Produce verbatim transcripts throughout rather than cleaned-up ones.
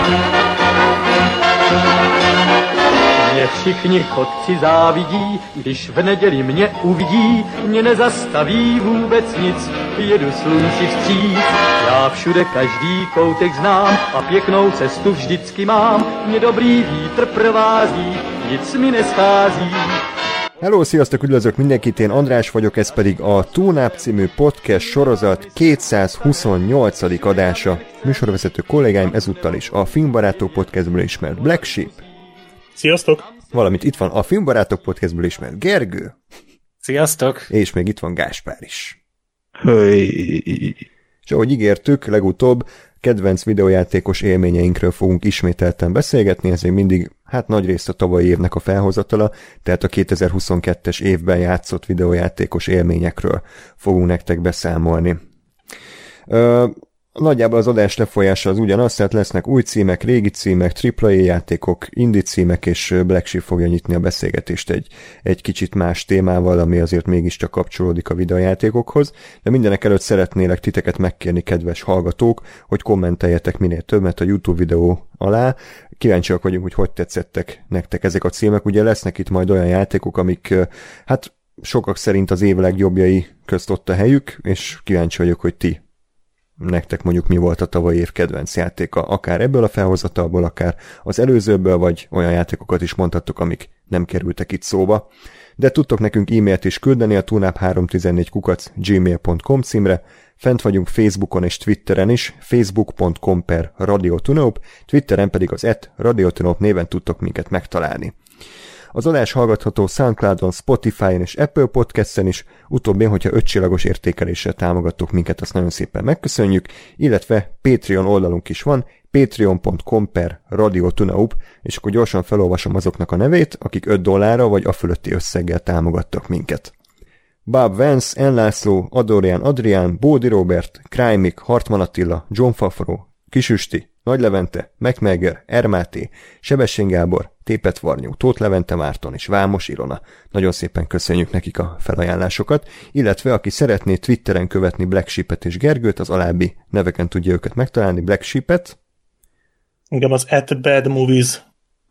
Mě všichni chodci závidí, když v neděli mě uvidí, mě nezastaví vůbec nic, jedu slunci vstříc. Já všude každý koutek znám a pěknou cestu vždycky mám, mě dobrý vítr provází, nic mi neschází. Hello, sziasztok, üdvözlök mindenkit, én András vagyok, ez pedig a Tónáp című podcast sorozat kétszázhuszonnyolcadik adása. Műsorvezető kollégáim ezúttal is a Filmbarátok podcastből ismert Black Sheep. Sziasztok! Valamint itt van a Filmbarátok podcastből ismert Gergő. Sziasztok! És még itt van Gáspár is. Hey. És ahogy ígértük, legutóbb kedvenc videójátékos élményeinkről fogunk ismételten beszélgetni, ez még mindig, hát nagyrészt a tavalyi évnek a felhozatala, tehát a kétezer-huszonkettes évben játszott videójátékos élményekről fogunk nektek beszámolni. Ö, nagyjából az adás lefolyása az ugyanaz, tehát lesznek új címek, régi címek, tripla á játékok, indie címek, és Black Sheep fogja nyitni a beszélgetést egy, egy kicsit más témával, ami azért mégiscsak kapcsolódik a videójátékokhoz, de mindenek előtt szeretnélek titeket megkérni, kedves hallgatók, hogy kommenteljetek minél többet a YouTube videó alá. Kíváncsiak vagyunk, hogy hogy tetszettek nektek ezek a címek. Ugye lesznek itt majd olyan játékok, amik hát sokak szerint az év legjobbjai közt ott a helyük, és kíváncsi vagyok, hogy ti nektek mondjuk mi volt a tavalyi év kedvenc játéka, akár ebből a felhozatalból, akár az előzőből, vagy olyan játékokat is mondhattok, amik nem kerültek itt szóba. De tudtok nekünk e-mailt is küldeni a tónáp háromszáztizennégy kukac gmail pont com címre, fent vagyunk Facebookon és Twitteren is, facebook pont com per radiotunop, Twitteren pedig az et radiotunop néven tudtok minket megtalálni. Az adás hallgatható SoundCloudon, Spotify-on és Apple Podcast-en is, utóbbin, hogyha ötcsillagos értékeléssel támogattok minket, azt nagyon szépen megköszönjük, illetve Patreon oldalunk is van, patreon pont com per radiotunaup, és akkor gyorsan felolvasom azoknak a nevét, akik öt dollárra vagy a fölötti összeggel támogattak minket. Bob Vance, N. László, Adorján Adrián, Bódi Robert, Krájmik, Hartman Attila, John Fafro, Kisüsti, Nagy Levente, Megmeger, Ermáté, Sebestyén Gábor, Tépet Varnyú, Tóth Levente Márton és Vámos Ilona. Nagyon szépen köszönjük nekik a felajánlásokat, illetve aki szeretné Twitteren követni Black Sheepet és Gergőt, az alábbi neveken tudja őket megtalálni. Black Sheepet. Engem az at Bad Movies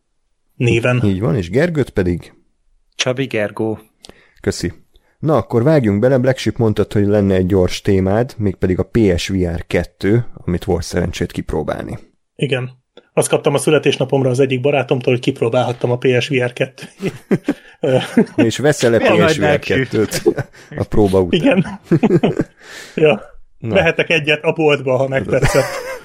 néven. Így van, és Gergőt pedig? Csabi Gergó. Köszi. Na, akkor vágjunk bele, Black Sheep mondtad, hogy lenne egy gyors témád, mégpedig a pé es vé er kettő, amit volt szerencsét kipróbálni. Igen. Azt kaptam a születésnapomra az egyik barátomtól, hogy kipróbálhattam a pé es vé er kettőt. És veszel-e pé es vé er kettőt a próba után? Igen. Ja. Vehetek egyet a boltba, ha megtetszett.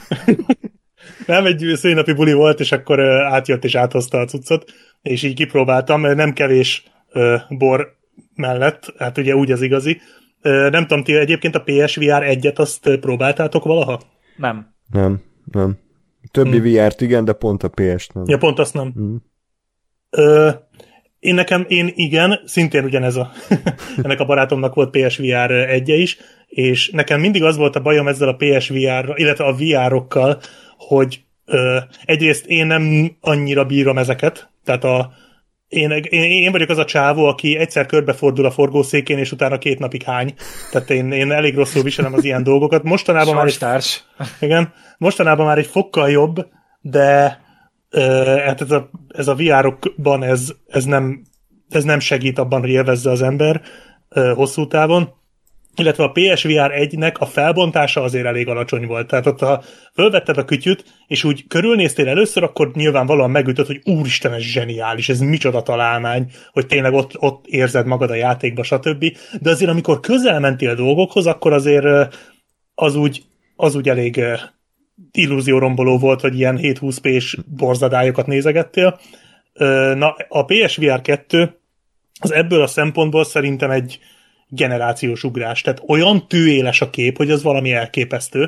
Nem, egy szülinapi buli volt, és akkor átjött és áthozta a cuccot, és így kipróbáltam, nem kevés bor mellett, hát ugye úgy az igazi. Nem tudom, ti egyébként a pé es vé er egyet azt próbáltátok valaha? Nem. Nem, nem. Többi hmm. vé er-t igen, de pont a pé es-t nem. Ja, pont azt nem. Hmm. Ö, én nekem, én igen, szintén ugyanez a ennek a barátomnak volt pé es vé er egye is, és nekem mindig az volt a bajom ezzel a pé es vé er-rel, illetve a vé er-okkal, hogy ö, egyrészt én nem annyira bírom ezeket, tehát a Én, én, én vagyok az a csávó, aki egyszer körbefordul a forgószékén, és utána két napig hány. Tehát én, én elég rosszul viselem az ilyen dolgokat. Mostanában már, egy, igen, mostanában már egy fokkal jobb, de uh, hát ez a, ez a vé er-okban ez, ez, nem, ez nem segít abban, hogy élvezze az ember uh, hosszú távon. Illetve a pé es vé er egynek a felbontása azért elég alacsony volt. Tehát ott, ha fölvetted a kütyüt, és úgy körülnéztél először, akkor nyilvánvalóan megütött, hogy úristen, ez zseniális, ez micsoda találmány, hogy tényleg ott, ott érzed magad a játékba, stb. De azért, amikor közel mentél dolgokhoz, akkor azért az úgy, az úgy elég illúzióromboló volt, hogy ilyen hét-húsz pés borzadályokat nézegettél. Na, a pé es vé er kettő az ebből a szempontból szerintem egy generációs ugrás. Tehát olyan tűéles a kép, hogy az valami elképesztő.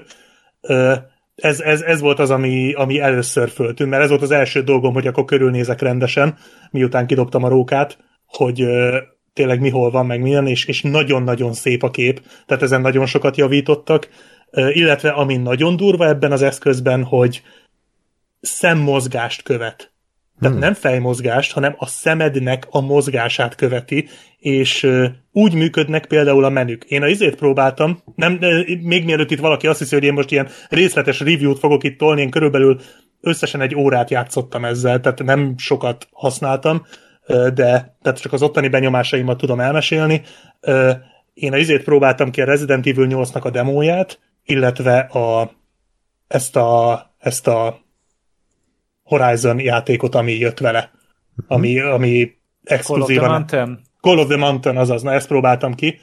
Ez, ez, ez volt az, ami, ami először föltűnt, mert ez volt az első dolgom, hogy akkor körülnézek rendesen, miután kidobtam a rókát, hogy tényleg mi hol van, meg milyen, és, és nagyon-nagyon szép a kép, tehát ezen nagyon sokat javítottak, illetve ami nagyon durva ebben az eszközben, hogy szemmozgást követ. Tehát hmm. nem fejmozgást, hanem a szemednek a mozgását követi, és uh, úgy működnek például a menük. Én a izét próbáltam, nem, még mielőtt itt valaki azt hiszi, hogy én most ilyen részletes review-t fogok itt tolni, én körülbelül összesen egy órát játszottam ezzel, tehát nem sokat használtam, de tehát csak az ottani benyomásaimat tudom elmesélni. Én a izét próbáltam ki a Resident Evil nyolcnak a demóját, illetve a, ezt, a, ezt a Horizon játékot, ami jött vele, ami, ami exkluzívan... Call of the Mountain? Call of the Mountain, azaz, na ezt próbáltam ki.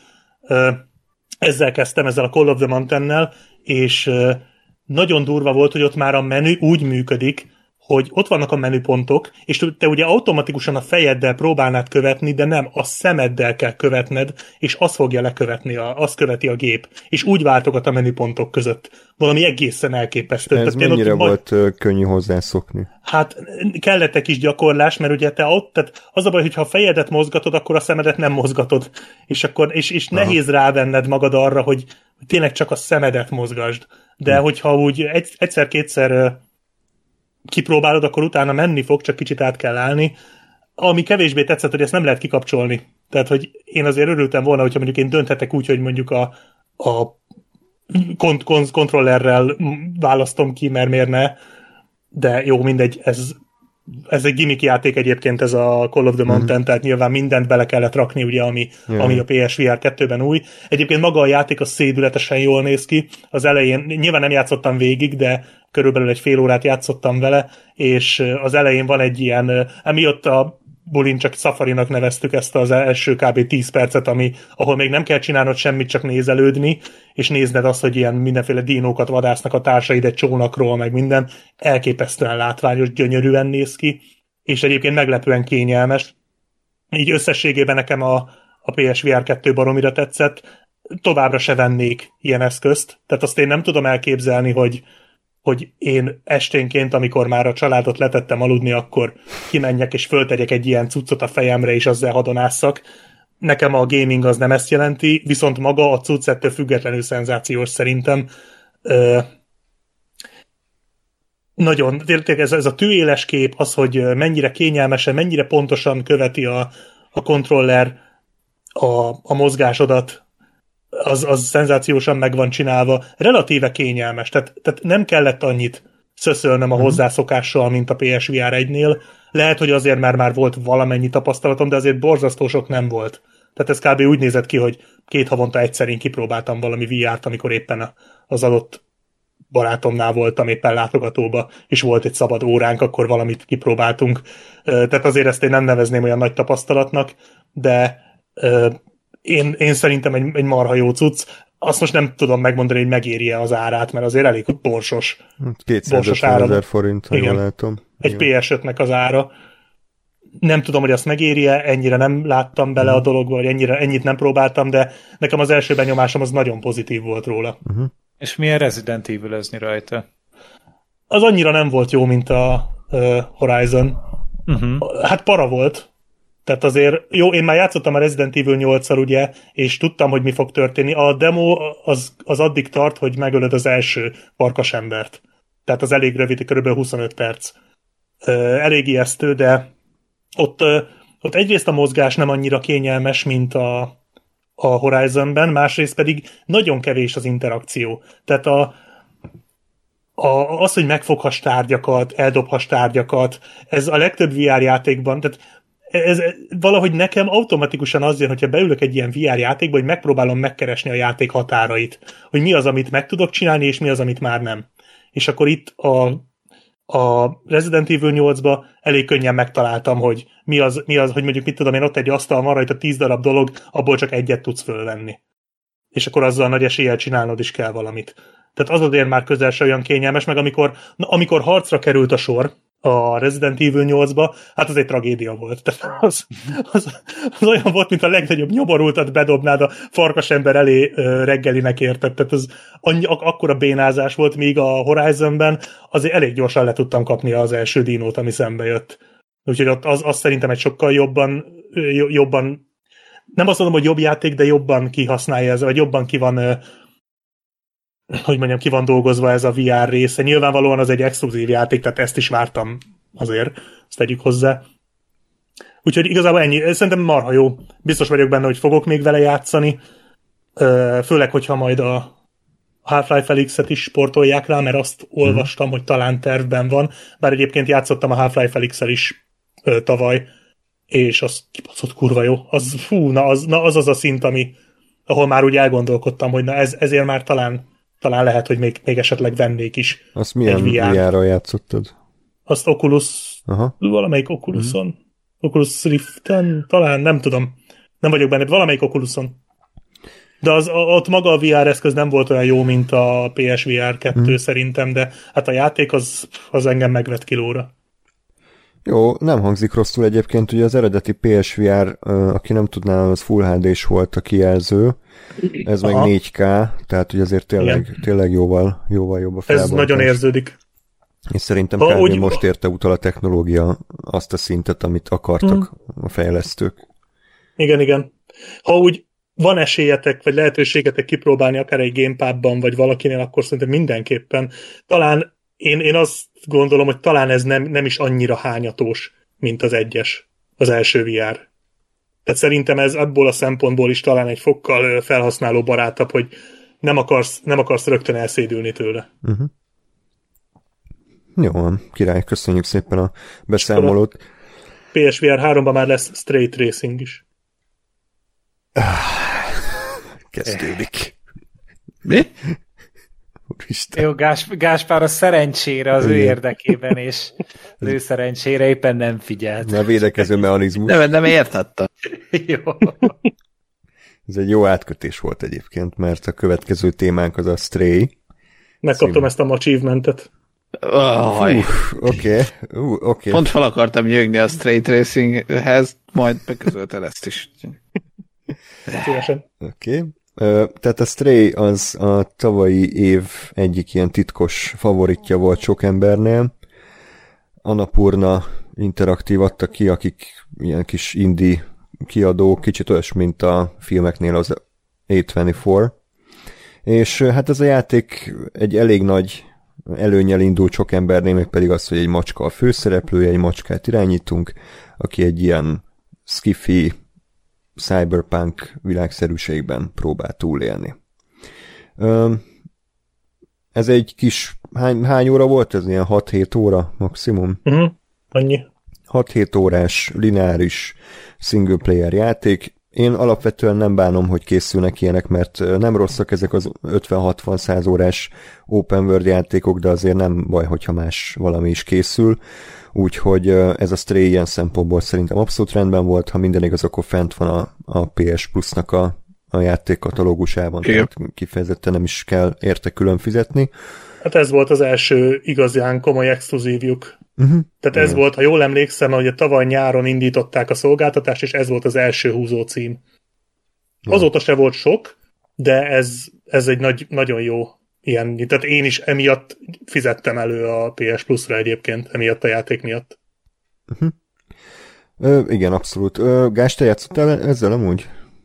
Ezzel kezdtem, ezzel a Call of the Mountain-nel, és nagyon durva volt, hogy ott már a menü úgy működik, hogy ott vannak a menüpontok, és te ugye automatikusan a fejeddel próbálnád követni, de nem, a szemeddel kell követned, és az fogja lekövetni, a, azt követi a gép. És úgy váltogat a menüpontok között. Valami egészen elképesztő. Ez tehát mennyire ott, volt majd... könnyű hozzászokni? Hát kellett egy kis gyakorlás, mert ugye te ott, tehát az a baj, hogyha a fejedet mozgatod, akkor a szemedet nem mozgatod. És akkor, és, és nehéz rávenned magad arra, hogy, hogy tényleg csak a szemedet mozgasd. De hm. hogyha úgy egy, egyszer-kétszer kipróbálod, akkor utána menni fog, csak kicsit át kell állni. Ami kevésbé tetszett, hogy ezt nem lehet kikapcsolni. Tehát, hogy én azért örültem volna, hogyha mondjuk én dönthetek úgy, hogy mondjuk a, a kont- kont- kontrollerrel választom ki, mert miért ne. De jó, mindegy, ez, ez egy gimmick játék egyébként, ez a Call of the Mountain, mm-hmm. tehát nyilván mindent bele kellett rakni, ugye, ami, yeah. ami a pé es vé er kettőben új. Egyébként maga a játék a szédületesen jól néz ki. Az elején, nyilván nem játszottam végig, de körülbelül egy fél órát játszottam vele, és az elején van egy ilyen, emiatt a bulin csak Safarinak neveztük ezt az első kb. tíz percet, ami, ahol még nem kell csinálnod semmit, csak nézelődni, és nézned azt, hogy ilyen mindenféle dinókat vadásznak a társaid egy csónakról, meg minden. Elképesztően látványos, gyönyörűen néz ki, és egyébként meglepően kényelmes. Így összességében nekem a, a pé es vé er kettő baromira tetszett. Továbbra se vennék ilyen eszközt, tehát azt én nem tudom elképzelni, hogy hogy én esténként, amikor már a családot letettem aludni, akkor kimenjek és föltegyek egy ilyen cuccot a fejemre, és azzal hadonásszak. Nekem a gaming az nem ezt jelenti, viszont maga a cucc ettől függetlenül szenzációs szerintem. Ö, nagyon, tényleg ez, ez a tűéles kép, az, hogy mennyire kényelmesen, mennyire pontosan követi a, a kontroller a, a mozgásodat, az, az szenzációsan meg van csinálva, relatíve kényelmes, tehát, tehát nem kellett annyit szöszölnöm a hozzászokással, mint a pé es vé er egynél. Lehet, hogy azért már már volt valamennyi tapasztalatom, de azért borzasztó sok nem volt. Tehát ez kb. Úgy nézett ki, hogy két havonta egyszer én kipróbáltam valami vé er-t, amikor éppen az adott barátomnál voltam éppen látogatóba, és volt egy szabad óránk, akkor valamit kipróbáltunk. Tehát azért ezt én nem nevezném olyan nagy tapasztalatnak, de Én, én szerintem egy, egy marha jó cucc. Azt most nem tudom megmondani, hogy megéri-e az árát, mert azért elég borsos. kétszázötven ezer forint, ha jól látom. Egy pé es ötnek az ára. Nem tudom, hogy azt megéri-e, ennyire nem láttam bele uh-huh. a dologba, vagy ennyire, ennyit nem próbáltam, de nekem az első benyomásom az nagyon pozitív volt róla. Uh-huh. És milyen Resident Evil-özni rajta? Az annyira nem volt jó, mint a uh, Horizon. Uh-huh. Hát para volt. Tehát azért, jó, én már játszottam a Resident Evil nyolccal, ugye, és tudtam, hogy mi fog történni. A demo az, az addig tart, hogy megölöd az első farkasembert. Tehát az elég rövid, kb. huszonöt perc. Elég ijesztő, de ott, ott egyrészt a mozgás nem annyira kényelmes, mint a, a Horizonben, másrészt pedig nagyon kevés az interakció. Tehát a, a, az, hogy megfoghass tárgyakat, eldobhass tárgyakat, ez a legtöbb vé er játékban, tehát ez valahogy nekem automatikusan az jön, hogyha beülök egy ilyen vé er játékba, hogy megpróbálom megkeresni a játék határait, hogy mi az, amit meg tudok csinálni, és mi az, amit már nem. És akkor itt a, a Resident Evil nyolcba elég könnyen megtaláltam, hogy mi az, mi az, hogy mondjuk mit tudom én, ott egy asztal van rajta tíz darab dolog, abból csak egyet tudsz fölvenni. És akkor azzal nagy eséllyel csinálnod is kell valamit. Tehát az azért már közel se olyan kényelmes, meg amikor, na, amikor harcra került a sor, a Resident Evil nyolcba, hát az egy tragédia volt. Tehát az, az, az olyan volt, mint a legnagyobb nyoborultat bedobnád a farkasember elé uh, reggelinek, érted. Tehát az annyi, ak- akkora bénázás volt, míg a Horizonben azért elég gyorsan le tudtam kapni az első dinót, ami szembe jött. Úgyhogy ott az, az szerintem egy sokkal jobban, jobban, nem azt mondom, hogy jobb játék, de jobban kihasználja ez, vagy jobban ki van uh, hogy mondjam, ki van dolgozva ez a vé er része. Nyilvánvalóan az egy exkluzív játék, tehát ezt is vártam azért, ezt tegyük hozzá. Úgyhogy igazából ennyi. Szerintem marha jó. Biztos vagyok benne, hogy fogok még vele játszani. Főleg, hogyha majd a, Half-Life Felixet is sportolják rá, mert azt olvastam, hogy talán tervben van, bár egyébként játszottam a Half-Life Felixel is ö, tavaly, és az kibaszott kurva jó. Az, fú, na az, na az az a szint, ami, ahol már úgy elgondolkodtam, hogy na ez, ezért már talán, talán lehet, hogy még, még esetleg vennék is. Azt milyen vé er-ral játszottad? Azt Oculus, Aha. valamelyik Oculuson, mm. Oculus Riften, talán, nem tudom. Nem vagyok benne, valamelyik Oculuson. De az, ott maga a vé er eszköz nem volt olyan jó, mint a pé es vé er kettő mm. szerintem, de hát a játék az, az engem megvett kilóra. Jó, nem hangzik rosszul egyébként, ugye az eredeti pé es vé er, aki nem tudná, az Full há dés volt a kijelző, ez Aha. meg négy ká, tehát ugye azért tényleg, tényleg jóval, jóval jobb a felbontás. Ez nagyon érződik. És szerintem ha, kb. úgy, most érte utol a technológia azt a szintet, amit akartak hmm. a fejlesztők. Igen, igen. Ha úgy van esélyetek, vagy lehetőségetek kipróbálni akár egy gamepad-ban, vagy valakinél, akkor szerintem mindenképpen. Talán én, én azt gondolom, hogy talán ez nem, nem is annyira hányatós, mint az egyes, az első vé er. Tehát szerintem ez abból a szempontból is talán egy fokkal felhasználó barátabb, hogy nem akarsz, nem akarsz rögtön elszédülni tőle. Uh-huh. Jó, király, köszönjük szépen a beszámolót. pé es vé er háromban már lesz Straight Racing is. Kezdődik. Mi? Jó, Gás, Gáspár a szerencsére az ő érdekében, és az ő szerencsére éppen nem figyelt. A védekező mechanizmus. Nem, nem értettem. Jó. Ez egy jó átkötés volt egyébként, mert a következő témánk az a Stray. Megkaptam Szín. ezt a achievementet. Oh, Oké. Okay. Uh, okay. Pont fel akartam jögni a Straight Racinghez, majd beközölted ezt is. Szívesen. Oké. Okay. Tehát a Stray az a tavalyi év egyik ilyen titkos favoritja volt sok embernél. Annapurna Interactive adta ki, akik ilyen kis indie kiadók, kicsit olyas, mint a filmeknél az á huszonnégy. És hát ez a játék egy elég nagy előnnyel indult sok embernél, még pedig az, hogy egy macska a főszereplője, egy macskát irányítunk, aki egy ilyen skifi cyberpunk világszerűségben próbál túlélni. Ez egy kis, hány, hány óra volt ez? Ilyen hat-hét óra maximum? Uh-huh. Annyi. hat-hét órás lineáris single player játék. Én alapvetően nem bánom, hogy készülnek ilyenek, mert nem rosszak ezek az ötven-hatvan-száz órás open world játékok, de azért nem baj, hogyha más valami is készül. Úgyhogy ez a Stray ilyen szempontból szerintem abszolút rendben volt, ha minden igaz, akkor fent van a, a pé es Plus-nak a, a játékkatalógusában, tehát kifejezetten nem is kell érte külön fizetni. Hát ez volt az első igazán komoly exkluzívjuk. Uh-huh. Tehát ez Igen. volt, ha jól emlékszem, hogy a tavaly nyáron indították a szolgáltatást, és ez volt az első húzó cím. Ja. Azóta se volt sok, de ez, ez egy nagy, nagyon jó ilyen, tehát én is emiatt fizettem elő a pé es Plus-ra egyébként, emiatt a játék miatt. Uh-huh. Ö, igen, abszolút. Ö, Gás, te játszottál ezzel amúgy?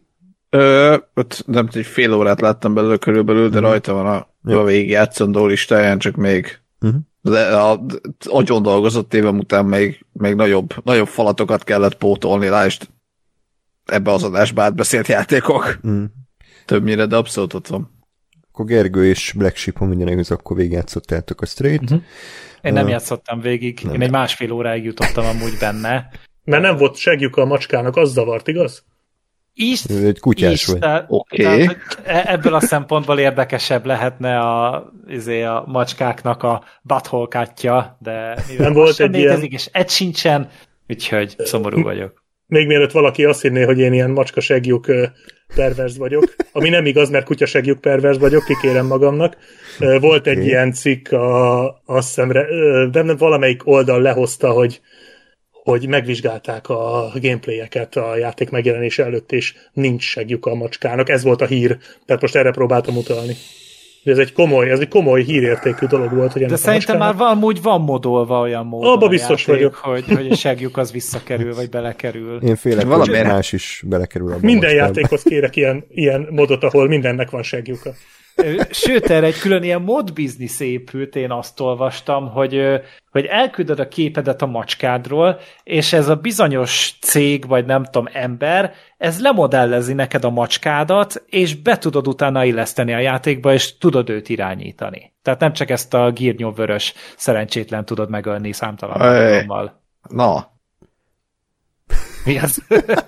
Ö, ott nem egy fél órát láttam belőle körülbelül, de uh-huh. rajta van a, ja. a végigjátszandó listáján, csak még uh-huh. de a agyon dolgozott évem után még, még nagyobb, nagyobb falatokat kellett pótolni, lásd ebbe az adásba átbeszélt játékok. Uh-huh. Többnyire, de abszolút ott van. Akkor Gergő és Black Sheep, ha minden igaz, akkor végigjátszottátok a Straight. Uh-huh. Én nem uh, játszottam végig, nem. Én egy másfél óráig jutottam amúgy benne. Mert nem volt segjuk a macskának, az zavart, igaz? Is, egy kutyás is, vagy. Tehát, okay. tehát, ebből a szempontból érdekesebb lehetne a, izé, a macskáknak a butthole cut-ja, de nem volt egy létezik, ilyen... és egy sincsen, úgyhogy szomorú vagyok. Még mielőtt valaki azt hinné, hogy én ilyen macska segjuk perverz vagyok, ami nem igaz, mert kutya segjuk perverz vagyok, kikérem magamnak. Volt egy okay. ilyen cikk, a, azt hiszem, de nem valamelyik oldal lehozta, hogy hogy megvizsgálták a gameplayeket a játék megjelenése előtt, és nincs segjuk a macskának. Ez volt a hír. Tehát most erre próbáltam utalni. Ez egy komoly, ez egy komoly hírértékű dolog volt. Hogy de szerintem már van, úgy van modolva olyan módon abba biztos játék, vagyok. Hogy, hogy a segjuk az visszakerül, vagy belekerül. Én félek, hogy más is belekerül abba. Minden játékhoz kérek ilyen, ilyen modot, ahol mindennek van segjuka. Sőt, erre egy külön ilyen mod business épült, én azt olvastam, hogy, hogy elküldöd a képedet a macskádról, és ez a bizonyos cég, vagy nem tudom, ember, ez lemodellezi neked a macskádat, és be tudod utána illeszteni a játékba, és tudod őt irányítani. Tehát nem csak ezt a gírnyóvörös szerencsétlen tudod megölni számtalan alkalommal. Na. Mi az?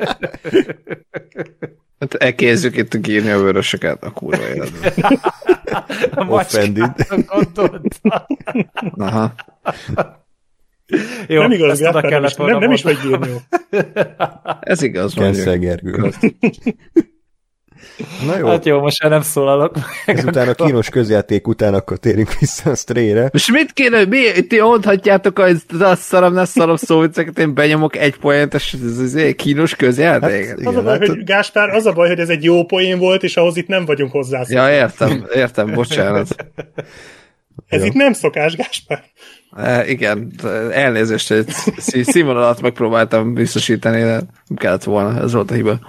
Hát elkezdjük itt a gírni a vörösöket, a kurva életben. A macskára gondoltam. Aha. Jó, nem igaz, Gáspár, nem, is, nem, nem is vagy gírni. Ez igaz. Kenszel Gergő. Na jó. Hát jó, most már nem szólalok meg. Ezután a kínos közjáték után akkor térünk vissza a Stray-re. És mit kéne, hogy mi, ti mondhatjátok, hogy az szarom, ne szarom szóviceket, én benyomok egy poént, és ez, ez, ez kínos közjáték? Hát, igen, az a baj, hogy Gáspár, az a baj, hogy ez egy jó poén volt, és ahhoz itt nem vagyunk hozzászólni. Ja, értem, értem, bocsánat. Ez jó. Itt nem szokás, Gáspár. E, igen, elnézést, hogy színvonalat megpróbáltam biztosítani, de nem kellett volna, ez volt a hiba.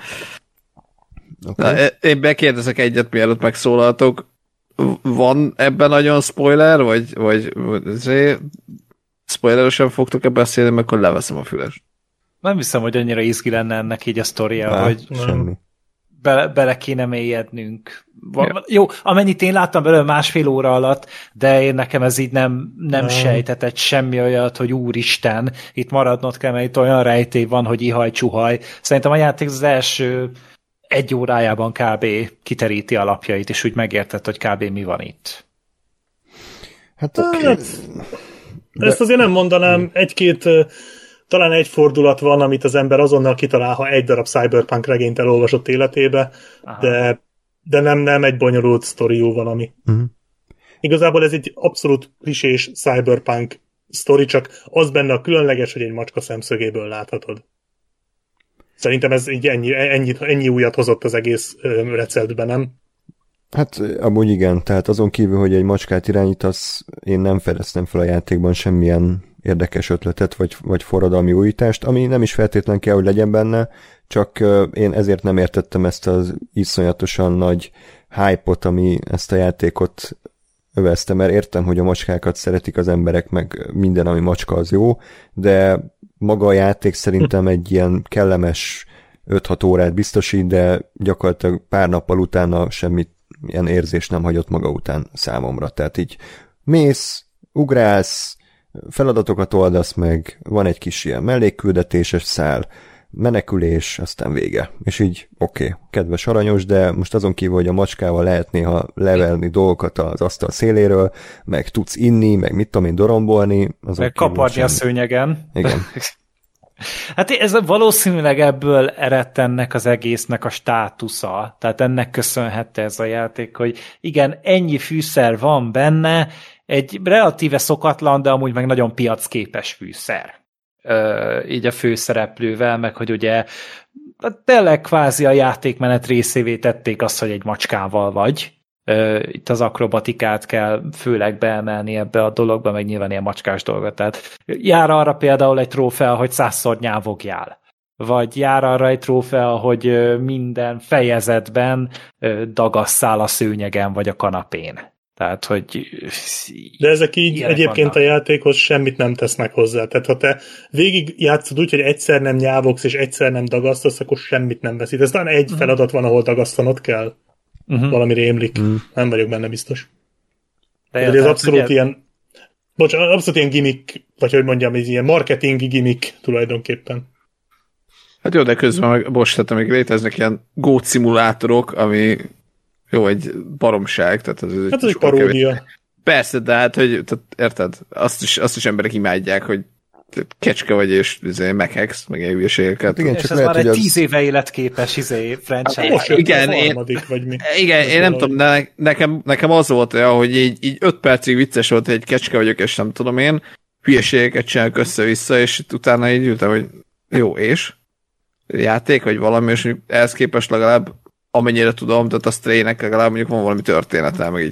Okay. Na, én bekérdezek egyet, mielőtt megszólaltok. Van ebben nagyon spoiler, vagy, vagy spoilerösen fogtok-e beszélni, mert akkor leveszem a füles. Nem hiszem, hogy annyira izgi lenne ennek így a sztoria, hogy semmi. Be, bele kéne mélyednünk. Ja. Jó, amennyit én láttam belőle másfél óra alatt, de én nekem ez így nem, nem sejtetett semmi olyat, hogy úristen, itt maradnod kell, mert itt olyan rejtély van, hogy ihaj-csuhaj. Szerintem a játék az első egy órájában kb. Kiteríti alapjait, és úgy megértett, hogy kb. Mi van itt. Hát oké. Okay. De... Ezt azért nem mondanám, egy-két, talán egy fordulat van, amit az ember azonnal kitalál, ha egy darab Cyberpunk regényt elolvasott életébe, aha. de, de nem, nem egy bonyolult sztoriú valami. Uh-huh. Igazából ez egy abszolút klisés Cyberpunk sztori, csak az benne a különleges, hogy egy macska szemszögéből láthatod. Szerintem ez így ennyi, ennyi, ennyi újat hozott az egész receptben, nem? Hát amúgy igen, tehát azon kívül, hogy egy macskát irányítasz, én nem fedeztem fel a játékban semmilyen érdekes ötletet, vagy, vagy forradalmi újítást, ami nem is feltétlen kell, hogy legyen benne, csak én ezért nem értettem ezt az iszonyatosan nagy hype-ot, ami ezt a játékot övezte, mert értem, hogy a macskákat szeretik az emberek, meg minden, ami macska, az jó, de maga a játék szerintem egy ilyen kellemes öt-hat órát biztosít, de gyakorlatilag pár nappal utána semmi ilyen érzés nem hagyott maga után számomra. Tehát így mész, ugrálsz, feladatokat oldasz meg, van egy kis ilyen mellékküldetéses szál, menekülés, aztán vége. És így oké, okay, kedves aranyos, de most azon kívül, hogy a macskával lehet néha levelni dolgokat az asztal széléről, meg tudsz inni, meg mit tudom én dorombolni. Meg kaparni a szőnyegen. Igen. Hát ez valószínűleg ebből eredt ennek az egésznek a státusza. Tehát ennek köszönhette ez a játék, hogy igen, ennyi fűszer van benne, egy relatíve szokatlan, de amúgy meg nagyon piacképes fűszer. Ö, így a főszereplővel, meg hogy ugye tényleg kvázi a játékmenet részévé tették azt, hogy egy macskával vagy. Ö, itt az akrobatikát kell főleg beemelni ebbe a dologba, meg nyilván ilyen macskás dolgot. Tehát jár arra például egy trófea, hogy százszor nyávogjál. Vagy jár arra egy trófea, hogy minden fejezetben dagasszál a szőnyegen, vagy a kanapén. Tehát, hogy... De ezek így egyébként vannak. A játékhoz semmit nem tesznek hozzá. Tehát, ha te végig játszod úgy, hogy egyszer nem nyávogsz, és egyszer nem dagasztasz, akkor semmit nem veszít. Ez talán egy uh-huh. feladat van, ahol dagasztanod kell. Uh-huh. Valami rémlik. Uh-huh. Nem vagyok benne biztos. De ez abszolút ugye... ilyen... Bocsánat, abszolút ilyen gimmick, vagy hogy mondjam, ez ilyen marketing gimmick tulajdonképpen. Hát jó, de közben meg, bocs, tehát még léteznek ilyen gót szimulátorok, ami jó, egy baromság, tehát az hát ez egy paródia. Kevés. Persze, de hát, hogy tehát, érted, azt is, azt is emberek imádják, hogy kecske vagy, és izé, megheksz, meg ilyen hülyeségeket. Igen, és ez lehet, már egy az... tíz éve életképes izé, franchise. Hát, igen, én, vagy mi? igen én nem tudom, de nekem, nekem az volt olyan, hogy így, így öt percig vicces volt, hogy egy kecske vagyok, és nem tudom én, hülyeségeket csinálok össze-vissza, és utána így ültem, hogy jó, és? Játék, vagy valami, és ehhez képest legalább amennyire tudom, tehát a Stray-nek legalább mondjuk van valami története, meg így.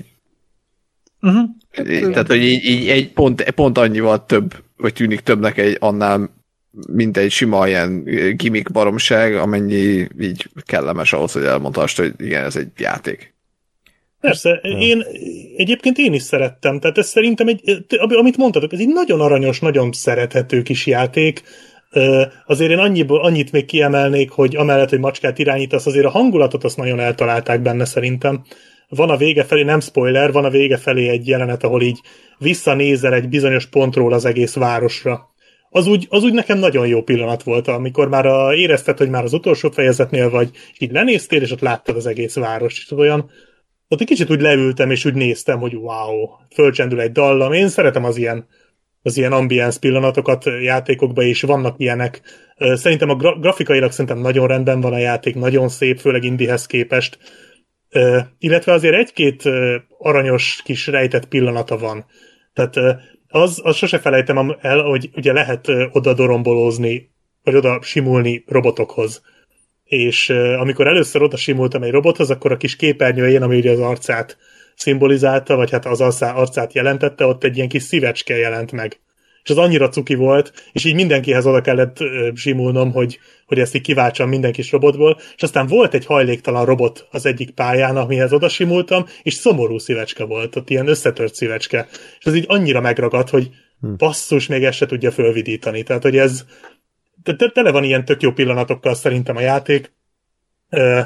Uh-huh. Tehát, hogy így, így egy pont, pont annyival több, vagy tűnik többnek egy annál, mint egy sima ilyen gimmick baromság, amennyi így kellemes ahhoz, hogy elmondhast, hogy igen, ez egy játék. Persze, ja. én egyébként én is szerettem, tehát ez szerintem, egy, amit mondtatok, ez egy nagyon aranyos, nagyon szerethető kis játék. Azért én annyiból, annyit még kiemelnék, hogy amellett, hogy macskát irányítasz, azért a hangulatot azt nagyon eltalálták benne szerintem. Van a vége felé, nem spoiler, van a vége felé egy jelenet, ahol így visszanézel egy bizonyos pontról az egész városra. Az úgy, az úgy nekem nagyon jó pillanat volt, amikor már a, érezted, hogy már az utolsó fejezetnél vagy, és így lenéztél, és ott láttad az egész várost, és olyan, ott egy kicsit úgy leültem, és úgy néztem, hogy wow, fölcsendül egy dallam. Én szeretem az ilyen, az ilyen ambience pillanatokat játékokban, és vannak ilyenek. Szerintem a gra- grafikailag szerintem nagyon rendben van a játék, nagyon szép, főleg indihez képest. Uh, illetve azért egy-két uh, aranyos kis rejtett pillanata van. Tehát uh, az, az sose felejtem el, hogy ugye lehet uh, oda dorombolózni, vagy oda simulni robotokhoz. És uh, amikor először oda simultam egy robothoz, akkor a kis képernyőjén, ami ugye az arcát szimbolizálta, vagy hát az arcát jelentette, ott egy ilyen kis szívecske jelent meg. És az annyira cuki volt, és így mindenkihez oda kellett uh, simulnom, hogy, hogy ezt így kiváltsam minden kis robotból, és aztán volt egy hajléktalan robot az egyik pályán, amihez oda simultam, és szomorú szívecske volt, ott ilyen összetört szívecske. És az így annyira megragadt, hogy basszus, még ezt se tudja fölvidítani. Tehát, hogy ez tele van ilyen tök jó pillanatokkal szerintem a játék. Uh,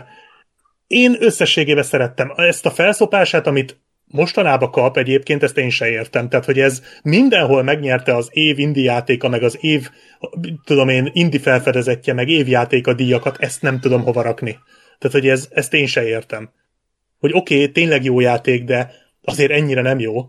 én összességében szerettem ezt a felszopását, amit mostanában kap egyébként, ezt én se értem. Tehát, hogy ez mindenhol megnyerte az év indie játéka, meg az év, tudom én, indie felfedezetje, meg évjátéka díjakat, ezt nem tudom hova rakni. Tehát, hogy ez, ezt én se értem. Hogy oké, okay, tényleg jó játék, de azért ennyire nem jó.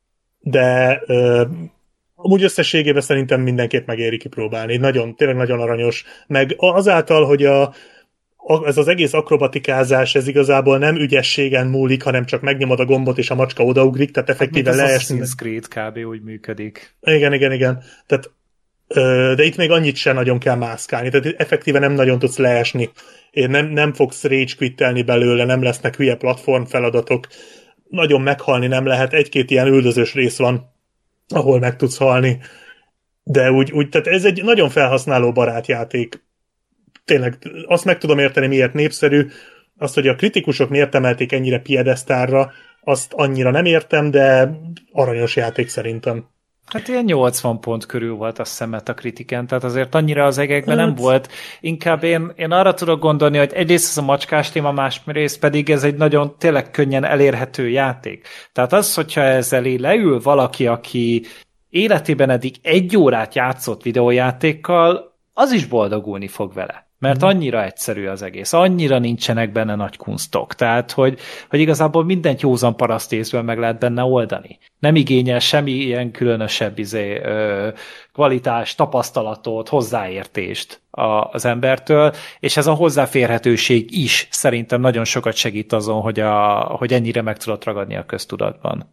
De ö, amúgy összességében szerintem mindenképp megéri kipróbálni. Nagyon, tényleg nagyon aranyos. Meg azáltal, hogy a ez az egész akrobatikázás, ez igazából nem ügyességen múlik, hanem csak megnyomod a gombot, és a macska odaugrik, tehát effektíve hát, leesni. Az Assassin's Creed kb. Úgy működik. Igen, igen, igen. Tehát, de itt még annyit sem nagyon kell mászkálni, tehát effektíve nem nagyon tudsz leesni. Nem, nem fogsz rage quittelni belőle, nem lesznek hülye platform feladatok. Nagyon meghalni nem lehet, egy-két ilyen üldözős rész van, ahol meg tudsz halni. De úgy, úgy tehát ez egy nagyon felhasználó barát játék. Tényleg azt meg tudom érteni, miért népszerű, azt, hogy a kritikusok miért emelték ennyire piedesztárra, azt annyira nem értem, de aranyos játék szerintem. Hát ilyen nyolcvan pont körül volt, azt hiszem, a kritiken, tehát azért annyira az egekben hát nem volt. Inkább én, én arra tudok gondolni, hogy egyrészt ez a macskás téma, másrészt pedig ez egy nagyon tényleg könnyen elérhető játék. Tehát az, hogyha ez elé leül valaki, aki életében eddig egy órát játszott videójátékkal, az is boldogulni fog vele. Mert annyira egyszerű az egész, annyira nincsenek benne nagy kunstok, tehát hogy, hogy igazából mindent józan parasztészből meg lehet benne oldani. Nem igényel semmi ilyen különösebb izé, ö, kvalitás, tapasztalatot, hozzáértést a, az embertől, és ez a hozzáférhetőség is szerintem nagyon sokat segít azon, hogy, a, hogy ennyire meg tudod ragadni a köztudatban.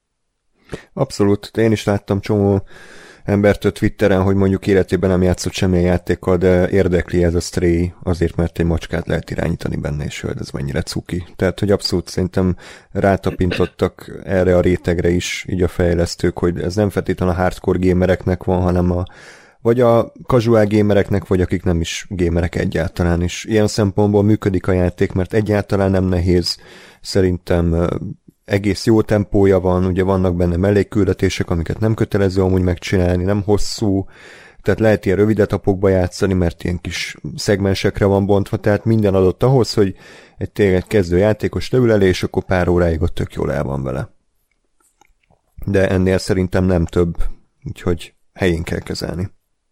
Abszolút, én is láttam csomó embertől Twitteren, hogy mondjuk életében nem játszott semmilyen játékkal, de érdekli ez a Stray azért, mert egy macskát lehet irányítani benne, és hogy ez mennyire cuki. Tehát, hogy abszolút szerintem rátapintottak erre a rétegre is, így a fejlesztők, hogy ez nem feltétlenül a hardcore gamereknek van, hanem a vagy a casual gamereknek, vagy akik nem is gamerek egyáltalán is. Ilyen szempontból működik a játék, mert egyáltalán nem nehéz, szerintem egész jó tempója van, ugye vannak benne mellékküldetések, amiket nem kötelező amúgy megcsinálni, nem hosszú, tehát lehet ilyen rövid etapokba játszani, mert ilyen kis szegmensekre van bontva, tehát minden adott ahhoz, hogy egy tényleg kezdő játékos leül elé, és akkor pár óráig ott tök jól el van vele. De ennél szerintem nem több, úgyhogy helyén kell kezelni.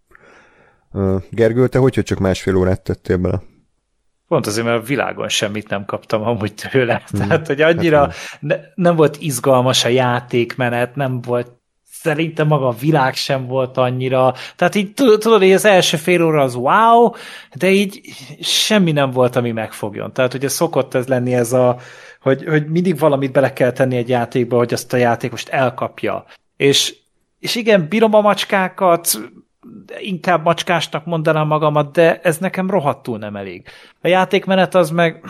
Gergő, te hogy, hogy csak másfél órát tettél bele? Pont azért, mert a világon semmit nem kaptam amúgy tőle. Hmm. Tehát, hogy annyira hát, ne, nem volt izgalmas a játékmenet, nem volt, szerintem maga a világ sem volt annyira. Tehát így tudod, hogy az első fél óra az wow, de így semmi nem volt, ami megfogjon. Tehát ugye szokott ez lenni ez a, hogy, hogy mindig valamit bele kell tenni egy játékba, hogy azt a játékost elkapja. És, és igen, bírom a macskákat, inkább macskásnak mondanám magamat, de ez nekem rohadtul nem elég. A játékmenet az meg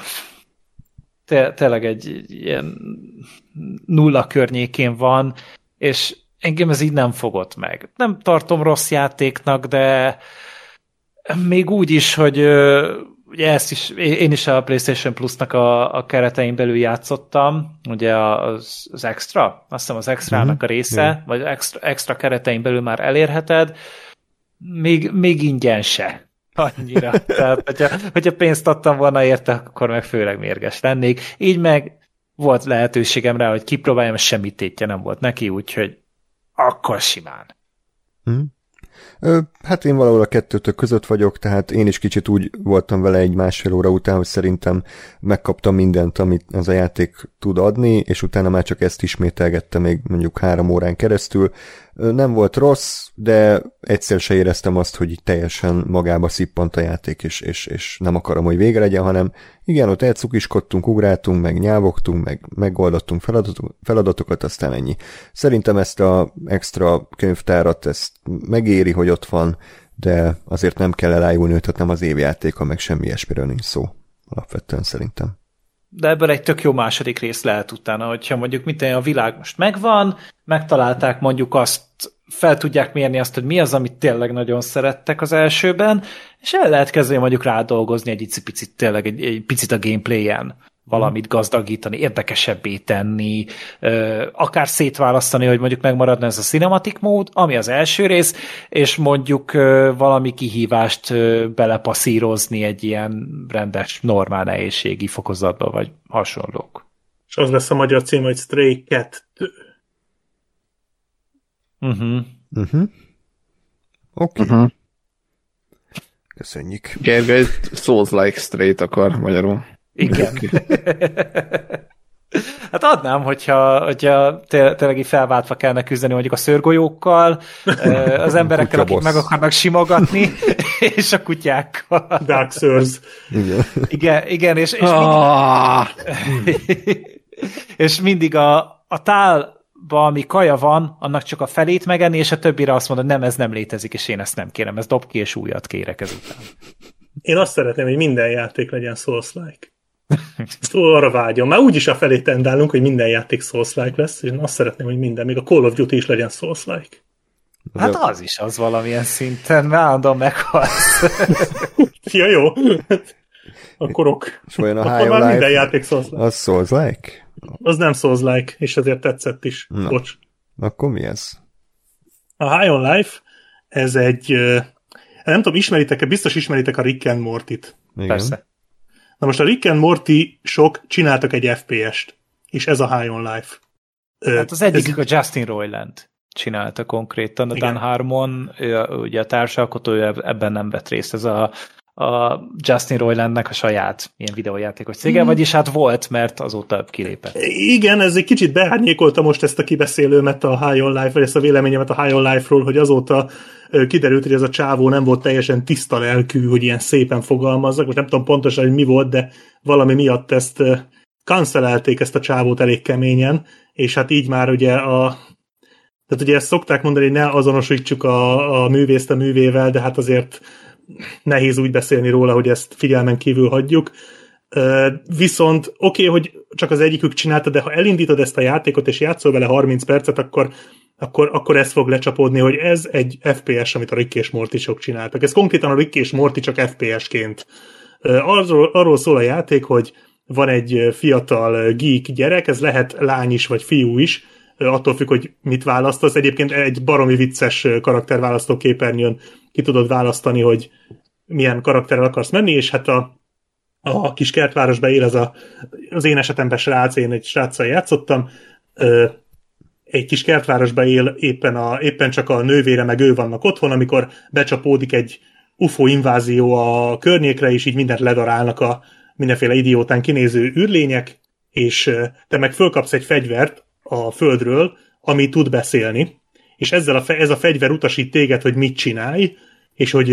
te, tényleg egy ilyen nulla környékén van, és engem ez így nem fogott meg. Nem tartom rossz játéknak, de még úgy is, hogy, ugye ezt is, én is a PlayStation Plus-nak a, a keretein belül játszottam, ugye az, az Extra, azt hiszem az Extra-nak uh-huh. a része, yeah. vagy extra, extra keretein belül már elérheted, még, még ingyen se. Annyira. Tehát, hogyha, hogyha pénzt adtam volna érte, akkor meg főleg mérges lennék. Így meg volt lehetőségem rá, hogy kipróbáljam, semmit tétje nem volt neki, úgyhogy akkor simán. Hmm. Ö, hát én valahol a kettőtök között vagyok, tehát én is kicsit úgy voltam vele egy másfél óra után, hogy szerintem megkaptam mindent, amit ez a játék tud adni, és utána már csak ezt ismételgette még mondjuk három órán keresztül. Nem volt rossz, de egyszer se éreztem azt, hogy így teljesen magába szippant a játék, és, és, és nem akarom, hogy vége legyen, hanem igen, ott elcukiskodtunk, ugráltunk, meg nyávogtunk, meg megoldottunk feladatok, feladatokat, aztán ennyi. Szerintem ezt a extra könyvtárat, ezt megéri, hogy ott van, de azért nem kell elájulni, tehát nem az évjátéka, meg semmi ilyesmiről nincs szó. Alapvetően szerintem. De ebből egy tök jó második rész lehet utána, hogyha mondjuk minden a világ most megvan, megtalálták mondjuk azt, fel tudják mérni azt, hogy mi az, amit tényleg nagyon szerettek az elsőben, és el lehet kezdeni mondjuk rádolgozni egy picit, tényleg egy, egy picit a gameplayen, valamit gazdagítani, érdekesebbé tenni, akár szétválasztani, hogy mondjuk megmaradna ez a cinematic mód, ami az első rész, és mondjuk valami kihívást belepasszírozni egy ilyen rendes, normál nehézségi fokozatba, vagy hasonlók. És az lesz a magyar cím, hogy Stray Cat. Uh-huh. Uh-huh. Oké. Okay. Uh-huh. Köszönjük. Gergely Souls-like Stray-t akar magyarul. Igen. Hát adnám, hogyha, hogyha tényleg így felváltva kellene küzdeni mondjuk a szőrgolyókkal, az emberekkel, akik meg akarnak simogatni, és a kutyákkal. Dark Souls. Igen. Igen, igen, és, és ah! mindig, és mindig a, a tálba, ami kaja van, annak csak a felét megenni, és a többire azt mondod, nem, ez nem létezik, és én ezt nem kérem, ez dob ki, és újat kérek ezután. Én azt szeretném, hogy minden játék legyen Souls-like. Ezt arra vágyom. Már úgyis a felé tendálunk, hogy minden játék Souls-like lesz, és én azt szeretném, hogy minden, még a Call of Duty is legyen Souls-like. Hát az is az valamilyen szinten, mert állandóan meghalsz. Ja, jó. Akkor ok. És olyan a Akkor High már Life, minden játék Souls-like. az Souls-like? Az nem Souls-like, és ezért tetszett is. Na, bocs. akkor mi ez? A High on Life, ez egy, nem tudom, ismeritek-e, biztos ismeritek a Rick and Morty-t. Igen. Persze. Na most a Rick and Morty sok csináltak egy ef pé est, és ez a High on Life. Hát az egyik ez... a Justin Roiland csinálta konkrétan, a Dan Harmon, ugye a társalkotója ebben nem vett részt, ez a, a Justin Roilandnek a saját ilyen videójátékos cége, mm. vagyis hát volt, mert azóta kilépett. Igen, ez egy kicsit beárnyékolta most ezt a kibeszélőmet a High on Life, vagy ezt a véleményemet a High on Life-ról, hogy azóta kiderült, hogy ez a csávó nem volt teljesen tiszta lelkű, hogy ilyen szépen fogalmazzak. Most nem tudom pontosan, hogy mi volt, de valami miatt ezt cancelelték, ezt a csávót elég keményen, és hát így már ugye a tehát ugye ezt szokták mondani, hogy ne azonosítsuk a, a művészt a művével, de hát azért nehéz úgy beszélni róla, hogy ezt figyelmen kívül hagyjuk. Viszont oké, okay, hogy csak az egyikük csinálta, de ha elindítod ezt a játékot, és játszol vele harminc percet, akkor, akkor, akkor ez fog lecsapódni, hogy ez egy ef pé es, amit a Rick és Morty-sok csináltak. Ez konkrétan a Rick és Morty csak ef pé es-ként. Arról, arról szól a játék, hogy van egy fiatal geek gyerek, ez lehet lány is, vagy fiú is, attól függ, hogy mit választasz. Egyébként egy baromi vicces karakterválasztó képernyőn ki tudod választani, hogy milyen karakterrel akarsz menni, és hát a, a kis kertvárosban él az a, az én esetemben srác, én egy sráccal játszottam, egy kis kertvárosban él, éppen, a, éppen csak a nővére meg ő vannak otthon, amikor becsapódik egy ufó invázió a környékre, és így mindent ledarálnak a mindenféle idiótán kinéző űrlények, és te meg fölkapsz egy fegyvert a földről, ami tud beszélni, és ezzel a fe, ez a fegyver utasít téged, hogy mit csinálj, és hogy,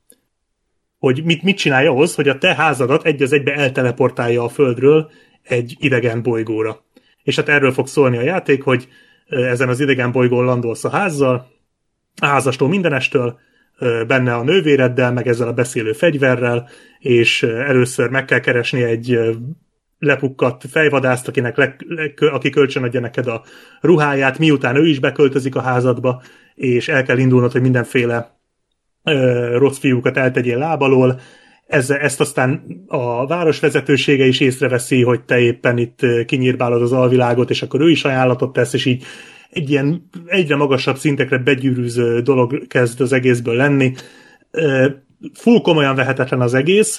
hogy mit, mit csinálj ahhoz, hogy a te házadat egy az egybe elteleportálja a földről egy idegen bolygóra. És hát erről fog szólni a játék, hogy ezen az idegen bolygón landolsz a házzal, a házastól mindenestől, benne a nővéreddel, meg ezzel a beszélő fegyverrel, és először meg kell keresni egy lepukkadt fejvadászt, akinek le, le, aki kölcsönadja neked a ruháját, miután ő is beköltözik a házadba, és el kell indulnod, hogy mindenféle ö, rossz fiúkat eltegyél lábalól. ez, ezt aztán a városvezetősége is észreveszi, hogy te éppen itt kinyírbálod az alvilágot, és akkor ő is ajánlatot tesz, és így egy ilyen egyre magasabb szintekre begyűrűző dolog kezd az egészből lenni. Full komolyan vehetetlen az egész,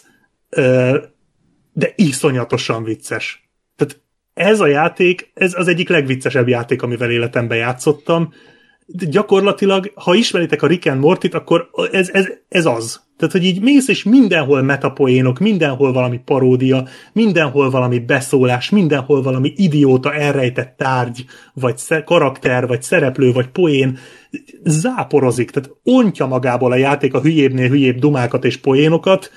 de iszonyatosan vicces. Tehát ez a játék, ez az egyik legviccesebb játék, amivel életemben játszottam. De gyakorlatilag, ha ismeritek a Rick and Mortyt, akkor ez, ez, ez az. Tehát, hogy így mész, és mindenhol metapoénok, mindenhol valami paródia, mindenhol valami beszólás, mindenhol valami idióta elrejtett tárgy, vagy karakter, vagy szereplő, vagy poén záporozik. Tehát ontja magából a játék a hülyébbnél hülyébb dumákat és poénokat.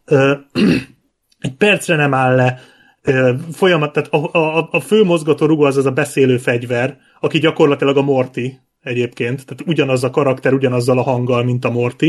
Egy percre nem áll le. Folyamat, tehát a, a, a fő mozgatórugó az az a beszélő fegyver, aki gyakorlatilag a Morty egyébként, tehát ugyanaz a karakter, ugyanazzal a hanggal, mint a Morty,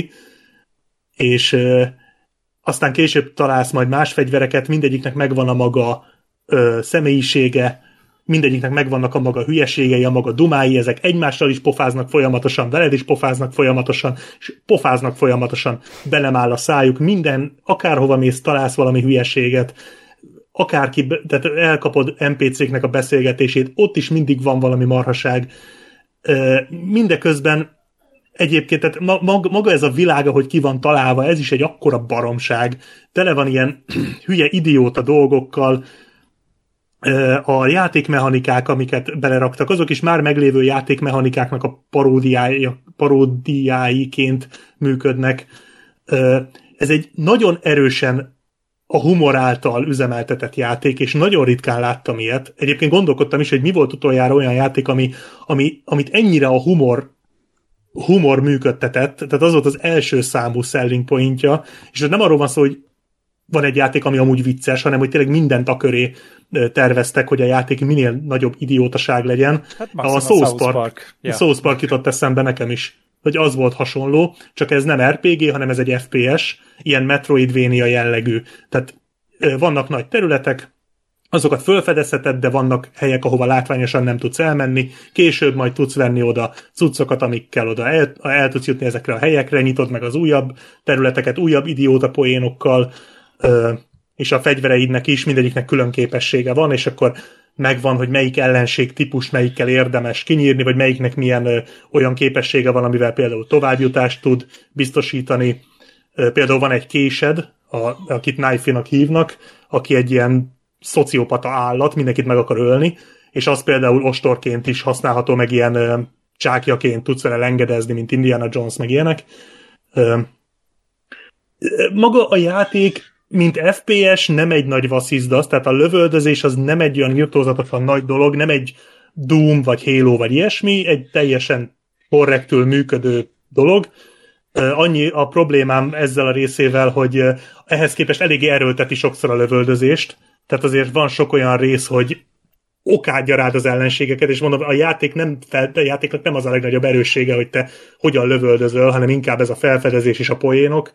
és ö, aztán később találsz majd más fegyvereket, mindegyiknek megvan a maga ö, személyisége, mindegyiknek megvannak a maga hülyeségei, a maga dumái, ezek egymással is pofáznak folyamatosan, veled is pofáznak folyamatosan, és pofáznak folyamatosan, belemál a szájuk, minden, akárhova mész, találsz valami hülyeséget, akárki, tehát elkapod en pé céknek a beszélgetését, ott is mindig van valami marhaság. Mindeközben egyébként, tehát maga ez a világ, ahogy ki van találva, ez is egy akkora baromság. Tele van ilyen hülye idióta dolgokkal, a játékmechanikák, amiket beleraktak, azok is már meglévő játékmechanikáknak a paródiái, paródiáiként működnek. Ez egy nagyon erősen a humor által üzemeltetett játék, és nagyon ritkán láttam ilyet. Egyébként gondolkodtam is, hogy mi volt utoljára olyan játék, ami, ami, amit ennyire a humor humor működtetett, tehát az volt az első számú selling pointja, és nem arról van szó, hogy van egy játék, ami amúgy vicces, hanem hogy tényleg mindent a köré terveztek, hogy a játék minél nagyobb idiótaság legyen. Hát a South Park, Park. Yeah. South Park jutott eszembe nekem is, hogy az volt hasonló, csak ez nem er pé gé, hanem ez egy ef pé es, ilyen Metroidvania jellegű. Tehát vannak nagy területek, azokat fölfedezheted, de vannak helyek, ahova látványosan nem tudsz elmenni, később majd tudsz venni oda cuccokat, amikkel oda el, el tudsz jutni ezekre a helyekre, nyitod meg az újabb területeket, újabb idióta poénokkal, és a fegyvereidnek is mindegyiknek külön képessége van, és akkor megvan, hogy melyik ellenség típus, melyikkel érdemes kinyírni, vagy melyiknek milyen ö, olyan képessége van, amivel például továbbjutást tud biztosítani. Ö, például van egy késed, a, akit Knife-nak hívnak, aki egy ilyen szociopata állat, mindenkit meg akar ölni, és az például ostorként is használható, meg ilyen ö, csákjaként tudsz vele lengedezni, mint Indiana Jones, meg ilyenek. Ö, maga a játék mint ef pé es nem egy nagy vasszizdasz, tehát a lövöldözés az nem egy olyan irtózatosan nagy dolog, nem egy Doom vagy Halo vagy ilyesmi, egy teljesen korrektül működő dolog. Annyi a problémám ezzel a részével, hogy ehhez képest eléggé erőlteti sokszor a lövöldözést, tehát azért van sok olyan rész, hogy okádja rád az ellenségeket, és mondom, a játék nem fel, a játéknak nem az a legnagyobb erőssége, hogy te hogyan lövöldözöl, hanem inkább ez a felfedezés és a poénok.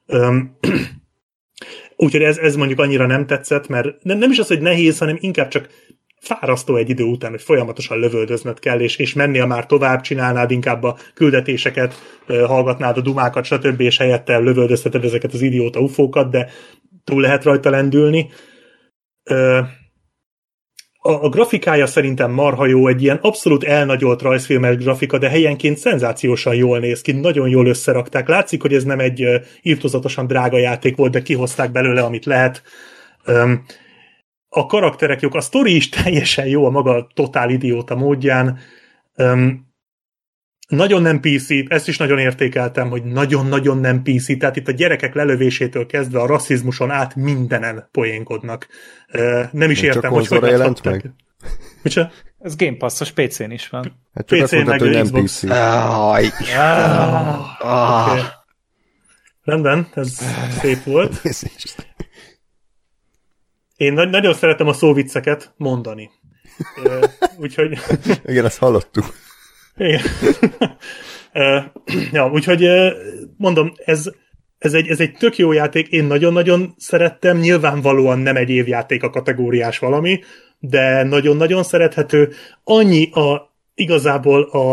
Úgyhogy ez, ez mondjuk annyira nem tetszett, mert nem, nem is az, hogy nehéz, hanem inkább csak fárasztó egy idő után, hogy folyamatosan lövöldöznöd kell, és, és mennél már tovább, csinálnád inkább a küldetéseket, hallgatnád a dumákat, stb. És helyette lövöldözteted ezeket az idióta ufókat, de túl lehet rajta lendülni. A, a grafikája szerintem marha jó, egy ilyen abszolút elnagyolt rajzfilmes grafika, de helyenként szenzációsan jól néz ki, nagyon jól összerakták. Látszik, hogy ez nem egy uh, írtózatosan drága játék volt, de kihozták belőle, amit lehet. Um, a karakterek jók, a sztori is teljesen jó a maga totál idióta módján. Um, nagyon nem pé cé, ezt is nagyon értékeltem, hogy nagyon-nagyon nem pé cé, tehát itt a gyerekek lelövésétől kezdve a rasszizmuson át mindenen poénkodnak. Uh, nem is nem értem, hogy hogy jelent meg? Micsoda? Ez Game Pass-os pé cén is van. Hát csak azt mondtad, hogy nem pé cé. Ah, okay. Rendben, ez szép volt. Én na- nagyon szeretem a szóvicceket mondani. Uh, úgyhogy... Igen, ezt hallottuk. Igen. ja, úgyhogy mondom, ez, ez, egy, ez egy tök jó játék, én nagyon-nagyon szerettem, nyilvánvalóan nem egy évjáték a kategóriás valami, de nagyon-nagyon szerethető. Annyi a, igazából a,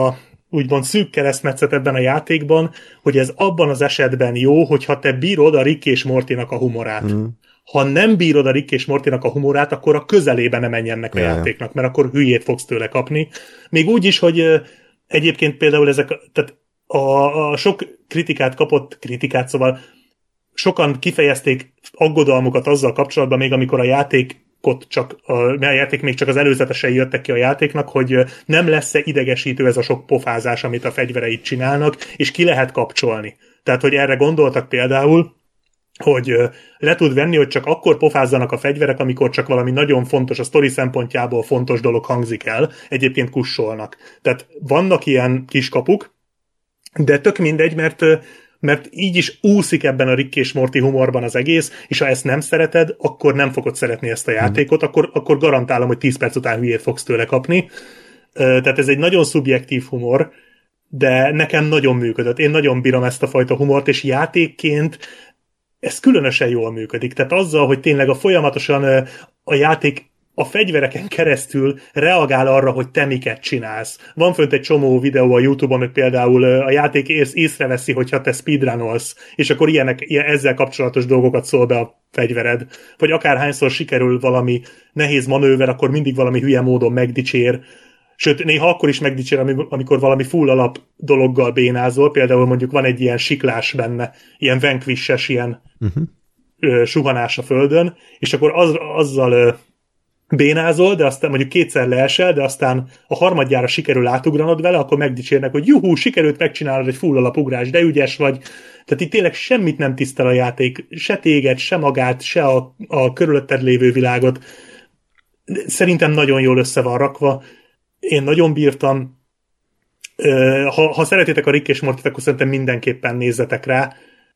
úgymond szűk keresztmetszet ebben a játékban, hogy ez abban az esetben jó, hogyha te bírod a Rick és Mortynak a humorát. Mm. Ha nem bírod a Rick és Mortynak a humorát, akkor a közelébe nem menj ennek a yeah. játéknak, mert akkor hülyét fogsz tőle kapni. Még úgy is, hogy egyébként például ezek, tehát a, a sok kritikát kapott, kritikát, szóval sokan kifejezték aggodalmukat azzal kapcsolatban, még amikor a játék csak a, a játék még csak az előzetesei jöttek ki a játéknak, hogy nem lesz-e idegesítő ez a sok pofázás, amit a fegyvereit csinálnak, és ki lehet kapcsolni. Tehát, hogy erre gondoltak például, hogy le tud venni, hogy csak akkor pofázzanak a fegyverek, amikor csak valami nagyon fontos, a sztori szempontjából fontos dolog hangzik el, egyébként kussolnak. Tehát vannak ilyen kiskapuk, de tök mindegy, mert mert így is úszik ebben a Rick és Morty humorban az egész, és ha ezt nem szereted, akkor nem fogod szeretni ezt a játékot, akkor, akkor garantálom, hogy tíz perc után hülyét fogsz tőle kapni. Tehát ez egy nagyon szubjektív humor, de nekem nagyon működött. Én nagyon bírom ezt a fajta humort, és játékként ez különösen jól működik. Tehát azzal, hogy tényleg a folyamatosan a játék a fegyvereken keresztül reagál arra, hogy te miket csinálsz. Van fönt egy csomó videó a YouTube-on, hogy például a játék ész, észreveszi, hogyha te speedrunolsz, és akkor ilyenek, ilyen, ezzel kapcsolatos dolgokat szól be a fegyvered. Vagy akárhányszor sikerül valami nehéz manőver, akkor mindig valami hülye módon megdicsér. Sőt, néha akkor is megdicsér, amikor valami full alap dologgal bénázol, például mondjuk van egy ilyen siklás benne, ilyen vanquish-es ilyen uh-huh. ö, suhanás a földön, és akkor az, azzal ö, bénázol, de aztán mondjuk kétszer leesel, de aztán a harmadjára sikerül átugranod vele, akkor megdicsérnek, hogy juhú, sikerült megcsinálod egy full alapugrás, de ügyes vagy. Tehát itt tényleg semmit nem tisztel a játék, se téged, se magát, se a, a körülötted lévő világot. Szerintem nagyon jól össze van rakva. Én nagyon bírtam. Ha, ha szeretitek a Rick és Mortyt, akkor szerintem mindenképpen nézzetek rá.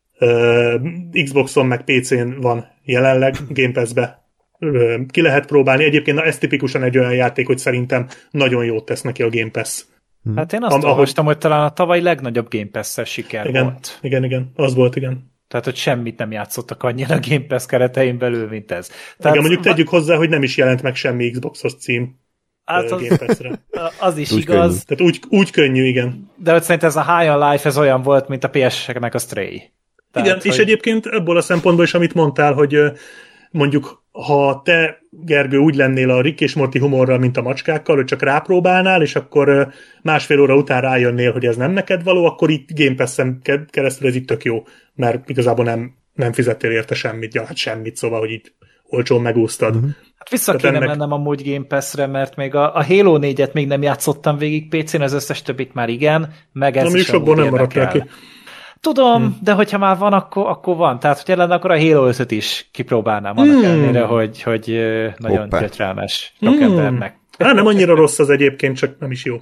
Xboxon meg pé cén van jelenleg, Game Pass-be ki lehet próbálni. Egyébként na, ez tipikusan egy olyan játék, hogy szerintem nagyon jót tesz neki a Game Pass. Hát én azt Am- olvastam, ahogy talán a tavaly legnagyobb Game Pass-es siker igen, volt. Igen, igen, az volt, igen. Tehát, hogy semmit nem játszottak annyira a Game Pass keretein belül, mint ez. Tehát, igen, mondjuk tegyük hozzá, hogy nem is jelent meg semmi Xboxos cím hát az, Game Pass-re. Az is úgy igaz. Könnyű. Tehát úgy, úgy könnyű, igen. De hogy szerintem ez a High on Life, ez olyan volt, mint a pé es-eknek a Stray. Tehát, igen, hogy... és egyébként ebből a szempontból is, amit mondtál, hogy mondjuk ha te, Gergő, úgy lennél a Rick és Morty humorral, mint a macskákkal, hogy csak rápróbálnál, és akkor másfél óra után rájönnél, hogy ez nem neked való, akkor itt Game Pass-en keresztül ez itt tök jó, mert igazából nem, nem fizettél érte semmit, ja, hát semmit, szóval, hogy itt olcsón megúsztad. Uh-huh. Hát vissza kéne ennek... mennem amúgy Game Pass-re, mert még a, a Halo négyet még nem játszottam végig pé cén, az összes többit már igen, meg ez na, is sokból nem maradt ki. Tudom, hmm. de hogyha már van, akkor, akkor van. Tehát, hogyha lenne, akkor a Halo ötöt is kipróbálnám annak hmm. ellenére, hogy, hogy nagyon gyötrelmes rakembernek. Hmm. Hát nem annyira rossz az egyébként, csak nem is jó.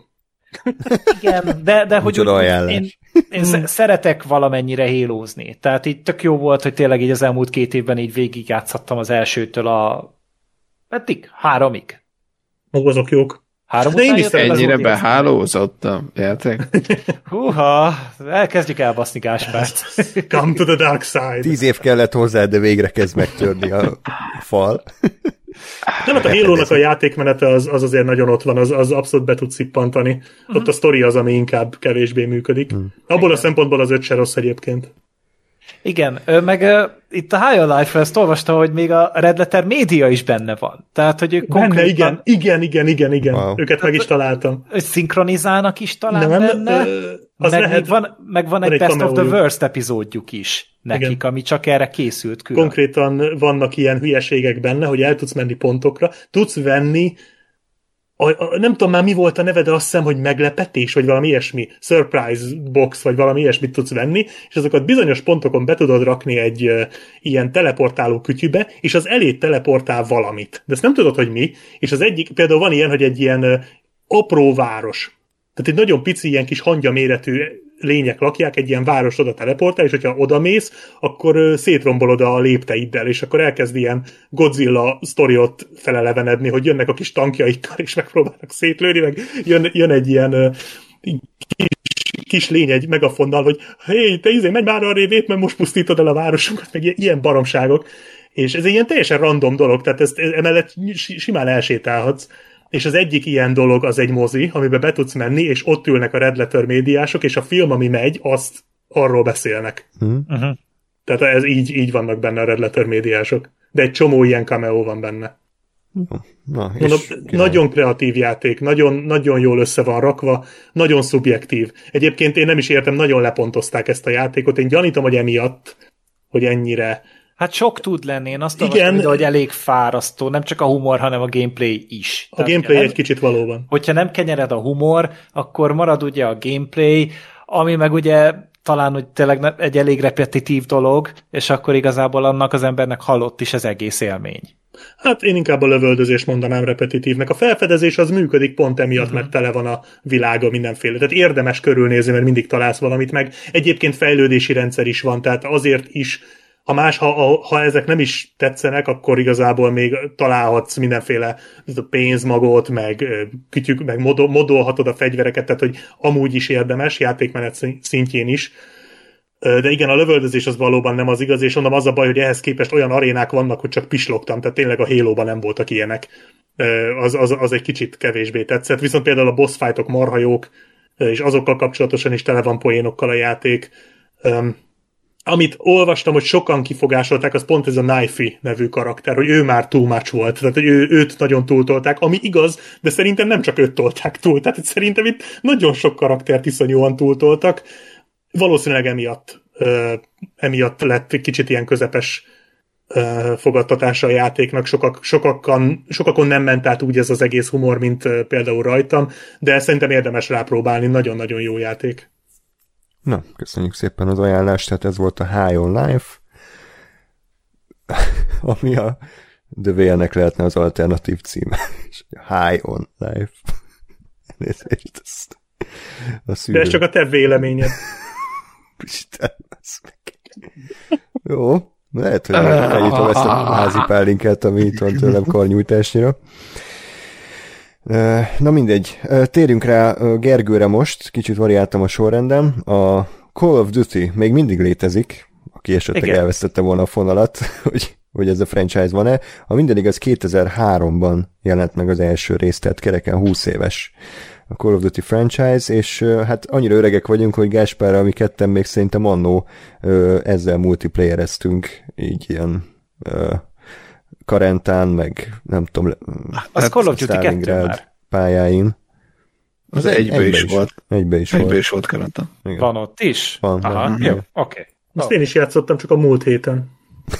Igen, de, de hogy úgy, én, én hmm. szeretek valamennyire hálózni. Tehát így tök jó volt, hogy tényleg így az elmúlt két évben így végigjátszhattam az elsőtől a eddig, háromig. Azok jók. Három de én is ennyire behálózottam, értek? Húha, elkezdjük elbaszni Gáspárt. Come to the dark side. Tíz év kellett hozzá, de végre kezd megtörni a fal. Nem, hát a Halo-nak a játékmenete az, az azért nagyon ott van, az, az abszolút be tud szippantani. Uh-huh. Ott a sztori az, ami inkább kevésbé működik. Uh-huh. Abból igen. A szempontból az öt se rossz egyébként. Igen, meg uh, itt a High on Life-ra ezt olvastam, hogy még a Red Letter Media is benne van. Tehát, hogy ők benne, konkrétan... igen, igen, igen, igen, igen. Wow. Őket meg is találtam. Hogy szinkronizálnak is talán nem, benne, ö, az meg, lehet, van, meg van egy, egy Best of the Worst epizódjuk is nekik, igen. Ami csak erre készült külön. Konkrétan vannak ilyen hülyeségek benne, hogy el tudsz menni pontokra, tudsz venni A, a, nem tudom már mi volt a neve, de azt hiszem, hogy meglepetés, vagy valami ilyesmi, surprise box, vagy valami ilyesmit tudsz venni, és azokat bizonyos pontokon be tudod rakni egy uh, ilyen teleportáló kütyübe, és az elé teleportál valamit. De ezt nem tudod, hogy mi, és az egyik, például van ilyen, hogy egy ilyen uh, apró város. Tehát egy nagyon pici, ilyen kis hangya méretű lények lakják, egy ilyen város oda teleportál, és hogyha oda mész, akkor uh, szétrombolod a lépteiddel, és akkor elkezd ilyen Godzilla sztoriot felelevenedni, hogy jönnek a kis tankjaikkal, és megpróbálnak szétlőni, meg jön, jön egy ilyen uh, kis, kis lény egy megafonnal, hogy hé, te izé, menj már arrébb, épp, mert most pusztítod el a városunkat, meg ilyen, ilyen baromságok. És ez egy ilyen teljesen random dolog, tehát ezt emellett simán elsétálhatsz. és az egyik ilyen dolog az egy mozi, amiben be tudsz menni, és ott ülnek a Red Letter médiások, és a film, ami megy, azt arról beszélnek. Uh-huh. Tehát ez így, így vannak benne a Red Letter médiások. De egy csomó ilyen cameo van benne. Na, és Mondom, nagyon kreatív játék, nagyon, nagyon jól össze van rakva, nagyon szubjektív. Egyébként én nem is értem, nagyon lepontozták ezt a játékot. Én gyanítom, hogy emiatt, hogy ennyire... Hát sok tud lenni, én azt Igen. olvastam, hogy elég fárasztó, nem csak a humor, hanem a gameplay is. A Tehát, gameplay nem, egy kicsit valóban. Hogyha nem kenyered a humor, akkor marad ugye a gameplay, ami meg ugye talán hogy tényleg egy elég repetitív dolog, és akkor igazából annak az embernek halott is az egész élmény. Hát én inkább a lövöldözést mondanám repetitívnek. A felfedezés az működik pont emiatt, uh-huh. mert tele van a világa mindenféle. Tehát érdemes körülnézni, mert mindig találsz valamit meg. Egyébként fejlődési rendszer is van, tehát azért is, ha más, ha, ha ezek nem is tetszenek, akkor igazából még találhatsz mindenféle pénzmagot, meg kütyük, meg modolhatod a fegyvereket, tehát hogy amúgy is érdemes, játékmenet szintjén is. De igen, a lövöldözés az valóban nem az igaz, és mondom, az a baj, hogy ehhez képest olyan arénák vannak, hogy csak pislogtam, tehát tényleg a Halo-ban nem voltak ilyenek. Az, az, az egy kicsit kevésbé tetszett, viszont például a boss fightok marha jók, és azokkal kapcsolatosan is tele van poénokkal a játék. Amit olvastam, hogy sokan kifogásolták, az pont ez a Knifey nevű karakter, hogy ő már too much volt, tehát hogy ő, őt nagyon túltolták, ami igaz, de szerintem nem csak őt tolták túl, tehát szerintem itt nagyon sok karaktert iszonyúan túltoltak. Valószínűleg emiatt, uh, emiatt lett egy kicsit ilyen közepes uh, fogadtatása a játéknak. Sokak, sokakon, sokakon nem ment át úgy ez az egész humor, mint uh, például rajtam, de szerintem érdemes rápróbálni, nagyon-nagyon jó játék. Na, köszönjük szépen az ajánlást, tehát ez volt a High on Life, ami a The Whale-nek lehetne az alternatív címe. High on Life. Nézést ezt. De ez csak a te véleményed. Isten, az meg. Jó, lehet, hogy elnyitom ezt a házi pálinkát, ami itt van tőlem karnyújtásnyira. Na mindegy, térjünk rá Gergőre most, kicsit variáltam a sorrendem. A Call of Duty még mindig létezik, aki esetleg Igen. elvesztette volna a fonalat, hogy, hogy ez a franchise van-e. Ha minden igaz, kétezer-háromban jelent meg az első rész, tehát kereken húsz éves a Call of Duty franchise, és hát annyira öregek vagyunk, hogy Gáspárral mi ketten még szerintem annó ezzel multiplayereztünk, így ilyen Karentán, meg nem tudom, az hát Call of Duty kettő már pályáin. Az, az egybe, egybe is, is volt. Egybe is egybe volt. is volt Karentán. Van ott is? Van. Aha, van. jó, oké. Okay. Azt én is játszottam, csak a múlt héten.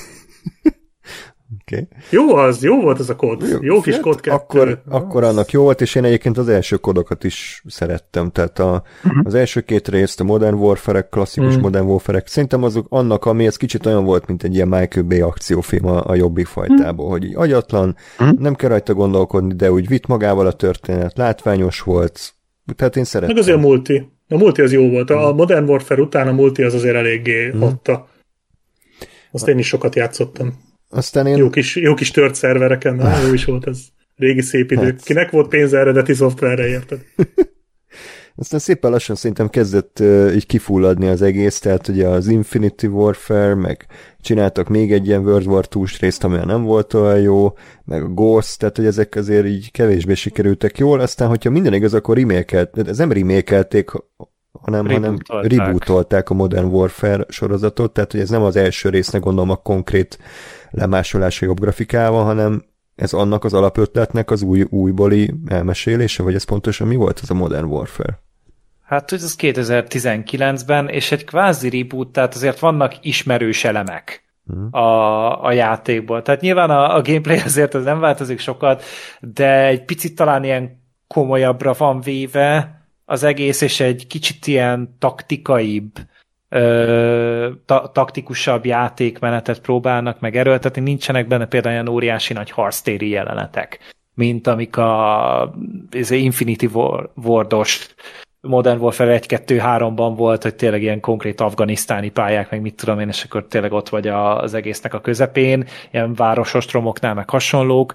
Okay. Jó az, jó volt az a kód. Jó, jó kis kód kettő. Akkor, akkor annak jó volt, és én egyébként az első kódokat is szerettem. Tehát a, uh-huh. az első két részt, a Modern Warfare-ek, klasszikus uh-huh. Modern Warfare-ek, szerintem azok annak, ami ez kicsit olyan volt, mint egy ilyen Michael Bay akciófilm a, a jobbik fajtából, uh-huh. hogy így agyatlan, uh-huh. nem kell rajta gondolkodni, de úgy vitt magával a történet, látványos volt, tehát én szerettem. Meg azért a multi. A multi az jó volt. A Modern Warfare után a multi az azért eléggé uh-huh. adta. Azt én is sokat játszottam. Aztán én... Jó kis, jó kis tört szervereken, na, jó is volt ez. Régi szép idő. Hát... Kinek volt pénze eredeti szoftverre, érted? Aztán szépen lassan szerintem kezdett uh, így kifulladni az egész, tehát ugye az Infinity Warfare, meg csináltak még egy ilyen World War kettős részt, amilyen nem volt olyan jó, meg a Ghost, tehát hogy ezek azért így kevésbé sikerültek jól, aztán hogyha minden igaz, akkor remake-elt, ez nem remake-elték, hanem, hanem rebootolták a Modern Warfare sorozatot, tehát hogy ez nem az első résznek gondolom a konkrét lemásolása jobb grafikával, hanem ez annak az alapötletnek az új, újbóli elmesélése, vagy ez pontosan mi volt ez a Modern Warfare? Hát, hogy ez kétezer-tizenkilencben, és egy kvázi reboot, tehát azért vannak ismerős elemek hmm. a, a játékból. Tehát nyilván a, a gameplay azért ez nem változik sokat, de egy picit talán ilyen komolyabbra van véve az egész, és egy kicsit ilyen taktikaibb, ö, ta, taktikusabb játékmenetet próbálnak meg erőltetni. Nincsenek benne például olyan óriási nagy harctéri jelenetek, mint amik a ez Infinity Ward-os Modern Warfare egy kettő háromban volt, hogy tényleg ilyen konkrét afganisztáni pályák, meg mit tudom én, és akkor tényleg ott vagy az egésznek a közepén, ilyen városostromoknál, meg hasonlók.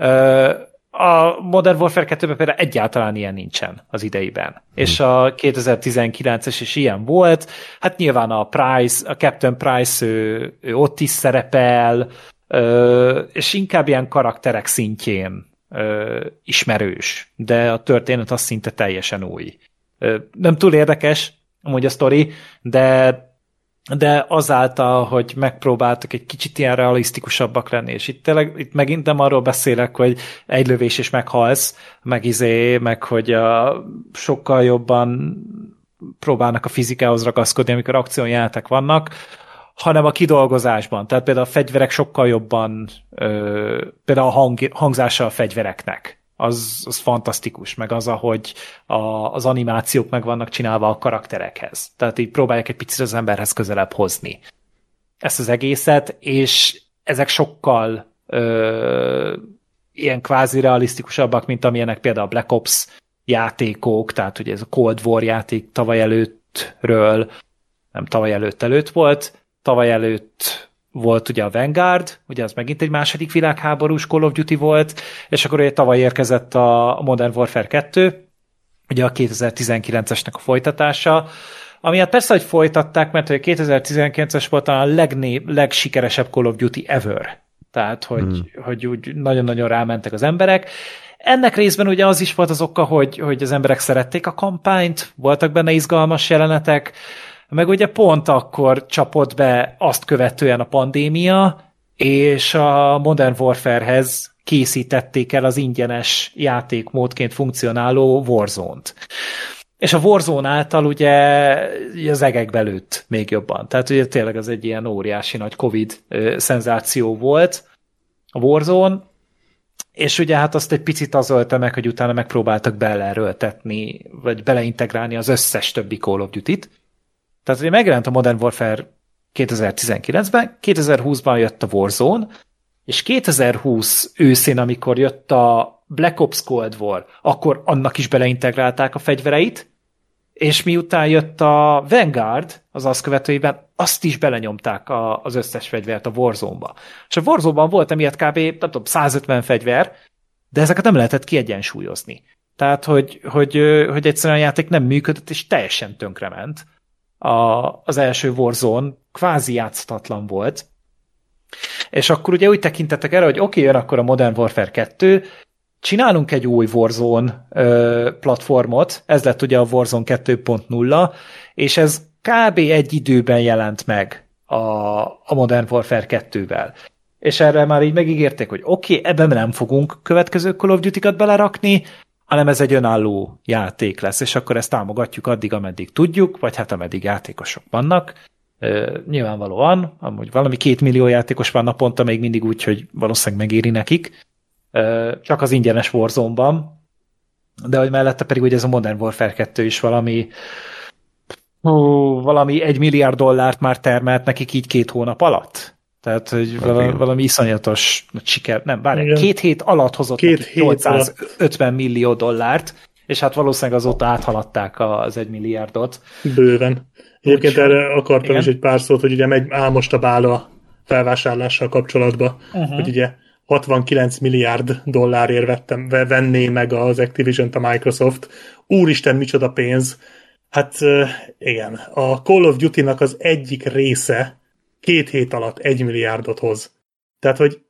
A Modern Warfare kettőben például egyáltalán ilyen nincsen az ideiben. Hmm. És a kétezer-tizenkilences is ilyen volt. Hát nyilván a Price, a Captain Price, ő, ő ott is szerepel, és inkább ilyen karakterek szintjén ö, ismerős, de a történet az szinte teljesen új. Ö, nem túl érdekes, amúgy a sztori, de de azáltal, hogy megpróbáltak egy kicsit ilyen realisztikusabbak lenni, és itt tényleg, itt megint nem arról beszélek, hogy egy lövés és meghalsz, meg izé, meg hogy a, sokkal jobban próbálnak a fizikához ragaszkodni, amikor akciójáték vannak, hanem a kidolgozásban. Tehát például a fegyverek sokkal jobban, ö, például a hang, hangzása a fegyvereknek. Az, az fantasztikus, meg az, ahogy a, az animációk meg vannak csinálva a karakterekhez. Tehát így próbálják egy picit az emberhez közelebb hozni ezt az egészet, és ezek sokkal ö, ilyen kvázi realisztikusabbak, mint amilyenek például a Black Ops játékok, tehát ugye ez a Cold War játék tavaly előttről, nem tavaly előtt előtt volt, tavaly előtt volt ugye a Vanguard, ugye az megint egy második világháborús Call of Duty volt, és akkor ugye tavaly érkezett a Modern Warfare kettő, ugye a kétezer-tizenkilencesnek a folytatása, ami hát persze, hogy folytatták, mert a kétezer-tizenkilences volt a legné- legsikeresebb Call of Duty ever. Tehát, hogy, hmm. hogy úgy nagyon-nagyon rámentek az emberek. Ennek részben ugye az is volt az oka, hogy, hogy az emberek szerették a kampányt, voltak benne izgalmas jelenetek, meg ugye pont akkor csapott be azt követően a pandémia, és a Modern Warfare-hez készítették el az ingyenes játékmódként funkcionáló Warzone-t. És a Warzone által ugye az egekbe lőtt még jobban. Tehát ugye tényleg az egy ilyen óriási nagy Covid szenzáció volt a Warzone, és ugye hát azt egy picit az ölte meg, hogy utána megpróbáltak beleerőltetni, vagy beleintegrálni az összes többi Call of Duty-t. Tehát ugye megjelent a Modern Warfare kétezer-tizenkilencben, kétezer-húszban jött a Warzone, és kétezer-húsz őszén, amikor jött a Black Ops Cold War, akkor annak is beleintegrálták a fegyvereit, és miután jött a Vanguard, az azt követőiben, azt is belenyomták a, az összes fegyvert a Warzone-ba. És a Warzone-ban volt emiatt kb. Nem tudom, százötven fegyver, de ezeket nem lehetett kiegyensúlyozni. Tehát, hogy, hogy, hogy egyszerűen a játék nem működött, és teljesen tönkrement. A, az első Warzone kvázi játszhatatlan volt. És akkor ugye úgy tekintettek erre, hogy oké, okay, jön akkor a Modern Warfare kettő, csinálunk egy új Warzone ö, platformot, ez lett ugye a Warzone kettő pont nulla, és ez kb. Egy időben jelent meg a, a Modern Warfare kettővel. És erre már így megígérték, hogy oké, okay, ebben nem fogunk következő Call of Duty-kat belerakni, hanem ez egy önálló játék lesz, és akkor ezt támogatjuk addig, ameddig tudjuk, vagy hát ameddig játékosok vannak. Ö, nyilvánvalóan, amúgy valami két millió játékos van naponta, még mindig úgy, hogy valószínűleg megéri nekik, ö, csak az ingyenes Warzone-ban, de hogy mellette pedig ugye ez a Modern Warfare kettő is valami hú, valami egy milliárd dollárt már termelt nekik így két hónap alatt. Tehát, hogy valami, valami iszonyatos siker, nem, várj, két hét alatt hozott két nyolcszázötven millió dollárt, és hát valószínűleg azóta áthaladták az egy milliárdot. Bőven. Egyébként Úgy, erre akartam igen. is egy pár szót, hogy ugye megy álmost a bála felvásárlással kapcsolatban, uh-huh. hogy ugye hatvankilenc milliárd dollárért vettem, venné meg az Activision-t a Microsoft. Úristen, micsoda pénz! Hát igen, a Call of Duty-nak az egyik része két hét alatt egy milliárdot hoz. Tehát, hogy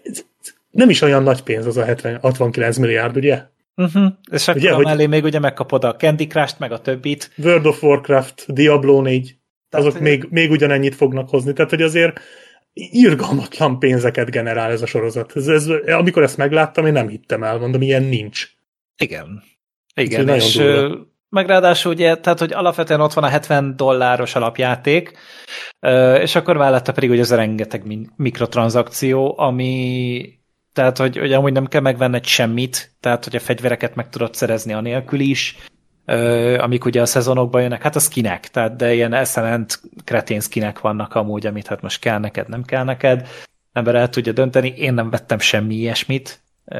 nem is olyan nagy pénz az a hetven, hatvankilenc milliárd, ugye? Uh-huh. És akkor ugye, hogy... mellé még ugye megkapod a Candy Crush-t, meg a többit. World of Warcraft, Diablo négy, tehát, azok hogy... még, még ugyanennyit fognak hozni. Tehát, hogy azért irgalmatlan pénzeket generál ez a sorozat. Ez, ez, amikor ezt megláttam, én nem hittem el, mondom, ilyen nincs. Igen. Igen, és... és meg ráadásul ugye, tehát, hogy alapvetően ott van a hetven dolláros alapjáték, és akkor mellette pedig ugye ez a rengeteg mikrotranszakció, ami, tehát, hogy, hogy amúgy nem kell megvenned semmit, tehát, hogy a fegyvereket meg tudod szerezni anélkül is, amik ugye a szezonokban jönnek, hát a skinek, tehát, de ilyen eszement kretén skinek vannak amúgy, amit hát most kell neked, nem kell neked, ember el tudja dönteni, én nem vettem semmi ilyesmit,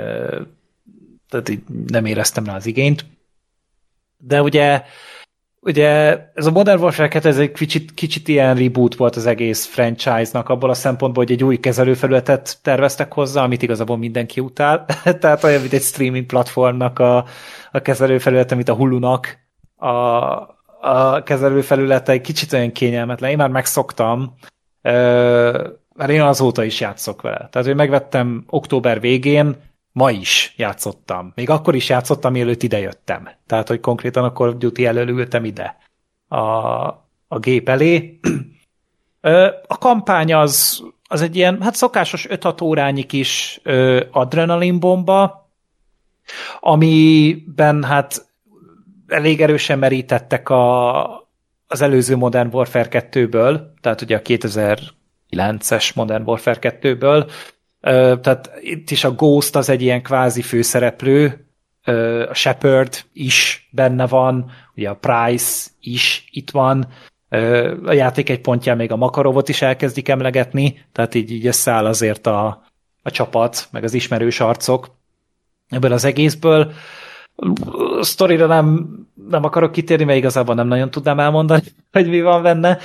tehát így nem éreztem rá az igényt. De ugye, ugye ez a Modern Warfare kettő, ez egy kicsit, kicsit ilyen reboot volt az egész franchise-nak abból a szempontból, hogy egy új kezelőfelületet terveztek hozzá, amit igazából mindenki utál. Tehát olyan, mint egy streaming platformnak a, a kezelőfelülete, mint a Hulunak a, a kezelőfelülete, egy kicsit olyan kényelmetlen. Én már megszoktam, mert én azóta is játszok vele. Tehát, hogy megvettem október végén, ma is játszottam. Még akkor is játszottam, mielőtt idejöttem. Tehát, hogy konkrétan a Call of Duty elől ültem ide a, a gép elé. A kampány az, az egy ilyen, hát szokásos öt-hat órányi kis adrenalinbomba, amiben hát elég erősen merítettek a, az előző Modern Warfare kettőből, tehát ugye a kétezer-kilences Modern Warfare kettőből, tehát itt is a Ghost az egy ilyen kvázi főszereplő, a Shepard is benne van, ugye a Price is itt van, a játék egy pontján még a Makarovot is elkezdik emlegetni, tehát így, így összeáll azért a, a csapat, meg az ismerős arcok ebből az egészből. A sztorira nem, nem akarok kitérni, mert igazából nem nagyon tudnám elmondani, hogy mi van benne,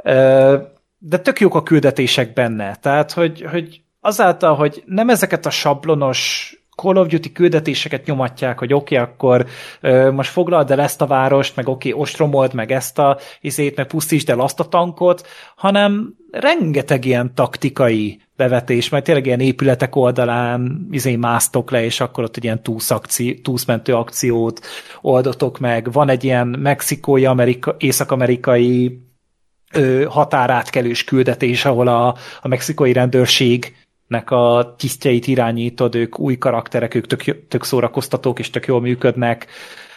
de tök jók a küldetések benne, tehát hogy, hogy azáltal, hogy nem ezeket a sablonos Call of Duty küldetéseket nyomatják, hogy oké, okay, akkor ö, most foglald el ezt a várost, meg oké, okay, ostromold meg ezt a izét, meg pusztítsd el azt a tankot, hanem rengeteg ilyen taktikai bevetés, majd tényleg ilyen épületek oldalán izé másztok le, és akkor ott egy ilyen túszakci, túszmentő akciót oldotok meg. Van egy ilyen mexikói, amerika, észak-amerikai ö, határátkelős küldetés, ahol a, a mexikói rendőrség nek a tisztjeit irányítod, ők új karakterek, ők tök, tök szórakoztatók, és tök jól működnek.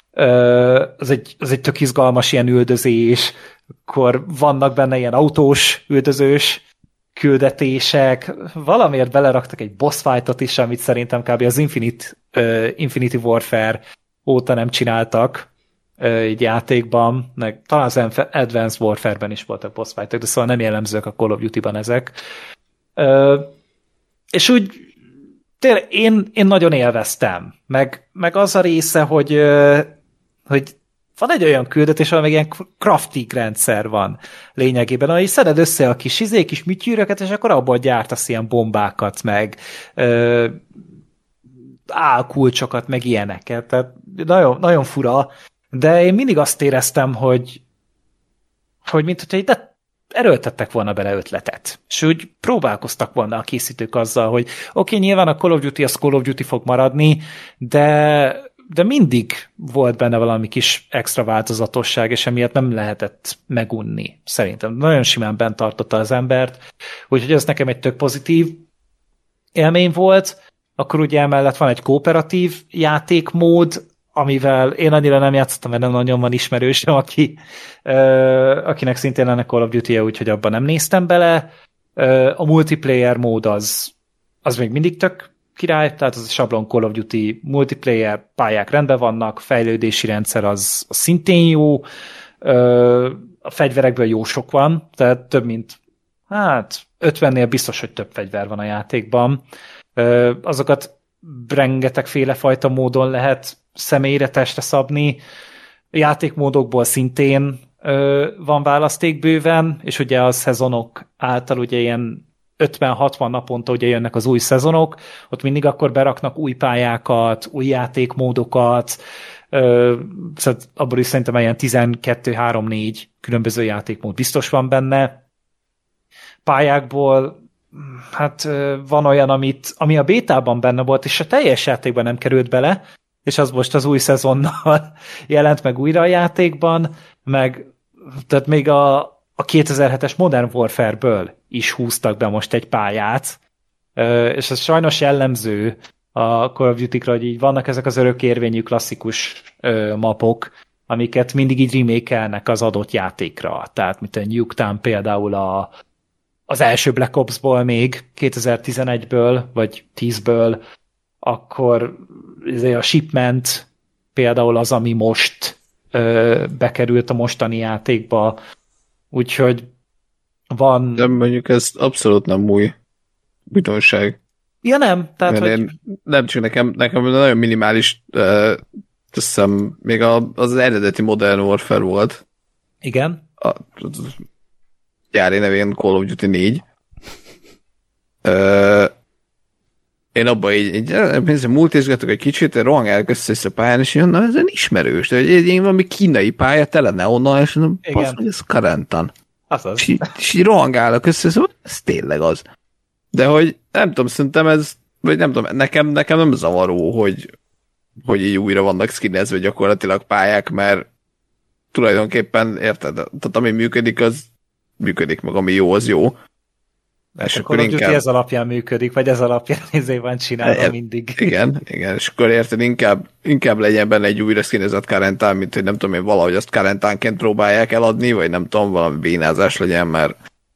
Az egy, az egy tök izgalmas ilyen üldözés, akkor vannak benne ilyen autós, üldözős küldetések, valamiért beleraktak egy boss fightot is, amit szerintem kb. Az Infinite, uh, Infinity Warfare óta nem csináltak uh, így játékban, meg talán az Advanced Warfare-ben is voltak boss fightok, de szóval nem jellemzők a Call of Duty-ban ezek. Uh, És úgy tényleg én, én nagyon élveztem. Meg, meg az a része, hogy, hogy van egy olyan küldetés, ahol meg ilyen crafting rendszer van lényegében, ahogy szeded össze a kis izé, kis műtyűröket, és akkor abból gyártasz ilyen bombákat, meg ö, álkulcsokat, meg ilyeneket. Tehát nagyon, nagyon fura, de én mindig azt éreztem, hogy, hogy mint hogyha itt erőltettek volna bele ötletet. És úgy próbálkoztak volna a készítők azzal, hogy oké, okay, nyilván a Call of Duty az Call of Duty fog maradni, de, de mindig volt benne valami kis extra változatosság, és emiatt nem lehetett megunni. Szerintem nagyon simán bent tartotta az embert, úgyhogy ez nekem egy tök pozitív élmény volt. Akkor ugye emellett van egy kooperatív játékmód, amivel én annyira nem játszottam, mert nem nagyon van ismerősöm, aki, ö, akinek szintén lenne Call of Duty-je, úgyhogy abban nem néztem bele. Ö, a multiplayer mód az, az még mindig tök király, tehát az a sablon Call of Duty multiplayer pályák rendben vannak, fejlődési rendszer az, az szintén jó, ö, a fegyverekből jó sok van, tehát több mint, hát ötvennél biztos, hogy több fegyver van a játékban. Ö, azokat rengetegféle fajta módon lehet személyre, testre szabni. Játékmódokból szintén ö, van választék bőven, és ugye a szezonok által ugye ilyen ötven-hatvan naponta ugye jönnek az új szezonok, ott mindig akkor beraknak új pályákat, új játékmódokat, ö, szóval abból is szerintem ilyen tizenkettő három négy különböző játékmód biztos van benne. Pályákból hát van olyan, amit, ami a bétában benne volt, és a teljes játékban nem került bele, és az most az új szezonnal jelent meg újra a játékban, meg tehát még a, a kétezer-hetes Modern Warfare-ből is húztak be most egy pályát, és ez sajnos jellemző a Call of Duty-kra, hogy így vannak ezek az örökérvényű klasszikus mapok, amiket mindig így remake-elnek az adott játékra. Tehát mint a Nuketown például a az első Black Ops-ból még kétezer-tizenegyből, vagy tízből, akkor a Shipment például az, ami most ö, bekerült a mostani játékba, úgyhogy van... De mondjuk ez abszolút nem új újdonság. Ja nem, tehát hogy... Én, nem csak nekem, nekem nagyon minimális, uh, hiszem, még a, az eredeti Modern Warfare volt. Igen. A, gyári nevén Call of Duty négy. Uh, én abban így, így multizgatok egy kicsit, rohangálok össze a pályán, és jön, na ezen ismerős, de egy ilyen valami kínai pálya, tele neonnal, és mondom, passz, hogy ez Karentan. Azaz. És, és így rohangálok össze, szóval ez tényleg az. De hogy nem tudom, szerintem ez vagy nem tudom, nekem, nekem nem zavaró, hogy, hogy így újra vannak skinezve gyakorlatilag pályák, mert tulajdonképpen, érted? Tehát ami működik, az működik, meg ami jó, az jó. És akkor inkább... ez alapján működik, vagy ez alapján izé van csinálva e, mindig. Igen, igen, és akkor érted, inkább, inkább legyen benne egy újra skinezett Karentán, mint hogy nem tudom én, valahogy azt Karentánként próbálják eladni, vagy nem tudom, valami bénázás legyen, mert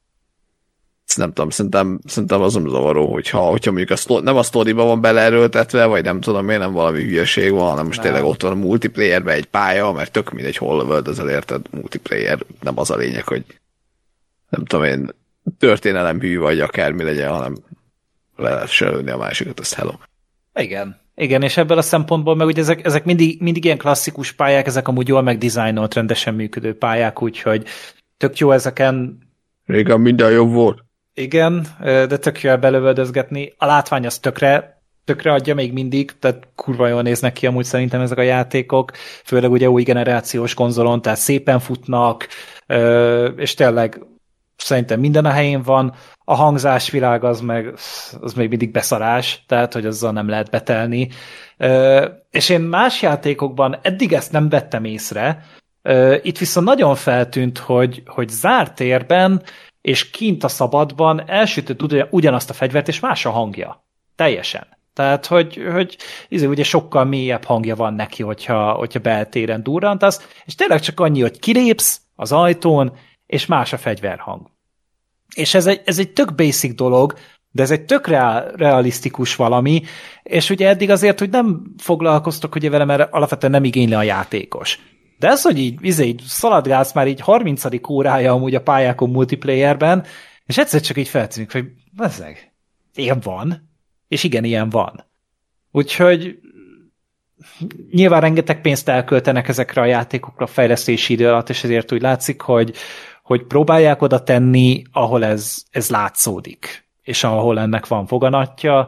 ezt nem tudom, szerintem, szerintem az nem zavaró, hogyha, hogyha mondjuk a sztor, nem a sztoriba van beleerőltetve, vagy nem tudom én, nem valami hülyeség van, hanem most nem. Tényleg ott van a multiplayerben egy pálya, mert tök mindegy, hol lövöldözel, érted, multiplayer, nem az a lényeg, hogy nem tudom én, történelem hű vagy akármi legyen, hanem le lehet lőni a másikat, azt hello. Igen. Igen, és ebből a szempontból meg ugye ezek, ezek mindig, mindig ilyen klasszikus pályák, ezek amúgy jól megdizájnolt, rendesen működő pályák, úgyhogy tök jó ezeken. Régen minden jobb volt. Igen, de tök jó belövöldözgetni. A látvány az tökre, tökre adja még mindig, tehát kurva jól néznek ki amúgy szerintem ezek a játékok, főleg ugye új generációs konzolon, tehát szépen futnak, és tényleg szerintem minden a helyén van, a hangzásvilág az meg az még mindig beszarás, tehát hogy azzal nem lehet betelni. És én más játékokban eddig ezt nem vettem észre, itt viszont nagyon feltűnt, hogy, hogy zárt térben és kint a szabadban elsütött ugyanazt a fegyvert, és más a hangja. Teljesen. Tehát, hogy, hogy izé, ugye sokkal mélyebb hangja van neki, hogyha, hogyha beltéren durrantasz, és tényleg csak annyi, hogy kilépsz az ajtón, és más a fegyverhang. És ez egy, ez egy tök basic dolog, de ez egy tök real, realisztikus valami, és ugye eddig azért, hogy nem foglalkoztok ugye vele, mert alapvetően nem igényli a játékos. De ez, hogy így, izé, így szaladgálsz már így harmincadik órája amúgy a pályákon multiplayerben, és egyszer csak így feltűnik, hogy bazzeg, ilyen van, és igen, ilyen van. Úgyhogy nyilván rengeteg pénzt elköltenek ezekre a játékokra a fejlesztési idő alatt, és ezért úgy látszik, hogy, hogy próbálják oda tenni, ahol ez, ez látszódik, és ahol ennek van foganatja.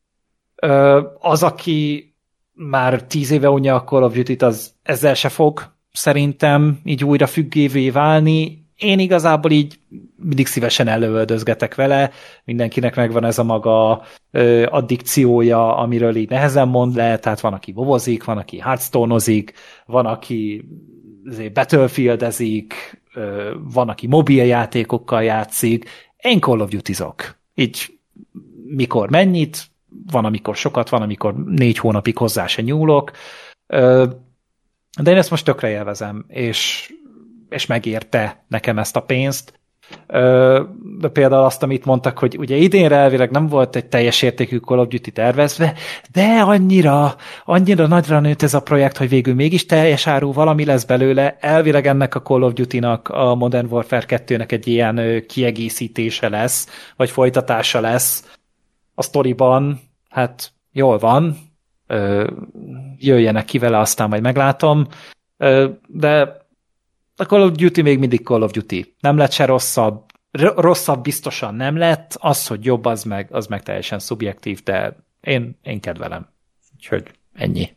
Az, aki már tíz éve unja a Call of Duty-t, az ezzel se fog szerintem így újra függévé válni. Én igazából így mindig szívesen előöldözgetek vele, mindenkinek megvan ez a maga ö, addikciója, amiről így nehezen mond le, tehát van, aki vovozik, van, aki Hearthstone-ozik, van, aki Battlefield-ezik, ö, van, aki mobiljátékokkal játszik. Én Call of Duty-zok. Így mikor mennyit, van, amikor sokat, van, amikor négy hónapig hozzá se nyúlok, ö, de én ezt most tökre élvezem, és és megérte nekem ezt a pénzt. De például azt, amit mondtak, hogy ugye idénre elvileg nem volt egy teljes értékű Call of Duty tervezve, de annyira, annyira nagyra nőtt ez a projekt, hogy végül mégis teljes áru valami lesz belőle. Elvileg ennek a Call of Duty-nak, a Modern Warfare kettőnek egy ilyen kiegészítése lesz, vagy folytatása lesz. A sztoriban, hát jól van, jöjjenek ki vele, aztán majd meglátom, de a Call of Duty még mindig Call of Duty. Nem lett se rosszabb. R- rosszabb biztosan nem lett. Az, hogy jobb, az meg, az meg teljesen szubjektív, de én, én kedvelem. Úgyhogy ennyi.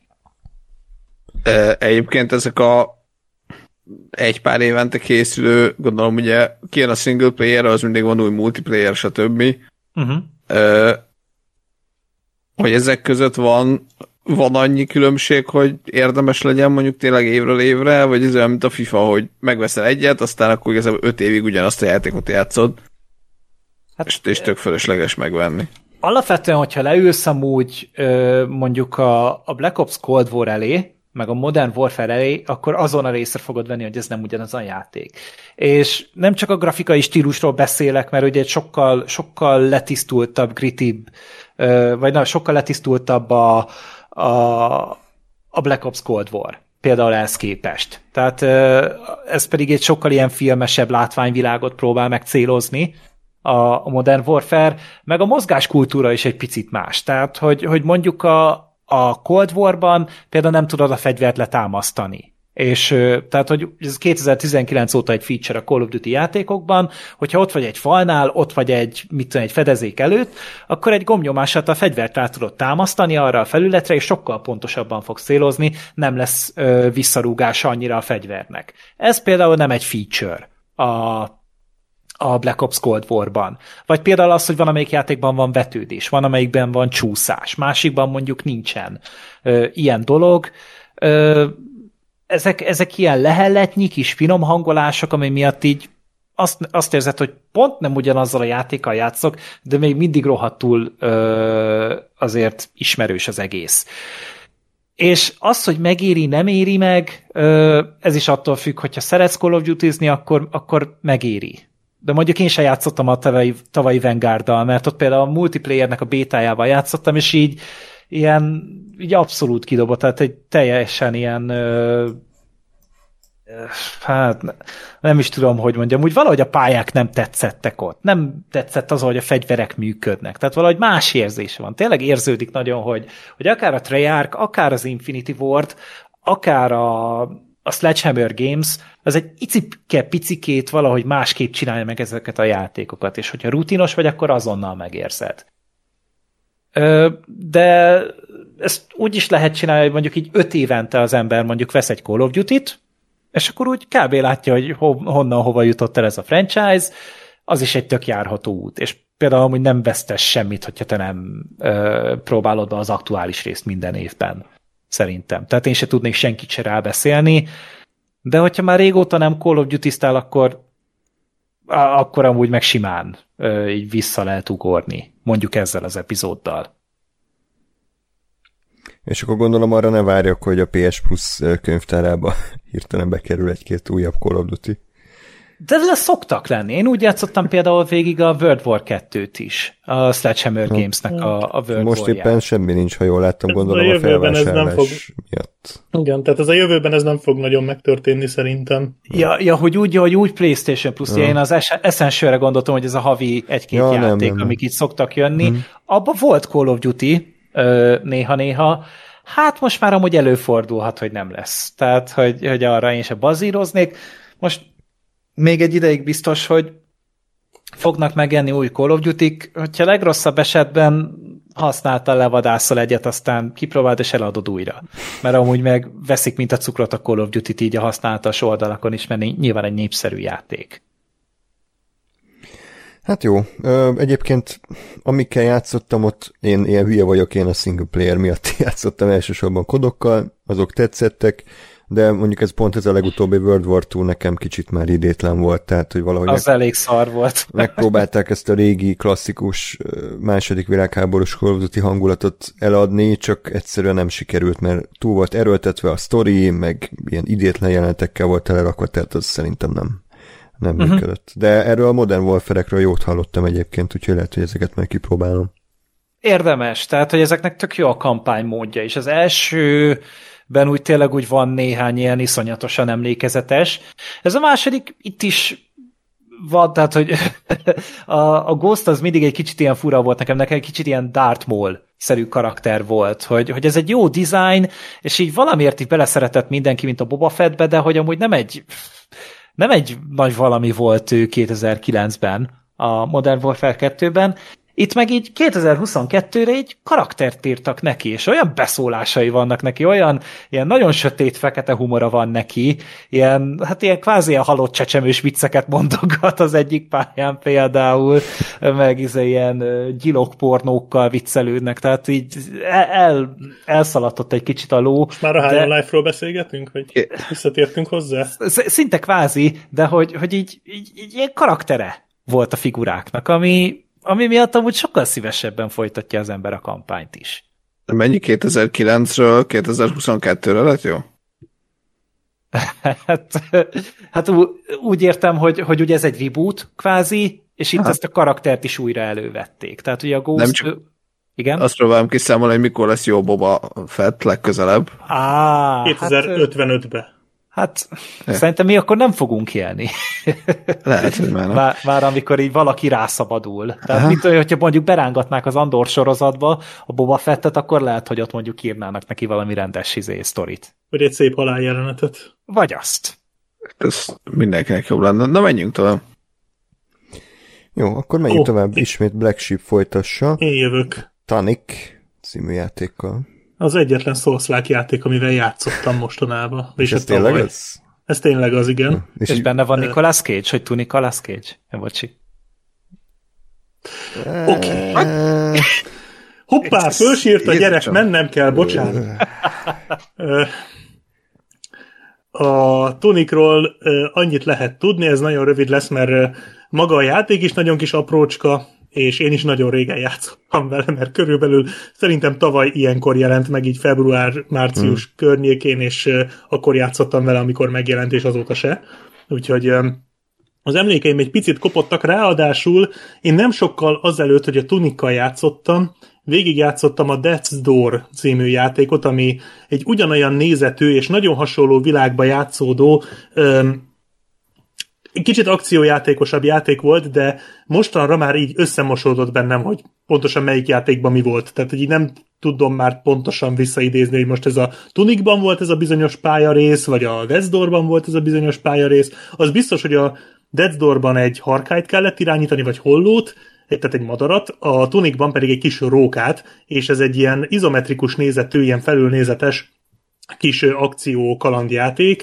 Egyébként ezek a egy pár évente készülő, gondolom ugye kijön a single player, az mindig van új multiplayer, stb. Uh-huh. Hogy ezek között van van annyi különbség, hogy érdemes legyen mondjuk tényleg évről évre, vagy ez olyan, mint a FIFA, hogy megveszel egyet, aztán akkor igazából öt évig ugyanazt a játékot játszod, hát, és, és tök fölösleges megvenni. Alapvetően, hogyha leülsz amúgy mondjuk a, a Black Ops Cold War elé, meg a Modern Warfare elé, akkor azon a részre fogod venni, hogy ez nem ugyanaz a játék. És nem csak a grafikai stílusról beszélek, mert ugye egy sokkal, sokkal letisztultabb, grittibb, vagy na, sokkal letisztultabb a A, a Black Ops Cold War, például ehhez képest. Tehát ez pedig egy sokkal ilyen filmesebb látványvilágot próbál megcélozni, a Modern Warfare, meg a mozgáskultúra is egy picit más. Tehát, hogy, hogy mondjuk a, a Cold War-ban például nem tudod a fegyvert letámasztani. És tehát, hogy ez kétezer-tizenkilenc óta egy feature a Call of Duty játékokban, hogyha ott vagy egy falnál, ott vagy egy, mit tudom, egy fedezék előtt, akkor egy gombnyomással a fegyvert rá tudod támasztani arra a felületre, és sokkal pontosabban fogsz célozni, nem lesz ö, visszarúgása annyira a fegyvernek. Ez például nem egy feature a, a Black Ops Cold War-ban. Vagy például az, hogy van, amelyik játékban van vetődés, van, amelyikben van csúszás, másikban mondjuk nincsen ö, ilyen dolog. Ö, ezek, ezek ilyen lehelletnyi kis finom hangolások, ami miatt így azt, azt érzed, hogy pont nem ugyanazzal a játékkal játszok, de még mindig rohadtul ö, azért ismerős az egész. És az, hogy megéri, nem éri meg, ö, ez is attól függ, hogyha szeretsz Call of Duty-zni, akkor, akkor megéri. De mondjuk én sem játszottam a tavalyi, tavalyi Vanguarddal, mert ott például a multiplayernek a bétájával játszottam, és így ilyen így abszolút kidobott, tehát egy teljesen ilyen ö, hát nem is tudom, hogy mondjam, úgy valahogy a pályák nem tetszettek ott. Nem tetszett az, hogy a fegyverek működnek. Tehát valahogy más érzése van. Tényleg érződik nagyon, hogy, hogy akár a Treyarch, akár az Infinity Ward, akár a, a Sledgehammer Games, az egy icike picikét valahogy másképp csinálja meg ezeket a játékokat, és hogyha rutinos vagy, akkor azonnal megérzed. De ezt úgy is lehet csinálni, hogy mondjuk így öt évente az ember mondjuk vesz egy Call of Duty-t, és akkor úgy kb. Látja, hogy honnan, hova jutott el ez a franchise, az is egy tök járható út. És például amúgy nem vesztesz semmit, hogyha te nem ö, próbálod be az aktuális részt minden évben, szerintem. Tehát én se tudnék senkit se rábeszélni, de hogyha már régóta nem Call of Duty-ztál, akkor, akkor amúgy meg simán ö, így vissza lehet ugorni, mondjuk ezzel az epizóddal. És akkor gondolom arra ne várjak, hogy a pé es Plus könyvtárába hirtelen bekerül egy-két újabb Call of Duty. De ezzel szoktak lenni. Én úgy játszottam például végig a World War kettőt is, a Sledgehammer Gamesnek a, a World Most War-ját. éppen semmi nincs, ha jól láttam, gondolom a, a felvásárlás fog... miatt. Igen, tehát ez a jövőben ez nem fog nagyon megtörténni szerintem. Ja, ja hogy úgy, hogy úgy PlayStation Plus, ja. Én az Essential-re gondoltam, hogy ez a havi egy-két ja, játék, nem, nem, amik itt szoktak jönni. Hmm. Abba volt Call of Duty, néha-néha. Hát most már amúgy előfordulhat, hogy nem lesz. Tehát, hogy, hogy arra én se bazíroznék. Most még egy ideig biztos, hogy fognak megjelenni új Call of Duty-k, hogyha legrosszabb esetben használtal levadászol egyet, aztán kipróbáld és eladod újra. Mert amúgy meg veszik, mint a cukrot a Call of Duty-t így a használatos oldalakon is, mert nyilván egy népszerű játék. Hát jó. Ö, egyébként amikkel játszottam ott, én ilyen hülye vagyok, én a single player miatt játszottam elsősorban kodokkal, azok tetszettek, de mondjuk ez pont ez a legutóbbi World War kettő nekem kicsit már idétlen volt, tehát hogy valahogy... Az meg... elég szar volt. Megpróbálták ezt a régi, klasszikus második világháborús Call of Duty hangulatot eladni, csak egyszerűen nem sikerült, mert túl volt erőltetve a sztori, meg ilyen idétlen jelenetekkel volt telerakva, tehát az szerintem nem, nem uh-huh. működött. De erről a Modern Warfare-ekről jót hallottam egyébként, úgyhogy lehet, hogy ezeket meg kipróbálom. Érdemes, tehát hogy ezeknek tök jó a kampánymódja, és az első... ben úgy tényleg úgy van néhány ilyen iszonyatosan emlékezetes. Ez a második itt is van, tehát, hogy a, a Ghost az mindig egy kicsit ilyen fura volt nekem, nekem egy kicsit ilyen Darth Maul-szerű karakter volt, hogy, hogy ez egy jó design, és így valamiért így beleszeretett mindenki, mint a Boba Fettbe, de hogy amúgy nem egy, nem egy nagy valami volt ő kétezer-kilencben a Modern Warfare kettőben, itt meg így kétezer-huszonkettőre így karaktert írtak neki, és olyan beszólásai vannak neki, olyan ilyen nagyon sötét, fekete humora van neki, ilyen, hát ilyen kvázi ilyen halott csecsemős vicceket mondogat az egyik pályán például, meg ilyen gyilokpornókkal viccelődnek, tehát így el, elszaladtott egy kicsit a ló. Most már a High on Life-ról beszélgetünk, vagy visszatértünk hozzá? Szinte kvázi, de hogy, hogy így, így, így ilyen karaktere volt a figuráknak, ami Ami miatt amúgy sokkal szívesebben folytatja az ember a kampányt is. Mennyi kétezer-kilencről kétezer-huszonkettőre lett jó? hát hát úgy értem, hogy, hogy ugye ez egy reboot kvázi, és itt hát. ezt a karaktert is újra elővették. Tehát ugye a Ghost... Nem csak igen? Azt próbálom kiszámolni, hogy mikor lesz jó Boba Fett legközelebb. Á, kétezer-ötvenötbe. Hát ja. Szerintem mi akkor nem fogunk élni. Lehet, hogy már nem. Már, már amikor így valaki rászabadul. Tehát mit olyan, hogyha mondjuk berángatnák az Andor sorozatba a Boba Fettet, akkor lehet, hogy ott mondjuk írnának neki valami rendes izé sztorit. Vagy egy szép haláljelenetet. Vagy azt. Ez mindenkinek jobb lenne. Na, menjünk tovább. Jó, akkor menjünk oh. tovább. Ismét Black Sheep folytassa. Én jövök. Tunic című játékkal. Az egyetlen Souls-like játék, amivel játszottam mostanában. És ez tényleg ez? Ez tényleg az, igen. És, és benne van Nicolas Cage, hogy tú Nicolas Cage? Ja, bocsi. Oké. Okay. Hoppá, fölsírt a gyerek, mennem kell, bocsánat. A Tunicról annyit lehet tudni, ez nagyon rövid lesz, mert maga a játék is nagyon kis aprócska, és én is nagyon régen játszottam vele, mert körülbelül szerintem tavaly ilyenkor jelent meg, így február-március hmm. környékén, és akkor játszottam vele, amikor megjelent, és azóta se. Úgyhogy az emlékeim egy picit kopottak, ráadásul én nem sokkal azelőtt, hogy a Tunikkal játszottam, végigjátszottam a Death's Door című játékot, ami egy ugyanolyan nézetű és nagyon hasonló világba játszódó, öm, kicsit akciójátékosabb játék volt, de mostanra már így összemosódott bennem, hogy pontosan melyik játékban mi volt. Tehát, hogy így nem tudom már pontosan visszaidézni, hogy most ez a Tunicban volt ez a bizonyos pályarész, vagy a Death's Doorban volt ez a bizonyos pályarész. Az biztos, hogy a Death's Doorban egy harkályt kellett irányítani, vagy hollót, tehát egy madarat, a Tunicban pedig egy kis rókát, és ez egy ilyen izometrikus nézetű, ilyen felülnézetes kis akció kalandjáték.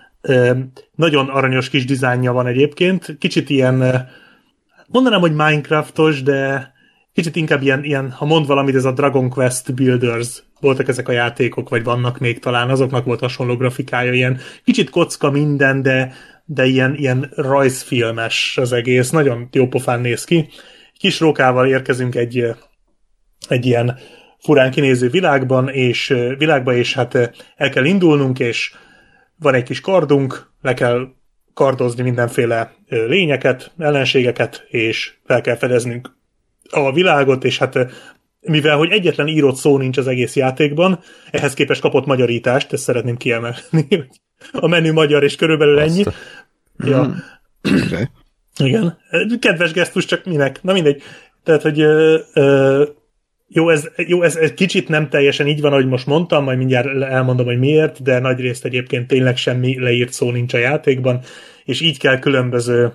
Nagyon aranyos kis dizájnja van egyébként, kicsit ilyen, mondanám, hogy Minecraftos, de kicsit inkább ilyen, ilyen, ha mond valamit, ez a Dragon Quest Builders voltak ezek a játékok, vagy vannak még talán, azoknak volt hasonló grafikája, ilyen kicsit kocka minden, de, de ilyen, ilyen rajzfilmes az egész, nagyon jó pofán néz ki. Kis rókával érkezünk egy, egy ilyen furán kinéző világban, és világba, és hát el kell indulnunk, és van egy kis kardunk, le kell kardozni mindenféle lényeket, ellenségeket, és fel kell fedeznünk a világot, és hát mivel, hogy egyetlen írott szó nincs az egész játékban, ehhez képest kapott magyarítást, ezt szeretném kiemelni, a menü magyar, és körülbelül ennyi. Ja. Okay. Igen. Kedves gesztus, csak minek? Na mindegy. Tehát, hogy ö, ö, jó, ez, jó ez, ez kicsit nem teljesen így van, ahogy most mondtam, majd mindjárt elmondom, hogy miért, de nagyrészt egyébként tényleg semmi leírt szó nincs a játékban, és így kell különböző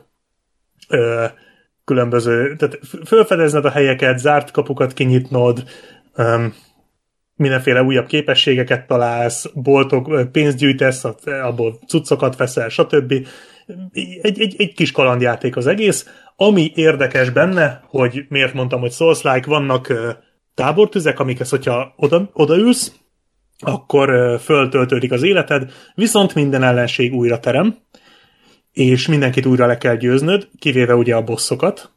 ö, különböző, tehát felfedezned a helyeket, zárt kapukat kinyitnod, ö, mindenféle újabb képességeket találsz, boltok, pénzt gyűjtesz, abból cuccokat veszel, stb. Egy, egy, egy kis kalandjáték az egész. Ami érdekes benne, hogy miért mondtam, hogy Souls-like, vannak uh, tábortüzek, amikhez, hogyha oda, odaülsz, akkor uh, föltöltődik az életed, viszont minden ellenség újra terem, és mindenkit újra le kell győznöd, kivéve ugye a bosszokat.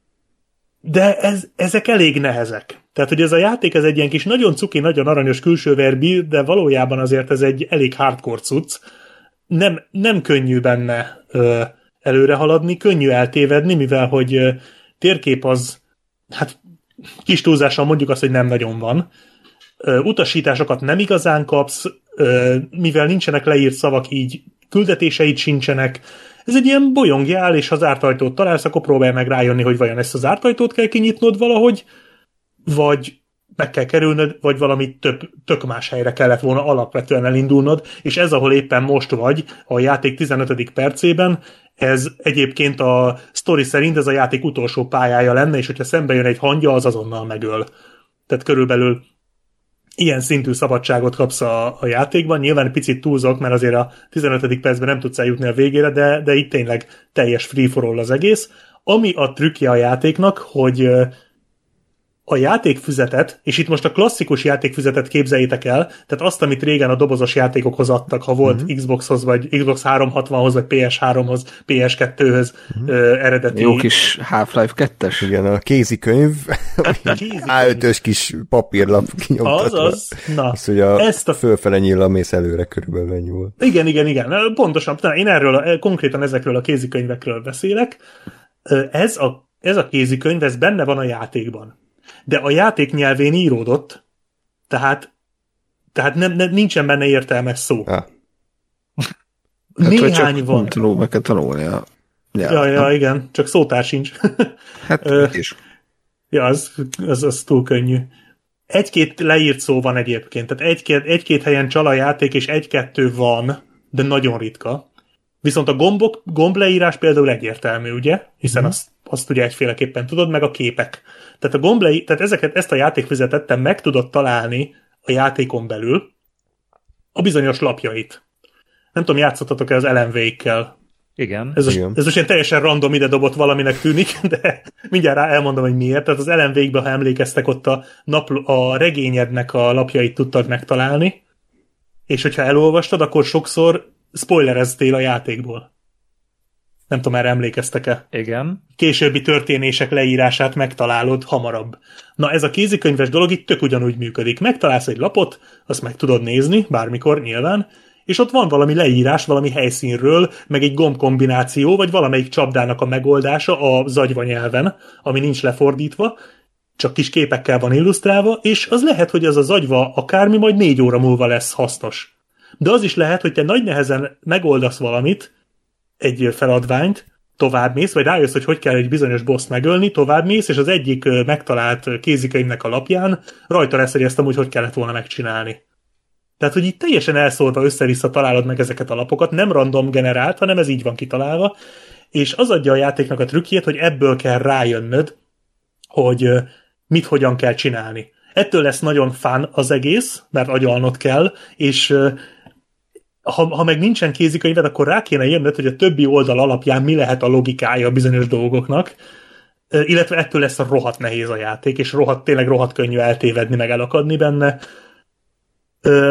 De ez, ezek elég nehezek. Tehát, hogy ez a játék, ez egy ilyen kis nagyon cuki, nagyon aranyos külső verbi, de valójában azért ez egy elég hardcore cucc. Nem, nem könnyű benne ö, előre haladni, könnyű eltévedni, mivel hogy ö, térkép az, hát kis túlzással mondjuk azt, hogy nem nagyon van. Ö, utasításokat nem igazán kapsz, ö, mivel nincsenek leírt szavak, így küldetéseid sincsenek. Ez egy ilyen bolyongjál, és ha zárt ajtót találsz, akkor próbálj meg rájönni, hogy vajon ezt a zárt ajtót kell kinyitnod valahogy, vagy meg kell kerülnöd, vagy valami több, tök más helyre kellett volna alapvetően elindulnod, és ez, ahol éppen most vagy, a játék tizenötödik percében, ez egyébként a sztori szerint ez a játék utolsó pályája lenne, és hogyha szembe jön egy hangya, az azonnal megöl. Tehát körülbelül ilyen szintű szabadságot kapsz a, a játékban. Nyilván picit túlzok, mert azért a tizenötödik percben nem tudsz eljutni a végére, de, de itt tényleg teljes free-for-all az egész. Ami a trükkje a játéknak, hogy a játékfüzetet, és itt most a klasszikus játékfüzetet képzeljétek el, tehát azt, amit régen a dobozos játékokhoz adtak, ha volt uh-huh. Xboxhoz, vagy Xbox háromszázhatvanhoz, vagy pé es háromhoz, pé es kettőhöz uh-huh. uh, eredeti. Jó kis Half-Life kettes. Igen, a kézikönyv, á ötös kis papírlap kinyomtatva. Azaz, na. Az, hogy a ezt a... fölfele nyílva mész előre, körülbelül ennyi volt. Igen, igen, igen. Pontosan, én erről, konkrétan ezekről a kézikönyvekről beszélek. Ez a, ez a kézikönyv, ez benne van a játékban. De a játék nyelvén íródott, tehát, tehát nem, nem, nincsen benne értelmes szó. Ah. Néhány hát, van. Tanul, meg kell tanulni a nyelv. Ja, ja, igen, csak szótár sincs. Hát uh, is. Ja, az, az, az túl könnyű. Egy-két leírt szó van egyébként, tehát egy-két, egy-két helyen csal a játék, és egy-kettő van, de nagyon ritka. Viszont a gombok, gombleírás például egyértelmű, ugye? Hiszen mm. azt, azt ugye egyféleképpen tudod, meg a képek. Tehát, a gomblei, tehát ezeket, ezt a játékfüzetet te meg tudod találni a játékon belül a bizonyos lapjait. Nem tudom, játszottatok-e az Alan Wake-kel? Igen. Ez, Igen. A, ez most ilyen teljesen random ide dobott valaminek tűnik, de mindjárt rá elmondom, hogy miért. Tehát az Alan Wake-ben, ha emlékeztek, ott a, napl- a regényednek a lapjait tudtad megtalálni, és hogyha elolvastad, akkor sokszor spoilereztél a játékból. Nem tudom, erre emlékeztek-e? Igen. Későbbi történések leírását megtalálod hamarabb. Na, ez a kézikönyves dolog itt tök ugyanúgy működik. Megtalálsz egy lapot, azt meg tudod nézni, bármikor nyilván, és ott van valami leírás, valami helyszínről, meg egy gombkombináció, vagy valamelyik csapdának a megoldása a zagyva nyelven, ami nincs lefordítva, csak kis képekkel van illusztrálva, és az lehet, hogy az a zagyva akármi majd négy óra múlva lesz hasznos. De az is lehet, hogy te nagy nehezen megoldasz valamit, egy feladványt, továbbmész, vagy rájössz, hogy hogy kell egy bizonyos boss megölni, továbbmész, és az egyik megtalált kézikönyvnek a lapján rajta lesz, hogy ezt amúgy hogy kellett volna megcsinálni. Tehát, hogy így teljesen elszórva össze-vissza találod meg ezeket a lapokat, nem random generált, hanem ez így van kitalálva, és az adja a játéknak a trükkjét, hogy ebből kell rájönnöd, hogy mit hogyan kell csinálni. Ettől lesz nagyon fun az egész, mert agyalnod kell, és ha, ha meg nincsen kézikönyved, akkor rá kéne jönnöd, hogy a többi oldal alapján mi lehet a logikája a bizonyos dolgoknak, illetve ettől lesz a rohadt nehéz a játék, és rohadt, tényleg rohadt könnyű eltévedni, meg elakadni benne. Ö,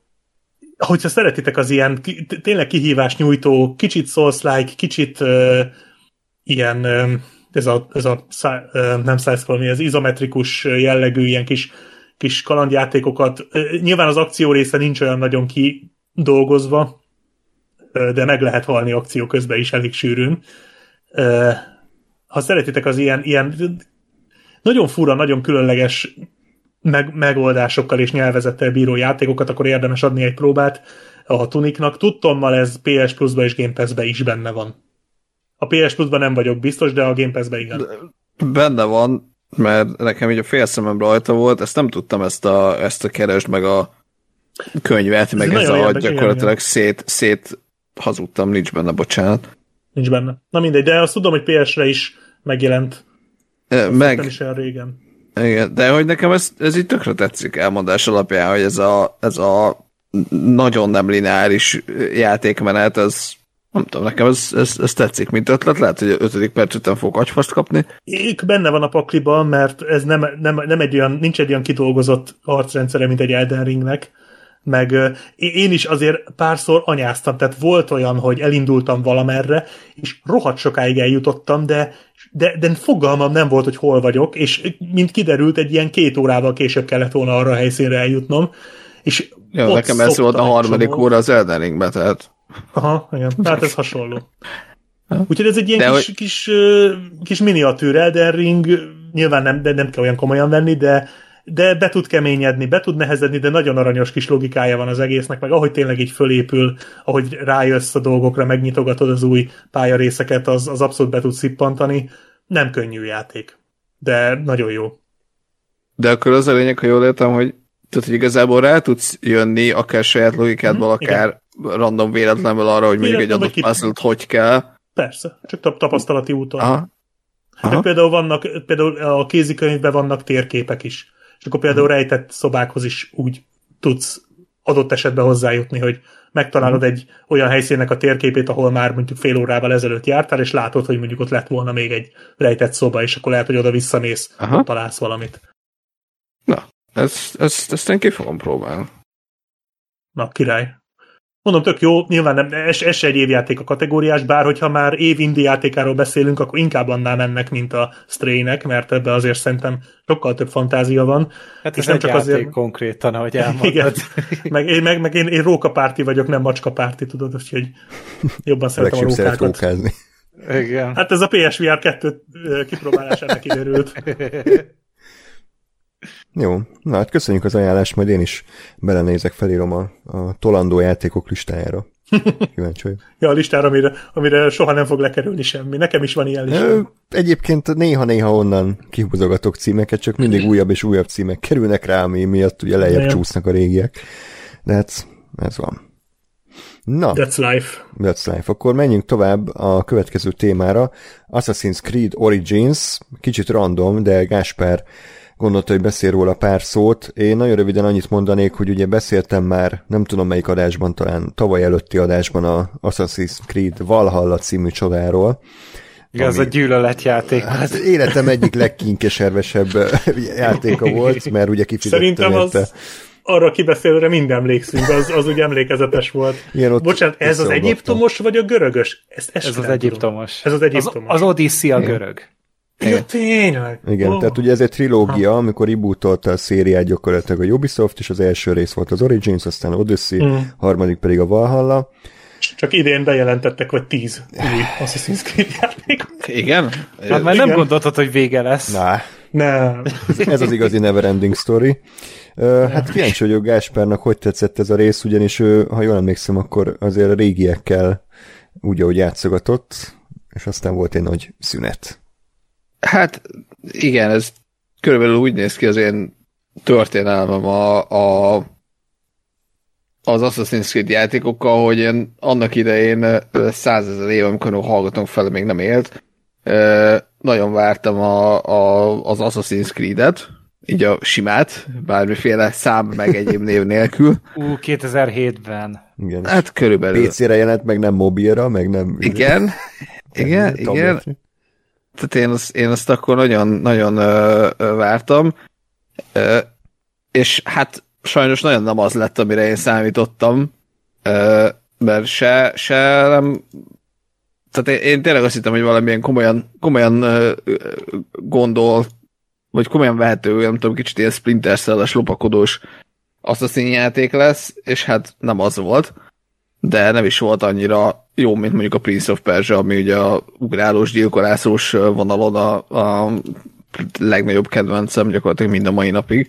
hogyha szeretitek az ilyen tényleg kihívás nyújtó, kicsit Souls-like, kicsit ö, ilyen, ö, ez a, ez a ö, nem side-scroll, ez izometrikus jellegű ilyen kis, kis kalandjátékokat. Ö, nyilván az akció része nincs olyan nagyon kidolgozva, ö, de meg lehet halni akció közben is elég sűrűn. Ö, ha szeretitek az ilyen, ilyen nagyon fura, nagyon különleges meg, megoldásokkal és nyelvezettel bíró játékokat, akkor érdemes adni egy próbát a Tunicnak. Tudtommal ez pé es Plus-ba és Game Pass-be is benne van. A pé es Plus-ban nem vagyok biztos, de a Game Pass-be igen. Benne van, mert nekem így a félszemem rajta volt, ezt nem tudtam, ezt a, ezt a keresd meg a könyvet, meg ez, ez a gyakorlatilag szét, szét hazudtam, nincs benne, bocsánat. Nincs benne. Na mindegy, de azt tudom, hogy pé es-re is megjelent. E, meg... Nem is olyan régen. Igen, de hogy nekem ez, ez így tökre tetszik elmondás alapján, hogy ez a, ez a nagyon nem lineáris játékmenet, ez nem tudom, nekem ez, ez, ez tetszik, mint ötlet, lehet, hogy ötödik perc után fogok agyfaszt kapni. Ék benne van a pakliban, mert ez nem, nem, nem egy olyan, nincs egy olyan kidolgozott harcrendszere, mint egy Elden Ringnek, meg én is azért párszor anyáztam, tehát volt olyan, hogy elindultam valamerre, és rohadt sokáig eljutottam, de, de, de fogalmam nem volt, hogy hol vagyok, és mint kiderült, egy ilyen két órával később kellett volna arra a helyszínre eljutnom, és ja, nekem ez volt a harmadik csomó. Óra az Elden Ringben, tehát... Aha, igen, tehát ez hasonló. Úgyhogy ez egy ilyen de kis, hogy... kis, kis miniatűr Elden Ring, nyilván nem, de nem kell olyan komolyan venni, de de be tud keményedni, be tud nehezedni, de nagyon aranyos kis logikája van az egésznek, meg ahogy tényleg így fölépül, ahogy rájössz a dolgokra, megnyitogatod az új pályarészeket, az, az abszolút be tud szippantani. Nem könnyű játék, de nagyon jó. De akkor az a lényeg, ha jól értem, hogy, tehát, hogy igazából rá tudsz jönni akár saját logikádból, hmm, akár igen. random véletlenből arra, hogy mondjuk egy adott puzzle-t hogy kell. Persze, csak tapasztalati úton. Aha. Aha. Például vannak, például a kézikönyvben vannak térképek is. És akkor például rejtett szobákhoz is úgy tudsz adott esetben hozzájutni, hogy megtalálod egy olyan helyszínnek a térképét, ahol már mondjuk fél órával ezelőtt jártál, és látod, hogy mondjuk ott lett volna még egy rejtett szoba, és akkor lehet, hogy oda visszamész, ott találsz valamit. Na, ezt, ezt, ezt én ki fogom próbálni. Na, király. Mondom, tök jó, nyilván nem, ez, ez se egy évjáték a kategóriás, bár hogyha már év indie játékáról beszélünk, akkor inkább annál mennek, mint a Stray-nek, mert ebben azért szerintem sokkal több fantázia van. Hát ez nem csak játék azért... konkrétan, ahogy elmondtad. Igen, meg, én, meg, meg én, én rókapárti vagyok, nem macskapárti, tudod, úgyhogy jobban szeretem a rókákat. Rókázni. Igen. Hát ez a pé es vé er kettő kipróbálásának kiderült. Jó, na hát köszönjük az ajánlást, majd én is belenézek, felírom a, a tolandó játékok listájára. Kíváncsi vagyok. Ja, a listára, amire, amire soha nem fog lekerülni semmi. Nekem is van ilyen listám. Egyébként néha-néha onnan kihúzogatok címeket, csak mindig újabb és újabb címek kerülnek rá, ami miatt ugye lejjebb csúsznak a régiek. De hát ez van. Na, That's life. That's life. Akkor menjünk tovább a következő témára. Assassin's Creed Origins, kicsit random, de Gáspár gondolta, hogy beszél róla pár szót. Én nagyon röviden annyit mondanék, hogy ugye beszéltem már, nem tudom melyik adásban, talán tavaly előtti adásban a Assassin's Creed Valhalla című csodáról. Igaz, ami, a gyűlöletjáték. Hát életem egyik legkinkeservesebb játéka volt, mert ugye kifizettem Szerintem érte. Az arra kibeszélőre mind emlékszünk, az, az úgy emlékezetes volt. Igen, Bocsánat, ez az egyiptomos vagy a görögös? Ezt, ezt ez az egyiptomos. Ez az egyiptomos. Az, az Odyssey a görög. Ja, tényleg. Igen, oh. Tehát ugye ez egy trilógia, amikor rebootolta a szériát gyakorlatilag a Ubisoft, és az első rész volt az Origins, aztán Odyssey, mm. harmadik pedig a Valhalla. Csak idén bejelentettek, vagy tíz új Assassin's Creed játékot. Igen? Hát már nem gondoltad, hogy vége lesz. Nah. Nem. Ez az igazi Neverending Story. Uh, hát kíváncsi vagyok Gáspárnak, hogy tetszett ez a rész, ugyanis ő, ha jól emlékszem, akkor azért a régiekkel úgy, ahogy játszogatott, és aztán volt egy nagy szünet. Hát igen, ez körülbelül úgy néz ki az én történelmem a, a az Assassin's Creed játékokkal, hogy én annak idején százezer év, amikor a hallgatónk fele még nem élt, nagyon vártam a, a, az Assassin's Creed-et, így a simát, bármiféle szám meg egyéb név nélkül. Ú, kétezer-hétben. Igen, hát körülbelül. pé cére jelent, meg nem mobilra, meg nem... Igen, igen, igen. Tehát én azt, én azt akkor nagyon, nagyon ö, ö, vártam, ö, és hát sajnos nagyon nem az lett, amire én számítottam, ö, mert se, se nem... Tehát én, én tényleg azt hittem, hogy valamilyen komolyan, komolyan ö, gondol, vagy komolyan vehető, nem tudom, kicsit ilyen Splinter Cell-es lopakodós Assassin játék lesz, és hát nem az volt, de nem is volt annyira jó, mint mondjuk a Prince of Persia, ami ugye a ugrálós, gyilkolászós vonalon a, a legnagyobb kedvencem gyakorlatilag mind a mai napig.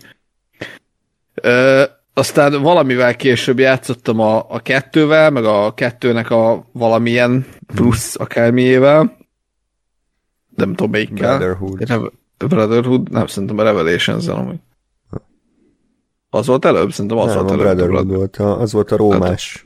Ö, aztán valamivel később játszottam a, a kettővel, meg a kettőnek a valamilyen plusz akármiével. Nem tudom melyikkel. Brotherhood. Brotherhood? Nem, szerintem a Revelations-en amúgy. Az volt előbb? Szerintem az nem, volt a előbb. Brotherhood volt, a, az volt a rómás.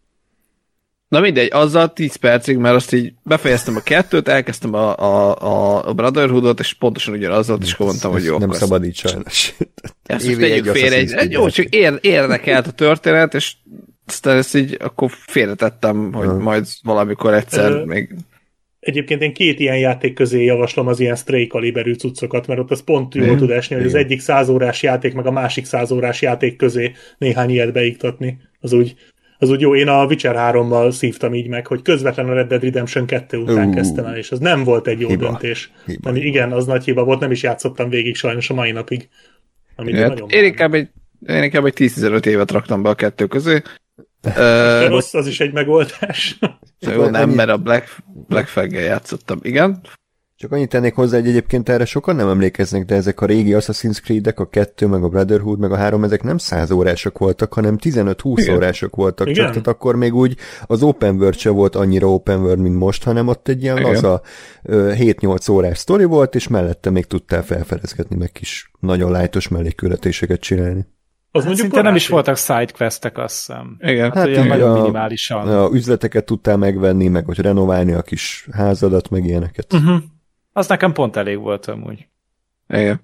Na mindegy, azzal tíz percig, mert azt így befejeztem a kettőt, elkezdtem a, a, a Brotherhoodot, és pontosan ugyanaz volt, és akkor mondtam, hogy jó. Nem azt, szabad így sajnos. Ezt most tegyük félre, egy, egy, jó, csak ér, érdekelt a történet, és aztán ezt így akkor félretettem, hogy uh-huh. majd valamikor egyszer uh, még... Egyébként én két ilyen játék közé javaslom az ilyen Stray kaliberű cuccokat, mert ott az pont jól tud esni, hogy az egyik százórás játék, meg a másik százórás játék közé néhány ilyet beiktatni. Az úgy, az úgy jó. Én a Witcher hárommal szívtam így meg, hogy közvetlenül a Red Dead Redemption kettő után uh, kezdtem el, és az nem volt egy jó hiba, döntés. Hiba, hiba. Igen, az nagy hiba volt, nem is játszottam végig sajnos a mai napig. Amit én, én, inkább egy, én inkább egy tíz-tizenöt évet raktam be a kettő közé. De uh, rossz, az is egy megoldás. Jó, nem, mert a Black, Black Flag-gel játszottam. Igen? Csak annyit tennék hozzá, hogy egyébként erre sokan nem emlékeznek, de ezek a régi Assassin's Creed-ek, a kettő, meg a Brotherhood, meg a három, ezek nem száz órások voltak, hanem tizenöt-húsz órások voltak. Igen. Csak tehát akkor még úgy az Open World se volt annyira Open World, mint most, hanem ott egy ilyen laza hét-nyolc órás sztori volt, és mellette még tudtál felfedezgetni, meg kis nagyon lájtos mellékküldetéseket csinálni. Az hát szinte nem is voltak sidequestek, azt hiszem. Igen. Hát olyan nagyon a, minimálisan. A üzleteket tudtál megvenni, meg hogy renoválni a kis házadat, meg ilyeneket. Uh-huh. Az nekem pont elég volt amúgy. Igen.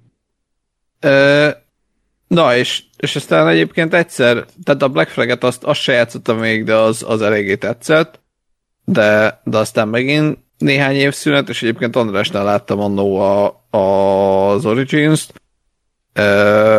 Ö, na, és, és aztán egyébként egyszer, tehát a Black Flag-et azt, azt se játszottam még, de az, az eléggé tetszett, de, de aztán megint néhány év szünet, és egyébként Andrásnál láttam annó a, a, az Origins-t, Ö,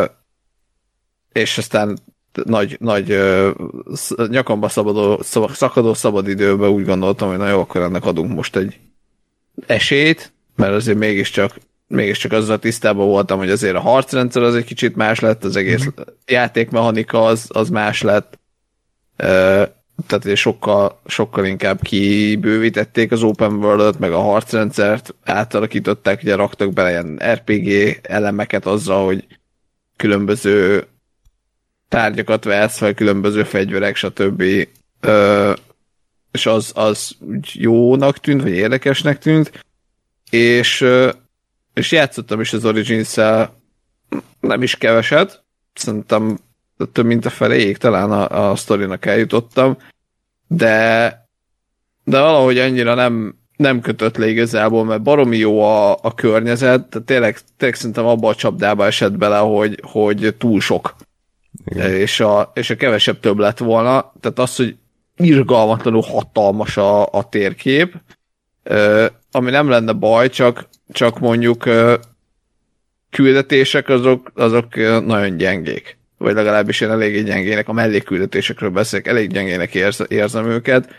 és aztán nagy, nagy ö, nyakamba szabadó, szab, szakadó szabadidőben úgy gondoltam, hogy na jó, akkor ennek adunk most egy esélyt, mert azért mégiscsak, mégiscsak azzal tisztában voltam, hogy azért a harcrendszer az egy kicsit más lett, az egész mm-hmm. játékmechanika az, az más lett, ö, tehát sokkal, sokkal inkább kibővítették az open world-ot, meg a harcrendszert átalakították, ugye raktak bele ilyen er pé gé elemeket azzal, hogy különböző tárgyakat vesz, vagy különböző fegyverek, stb. Ö, és az, az jónak tűnt, vagy érdekesnek tűnt, és, és játszottam is az Origins-szel nem is keveset, szerintem több mint a feléig talán a, a sztorinak eljutottam, de, de valahogy annyira nem, nem kötött le igazából, mert baromi jó a, a környezet, tehát tényleg, tényleg szerintem abba a csapdába esett bele, hogy, hogy túl sok. És a, és a kevesebb több lett volna. Tehát az, hogy irgalmatlanul hatalmas a, a térkép, ami nem lenne baj, csak, csak mondjuk küldetések azok, azok nagyon gyengék. Vagy legalábbis én eléggé gyengének, a mellékküldetésekről beszélek, elég gyengének érz, érzem őket.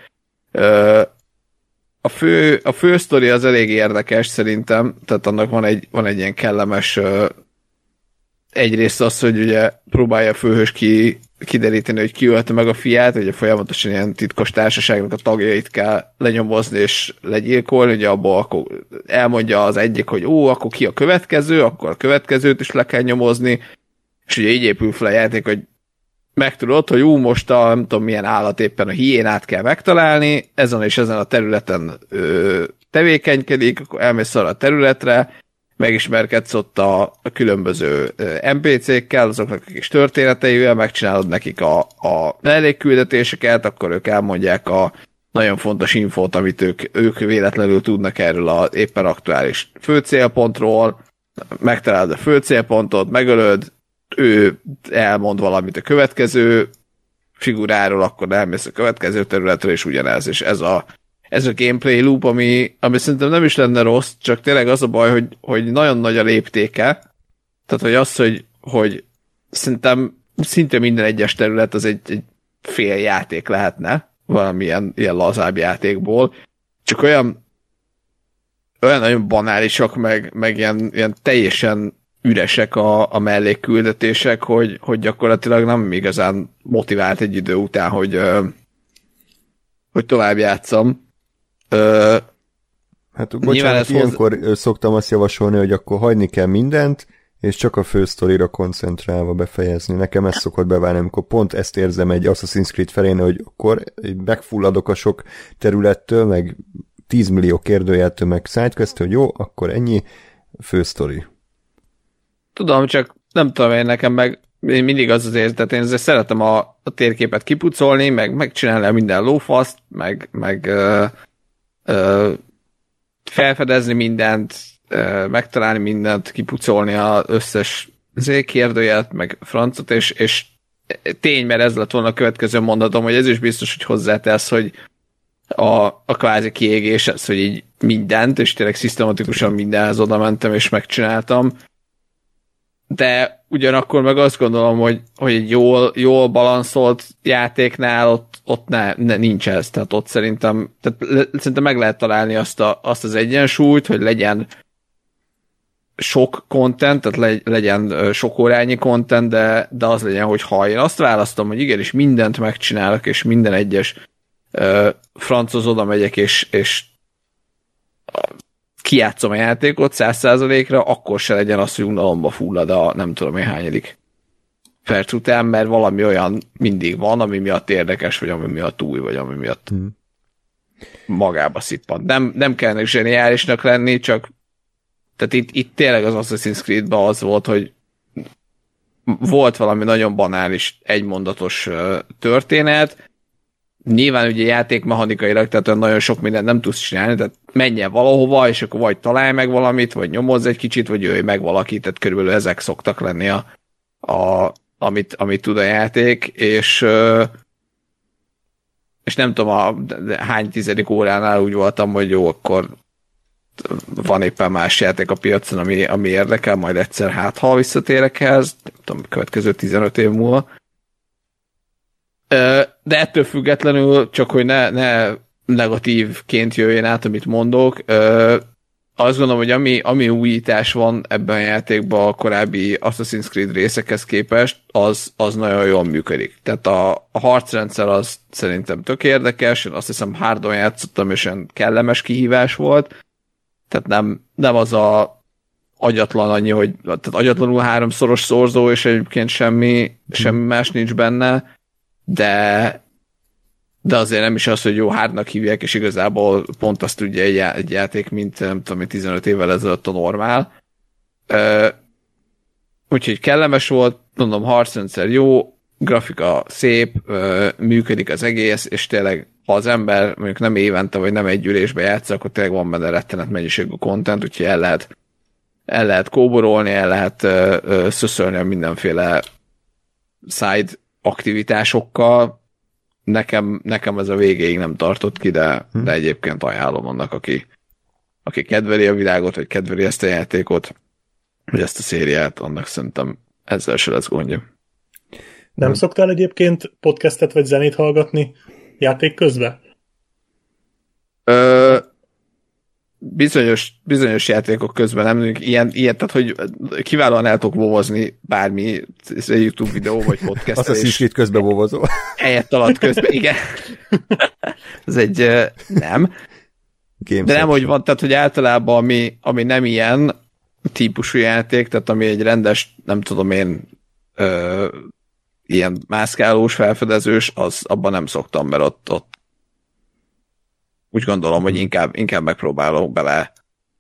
A fő, a fő sztori az elég érdekes szerintem, tehát annak van egy, van egy ilyen kellemes egyrészt az, hogy ugye próbálja a főhős ki, kideríteni, hogy ki ölte meg a fiát, ugye folyamatosan ilyen titkos társaságnak a tagjait kell lenyomozni és legyilkolni, ugye abból akkor elmondja az egyik, hogy ó, akkor ki a következő, akkor a következőt is le kell nyomozni, és ugye így épül fel a játék, hogy megtudod, hogy ú, most a nem tudom milyen állat éppen a hiénát kell megtalálni, ezen és ezen a területen ö, tevékenykedik, akkor elmész arra a területre, megismerkedsz ott a, a különböző en pé cékkel, azoknak a kis történeteivel, megcsinálod nekik a, a mellékküldetéseket, akkor ők elmondják a nagyon fontos infót, amit ők, ők véletlenül tudnak erről az éppen aktuális főcélpontról, megtalálod a főcélpontot, megölöd, ő elmond valamit a következő figuráról, akkor elmész a következő területre, és ugyanez, és ez a ez a gameplay loop, ami, ami szerintem nem is lenne rossz, csak tényleg az a baj, hogy, hogy nagyon nagy a léptéke. Tehát, hogy az, hogy, hogy szerintem szinte minden egyes terület az egy, egy fél játék lehetne, valamilyen ilyen lazább játékból. Csak olyan olyan nagyon banálisak, meg, meg ilyen, ilyen teljesen üresek a, a mellékküldetések, hogy, hogy gyakorlatilag nem igazán motivált egy idő után, hogy, hogy tovább játszom. Ö, hát bocsánat, ilyenkor hozzá... szoktam azt javasolni, hogy akkor hagyni kell mindent, és csak a fő sztorira koncentrálva befejezni. Nekem ez szokott beválni, amikor pont ezt érzem egy Assassin's Creed felén, hogy akkor megfulladok a sok területtől, meg tíz millió kérdőjeltől, meg sidequest, hogy jó, akkor ennyi fő sztori. Tudom, csak nem tudom én nekem meg én mindig az az érzet, én ezért szeretem a, a térképet kipucolni, meg megcsinálni minden lófaszt, meg, meg ö, ö, felfedezni mindent, ö, megtalálni mindent, kipucolni az összes kérdőjelt, meg francot, és, és tény, mert ez lett volna a következő mondatom, hogy ez is biztos, hogy hozzátesz, hogy a, a kvázi kiégés ez, hogy így mindent, és tényleg szisztematikusan mindenhez oda mentem, és megcsináltam. De ugyanakkor meg azt gondolom, hogy, hogy egy jól, jól balanszolt játéknál ott, ott ne, ne, nincs ez. Tehát ott szerintem, tehát le, szerintem meg lehet találni azt, a, azt az egyensúlyt, hogy legyen sok content, tehát le, legyen sok órányi content, de, de az legyen, hogy ha én azt választom, hogy igenis mindent megcsinálok, és minden egyes uh, franchoz oda megyek, és, és kijátszom a játékot száz százalékra, akkor se legyen az, hogy unalomba fullad a nem tudom én hányadik perc után, mert valami olyan mindig van, ami miatt érdekes, vagy ami miatt új, vagy ami miatt hmm. magába szippant. Nem, nem kellene zseniálisnak lenni, csak tehát itt, itt tényleg az Assassin's Creed-ben az volt, hogy volt valami nagyon banális, egymondatos történet, nyilván ugye játékmechanikailag, tehát nagyon sok mindent nem tudsz csinálni, tehát menjen valahova, és akkor vagy találj meg valamit, vagy nyomozz egy kicsit, vagy jöjj meg valakit, tehát körülbelül ezek szoktak lenni, a, a, amit, amit tud a játék, és, és nem tudom, a, hány tizedik óránál úgy voltam, hogy jó, akkor van éppen más játék a piacon, ami, ami érdekel, majd egyszer hát, ha visszatérek ehhez, nem tudom, következő tizenöt év múlva. De ettől függetlenül, csak hogy ne, ne negatívként jöjjön át, amit mondok, azt gondolom, hogy ami, ami újítás van ebben a játékban a korábbi Assassin's Creed részekhez képest, az, az nagyon jól működik. Tehát a, a harcrendszer az szerintem tök érdekes, én azt hiszem hardon játszottam, és olyan kellemes kihívás volt, tehát nem, nem az a agyatlan annyi, hogy tehát agyatlanul háromszoros szorzó, és egyébként semmi, semmi más nincs benne, de, de azért nem is az, hogy jó hardnak hívják, és igazából pont azt tudja egy, já- egy játék, mint nem tudom, tizenöt évvel ezelőtt a normál. Ö, úgyhogy kellemes volt, mondom, harcrendszer jó, grafika szép, ö, működik az egész, és tényleg ha az ember mondjuk nem évente, vagy nem egy ülésbe játszik, akkor tényleg van benne rettenet mennyiségű content, úgyhogy el lehet, el lehet kóborolni, el lehet uh, uh, szöszölni mindenféle side aktivitásokkal. Nekem, nekem ez a végéig nem tartott ki, de, hm. de egyébként ajánlom annak, aki, aki kedveli a világot, vagy kedveli ezt a játékot, vagy ezt a szériát, annak szerintem ezzel se lesz gondja. Nem szoktál egyébként podcastet vagy zenét hallgatni játék közben? Ö, bizonyos, bizonyos játékok közben nem, ilyen, ilyen, tehát hogy kiválóan el tudok vovozni bármi YouTube videó vagy podcast. Azt a szískét közben vovozol. Helyett alatt közben, igen. Ez egy nem. Game De nem, hogy van, tehát hogy általában ami, ami nem ilyen típusú játék, tehát ami egy rendes, nem tudom én, ö, ilyen mászkálós, felfedezős, az abban nem szoktam, mert ott, ott úgy gondolom, hogy inkább, inkább megpróbálok bele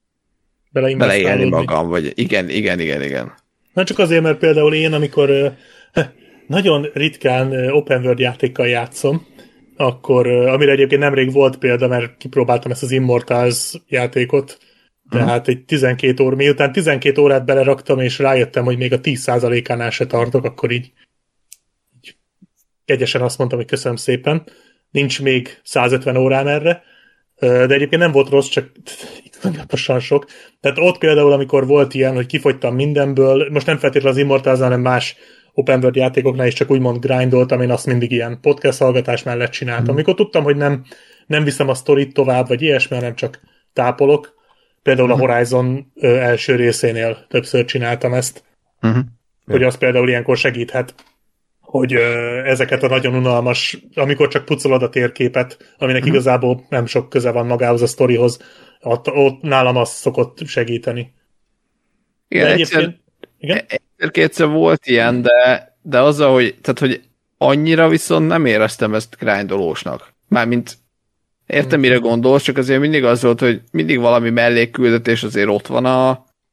beleélni magam, vagy igen, igen, igen, igen. Nem csak azért, mert például én, amikor uh, nagyon ritkán uh, open world játékkal játszom, akkor, uh, amire egyébként nemrég volt példa, mert kipróbáltam ezt az Immortals játékot, tehát uh-huh. egy tizenkét óra, miután tizenkét órát beleraktam, és rájöttem, hogy még a tíz százalékánál se tartok, akkor így, így kegyesen azt mondtam, hogy köszönöm szépen. Nincs még százötven órán erre, de egyébként nem volt rossz, csak iszonyatosan sok. Tehát ott például, amikor volt ilyen, hogy kifogytam mindenből, most nem feltétlenül az Immortals, hanem más open world játékoknál is csak úgymond grindoltam, én azt mindig ilyen podcast hallgatás mellett csináltam. Amikor tudtam, hogy nem, nem viszem a sztorit tovább, vagy ilyesmi, hanem csak tápolok. Például a Horizon első részénél többször csináltam ezt. Uh-huh. Hogy az például ilyenkor segíthet, hogy ö, ezeket a nagyon unalmas, amikor csak pucolod a térképet, aminek uh-huh. igazából nem sok köze van magához a sztorihoz, ott, ott nálam az szokott segíteni. Igen, egyszer, egyszer-kétszer volt ilyen, de, de azzal, hogy, tehát, hogy annyira viszont nem éreztem ezt grindolósnak. Mármint értem, mire gondolsz, csak azért mindig az volt, hogy mindig valami mellékküldetés azért ott van a,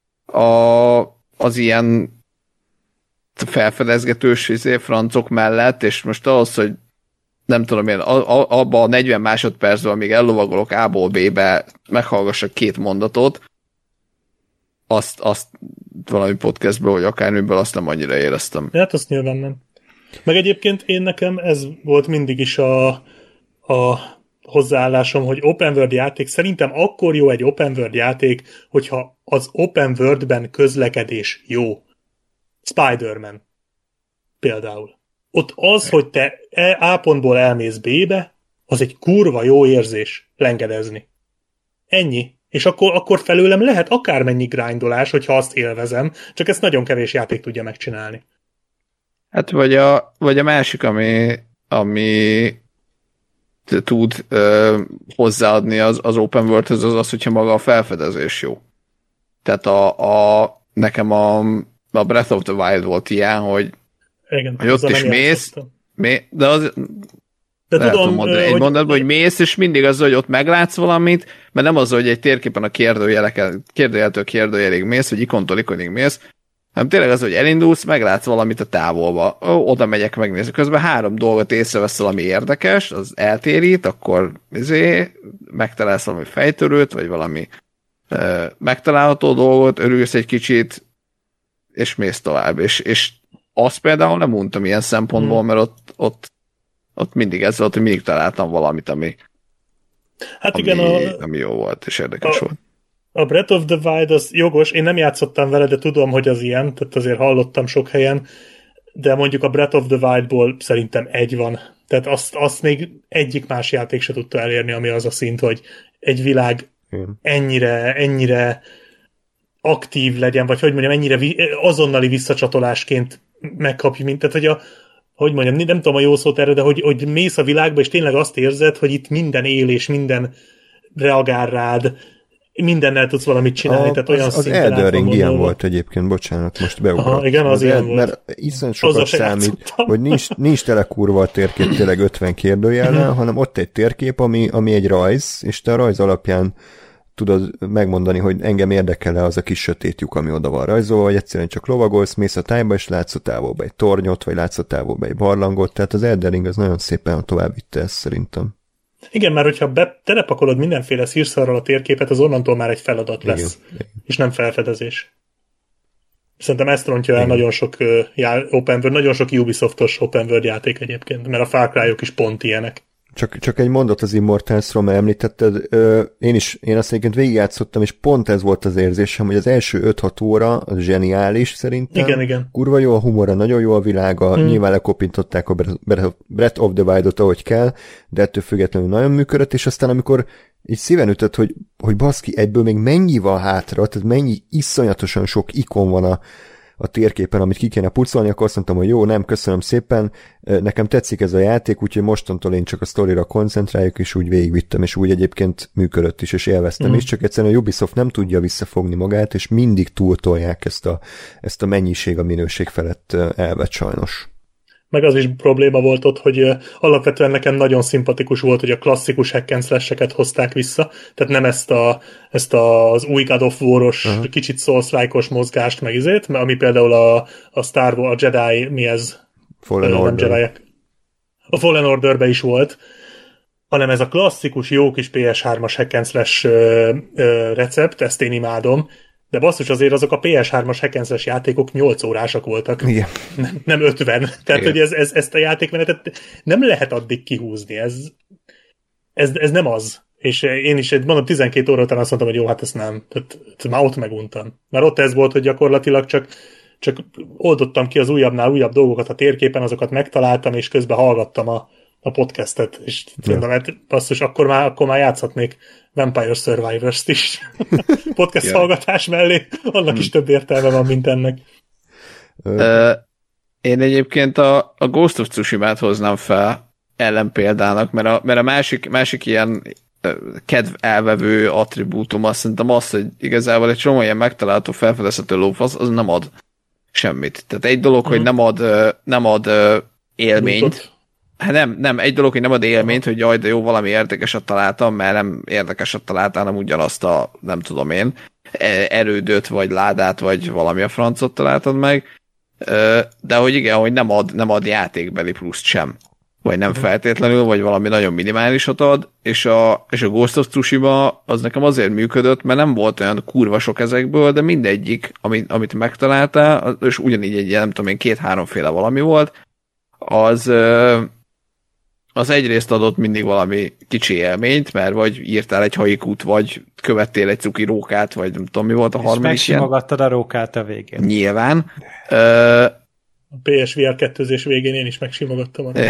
a, az ilyen felfedezgetős izé, francok mellett, és most ahhoz, hogy nem tudom én, abban a negyven másodpercben, amíg ellovagolok A-ból B-be, meghallgassak két mondatot, azt, azt valami podcastből, vagy akármiből azt nem annyira éreztem. Hát azt nyilván nem. Meg egyébként én nekem ez volt mindig is a, a hozzáállásom, hogy open world játék, szerintem akkor jó egy open world játék, hogyha az open worldben közlekedés jó. Spider-Man például. Ott az, hogy te A pontból elmész B-be, az egy kurva jó érzés lengedezni. Ennyi. És akkor, akkor felőlem lehet akármennyi grindolás, hogyha azt élvezem, csak ezt nagyon kevés játék tudja megcsinálni. Hát vagy a, vagy a másik, ami, ami tud ö, hozzáadni az, az open worldhöz, az az, hogyha maga a felfedezés jó. Tehát a, a nekem a a Breath of the Wild volt ilyen, hogy, igen, hogy ott is mész, mé, de az de tudom, tudom mondani, egy hogy... mondatban, hogy mész, és mindig az, hogy ott meglátsz valamit, mert nem az, hogy egy térképen a kérdőjeltől kérdőjelig mész, vagy ikontól ikonig mész, hanem tényleg az, hogy elindulsz, meglátsz valamit a távolba. Ó, oda megyek megnézni. Közben három dolgot észrevesz, ami érdekes, az eltérít, akkor izé, megtalálsz valami fejtörőt, vagy valami uh, megtalálható dolgot, örülsz egy kicsit, és mész tovább. És, és azt például nem mondtam ilyen szempontból, mert ott, ott, ott mindig ez volt, hogy mindig találtam valamit, ami, hát ami, igen, a, ami jó volt, és érdekes a, volt. A Breath of the Wild az jogos, én nem játszottam vele, de tudom, hogy az ilyen, tehát azért hallottam sok helyen, de mondjuk a Breath of the Wildból szerintem egy van. Tehát azt, azt még egyik más játék se tudta elérni, ami az a szint, hogy egy világ ennyire, ennyire aktív legyen, vagy hogy mondjam, ennyire vi- azonnali visszacsatolásként megkapja, mint, tehát hogy a, hogy mondjam, nem tudom a jó szót erre, de hogy, hogy mész a világba, és tényleg azt érzed, hogy itt minden él, és minden reagál rád, mindennel tudsz valamit csinálni, a, tehát olyan az, az Elden Ring ilyen volt egyébként, bocsánat, most beugrott. Aha, igen, az, az ilyen el, volt. Mert iszont sokat számít, hogy nincs, nincs tele kurva a térkép tényleg ötven kérdőjellel, hanem ott egy térkép, ami, ami egy rajz, és te a rajz alapján tudod megmondani, hogy engem érdekel-e az a kis sötét lyuk, ami oda van rajzolva, vagy egyszerűen csak lovagolsz, mész a tájba, és látsz a távolba egy tornyot, vagy látsz a távolba egy barlangot, tehát az Elden Ring az nagyon szépen tovább vitte ezt szerintem. Igen, mert hogyha be, telepakolod mindenféle szírszarral a térképet, az onnantól már egy feladat lesz, igen. És nem felfedezés. Szerintem ezt rontja el igen. nagyon sok uh, já- open world, nagyon sok Ubisoftos open world játék egyébként, mert a Far Cry-ok is pont ilyenek. Csak, csak egy mondat az Immortals-ról, mert említetted, ö, én is, én azt egyébként végigjátszottam, és pont ez volt az érzésem, hogy az első öt-hat óra az zseniális szerintem. Igen, igen. Kurva jó a humora, nagyon jó a világa, hmm. nyilván lekopintották a Breath of the Wild-ot, ahogy kell, de ettől függetlenül nagyon működött, és aztán amikor így szíven ütött, hogy, hogy baszki, egyből még mennyi van hátra, tehát mennyi iszonyatosan sok ikon van a a térképen, amit ki kéne pucolni, akkor azt mondtam, hogy jó, nem, köszönöm szépen, nekem tetszik ez a játék, úgyhogy mostantól én csak a sztorira koncentráljuk, és úgy végigvittem, és úgy egyébként működött is, és élveztem mm. is, csak egyszerűen a Ubisoft nem tudja visszafogni magát, és mindig túltolják ezt a, ezt a mennyiség a minőség felett elvet sajnos. Meg az is probléma volt ott, hogy alapvetően nekem nagyon szimpatikus volt, hogy a klasszikus hack and slash-eket hozták vissza, tehát nem ezt, a, ezt az új God of War-os, uh-huh. kicsit Souls-like-os mozgást meg izét, ami például a, a Star Wars, a Jedi, mi ez? Fallen Order. Jedi, a Fallen Orderben is volt, hanem ez a klasszikus jó kis pé es hármas hack and slash ö, ö, recept, ezt én imádom, de basszus, azért azok a pé es hármas hack and slash játékok nyolc órásak voltak. Igen. Nem, nem ötven. Tehát, igen. hogy ez, ez, ezt a játékmenetet nem lehet addig kihúzni. Ez, ez, ez nem az. És én is, mondom, tizenkét óra után azt mondtam, hogy jó, hát ezt nem. Tehát, már ott meguntam. Mert ott ez volt, hogy gyakorlatilag csak, csak oldottam ki az újabbnál újabb dolgokat a térképen, azokat megtaláltam, és közben hallgattam a, a podcastet. És mondom, hát basszus, akkor már, akkor már játszhatnék Vampire Survivors-t is. Podcast ja. hallgatás mellé, annak hmm. is több értelme van, mint ennek. Uh, én egyébként a, a Ghost of Tsushima-t hoznám fel ellenpéldának, mert a, mert a másik, másik ilyen uh, kedv elvevő attribútum azt szerintem az, hogy igazából egy csomó ilyen megtalálható felfedezhető lófasz, az nem ad semmit. Tehát egy dolog, hmm. hogy nem ad, uh, nem ad uh, élményt, Bútot. Hát nem, nem, egy dolog, hogy nem ad élményt, hogy jaj, de jó, valami érdekeset találtam, mert nem érdekeset találtál, nem ugyanazt a, nem tudom én, erődöt, vagy ládát, vagy valami a francot találtad meg, de hogy igen, hogy nem ad, nem ad játékbeli pluszt sem. Vagy nem feltétlenül, vagy valami nagyon minimálisat ad, és a, és a Ghost of Tsushima az nekem azért működött, mert nem volt olyan kurva sok ezekből, de mindegyik, amit, amit megtaláltál, és ugyanígy egy, nem tudom én, két-háromféle valami volt, az az egyrészt adott mindig valami kicsi élményt, mert vagy írtál egy haikút, vagy követtél egy cuki rókát, vagy nem tudom, mi volt a harmadik ilyen. És megsimogattad a rókát a végén. Nyilván. A pé es vé er kettőzés végén én is megsimogattam a rókát.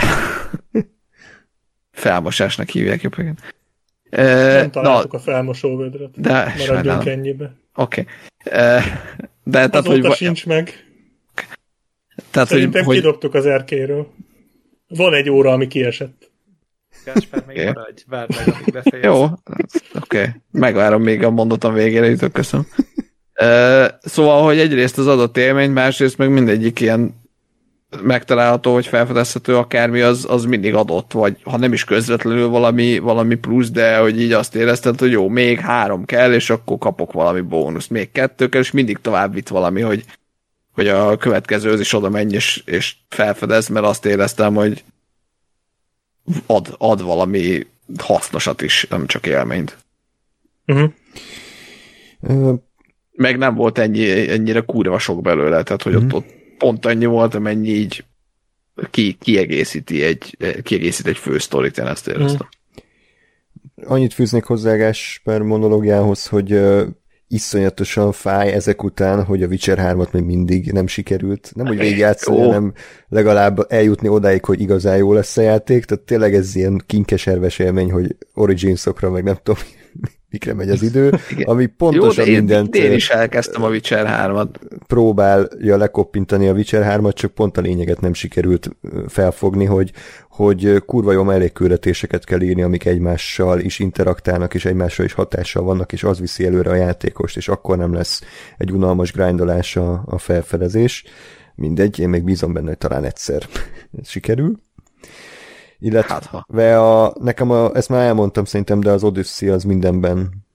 Felmosásnak hívják jobb. Nem találtuk Na, a felmosóvödröt. De maradjunk ennyibe. Oké. Okay. De azóta tehát, hogy... sincs meg. Tehát, Szerintem hogy, kidobtuk hogy... az erkéről. Van egy óra, ami kiesett. Gáspár, még okay. maradj, várd meg, amíg befejezem. Jó, oké. Okay. Megvárom még a mondatom végére, jutok, köszönöm. Uh, szóval, hogy egyrészt az adott élmény, másrészt meg mindegyik ilyen megtalálható, hogy felfedezhető akármi, az, az mindig adott, vagy ha nem is közvetlenül valami, valami plusz, de hogy így azt érezted, hogy jó, még három kell, és akkor kapok valami bónuszt, még kettő kell, és mindig tovább vitt valami, hogy hogy a következőhöz is oda menj, és, és felfedez, mert azt éreztem, hogy ad, ad valami hasznosat is, nem csak élményt. Uh-huh. Uh, Meg nem volt ennyi, ennyire kurva sok belőle, tehát hogy uh-huh. ott, ott pont annyi volt, amennyi így ki, kiegészíti egy, kiegészít egy fő sztorit, én ezt éreztem. Uh-huh. Annyit fűznék hozzá Gáspár monológiához, hogy uh, iszonyatosan fáj ezek után, hogy a Witcher hármat még mindig nem sikerült. Nem, hogy végigjátszani, hanem legalább eljutni odáig, hogy igazán jó lesz a játék. Tehát tényleg ez ilyen kinkeserves élmény, hogy Origins-okra, meg nem tudom, mikre megy az idő, igen. Ami pontosan jó, én, mindent... Én is elkezdtem a Witcher hármat. Próbálja lekoppintani a Witcher hármat, csak pont a lényeget nem sikerült felfogni, hogy, hogy kurva jó mellékküldetéseket kell írni, amik egymással is interaktálnak, és egymással is hatással vannak, és az viszi előre a játékost, és akkor nem lesz egy unalmas grindolás a, a felfedezés. Mindegy, én még bízom benne, hogy talán egyszer ez sikerül. Illetve hát, a, nekem, a, ezt már elmondtam szerintem, de az Odyssey az mindenben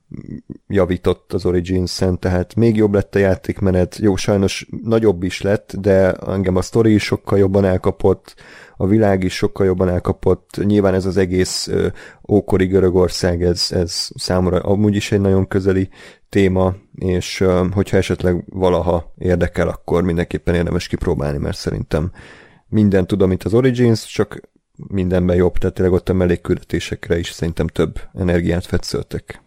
javított az Origins-en, tehát még jobb lett a játékmenet, jó, sajnos nagyobb is lett, de engem a sztori is sokkal jobban elkapott, a világ is sokkal jobban elkapott, nyilván ez az egész ö, ókori Görögország, ez, ez számomra amúgy is egy nagyon közeli téma, és ö, hogyha esetleg valaha érdekel, akkor mindenképpen érdemes kipróbálni, mert szerintem minden tudom, mint az Origins, csak mindenben jobb, tehát tényleg ott a mellékküldetésekre is szerintem több energiát fetszöltek.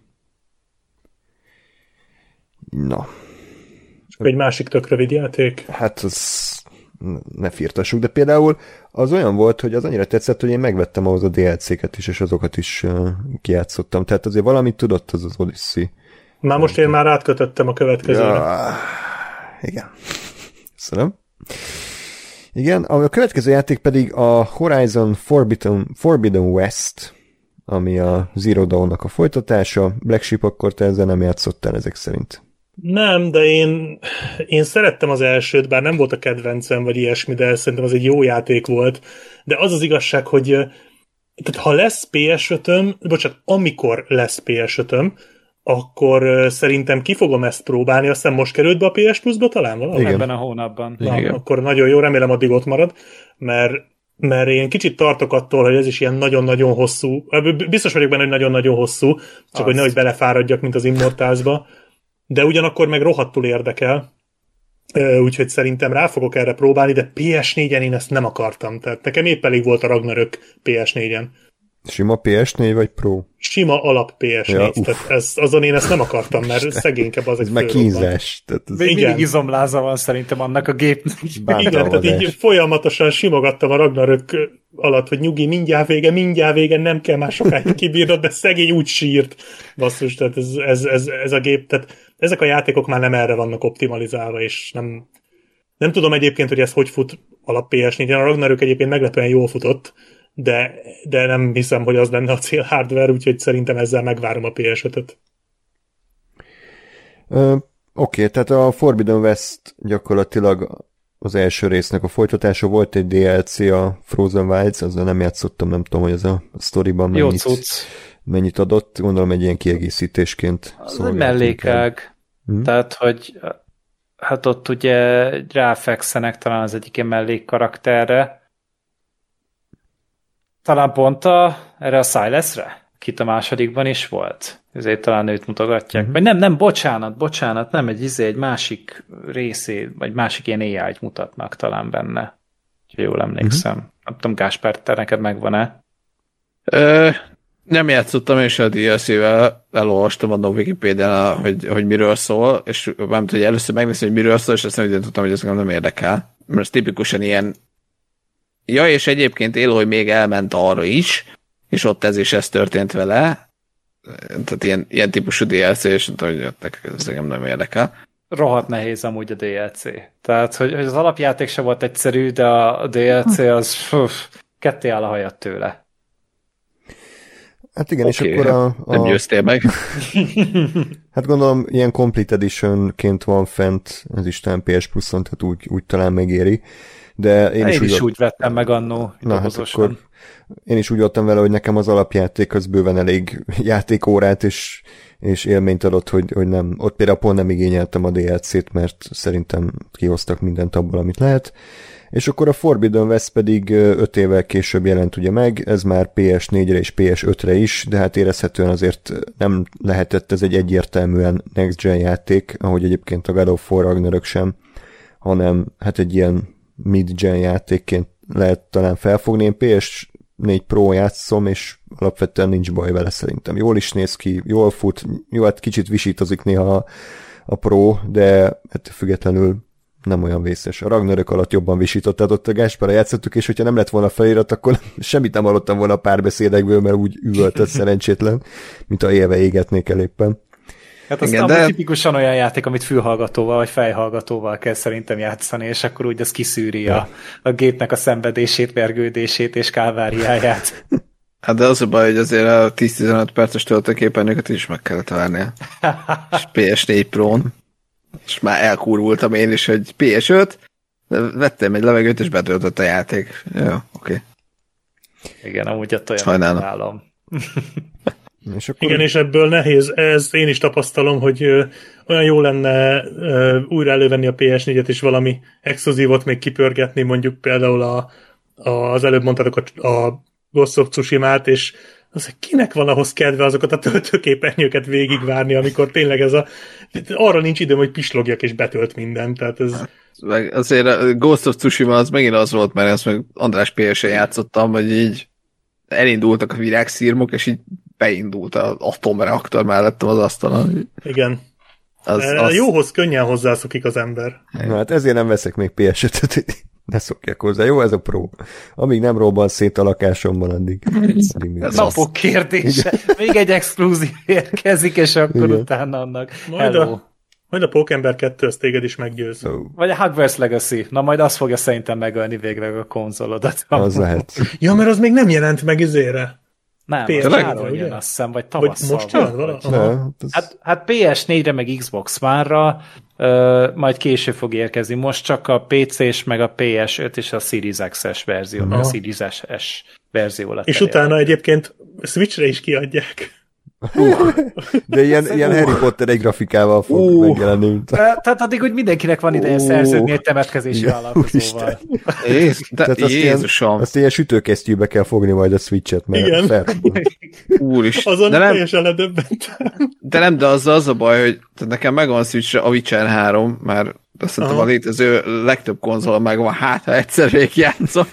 Na. Egy másik tök rövid játék. Hát az ne firtassuk, de például az olyan volt, hogy az annyira tetszett, hogy én megvettem ahhoz a dé el cé-ket is, és azokat is uh, kijátszottam. Tehát azért valamit tudott az az Odyssey. Már most én már átkötöttem a következőre. Ja, igen. Köszönöm. Igen, a következő játék pedig a Horizon Forbidden, Forbidden West, ami a Zero Dawn-nak a folytatása. Black Sheep, akkor te ezzel nem játszottál ezek szerint. Nem, de én, én szerettem az elsőt, bár nem volt a kedvencem, vagy ilyesmi, de szerintem az egy jó játék volt. De az az igazság, hogy tehát ha lesz pé es ötöm, bocsánat, amikor lesz pé es ötöm, akkor szerintem ki fogom ezt próbálni, aztán most került be a pé es Plus-ba talán valami? Igen. Ebben a hónapban. Na, akkor nagyon jó, remélem addig ott marad, mert, mert én kicsit tartok attól, hogy ez is ilyen nagyon-nagyon hosszú, biztos vagyok benne, hogy nagyon-nagyon hosszú, csak Azt. hogy nehogy belefáradjak, mint az Immortalsba, de ugyanakkor meg rohadtul érdekel, úgyhogy szerintem rá fogok erre próbálni, de pé es négyen én ezt nem akartam, tehát nekem épp elég volt a Ragnarök pé es négyen. Sima pé es négy vagy Pro? Sima alap pé es négy, ja, tehát ez, azon én ezt nem akartam, mert szegénykebb az egy meg kínzás. Ez mindig izomláza van szerintem annak a gépnek. Igen, tehát így folyamatosan simogattam a Ragnarök alatt, hogy nyugi, mindjárt vége, mindjárt vége, nem kell már sokáig kibírnod, de szegény úgy sírt. Basszus, tehát ez, ez, ez, ez a gép, tehát ezek a játékok már nem erre vannak optimalizálva, és nem, nem tudom egyébként, hogy ez hogy fut alap pé es négyen. A Ragnarök egyébként meglepően jól futott, de, de nem hiszem, hogy az lenne a cél hardware, úgyhogy szerintem ezzel megvárom a pé es ötöt. Oké, okay, tehát a Forbidden West gyakorlatilag az első résznek a folytatása, volt egy dé el cé, a Frozen Wilds, azzal nem játszottam, nem tudom, hogy ez a sztoriban mennyit, mennyit adott, gondolom egy ilyen kiegészítésként. Az egy mellékág, hmm. tehát, hogy hát ott ugye ráfekszenek talán az egyik ilyen mellék karakterre, talán pont a, erre a Silasre, akit a másodikban is volt. Ezért talán őt mutogatják. Uh-huh. Vagy nem, nem, bocsánat, bocsánat, nem, egy izé, egy másik részé, vagy másik ilyen á i-t mutatnak talán benne. Ha jól emlékszem. Uh-huh. Nem tudom, Gáspár, te neked megvan-e? Ö, nem játszottam, és a dé el cé-vel elolvastam a Wikipédián, hogy, hogy miről szól, és nem tudom, hogy először megnéztem, hogy miről szól, és aztán úgy tudtam, hogy ez nem érdekel. Mert ez tipikusan ilyen. Ja, és egyébként Aloy még elment arra is, és ott ez is ez történt vele. Tehát ilyen, ilyen típusú dé el cé, és tudom, hogy ez engem nem érdekel. Rohadt nehéz amúgy a dé el cé. Tehát, hogy, hogy az alapjáték se volt egyszerű, de a dé el cé az fuf, ketté áll a hajat tőle. Hát igen, okay, és akkor a... a... Nem győztél meg. Hát gondolom, ilyen Complete Edition-ként van fent, ez is talán pé es Plus-on, tehát úgy, úgy talán megéri. De én, én is, is, úgy, úgy vettem meg annó. Na, hát akkor én is úgy voltam vele, hogy nekem az alapjáték az bőven elég játékórát és, és élményt adott, hogy, hogy nem, ott például pont nem igényeltem a dé el cé-t, mert szerintem kihoztak mindent abból, amit lehet. És akkor a Forbidden West pedig öt évvel később jelent ugye meg, ez már pé es négyre és pé es ötre is, de hát érezhetően azért nem lehetett ez egy egyértelműen next gen játék, ahogy egyébként a God of War Ragnarök sem, hanem hát egy ilyen mid-gen játékként lehet talán felfogni. Én pé es négy Pro játszom, és alapvetően nincs baj vele szerintem. Jól is néz ki, jól fut, jó, hát kicsit visítozik néha a, a Pro, de hát függetlenül nem olyan vészes. A Ragnarök alatt jobban visított, tehát ott a Gáspárra játszottuk, és hogyha nem lett volna felirat, akkor semmit nem hallottam volna a párbeszédekből, mert úgy üvöltött szerencsétlen, mint a élve égetnék el éppen. Hát az Igen, de... tipikusan olyan játék, amit fülhallgatóval vagy fejhallgatóval kell szerintem játszani, és akkor úgy az kiszűri a, a gépnek a szenvedését, vergődését és kálváriáját. Hát de az a baj, hogy azért a tíz-tizenöt perces töltőképernyőket is meg kellett várnia. És pé es négy Pro-n. És már elkurvultam én is, hogy pé es öt, vettem egy levegőt, és betöltött a játék. Jó, oké. Okay. Igen, amúgy ott olyan nálam. És akkor... Igen, és ebből nehéz, ez én is tapasztalom, hogy ö, olyan jó lenne ö, újra elővenni a pé es négyet, és valami exkluzívot még kipörgetni, mondjuk például a, a, az előbb mondtátok a, a Ghost of Tsushima-t, és az, kinek van ahhoz kedve azokat a töltőképernyőket végigvárni, amikor tényleg ez a... Arra nincs időm, hogy pislogjak és betölt mindent, tehát ez... Meg azért a Ghost of Tsushima az megint az volt, mert ezt meg András pé es-en játszottam, hogy így elindultak a virágszírmok, és így beindult az atomreaktor mellettem az asztalon. Igen. Az, az... A jóhoz könnyen hozzászokik az ember. Na hát ezért nem veszek még pé es ötöt, ne szokjak hozzá. Jó, ez a pro. Amíg nem robban szét a lakásomban, addig. Napok kérdése. Igen. Még egy exkluzív érkezik, és akkor igen. Utána annak. Majd a, majd a Pókember kettő, az téged is meggyőz. Oh. Vagy a Hogwarts Legacy. Na majd azt fogja szerintem megölni végleg a konzolodat. Az lehet. Ja, mert az még nem jelent meg izére. Nem, az nyáron jön, azt hiszem, vagy tavasszal. Vagy most jön valahogy. Hát, hát pé es négyre, meg Xbox One-ra uh, majd később fog érkezni. Most csak a pé cés, meg a pé es öt és a Series X-es verzió, meg a Series S verzió lett. És utána elérhető. Egyébként Switchre is kiadják. Uh, de ilyen, uh. ilyen Harry Potter egy grafikával fog uh. megjelenni. Tehát addig, hogy mindenkinek van ideje uh. szerződni egy temetkezési vállalkozóval. Tehát azt ilyen, azt ilyen sütőkesztyűbe kell fogni majd a Switch-et, mert igen. fel. Úristen. Azon teljesen ledöbbentem. De nem, de az az a baj, hogy nekem megvan a Switch-re a Witcher három, már azt szerintem a létező legtöbb konzolon megvan, hát ha egyszer végigjátszom.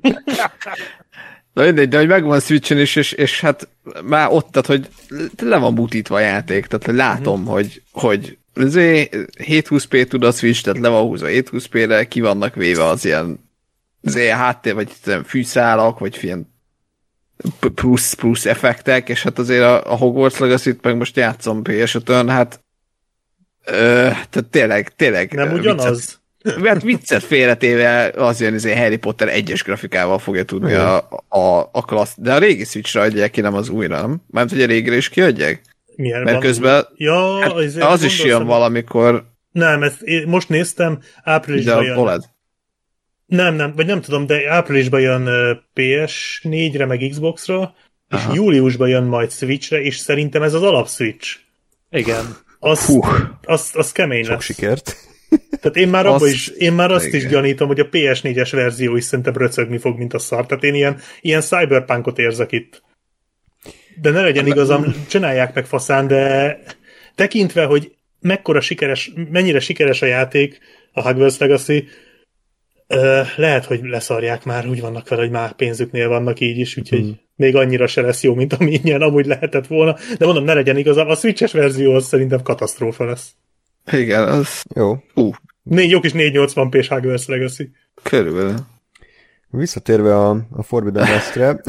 De mindegy, de hogy megvan Switchen is, és, és hát már ott, tehát, hogy le van butítva a játék, tehát látom, uh-huh. hogy, hogy hétszázhúsz pé tud a Switch, tehát le van húzva hétszázhúsz pére, ki vannak véve az ilyen, az ilyen háttér, vagy ilyen fűszálak, vagy ilyen plusz, plusz effektek, és hát azért a, a Hogwarts Legacy-t meg most játszom pé es ötön, hát ö, tehát tényleg, tényleg. Nem ugyanaz? Viccet, mert viccet félretéve az ilyen azért Harry Potter egyes grafikával fogja tudni a, a, a klassz, de a régi Switchre adják ki, nem az újra, nem? Mármint, hogy a régire is kiadják? Milyen mert van? közben Ja, hát az, az is jön valamikor. Nem, ezt most néztem, áprilisban jön. OLED. Nem, nem, vagy nem tudom, de áprilisban jön pé es négyre, meg Xboxra, és aha. júliusban jön majd Switchre, és szerintem ez az alap Switch. Igen. Az, az, az kemény sok lesz. sikert. Tehát én már, abba is, én már azt igen. is gyanítom, hogy a pé es négyes verzió is szerintem röcögni fog, mint a szar. Tehát én ilyen, ilyen cyberpunkot érzek itt. De ne legyen igazam, csinálják meg faszán, de tekintve, hogy mekkora sikeres, mennyire sikeres a játék, a Hogwarts Legacy, lehet, hogy leszarják már, úgy vannak vele, hogy már pénzüknél vannak így is, úgyhogy hmm. még annyira se lesz jó, mint amilyen amúgy lehetett volna. De mondom, ne legyen igazam, a Switches verzió az szerintem katasztrófa lesz. Igen, az... Jó. Uh. Négy, jó kis négyszáznyolcvan pés Hogwarts Legacy. Körülbelül. Visszatérve a, a Forbidden Westre,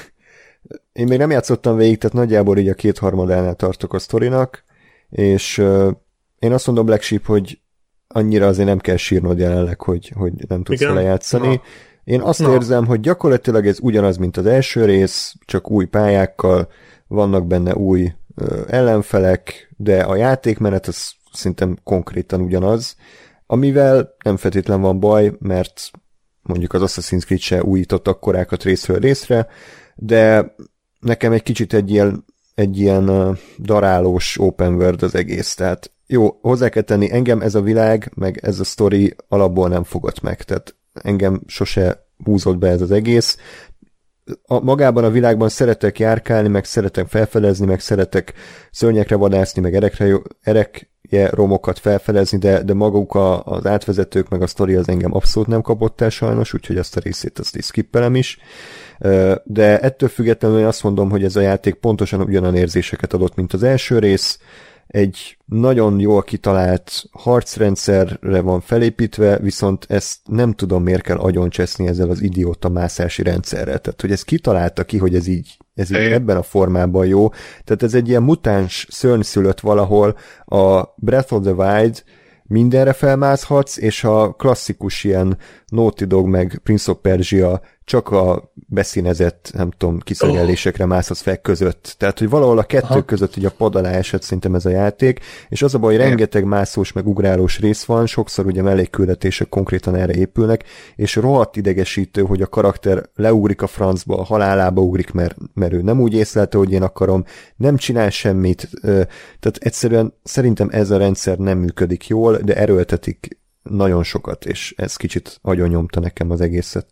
én még nem játszottam végig, tehát nagyjából így a kétharmadánál tartok a sztorinak, és uh, én azt mondom, Black Sheep, hogy annyira azért nem kell sírnod jelenleg, hogy, hogy nem tudsz vele játszani. Na. Én azt Na. érzem, hogy gyakorlatilag ez ugyanaz, mint az első rész, csak új pályákkal, vannak benne új uh, ellenfelek, de a játékmenet az szerintem konkrétan ugyanaz, amivel nem feltétlen van baj, mert mondjuk az Assassin's Creed se újított akkorákat részről részre, de nekem egy kicsit egy ilyen, egy ilyen uh, darálós open world az egész, tehát jó, hozzá kell tenni, engem ez a világ, meg ez a sztori alapból nem fogott meg, tehát engem sose húzott be ez az egész. A, magában a világban szeretek járkálni, meg szeretek felfedezni, meg szeretek szörnyekre vadászni, meg erekre, erekje romokat felfedezni, de, de maguk a, az átvezetők, meg a sztori az engem abszolút nem kapott el sajnos, úgyhogy ezt a részét azt is skippelem is. De ettől függetlenül én azt mondom, hogy ez a játék pontosan ugyanan érzéseket adott, mint az első rész, egy nagyon jól kitalált harcrendszerre van felépítve, viszont ezt nem tudom miért kell agyoncseszni ezzel az idióta mászási rendszerrel. Tehát, hogy ezt kitalálta ki, hogy ez így, ez így ebben a formában jó. Tehát ez egy ilyen mutáns szörnyszülött valahol, a Breath of the Wild mindenre felmászhatsz, és a klasszikus ilyen Naughty Dog meg Prince of Persia csak a beszínezett, nem tudom, kiszögellésekre oh. mászhatsz fel között. Tehát, hogy valahol a kettő Aha. között így a pad alá esett szerintem ez a játék, és az a baj, hogy rengeteg mászós meg ugrálós rész van, sokszor ugye mellékküldetések konkrétan erre épülnek, és rohadt idegesítő, hogy a karakter leugrik a francba, a halálába ugrik, mert, mert ő nem úgy észlelte, hogy én akarom, nem csinál semmit, tehát egyszerűen szerintem ez a rendszer nem működik jól, de erőltetik nagyon sokat, és ez kicsit agyon nyomta nekem az egészet.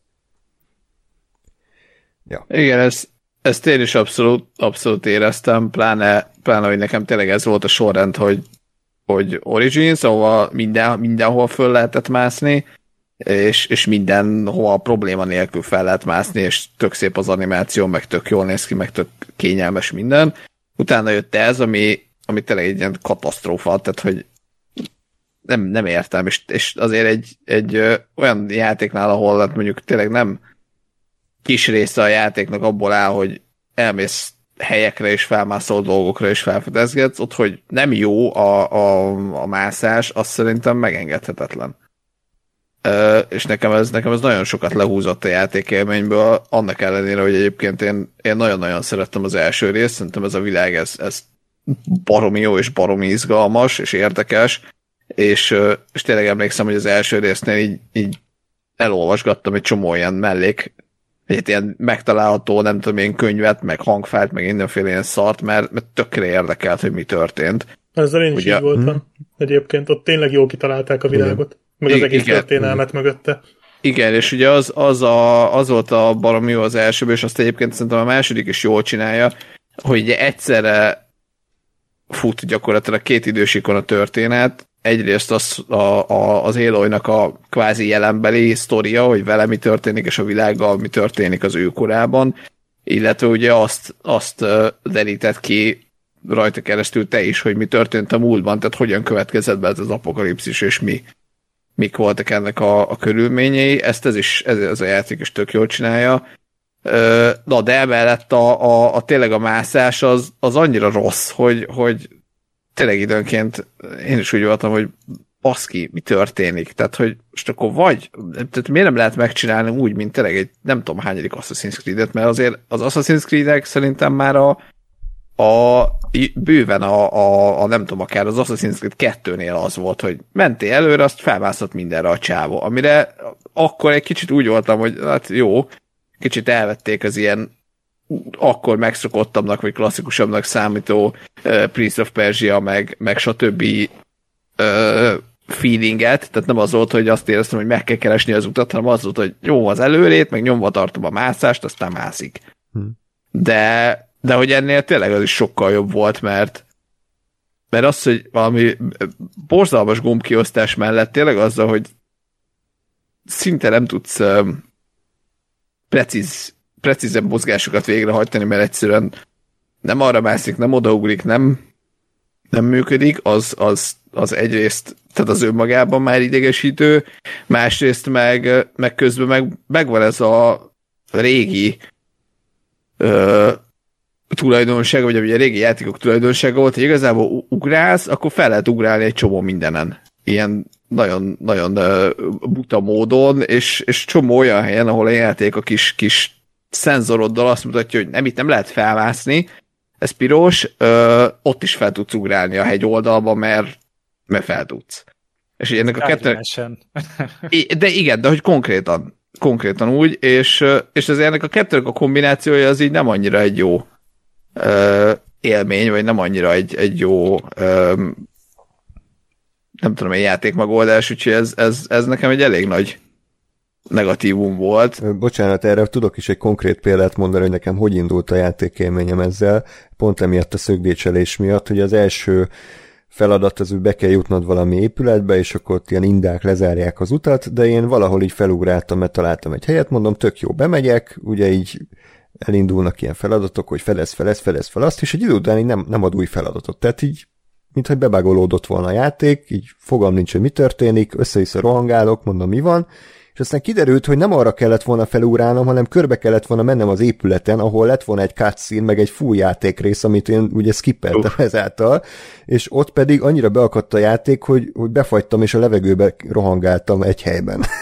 Ja. Igen, ez, ezt én is abszolút, abszolút éreztem, pláne, pláne, hogy nekem tényleg ez volt a sorrend, hogy, hogy Origins, ahol minden, mindenhol föl lehetett mászni, és, és mindenhol probléma nélkül fel lehet mászni, és tök szép az animáció, meg tök jól néz ki, meg tök kényelmes minden. Utána jött ez, ami, ami tényleg egy ilyen katasztrófa, tehát, hogy nem, nem értem, és, és azért egy, egy ö, olyan játéknál, ahol hát mondjuk tényleg nem kis része a játéknak abból áll, hogy elmész helyekre és felmászol dolgokra és felfedezgetsz, ott, hogy nem jó a, a, a mászás, az szerintem megengedhetetlen. Ö, és nekem ez, nekem ez nagyon sokat lehúzott a játékélményből, annak ellenére, hogy egyébként én, én nagyon-nagyon szerettem az első részt, szerintem ez a világ, ez, ez baromi jó és baromi izgalmas és érdekes, és, és tényleg emlékszem, hogy az első résznél így, így elolvasgattam egy csomó ilyen mellék, egy ilyen megtalálható, nem tudom én könyvet, meg hangfájlt, meg mindenféle ilyen szart, mert, mert tökre érdekelt, hogy mi történt. Ezzel én is Ugye, így voltam. Hmm. Egyébként ott tényleg jól kitalálták a világot, meg az egész igen, történelmet igen. mögötte. Igen, és ugye az, az, a, az volt a baromi jó az elsőből, és azt egyébként szerintem a második is jól csinálja, hogy ugye egyszerre fut gyakorlatilag két idősíkon a történet. Egyrészt az, a, a, az Aloy-nak a kvázi jelenbeli sztoria, hogy vele mi történik, és a világgal mi történik az ő korában, illetve ugye azt, azt derített ki rajta keresztül te is, hogy mi történt a múltban, tehát hogyan következett be ez az apokalipszis, és mi, mik voltak ennek a, a körülményei. Ezt ez is, ez, ez a játék is tök jól csinálja. Na, de emellett a, a, a tényleg a mászás az, az annyira rossz, hogy, hogy tényleg időnként én is úgy voltam, hogy baszki, mi történik? Tehát, hogy most akkor vagy, tehát miért nem lehet megcsinálni úgy, mint tényleg egy nem tudom hányadik Assassin's Creed-et, mert azért az Assassin's Creed-ek szerintem már a, a bőven a, a, a nem tudom, akár az Assassin's Creed kettőnél az volt, hogy mentél előre, azt felmászott mindenre a csávó, amire akkor egy kicsit úgy voltam, hogy hát jó, kicsit elvették az ilyen akkor megszokottabbnak, vagy klasszikusabbnak számító uh, Prince of Persia, meg, meg stb. Uh, feelinget, tehát nem az volt, hogy azt éreztem, hogy meg kell keresni az utat, hanem az volt, hogy jó az előrét, meg nyomva tartom a mászást, aztán mászik. Hmm. De, de hogy ennél tényleg az is sokkal jobb volt, mert mert az, hogy valami borzalmas gombkiosztás mellett tényleg azzal, hogy szinte nem tudsz uh, precíz precízebb mozgásokat végrehajtani, mert egyszerűen nem arra mászik, nem odaugrik, nem, nem működik, az, az, az egyrészt, tehát az önmagában már idegesítő, másrészt meg, meg közben meg, megvan ez a régi ö, tulajdonsága, vagy ugye a régi játékok tulajdonsága volt, hogy igazából ugrálsz, akkor fel lehet ugrálni egy csomó mindenen. Ilyen nagyon, nagyon uh, buta módon, és, és csomó olyan helyen, ahol a játék a kis, kis szenzoroddal azt mutatja, hogy nem, itt nem lehet felmászni, ez piros, ö, ott is fel tudsz ugrálni a hegy oldalba, mert, mert fel tudsz. És ugye ennek a kettő... De igen, de hogy konkrétan, konkrétan úgy, és, és azért ennek a kettőnek a kombinációja az így nem annyira egy jó ö, élmény, vagy nem annyira egy, egy jó ö, nem tudom, egy játékmegoldás, úgyhogy ez, ez, ez nekem egy elég nagy negatívum volt. Bocsánat, erre tudok is egy konkrét példát mondani, hogy nekem hogy indult a játékélményem ezzel, pont emiatt a szögdécselés miatt, hogy az első feladat az, hogy be kell jutnod valami épületbe, és akkor ott ilyen indák lezárják az utat, de én valahol így felugráltam, mert találtam egy helyet, mondom, tök jó, bemegyek, ugye így elindulnak ilyen feladatok, hogy fedez fel ezt, fedez fel azt, és egy idő után így nem, nem ad új feladatot. Tehát így, mintha bebágolódott volna a játék, így fogalm nincs, hogy mi történik, össze-vissza rohangálok, mondom, mi van, és aztán kiderült, hogy nem arra kellett volna felugrálnom, hanem körbe kellett volna mennem az épületen, ahol lett volna egy cutscene, meg egy full játékrész, amit én ugye skippeltem uh. ezáltal, és ott pedig annyira beakadt a játék, hogy, hogy befagytam, és a levegőbe rohangáltam egy helyben.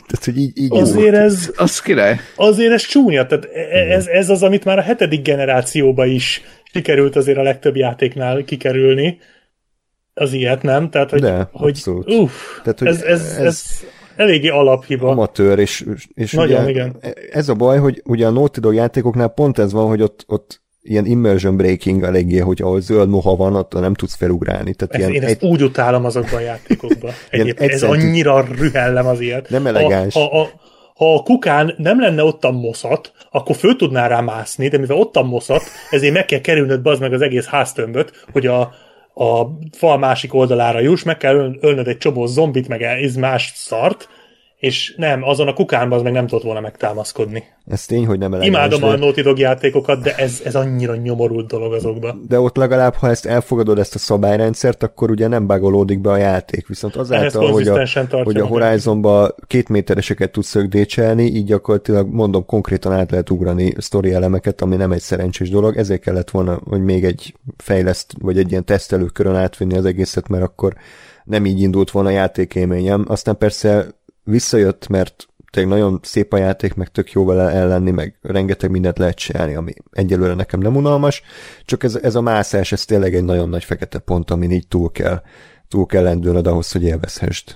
Tehát, hogy így, így azért ez, az király. Azért ez csúnya, tehát ez, ez az, amit már a hetedik generációba is sikerült azért a legtöbb játéknál kikerülni. Az ilyet, nem? Tehát, hogy, De, hogy, uff, Tehát, hogy ez, ez, ez, ez eléggé alaphiba. Amatőr, és, és nagyon, ugye, igen. Ez a baj, hogy ugye a Naughty Dog játékoknál pont ez van, hogy ott, ott ilyen immersion breaking eléggé, hogy ahol zöld moha van, ott nem tudsz felugrálni. Tehát ez, ilyen én ezt egy, úgy utálom azokban a játékokban. Egyébként ez centi... annyira rühellem az ilyet. Nem elegáns. Ha, ha, ha, ha a kukán nem lenne ott a moszat, akkor föl tudnál rá mászni, de mivel ott a moszat, ezért meg kell kerülnöd bazd meg az egész háztömböt, hogy a, a fal másik oldalára juss, meg kell ölnöd egy csomó zombit, meg ez más szart, és nem, azon a kukánban az meg nem tudott volna megtámaszkodni. Ez tény, hogy nem elegáns. Imádom de... a Naughty Dog játékokat, de ez, ez annyira nyomorult dolog azokban. De ott legalább, ha ezt elfogadod, ezt a szabályrendszert, akkor ugye nem bugolódik be a játék. Viszont azáltal, hogy a, hogy a Horizonban két métereseket tudsz szögdécselni, így gyakorlatilag mondom, konkrétan át lehet ugrani sztori elemeket, ami nem egy szerencsés dolog. Ezért kellett volna, hogy még egy fejleszt, vagy egy ilyen tesztelőkörön átvinni az egészet, mert akkor nem így indult volna a játékélményem. Aztán persze visszajött, mert tényleg nagyon szép a játék, meg tök jó vele ellenni, meg rengeteg mindent lehet csinálni, ami egyelőre nekem nem unalmas, csak ez, ez a mászás, ez tényleg egy nagyon nagy fekete pont, amin így túl kell, túl kell lendülnöd ahhoz, hogy élvezhessd.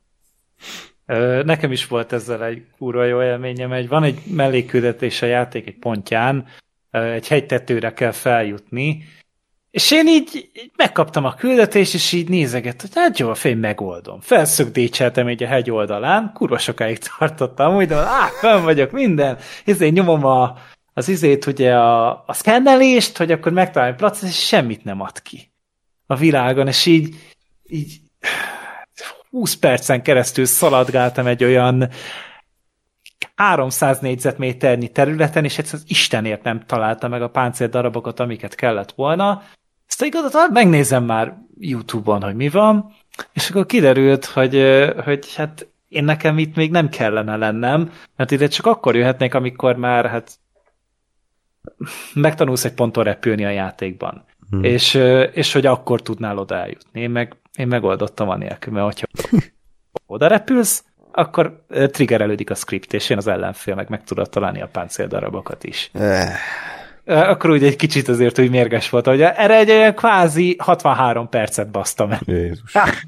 Nekem is volt ezzel egy kurva jó élményem, egy, van egy mellékküldetés a játék egy pontján, egy hegytetőre kell feljutni, és én így, így megkaptam a küldetést, és így nézegettem, hogy hát jó, a fény megoldom. Felszögdécseltem így a hegy oldalán, kurva sokáig tartottam, úgy, de á, fenn vagyok, minden. Ezért nyomom a, az izét, ugye a, a szkennelést, hogy akkor megtalálom a placet, és semmit nem ad ki a világon, és így, így húsz percen keresztül szaladgáltam egy olyan háromszáz négyzetméternyi területen, és egyszerűen az Istenért nem találta meg a páncéldarabokat, amiket kellett volna. Ezt a igazat, megnézem már YouTube-on, hogy mi van, és akkor kiderült, hogy, hogy hát én nekem itt még nem kellene lennem, mert ide csak akkor jöhetnék, amikor már hát megtanulsz egy ponton repülni a játékban. Hmm. És, és hogy akkor tudnál oda eljutni. Én meg én megoldottam anélkül, mert hogyha oda repülsz, akkor triggerelődik a script, és én az ellenfél meg meg tudod találni a páncéldarabokat is. Akkor úgy egy kicsit azért úgy mérges volt, hogy erre egy olyan kvázi hatvanhárom percet basztam el. Jézus.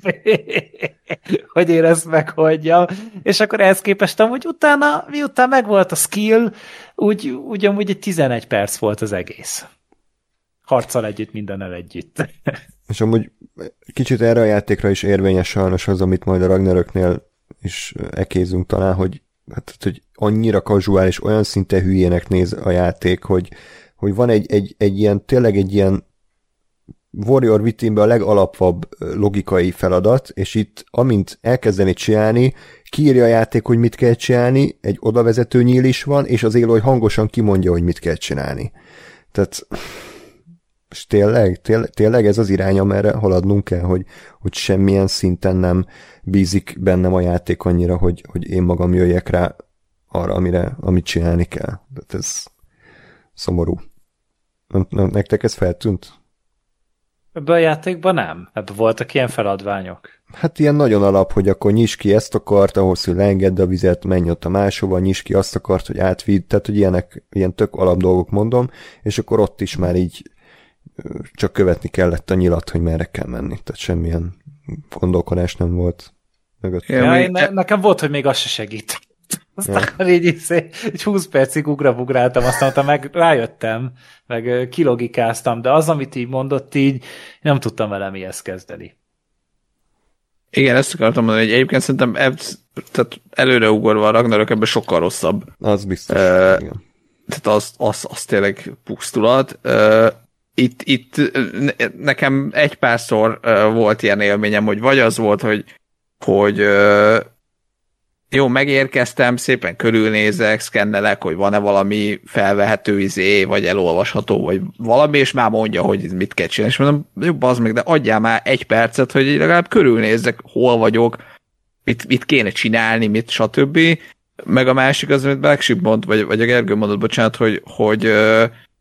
Hogy én ezt megoldjam. És akkor ehhez képest amúgy utána, miután megvolt a skill, úgy, úgy amúgy egy tizenegy perc volt az egész. Harccal együtt, mindennel együtt. És amúgy kicsit erre a játékra is érvényes sajnos az, amit majd a Ragnaröknél is ekézünk talán, hogy, hát, hogy annyira casuális, olyan szinte hülyének néz a játék, hogy, hogy van egy, egy, egy ilyen, tényleg egy ilyen Warrior Withinben a legalapvabb logikai feladat, és itt amint elkezdeni csinálni, kiírja a játék, hogy mit kell csinálni, egy odavezető nyíl is van, és az élő hangosan kimondja, hogy mit kell csinálni. Tehát és tényleg, tényleg, tényleg ez az irány, amerre haladnunk kell, hogy, hogy semmilyen szinten nem bízik bennem a játék annyira, hogy, hogy én magam jöjjek rá arra, amire, amit csinálni kell. Tehát ez szomorú. Nem, nem, nektek ez feltűnt? Ebben a játékban nem. Ebben voltak ilyen feladványok. Hát ilyen nagyon alap, hogy akkor nyisd ki ezt akart, ahhoz, hogy leengedd a vizet, menj ott a máshova, nyisd ki azt akart, hogy átvidd, tehát hogy ilyenek, ilyen tök alap dolgok mondom, és akkor ott is már így csak követni kellett a nyilat, hogy merre kell menni. Tehát semmilyen gondolkodás nem volt mögött. Ja, ja, én, ne, nekem volt, hogy még az se segít. Aztán ja. így egy húsz percig ugrabugráltam, aztán ott meg rájöttem, meg kilogikáztam, de az, amit így mondott, így nem tudtam vele mihez kezdeni. Igen, ezt akartam mondani, hogy egyébként szerintem ez, tehát előreugorva a Ragnarök ebben sokkal rosszabb. Az biztos. Uh, igen. Tehát az, az, az tényleg pusztulat. Uh, Itt, itt nekem egy párszor uh, volt ilyen élményem, hogy vagy az volt, hogy, hogy uh, jó, megérkeztem, szépen körülnézek, szkennelek, hogy van-e valami felvehető izé, vagy elolvasható, vagy valami, és már mondja, hogy mit kell csinálni. És mondom, jobb az meg, de adjál már egy percet, hogy legalább körülnézzek, hol vagyok, mit, mit kéne csinálni, mit, stb. Meg a másik az, amit Blackship mond, vagy, vagy a Gergő mondott, bocsánat, hogy, hogy uh,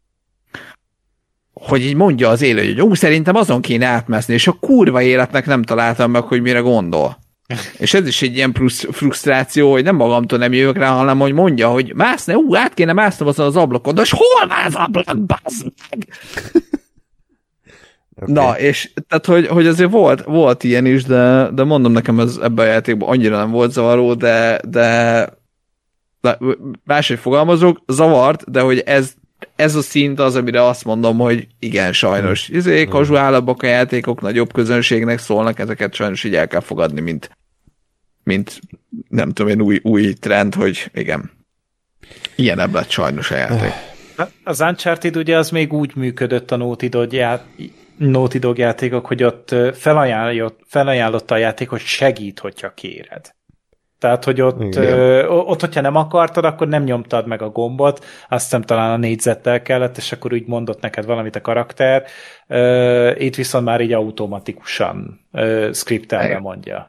hogy így mondja az élő, hogy ó, szerintem azon kéne átmászni, és a kurva életnek nem találtam meg, hogy mire gondol. És ez is egy ilyen frusztráció, hogy nem magamtól nem jövök rá, hanem hogy mondja, hogy mászne, ú, át kéne másznom azon az ablakon, de és hol van az ablak, bazd meg? Okay. Na, és tehát, hogy, hogy azért volt, volt ilyen is, de, de mondom nekem, ez ebben a játékban annyira nem volt zavaró, de, de, de máshogy fogalmazok, zavart, de hogy ez, ez a szint az, amire azt mondom, hogy igen, sajnos. Izé, casuálabbak a játékok, nagyobb közönségnek szólnak, ezeket sajnos így el kell fogadni, mint, mint nem tudom én, új, új trend, hogy igen, ilyenebb lett sajnos a játék. Az Uncharted ugye az még úgy működött a Naughty Dog, já- Naughty Dog játékok, hogy ott felajánlott, felajánlotta a játék, hogy segít, hogyha kéred. Tehát, hogy ott, ö, ott, hogyha nem akartad, akkor nem nyomtad meg a gombot, azt hiszem talán a négyzettel kellett, és akkor úgy mondott neked valamit a karakter. Ö, itt viszont már így automatikusan ö, skriptelve mondja.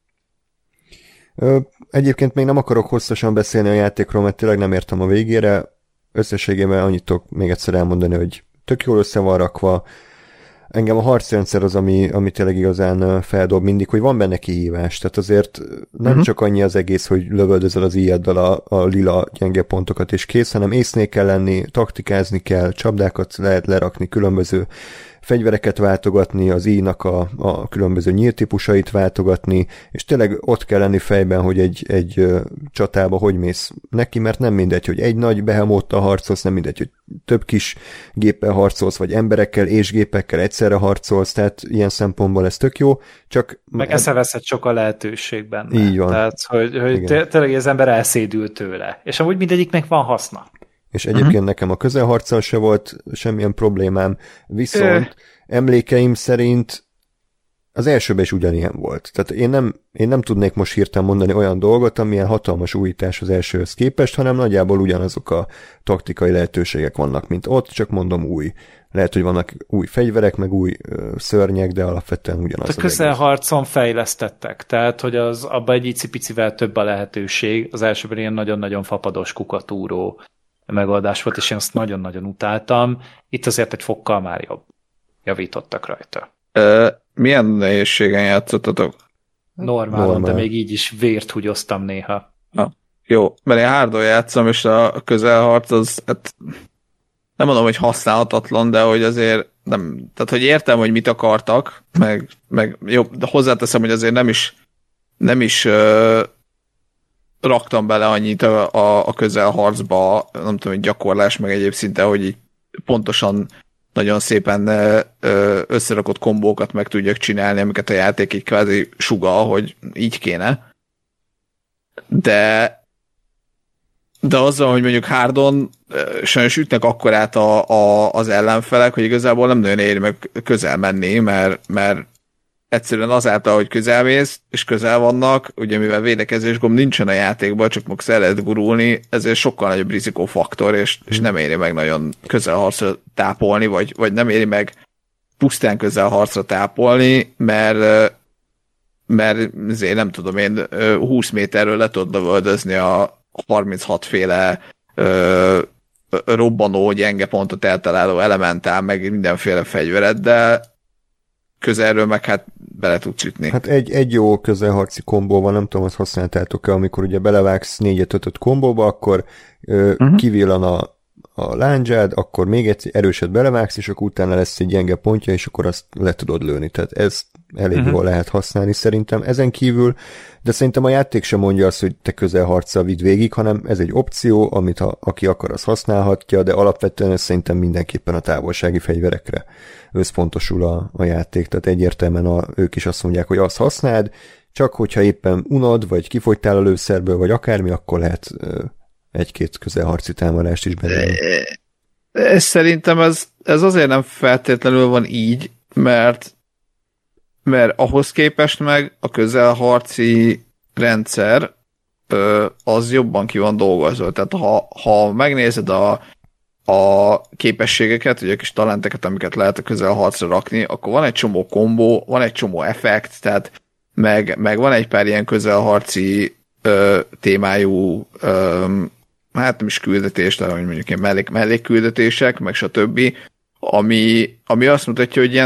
Ö, egyébként még nem akarok hosszasan beszélni a játékról, mert tényleg nem értem a végére. Összességében annyit tudok még egyszer elmondani, hogy tök jól össze van rakva. Engem a harcrendszer az, ami, ami tényleg igazán feldob mindig, hogy van benne kihívás. Tehát azért nem uh-huh. csak annyi az egész, hogy lövöldözöl az íjaddal a, a lila gyenge pontokat és kész, hanem észnél kell lenni, taktikázni kell, csapdákat lehet lerakni, különböző fegyvereket váltogatni, az íjnak a, a különböző nyíltípusait váltogatni, és tényleg ott kell lenni fejben, hogy egy, egy uh, csatába hogy mész neki, mert nem mindegy, hogy egy nagy behemóttal harcolsz, nem mindegy, hogy több kis géppel harcolsz, vagy emberekkel és gépekkel egyszerre harcolsz, tehát ilyen szempontból ez tök jó, csak... Meg eszeveszed sok a lehetőség benne. Így van. Tehát, hogy, hogy tényleg az ember elszédül tőle. És amúgy mindegyiknek van haszna. És egyébként uh-huh. nekem a közelharccal se volt semmilyen problémám, viszont uh. emlékeim szerint az elsőben is ugyanilyen volt. Tehát én nem, én nem tudnék most hirtelen mondani olyan dolgot, amilyen hatalmas újítás az elsőhöz képest, hanem nagyjából ugyanazok a taktikai lehetőségek vannak, mint ott, csak mondom új. Lehet, hogy vannak új fegyverek, meg új ö, szörnyek, de alapvetően ugyanaz. A közelharcon fejlesztettek, tehát hogy az abban egy icipicivel több a lehetőség. Az elsőben ilyen nagyon-nagyon fapados kukatúró megoldás volt, és én azt nagyon-nagyon utáltam. Itt azért egy fokkal már jobb. Javítottak rajta. Ö, milyen nehézségen játszottatok? Normálon, Normál. De még így is vért húgyoztam néha. Na, jó, mert én hardon játszom, és a közelharc az, hát, nem mondom, hogy használhatatlan, de hogy azért nem, tehát hogy értem, hogy mit akartak, meg, meg jó, de hozzáteszem, hogy azért nem is nem is uh, raktam bele annyit a, a, a közelharcba, nem tudom, hogy gyakorlás, meg egyéb szinte, hogy így pontosan nagyon szépen összerakott kombókat meg tudjak csinálni, amiket a játék így kvázi sugal, hogy így kéne. De de azzal, hogy mondjuk hardon sajnos ütnek akkorát a, a, az ellenfelek, hogy igazából nem nagyon éri meg közel menni, mert, mert egyszerűen azáltal, hogy közel mész, és közel vannak, ugye mivel védekezés gomb nincsen a játékban, csak magsz el lehet gurulni, ezért sokkal nagyobb rizikófaktor, és, és nem éri meg nagyon közelharcra tápolni, vagy, vagy nem éri meg pusztán közelharcra tápolni, mert mert azért nem tudom én, húsz méterről le tudod lövöldözni a harminchat féle ö, robbanó, gyenge pontot eltaláló elementál, meg mindenféle fegyveret, de közelről meg hát bele tudsz ütni. Hát egy, egy jó közelharci kombó van, nem tudom, azt használtátok-e, amikor ugye belevágsz négyet-ötöt kombóba, akkor ö, uh-huh. kivillan a, a lándzsád, akkor még egy erőset belevágsz, és akkor utána lesz egy gyenge pontja, és akkor azt le tudod lőni. Tehát ez elég uh-huh. jól lehet használni szerintem. Ezen kívül, de szerintem a játék sem mondja azt, hogy te közelharccal vidd végig, hanem ez egy opció, amit a, aki akar, az használhatja, de alapvetően ez szerintem mindenképpen a távolsági fegyverekre összpontosul a, a játék. Tehát egyértelműen a, ők is azt mondják, hogy azt használd, csak hogyha éppen unod, vagy kifogytál a lőszerből, vagy akármi, akkor lehet ö, egy-két közelharci támadást is belőle. Ez szerintem ez, ez azért nem feltétlenül van így, mert mert ahhoz képest meg a közelharci rendszer ö, az jobban ki van dolgozva. Tehát ha, ha megnézed a, a képességeket, ugye a kis talenteket, amiket lehet a közelharcra rakni, akkor van egy csomó kombó, van egy csomó effekt, tehát meg, meg van egy pár ilyen közelharci ö, témájú ö, hát nem is küldetés, de mondjuk ilyen mellék, mellékküldetések, meg stb., ami, ami azt mutatja, hogy ilyen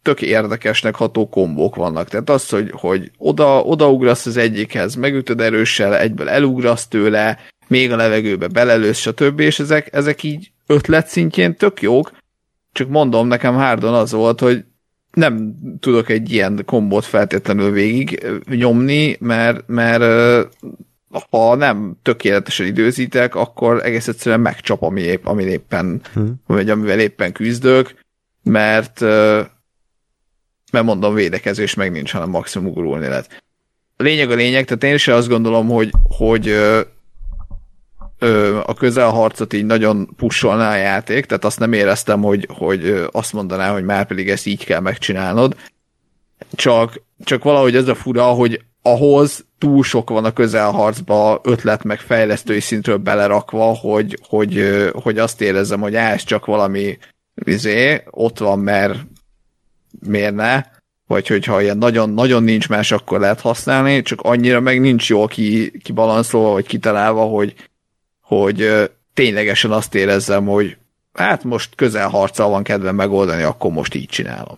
tök érdekesnek ható kombók vannak. Tehát az, hogy, hogy oda, odaugrasz az egyikhez, megütöd erőssel, egyből elugrasz tőle, még a levegőbe belelősz, stb. És ezek, ezek így ötlet szintjén tök jók, csak mondom, nekem Hardon az volt, hogy nem tudok egy ilyen kombót feltétlenül végig nyomni, mert, mert ha nem tökéletesen időzítek, akkor egész egyszerűen megcsap, ami épp, ami éppen, hmm. vagy amivel éppen küzdök, mert mert mondom, védekezés meg nincs, hanem maximum gurulni lehet. A lényeg a lényeg, tehát én is azt gondolom, hogy, hogy ö, ö, a közelharcot így nagyon pusolná a játék, tehát azt nem éreztem, hogy, hogy azt mondaná, hogy már pedig ezt így kell megcsinálnod. Csak, csak valahogy ez a fura, hogy ahhoz túl sok van a közelharcba ötlet meg fejlesztői szintről belerakva, hogy, hogy, hogy azt érezzem, hogy á, ez csak valami izé, ott van, mert miért ne? Vagy hogyha ilyen nagyon, nagyon nincs más, akkor lehet használni, csak annyira meg nincs jól ki, kibalanszolva, vagy kitalálva, hogy, hogy ténylegesen azt érezzem, hogy hát most közelharccal van kedvem megoldani, akkor most így csinálom.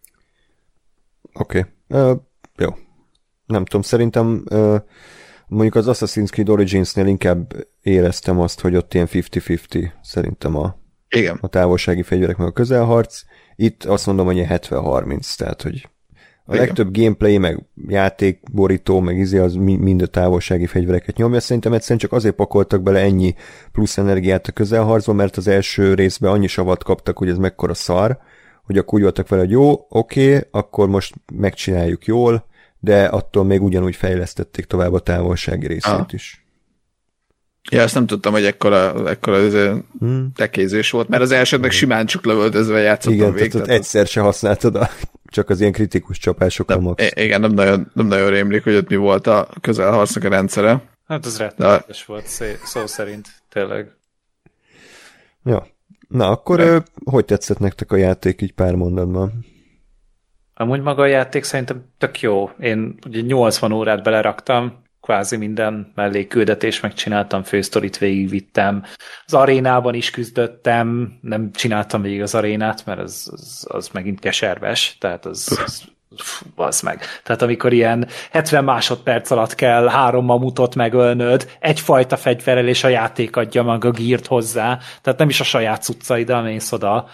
Oké. Okay. Uh, jó. Nem tudom, szerintem uh, mondjuk az Assassin's Creed Origins-nél inkább éreztem azt, hogy ott ilyen fifty-fifty szerintem a, Igen. a távolsági fegyverek meg a közelharc. Itt azt mondom, hogy ilyen hetven harminc, tehát hogy a Igen. legtöbb gameplay, meg játékborító, meg izé az mind a távolsági fegyvereket nyomja. Szerintem egyszerűen csak azért pakoltak bele ennyi plusz energiát a közelharcba, mert az első részben annyi savat kaptak, hogy ez mekkora szar, hogy akkor úgy voltak vele, hogy jó, oké, okay, akkor most megcsináljuk jól, de attól még ugyanúgy fejlesztették tovább a távolsági részét ah. is. Ja, ezt nem tudtam, hogy ekkora, ekkora hmm. tekézés volt, mert az elsőnek simán csak lövöldözve játszottam igen, végig. Igen, tehát egyszer se használtad, a, csak az ilyen kritikus csapásokra max. Igen, nem nagyon, nem nagyon rémlik, hogy ott mi volt a közelharcnak a rendszere. Hát az rettenetes volt, szó szerint, tényleg. Ja. Na, akkor ő, hogy tetszett nektek a játék így pár mondatban? Amúgy maga a játék szerintem tök jó. Én ugye nyolcvan órát beleraktam, kvázi minden mellékküldetés megcsináltam, fősztorit végigvittem. Az arénában is küzdöttem, nem csináltam végig az arénát, mert az, az, az megint keserves, tehát az, az az meg. Tehát amikor ilyen hetven másodperc alatt kell három mamutot megölnöd, egyfajta fegyverrel, és a játék adja meg a gírt hozzá, tehát nem is a saját cuccaiddal mész oda.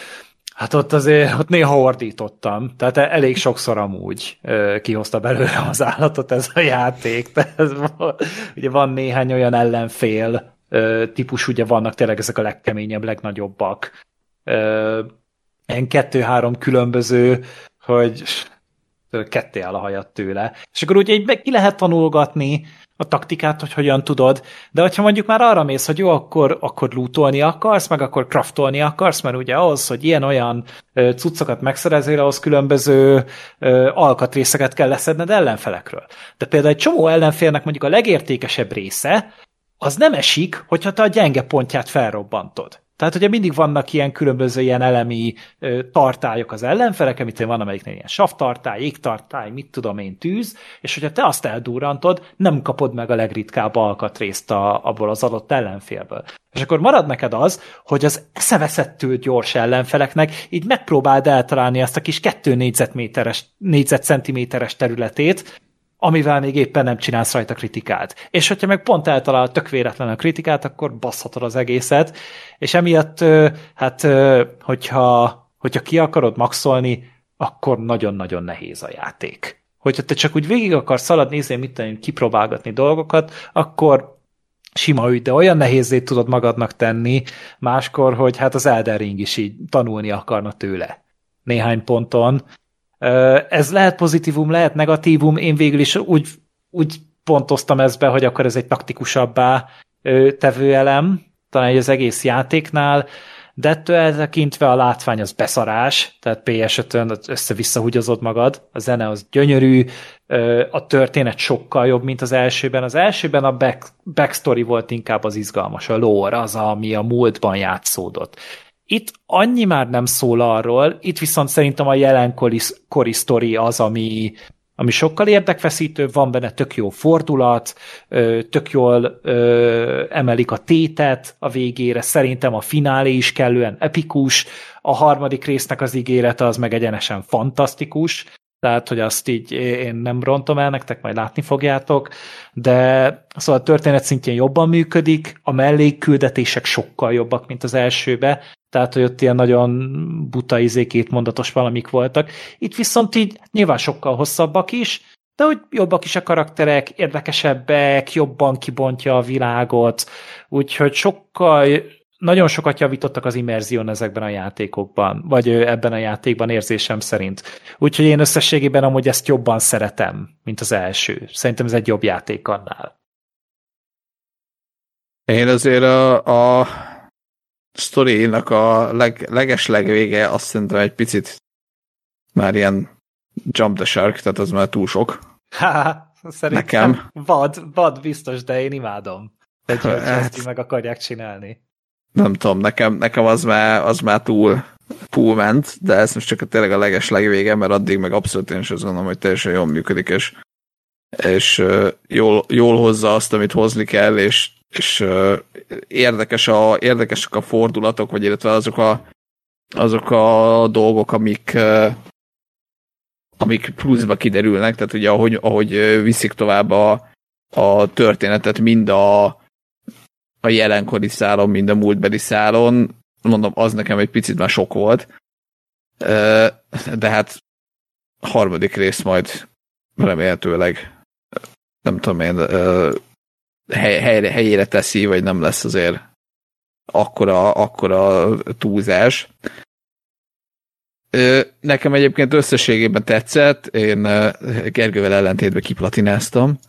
Hát ott azért ott néha ordítottam, tehát elég sokszor amúgy ö, kihozta belőle az állatot ez a játék. Tehát, ugye van néhány olyan ellenfél ö, típus, ugye vannak tényleg ezek a legkeményebb, legnagyobbak. Ö, ilyen kettő-három különböző, hogy ketté áll a hajat tőle. És akkor úgy meg ki lehet tanulgatni a taktikát, hogy hogyan tudod, de hogyha mondjuk már arra mész, hogy jó, akkor, akkor lootolni akarsz, meg akkor craftolni akarsz, mert ugye ahhoz, hogy ilyen-olyan ö, cuccokat megszerezzél, ahhoz különböző ö, alkatrészeket kell leszedned ellenfelekről. De például egy csomó ellenfélnek mondjuk a legértékesebb része, az nem esik, hogyha te a gyenge pontját felrobbantod. Tehát ugye mindig vannak ilyen különböző ilyen elemi ö, tartályok az ellenfelek, amit van, amelyiknél ilyen savtartály, égtartály, mit tudom én, tűz, és hogyha te azt eldurrantod, nem kapod meg a legritkább alkatrészt a, abból az adott ellenfélből. És akkor marad neked az, hogy az eszeveszettől gyors ellenfeleknek így megpróbáld eltalálni ezt a kis kettő négyzetméteres, négyzetcentiméteres területét, amivel még éppen nem csinálsz rajta kritikát. És hogyha meg pont eltalál tök véletlen a kritikát, akkor basszhatod az egészet, és emiatt, hát, hogyha, hogyha ki akarod maxolni, akkor nagyon-nagyon nehéz a játék. Hogyha te csak úgy végig akarsz szaladni, nézni, mit tudom, kipróbálgatni dolgokat, akkor sima ügy, de olyan nehézzé tudod magadnak tenni máskor, hogy hát az Elden Ring is így tanulni akarna tőle. Néhány ponton. Ez lehet pozitívum, lehet negatívum, én végül is úgy, úgy pontoztam ezt be, hogy akkor ez egy taktikusabbá tevő elem, talán az egész játéknál, de ettől eltekintve a látvány az beszarás, tehát pé es ötön össze-visszahúgyozod magad, a zene az gyönyörű, a történet sokkal jobb, mint az elsőben. Az elsőben a back, backstory volt inkább az izgalmas, a lore, az, ami a múltban játszódott. Itt annyi már nem szól arról, itt viszont szerintem a jelenkori kori sztori az, ami, ami sokkal érdekfeszítőbb, van benne tök jó fordulat, tök jól ö, emelik a tétet a végére, szerintem a finálé is kellően epikus, a harmadik résznek az ígérete az meg egyenesen fantasztikus, tehát, hogy azt így én nem rontom el, nektek majd látni fogjátok, de szóval a történet szintjén jobban működik, a mellékküldetések sokkal jobbak, mint az elsőbe, tehát, hogy ott ilyen nagyon buta izé kétmondatos valamik voltak. Itt viszont így nyilván sokkal hosszabbak is, de hogy jobbak is a karakterek, érdekesebbek, jobban kibontja a világot, úgyhogy sokkal, nagyon sokat javítottak az immerzión ezekben a játékokban, vagy ebben a játékban érzésem szerint. Úgyhogy én összességében amúgy ezt jobban szeretem, mint az első. Szerintem ez egy jobb játék annál. Én azért a, a sztorinak a leg, leges legvége azt szerintem egy picit már ilyen jump the shark, tehát az már túl sok. Ha, szerintem nekem. Vad, vad biztos, de én imádom. Egy ezt meg akarják csinálni. Nem tudom, nekem, nekem az, már, az már túl, túl ment, de ez most csak tényleg a leges legvége, mert addig meg abszolút én is azt gondolom, hogy teljesen jól működik, és, és jól, jól hozza azt, amit hozni kell, és, és érdekes a, érdekesek a fordulatok, vagy illetve azok a, azok a dolgok, amik, amik pluszba kiderülnek, tehát ugye ahogy, ahogy viszik tovább a, a történetet, mind a, a jelenkori szálon, mind a múltbeli szálon, mondom, az nekem egy picit már sok volt, de hát a harmadik rész majd remélhetőleg nem tudom én, hely, helyre, helyére teszi, vagy nem lesz azért akkora, akkora túlzás. Nekem egyébként összességében tetszett, én Gergővel ellentétben kiplatináztam.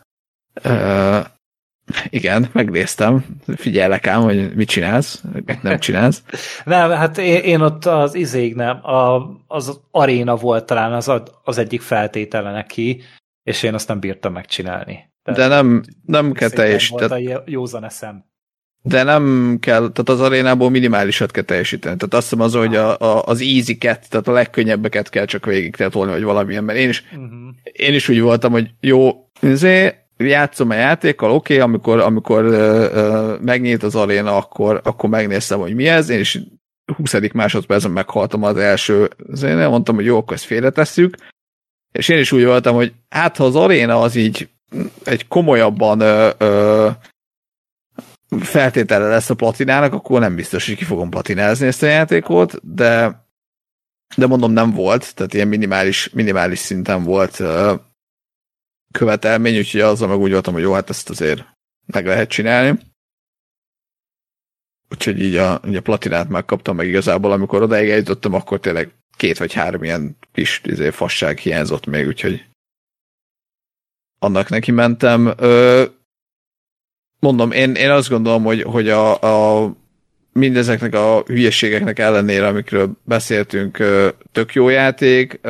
Igen, megnéztem. Figyellek ám, hogy mit csinálsz, mit nem csinálsz. Nem, hát én, én ott az izéig nem, a, az aréna volt talán az, az egyik feltétele neki, és én azt nem bírtam megcsinálni. Tehát de nem, nem kell teljesíteni. Volt a józan eszem. De nem kell, tehát az arénából minimálisat kell teljesíteni. Tehát azt hiszem az, hogy a, a, az easy-ket, tehát a legkönnyebbeket kell csak végig kell tolni, vagy valamilyen, mert én is, uh-huh. én is úgy voltam, hogy jó, azért játszom a játékkal, oké, okay, amikor, amikor uh, uh, megnyílt az aréna, akkor, akkor megnéztem, hogy mi ez, én is huszadik másodpercen meghaltam az első, azért nem mondtam, hogy jó, akkor ezt félretesszük, és én is úgy voltam, hogy hát ha az aréna az így egy komolyabban uh, uh, feltétele lesz a platinának, akkor nem biztos, hogy ki fogom platinázni ezt a játékot, de, de mondom, nem volt, tehát ilyen minimális, minimális szinten volt uh, követelmény, úgyhogy azzal meg úgy voltam, hogy jó, hát ezt azért meg lehet csinálni. Úgyhogy így a, így a platinát megkaptam meg igazából, amikor odáig eljutottam, akkor tényleg két vagy három ilyen kis izé, fasság hiányzott még, úgyhogy annak neki mentem. Ö, mondom, én, én azt gondolom, hogy, hogy a, a mindezeknek a hülyeségeknek ellenére, amikről beszéltünk, tök jó játék,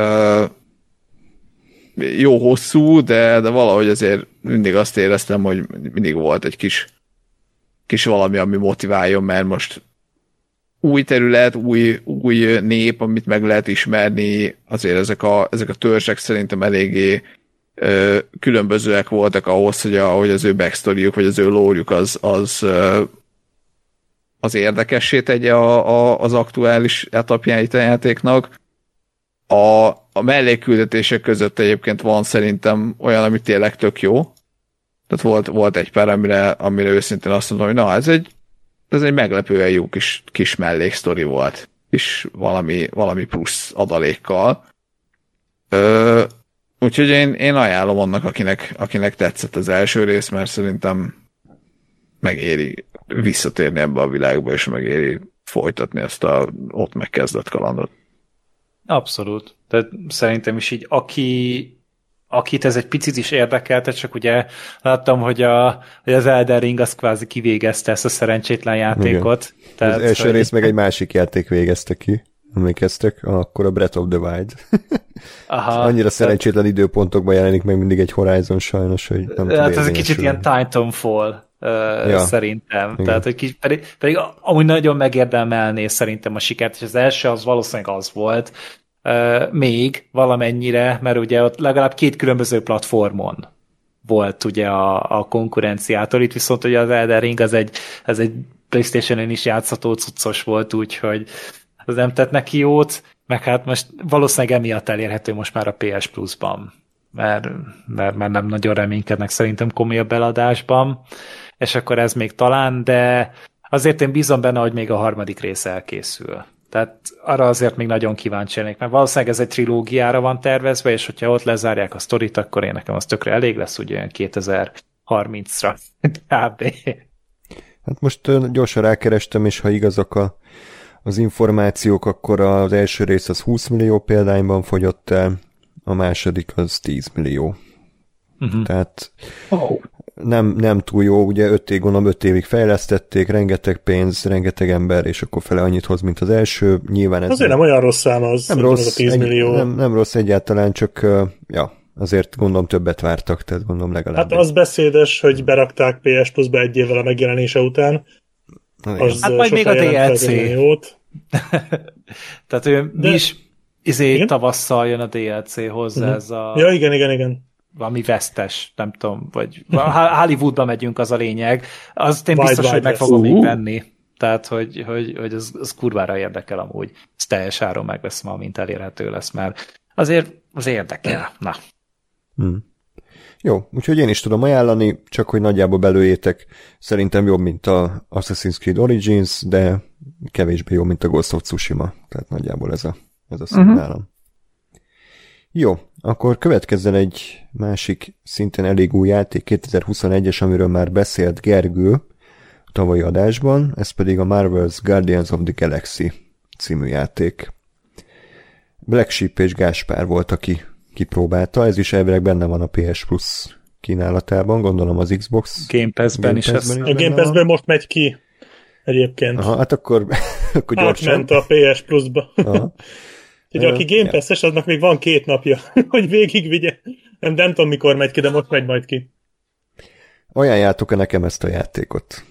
jó hosszú, de, de valahogy azért mindig azt éreztem, hogy mindig volt egy kis, kis valami, ami motiváljon, mert most új terület, új, új nép, amit meg lehet ismerni, azért ezek a, ezek a törzsek szerintem eléggé ö, különbözőek voltak ahhoz, hogy, a, hogy az ő backstoryjuk, vagy az ő lore-juk az, az, ö, az érdekessé tegye a, a, az aktuális etapjáit a játéknak. A, a mellékküldetések között egyébként van szerintem olyan, ami tényleg tök jó. Tehát volt, volt egy pár, amire, amire őszintén azt mondom, hogy na, ez egy, ez egy meglepően jó kis, kis melléksztori volt. Kis valami, valami plusz adalékkal. Ö, úgyhogy én, én ajánlom annak, akinek, akinek tetszett az első rész, mert szerintem megéri visszatérni ebbe a világba, és megéri folytatni ezt a ott megkezdett kalandot. Abszolút. Tehát szerintem is így, aki, akit ez egy picit is érdekelte, csak ugye láttam, hogy, a, hogy az Elden Ring az kvázi kivégezte ezt a szerencsétlen játékot. Tehát, az első hogy... rész meg egy másik játék végezte ki. Emlékeztek? Akkor a Breath of the Wild. Aha, annyira szerencsétlen tehát... időpontokban jelenik meg mindig egy Horizon sajnos, hogy nem tud hát ez egy kicsit ilyen Titanfall uh, ja. szerintem. Igen. Tehát, hogy kicsit, pedig, pedig amúgy nagyon megérdemelné szerintem a sikert, és az első az valószínűleg az volt, uh, még valamennyire, mert ugye ott legalább két különböző platformon volt ugye a, a konkurenciától, itt viszont ugye az Elden Ring az egy, az egy PlayStation-en is játszható cuccos volt, úgyhogy az nem tett neki jót, meg hát most valószínűleg emiatt elérhető most már a pé es Plus-ban, mert, mert, mert nem nagyon reménykednek szerintem komolyabb eladásban, és akkor ez még talán, de azért én bízom benne, hogy még a harmadik rész elkészül. Tehát arra azért még nagyon kíváncsi lennék, mert valószínűleg ez egy trilógiára van tervezve, és hogyha ott lezárják a sztorit, akkor én nekem az tökre elég lesz, ugye olyan kétezer-harmincra. kb. Hát most gyorsan rákerestem, és ha igazak a, az információk, akkor az első rész az húsz millió példányban fogyott el, a második az tíz millió. Uh-huh. Tehát oh. nem, nem túl jó, ugye öt év, gondolom öt évig fejlesztették, rengeteg pénz, rengeteg ember, és akkor fele annyit hoz, mint az első. Nyilván ez azért nem, nem olyan rossz szám az, nem rossz, az a tíz millió. Egy, nem, nem rossz egyáltalán, csak ja, azért gondolom többet vártak, tehát gondolom legalább. Hát az beszédes, hogy berakták pé es Plus-ba egy évvel a megjelenése után. Az hát majd még a dé el cé. Tehát ő De... mi is izé tavasszal jön a dé el cé hozzá, uh-huh. ez a... Ja, igen, igen, igen. Valami vesztes, nem tudom, vagy Hollywoodba megyünk, az a lényeg. Azt én biztos, Wild, hogy meg fogom még venni. Tehát, hogy, hogy, hogy az, az kurvára érdekel amúgy. Ez teljes áron megveszem, amint elérhető lesz, mert azért az érdekel. Na. Hmm. Jó, úgyhogy én is tudom ajánlani, csak hogy nagyjából belőjétek. Szerintem jobb, mint a Assassin's Creed Origins, de kevésbé jobb, mint a Ghost of Tsushima. Tehát nagyjából ez a, ez a szó uh-huh. nálam. Jó, akkor következzen egy másik szintén elég új játék, kétezer-huszonegyes, amiről már beszélt Gergő a tavalyi adásban, ez pedig a Marvel's Guardians of the Galaxy című játék. Black Sheep és Gáspár volt, aki kipróbálta, ez is elvileg benne van a pé es Plus kínálatában, gondolom az Xbox Game Pass-ben is. Pass is a Game Pass-ben most megy ki egyébként. Aha, hát akkor, akkor gyorsan. Átment a pé es Plus-ba. Aha. Úgyhogy aki Game Pass-es, aznak még van két napja, hogy végigvigye. Nem, nem tudom, mikor megy ki, de most megy majd ki. Ajánljátok-e nekem ezt a játékot?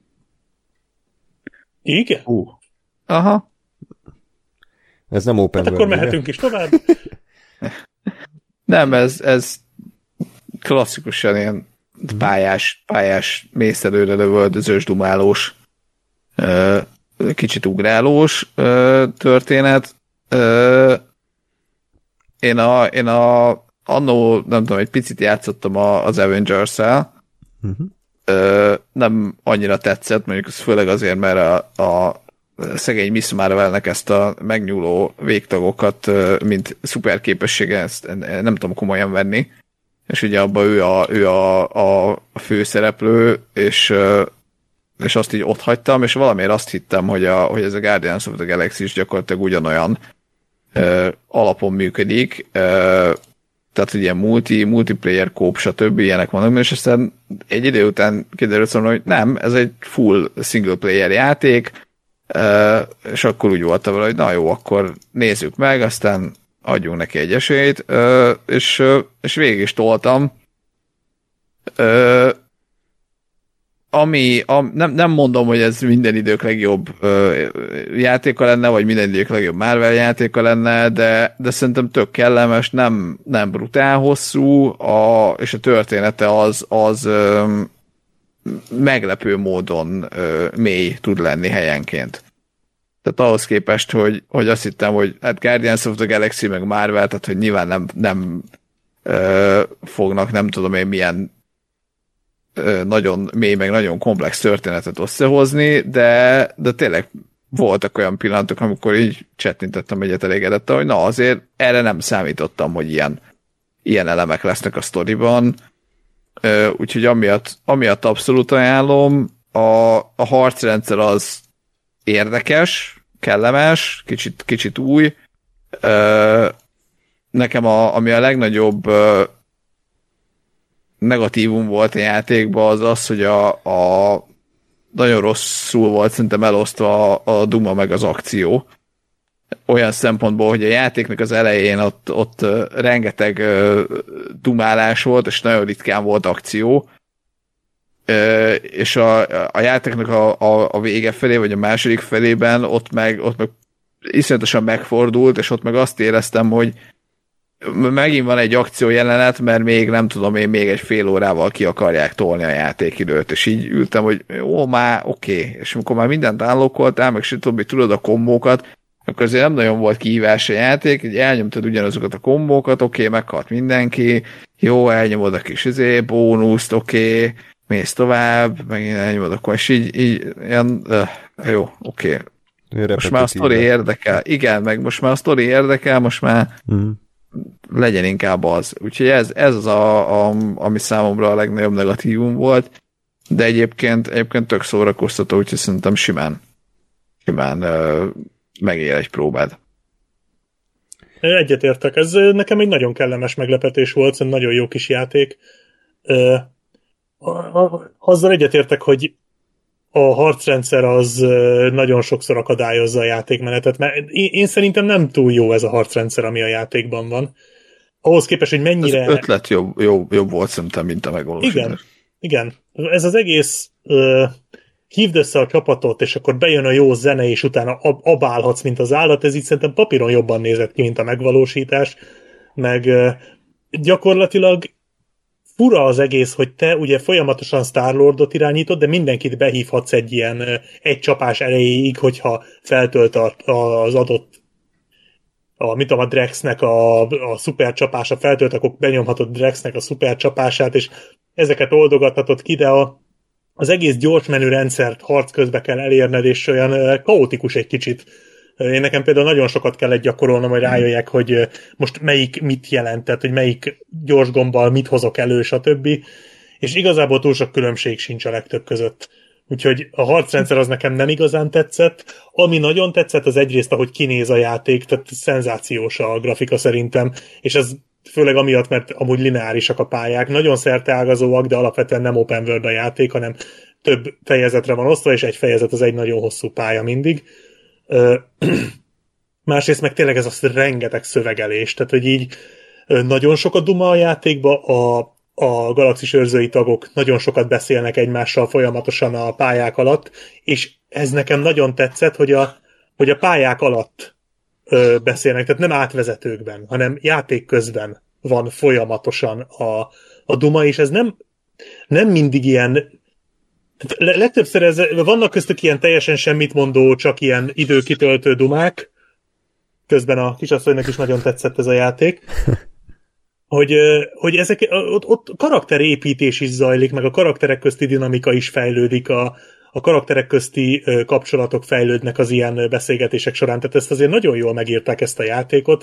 Igen? Uh. Aha. Ez nem open hát world, akkor mehetünk ugye? Is tovább. Nem, ez, ez klasszikusan ilyen pályás, pályás mészedőre lövöldözős, dumálós, kicsit ugrálós történet. Én a, én a annó, nem tudom, egy picit játszottam az Avengers-el. Uh-huh. Nem annyira tetszett, mondjuk ez főleg azért, mert a, a szegény Miss Marvelnek ezt a megnyúló végtagokat, mint szuperképessége, ezt nem tudom komolyan venni. És ugye abban ő a, ő a, a főszereplő, és, és azt így ott hagytam, és valamiért azt hittem, hogy, a, hogy ez a Guardians of the Galaxy is gyakorlatilag ugyanolyan ö, alapon működik, ö, tehát hogy ilyen multi, multiplayer kóp, stb. Ilyenek vannak, és aztán egy idő után kiderült szóval, hogy nem, ez egy full single player játék, ö, és akkor úgy voltam vele, hogy na jó, akkor nézzük meg, aztán adjunk neki egy esélyt, ö, és, ö, és végig is toltam. Ö, ami, a, nem, nem mondom, hogy ez minden idők legjobb ö, játéka lenne, vagy minden idők legjobb Marvel játéka lenne, de, de szerintem tök kellemes, nem, nem brutál hosszú, a, és a története az, az ö, meglepő módon ö, mély tud lenni helyenként. Tehát ahhoz képest, hogy, hogy azt hittem, hogy hát Guardians of the Galaxy meg Marvel, tehát hogy nyilván nem, nem ö, fognak, nem tudom én milyen nagyon mély, meg nagyon komplex történetet összehozni, de, de tényleg voltak olyan pillanatok, amikor így csettintettem egyet elégedettel, hogy na azért erre nem számítottam, hogy ilyen, ilyen elemek lesznek a sztoriban. Úgyhogy amiatt, amiatt abszolút ajánlom. A, a harcrendszer az érdekes, kellemes, kicsit, kicsit új. Nekem a, ami a legnagyobb negatívum volt a játékban, az az, hogy a, a nagyon rosszul volt szerintem elosztva a, a duma meg az akció. Olyan szempontból, hogy a játéknak az elején ott, ott rengeteg dumálás volt, és nagyon ritkán volt akció. És a, a játéknak a, a, a vége felé, vagy a második felében ott meg, ott meg iszonyatosan megfordult, és ott meg azt éreztem, hogy megint van egy akció jelenet, mert még nem tudom én, még egy fél órával ki akarják tolni a játékidőt, és így ültem, hogy ó, már oké, okay. És amikor már mindent állokkoltál, meg se tudom, tudod a kombókat, akkor azért nem nagyon volt kihívás a játék, így elnyomtad ugyanazokat a kombókat, oké, okay, meghalt mindenki, jó, elnyomod a kis izé, bónuszt, oké, okay, mész tovább, megint elnyomod, akkor, és így, így ilyen, uh, jó, oké. Okay. Most már a sztori érdekel. Igen, meg most már a sztori érdekel, most már mm. legyen inkább az. Úgyhogy ez, ez az, a, a, ami számomra a legnagyobb negatívum volt, de egyébként, egyébként tök szórakoztató, úgyhogy szerintem simán, simán uh, megér egy próbád. Egyetértek, ez nekem egy nagyon kellemes meglepetés volt, szerintem nagyon jó kis játék. Uh, azzal egyetértek, hogy a harcrendszer az nagyon sokszor akadályozza a játékmenetet, mert én, én szerintem nem túl jó ez a harcrendszer, ami a játékban van. Ahhoz képest, hogy mennyire... Az ötlet jobb, jobb, jobb volt szerintem, mint a megvalósítás. Igen, igen. Ez az egész uh, hívd össze a csapatot, és akkor bejön a jó zene, és utána ab- abálhatsz, mint az állat, ez így szerintem papíron jobban nézett ki, mint a megvalósítás, meg uh, gyakorlatilag fura az egész, hogy te ugye folyamatosan Star-Lordot irányítod, de mindenkit behívhatsz egy ilyen egy csapás erejéig, hogyha feltölt a, a, az adott a, mit tudom, a Drexnek a, a szuper csapása feltölt, akkor benyomhatod Drexnek a szuper csapását, és ezeket oldogathatod ki, de a, az egész gyors menü rendszert harc közben kell elérned, és olyan kaotikus egy kicsit. Én nekem például nagyon sokat kellett gyakorolnom, hogy rájöjjek, hogy most melyik mit jelent, tehát hogy melyik gyors gombbal mit hozok elő, stb. És igazából túl sok különbség sincs a legtöbb között. Úgyhogy a harcrendszer az nekem nem igazán tetszett. Ami nagyon tetszett, az egyrészt, ahogy kinéz a játék, tehát szenzációs a grafika szerintem, és ez főleg amiatt, mert amúgy lineárisak a pályák, nagyon szerteágazóak, de alapvetően nem open world a játék, hanem több fejezetre van osztva, és egy fejezet az egy nagyon hosszú pálya mindig. Másrészt meg tényleg ez az rengeteg szövegelés, tehát hogy így nagyon sokat duma a játékba, a, a galaxis őrzői tagok nagyon sokat beszélnek egymással folyamatosan a pályák alatt, és ez nekem nagyon tetszett, hogy a, hogy a pályák alatt ö, beszélnek, tehát nem átvezetőkben, hanem játék közben van folyamatosan a, a duma, és ez nem, nem mindig ilyen. Tehát legtöbbször ez, vannak köztük ilyen teljesen semmit mondó, csak ilyen időkitöltő dumák. Közben a kisasszonynak is nagyon tetszett ez a játék. Hogy, hogy ezek, ott, ott karakterépítés is zajlik, meg a karakterek közti dinamika is fejlődik, a, a karakterek közti kapcsolatok fejlődnek az ilyen beszélgetések során. Tehát ezt azért nagyon jól megírták, ezt a játékot.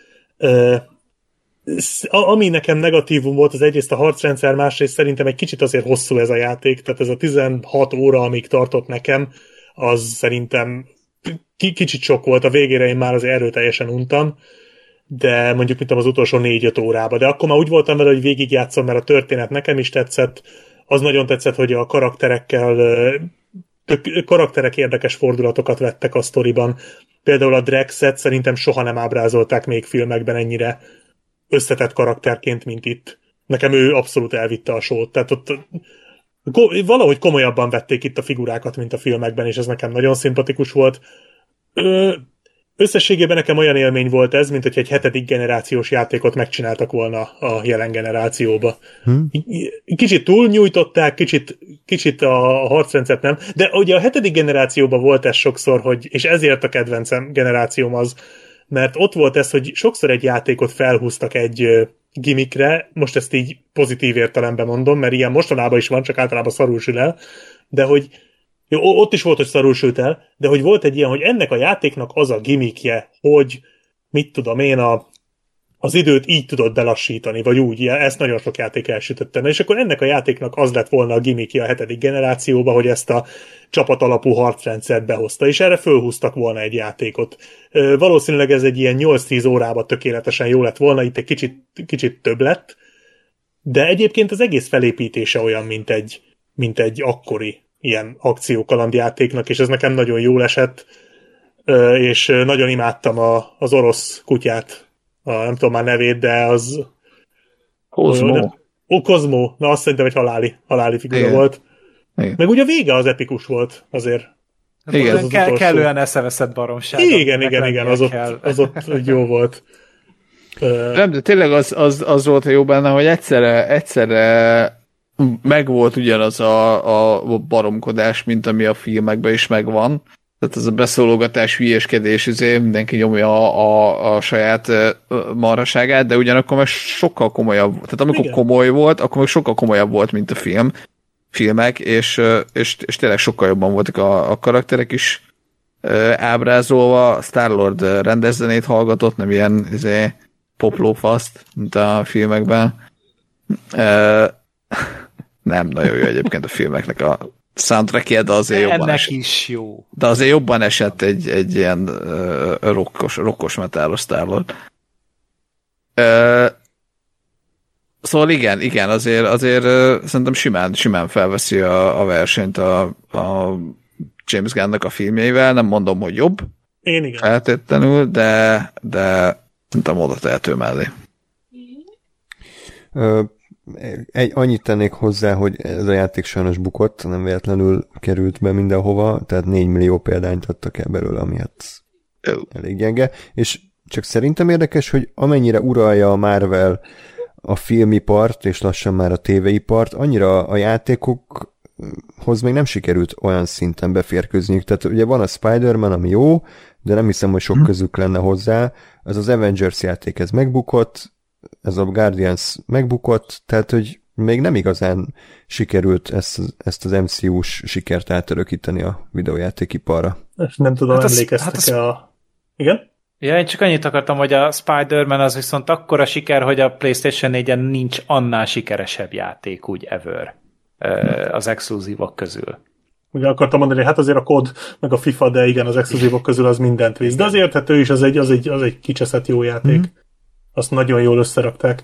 Ami nekem negatívum volt, az egyrészt a harcrendszer, másrészt szerintem egy kicsit azért hosszú ez a játék, tehát ez a tizenhat óra, amíg tartott nekem, az szerintem k- kicsit sok volt, a végére én már azért erőteljesen untam, de mondjuk mint az utolsó négy-öt órába, de akkor már úgy voltam vele, hogy végigjátszom, mert a történet nekem is tetszett, az nagyon tetszett, hogy a karakterekkel karakterek érdekes fordulatokat vettek a sztoriban. Például a Drexet szerintem soha nem ábrázolták még filmekben ennyire összetett karakterként, mint itt. Nekem ő abszolút elvitte a sót. Tehát ott valahogy komolyabban vették itt a figurákat, mint a filmekben, és ez nekem nagyon szimpatikus volt. Ö, összességében nekem olyan élmény volt ez, mint hogy egy hetedik generációs játékot megcsináltak volna a jelen generációba. Hmm. Kicsit túlnyújtották, kicsit, kicsit a harcrendszert nem, de ugye a hetedik generációban volt ez sokszor, hogy, és ezért a kedvencem generációm az, mert ott volt ez, hogy sokszor egy játékot felhúztak egy gimmickre, most ezt így pozitív értelemben mondom, mert ilyen mostanában is van, csak általában szarul sül el, de hogy jó, ott is volt, hogy szarul sült el, de hogy volt egy ilyen, hogy ennek a játéknak az a gimmickje, hogy mit tudom én, a, az időt így tudod belassítani, vagy úgy, ezt nagyon sok játék elsütötte. És akkor ennek a játéknak az lett volna a gimmickje a hetedik generációba, hogy ezt a csapat alapú harcrendszert behozta, és erre fölhúztak volna egy játékot. Valószínűleg ez egy ilyen nyolc-tíz órában tökéletesen jó lett volna, itt egy kicsit, kicsit több lett, de egyébként az egész felépítése olyan, mint egy, mint egy akkori ilyen akciókalandjátéknak, és ez nekem nagyon jól esett, és nagyon imádtam a, az orosz kutyát, a, nem tudom már nevét, de az... Kozmo. Ó, Kozmo. Na azt szerintem egy haláli, haláli figura Igen. volt. Igen. Meg ugye a vége az epikus volt azért. Igen, az, az Kell, utolsó. kellően eszeveszett baromság. Igen, igen, igen, az ott, az ott jó volt. Nem, de tényleg az, az, az volt jó benne, hogy egyszerre, egyszerre megvolt ugyanaz a, a baromkodás, mint ami a filmekben is megvan. Tehát ez a beszólogatás, hülyeskedés, azért mindenki nyomja a, a, a saját marhaságát, de ugyanakkor meg sokkal komolyabb. Tehát amikor igen. komoly volt, akkor meg sokkal komolyabb volt, mint a film, filmek, és, és, és tényleg sokkal jobban voltak a, a karakterek is ábrázolva. Star-Lord rendezzenét hallgatott, nem ilyen izé, poplófaszt, mint a filmekben. Nem nagyon jó egyébként a filmeknek a soundtrackje, de azért ennek jobban esett. is jó. De azért jobban esett egy, egy ilyen uh, rokkos, rokkos metálos Star-Lord. Uh, szóval igen, igen, azért, azért uh, szerintem simán, simán felveszi a, a versenyt a, a James Gunn-nak a filmjeivel, nem mondom, hogy jobb. Én igen. Feltétlenül, de, de szerintem oda tehető mellé. Ö, egy, annyit tennék hozzá, hogy ez a játék sajnos bukott, nem véletlenül került be mindenhova, tehát négy millió példányt adtak el belőle, ami hát oh. elég gyenge, és csak szerintem érdekes, hogy amennyire uralja a Marvel a filmipart, és lassan már a tévéipart, annyira a játékokhoz még nem sikerült olyan szinten beférkőzniük. Tehát ugye van a Spider-Man, ami jó, de nem hiszem, hogy sok hmm. közük lenne hozzá. Ez az Avengers játék, ez megbukott, ez a Guardians megbukott, tehát, hogy még nem igazán sikerült ezt, ezt az em cé u-s sikert átörökíteni a videójátékiparra. Nem tudom, hát emlékeztek az, hát az... a... Igen? Ja, én csak annyit akartam, hogy a Spider-Man az viszont akkora siker, hogy a PlayStation négyen nincs annál sikeresebb játék úgy ever az exkluzívok közül. Ugye akartam mondani, hát azért a kod, meg a FIFA, de igen, az exkluzívok közül az mindent visz. De az érthető is, az egy, az egy, az egy kicseszett jó játék. Mm-hmm. Azt nagyon jól összerakták.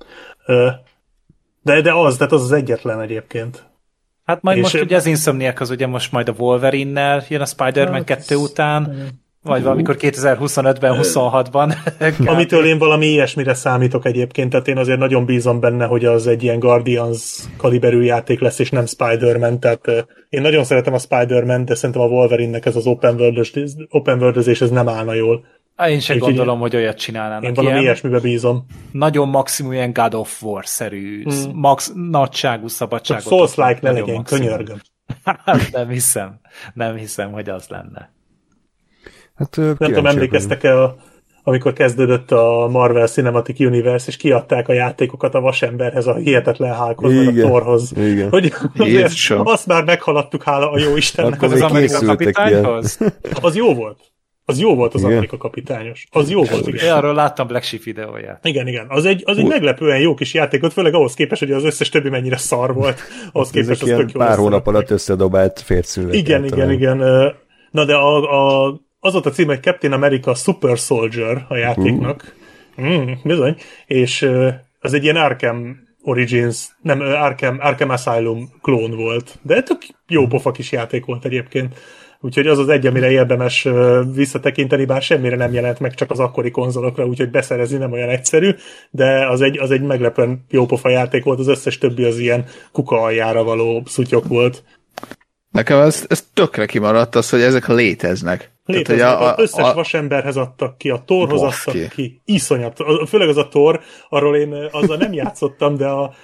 De, de az, tehát az az egyetlen egyébként. Hát majd és most ugye az Insomniac az ugye most majd a Wolverine-nel jön a Spider-Man hát kettő után, vagy valamikor kétezer-huszonötben, huszonhatban. Amitől én valami ilyesmire számítok egyébként, tehát én azért nagyon bízom benne, hogy az egy ilyen Guardians kaliberű játék lesz, és nem Spider-Man, tehát én nagyon szeretem a Spider-Man, de szerintem a Wolverine-nek ez az open world-ös, open world-özés, ez nem állna jól. Én sem gondolom, hogy olyat csinálnának. Én valami ilyen, ilyesmibe bízom. Nagyon maximum ilyen God of War-szerű, hmm. max nagyságú szabadságot. Souls-like ne legyen, könyörgöm. Hát nem hiszem, nem hiszem, hogy az lenne. Hát, nem tudom, emlékeztek-e, a, amikor kezdődött a Marvel Cinematic Universe, és kiadták a játékokat a Vasemberhez, a hihetetlen Hulkhoz, meg a Thorhoz. Igen. Hogy azért, azt már meghaladtuk, hála a jó Istennek. Az Amerika kapitányhoz? Az jó volt. Az jó volt az igen. Amerika kapitányos. Az jó volt. Én arról láttam Black Sheep videóját. Igen, igen. Az egy, az egy meglepően jó kis játék volt, főleg ahhoz képest, hogy az összes többi mennyire szar volt. Ahhoz képest az tök jó. Pár hónap alatt összedobált fércszülőt. Igen, igen, igen. Na de a, a, az volt a cím, hogy Captain America Super Soldier a játéknak. Uh. Mm, bizony. És az egy ilyen Arkham Origins, nem, Arkham, Arkham Asylum klón volt. De tök jó pofa kis játék volt egyébként. Úgyhogy az az egy, amire érdemes visszatekinteni, bár semmire nem jelent meg, csak az akkori konzolokra, úgyhogy beszerezni nem olyan egyszerű, de az egy, az egy meglepően jópofa játék volt, az összes többi az ilyen kuka aljára való szutyok volt. Nekem ez, ez tökre kimaradt az, hogy ezek léteznek. Léteznek, Tehát, az a, összes a, vasemberhez adtak ki, a Thorhoz adtak ki, iszonyat. Főleg az a Thor, arról én azzal nem játszottam, de a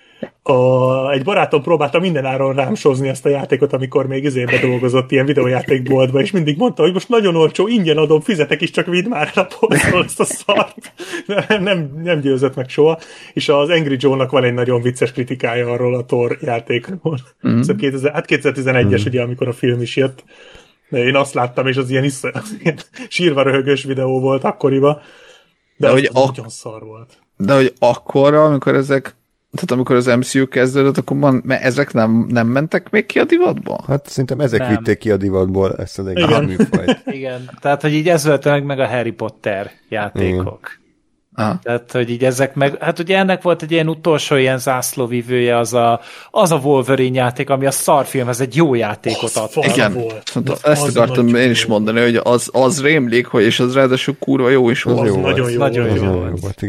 A, egy barátom próbálta mindenáron rám sózni ezt a játékot, amikor még izébe dolgozott ilyen videójátékboltba, és mindig mondta, hogy most nagyon olcsó, ingyen adom, fizetek is, csak vidd már el a polcról ezt a szart. Nem, nem, nem győzött meg soha. És az Angry Joe-nak van egy nagyon vicces kritikája arról a Thor játékról. Mm-hmm. Szóval kétezer, hát kétezer-tizenegyes, mm-hmm. ugye, amikor a film is jött. Én azt láttam, és az ilyen, isz, az ilyen sírva röhögös videó volt akkoriban. De, de hogy a... nagyon szar volt. De hogy akkor, amikor ezek Tehát amikor az em cé u kezdődött, akkor man, mert ezek nem, nem mentek még ki a divatba? Hát szerintem ezek nem. vitték ki a divatból ezt az egész műfajt. Igen, tehát hogy így ez volt meg, meg a Harry Potter játékok. Tehát, hogy így ezek meg, hát ugye ennek volt egy ilyen utolsó ilyen zászlóvivője, az a, az a Wolverine játék, ami a szarfilm, ez egy jó játékot ad. Igen, volt. Ezt akartam én is mondani, hogy az, az rémlik, hogy és az ráadásul kurva jó is volt. Az, az nagyon jó, nagyon jó, jó, jó volt, igen.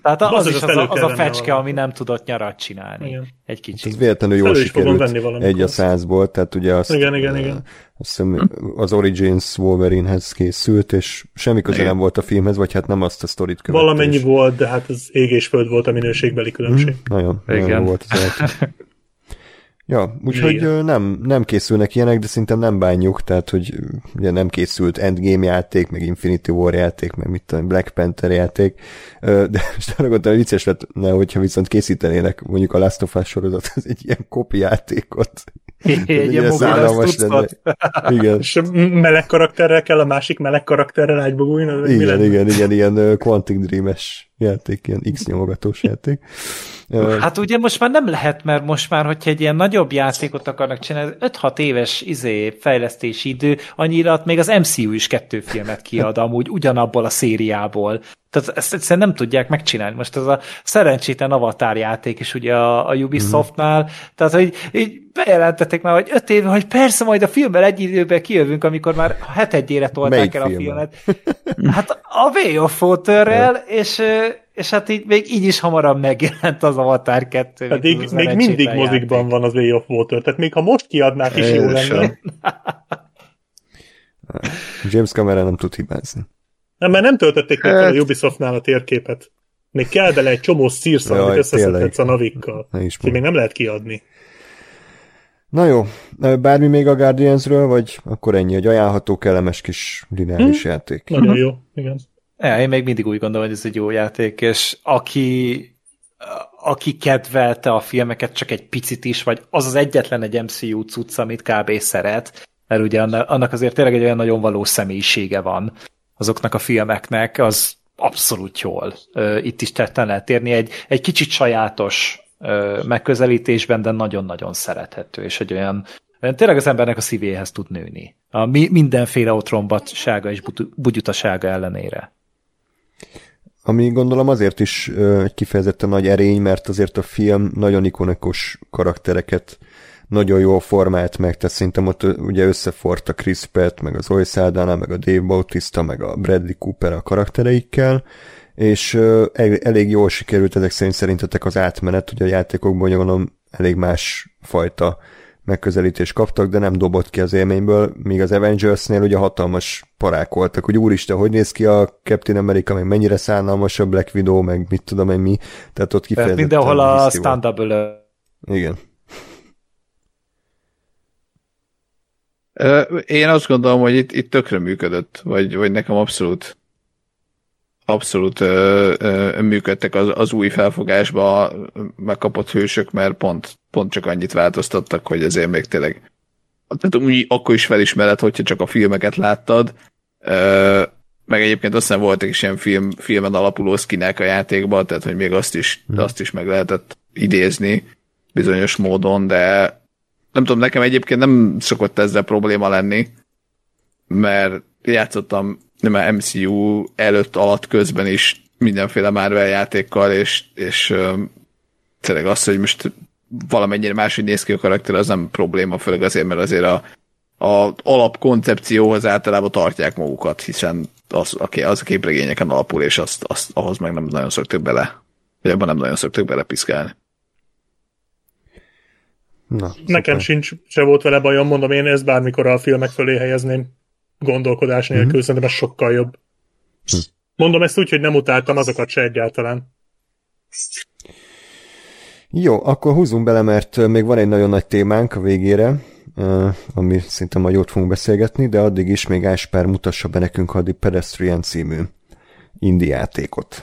Tehát az, az is az, az, az a fecske, ami nem tudott nyarat csinálni. Igen. Egy kicsit. Ez véletlenül jól sikerült egy a százból, tehát ugye azt, igen, igen, igen. Azt hiszem, az Origins Wolverinehez készült, és semmi köze nem volt a filmhez, vagy hát nem azt a sztorit követte. Valamennyi is volt, de hát az ég és föld volt a minőségbeli különbség. Mm, nagyon, nagyon volt az. Ja, úgyhogy nem, nem készülnek ilyenek, de szerintem nem bánjuk, tehát, hogy ugye nem készült Endgame játék, meg Infinity War játék, meg mit tudom, Black Panther játék, de most arra gondoltam, hogy vicces lenne, hogyha viszont készítenének mondjuk a Last of Us sorozat, az egy ilyen kopi játékot. Egy ilyen szállalmas lenne. Igen. És meleg karakterrel kell a másik meleg karakterrel ágybogulni? Igen, igen, igen, ilyen Quantic Dream-es játék, ilyen X-nyomogatós játék. Hát ugye most már nem lehet, mert most már, hogyha egy ilyen nagyobb játékot akarnak csinálni, öt-hat éves izé, fejlesztési idő, annyira még az em cé u is kettő filmet kiad amúgy ugyanabból a szériából. Tehát ezt egyszerűen nem tudják megcsinálni. Most ez a szerencsétlen Avatar játék is ugye a, a Ubisoftnál, mm-hmm. tehát hogy így bejelentették már, hogy öt éve, hogy persze majd a filmmel egy időben kijövünk, amikor már hetedjére tolták Melyik el a filmet. Hát a Way of Waterrel, és, és hát így, még így is hamarabb megjelent az Avatar kettő. Pedig az még mindig mozikban játék. Van az Way of Water, tehát még ha most kiadnák is jó lenne. James Cameron nem tud hibázni. Nem, mert nem töltötték meg fel a Ubisoftnál a térképet. Még kell bele egy csomó szírszal, amit összeszedhetsz a navikkal. Úgyhogy még nem lehet kiadni. Na jó, bármi még a Guardiansről, vagy akkor ennyi, hogy ajánlható, kellemes kis lineáris hmm. játék. Nagyon jó, igen. Ja, én még mindig úgy gondolom, hogy ez egy jó játék, és aki, aki kedvelte a filmeket csak egy picit is, vagy az az egyetlen egy em cé u cucc, amit kb. Szeret, mert ugye annak azért tényleg egy olyan nagyon valós személyisége van azoknak a filmeknek, az abszolút jól. Itt is tetten lehet érni egy, egy kicsit sajátos megközelítésben, de nagyon-nagyon szerethető, és egy olyan, olyan tényleg az embernek a szívéhez tud nőni. A mi, mindenféle otrombatsága és bugyutasága ellenére. Ami gondolom azért is egy kifejezetten nagy erény, mert azért a film nagyon ikonikus karaktereket nagyon jól formált meg, tehát szerintem ott ugye összefort a Chris Pratt, meg az Zoe Saldana, meg a Dave Bautista, meg a Bradley Cooper a karaktereikkel, és elég jól sikerült ezek szerint szerintetek az átmenet, ugye a játékokban gondolom elég más fajta megközelítést kaptak, de nem dobott ki az élményből, míg az Avengersnél ugye hatalmas parák voltak, hogy úristen, hogy néz ki a Captain America, meg mennyire szánalmas a Black Widow, meg mit tudom én mi, tehát ott kifejezetten mindenhol a stand-up. Igen. Én azt gondolom, hogy itt, itt tökre működött, vagy, vagy nekem abszolút abszolút ö, ö, működtek az, az új felfogásba megkapott hősök, mert pont, pont csak annyit változtattak, hogy ezért még tényleg tehát úgy akkor is felismered, hogyha csak a filmeket láttad, ö, meg egyébként aztán voltak is ilyen film, filmen alapuló skinek a játékban, tehát hogy még azt is, hmm. azt is meg lehetett idézni bizonyos módon, de nem tudom, nekem egyébként nem szokott ezzel probléma lenni, mert játszottam nem a em cé u előtt, alatt, közben is mindenféle Marvel játékkal, és, és um, tényleg az, hogy most valamennyire máshogy néz ki a karakter, az nem probléma, főleg azért, mert azért a, a alapkoncepcióhoz általában tartják magukat, hiszen az, az a képregényeken alapul, és azt, azt, ahhoz meg nem nagyon szoktak bele, vagy abban nem nagyon szoktak bele piszkálni. Na, nekem sincs, se volt vele bajom, mondom, én ezt bármikor a filmek fölé helyezném gondolkodás nélkül, mm-hmm. szerintem ez sokkal jobb. Hm. Mondom ezt úgy, hogy nem utáltam azokat se egyáltalán. Jó, akkor húzzunk bele, mert még van egy nagyon nagy témánk a végére, ami szinte majd jót fogunk beszélgetni, de addig is még Áspár mutassa be nekünk a The Pedestrian című indie játékot.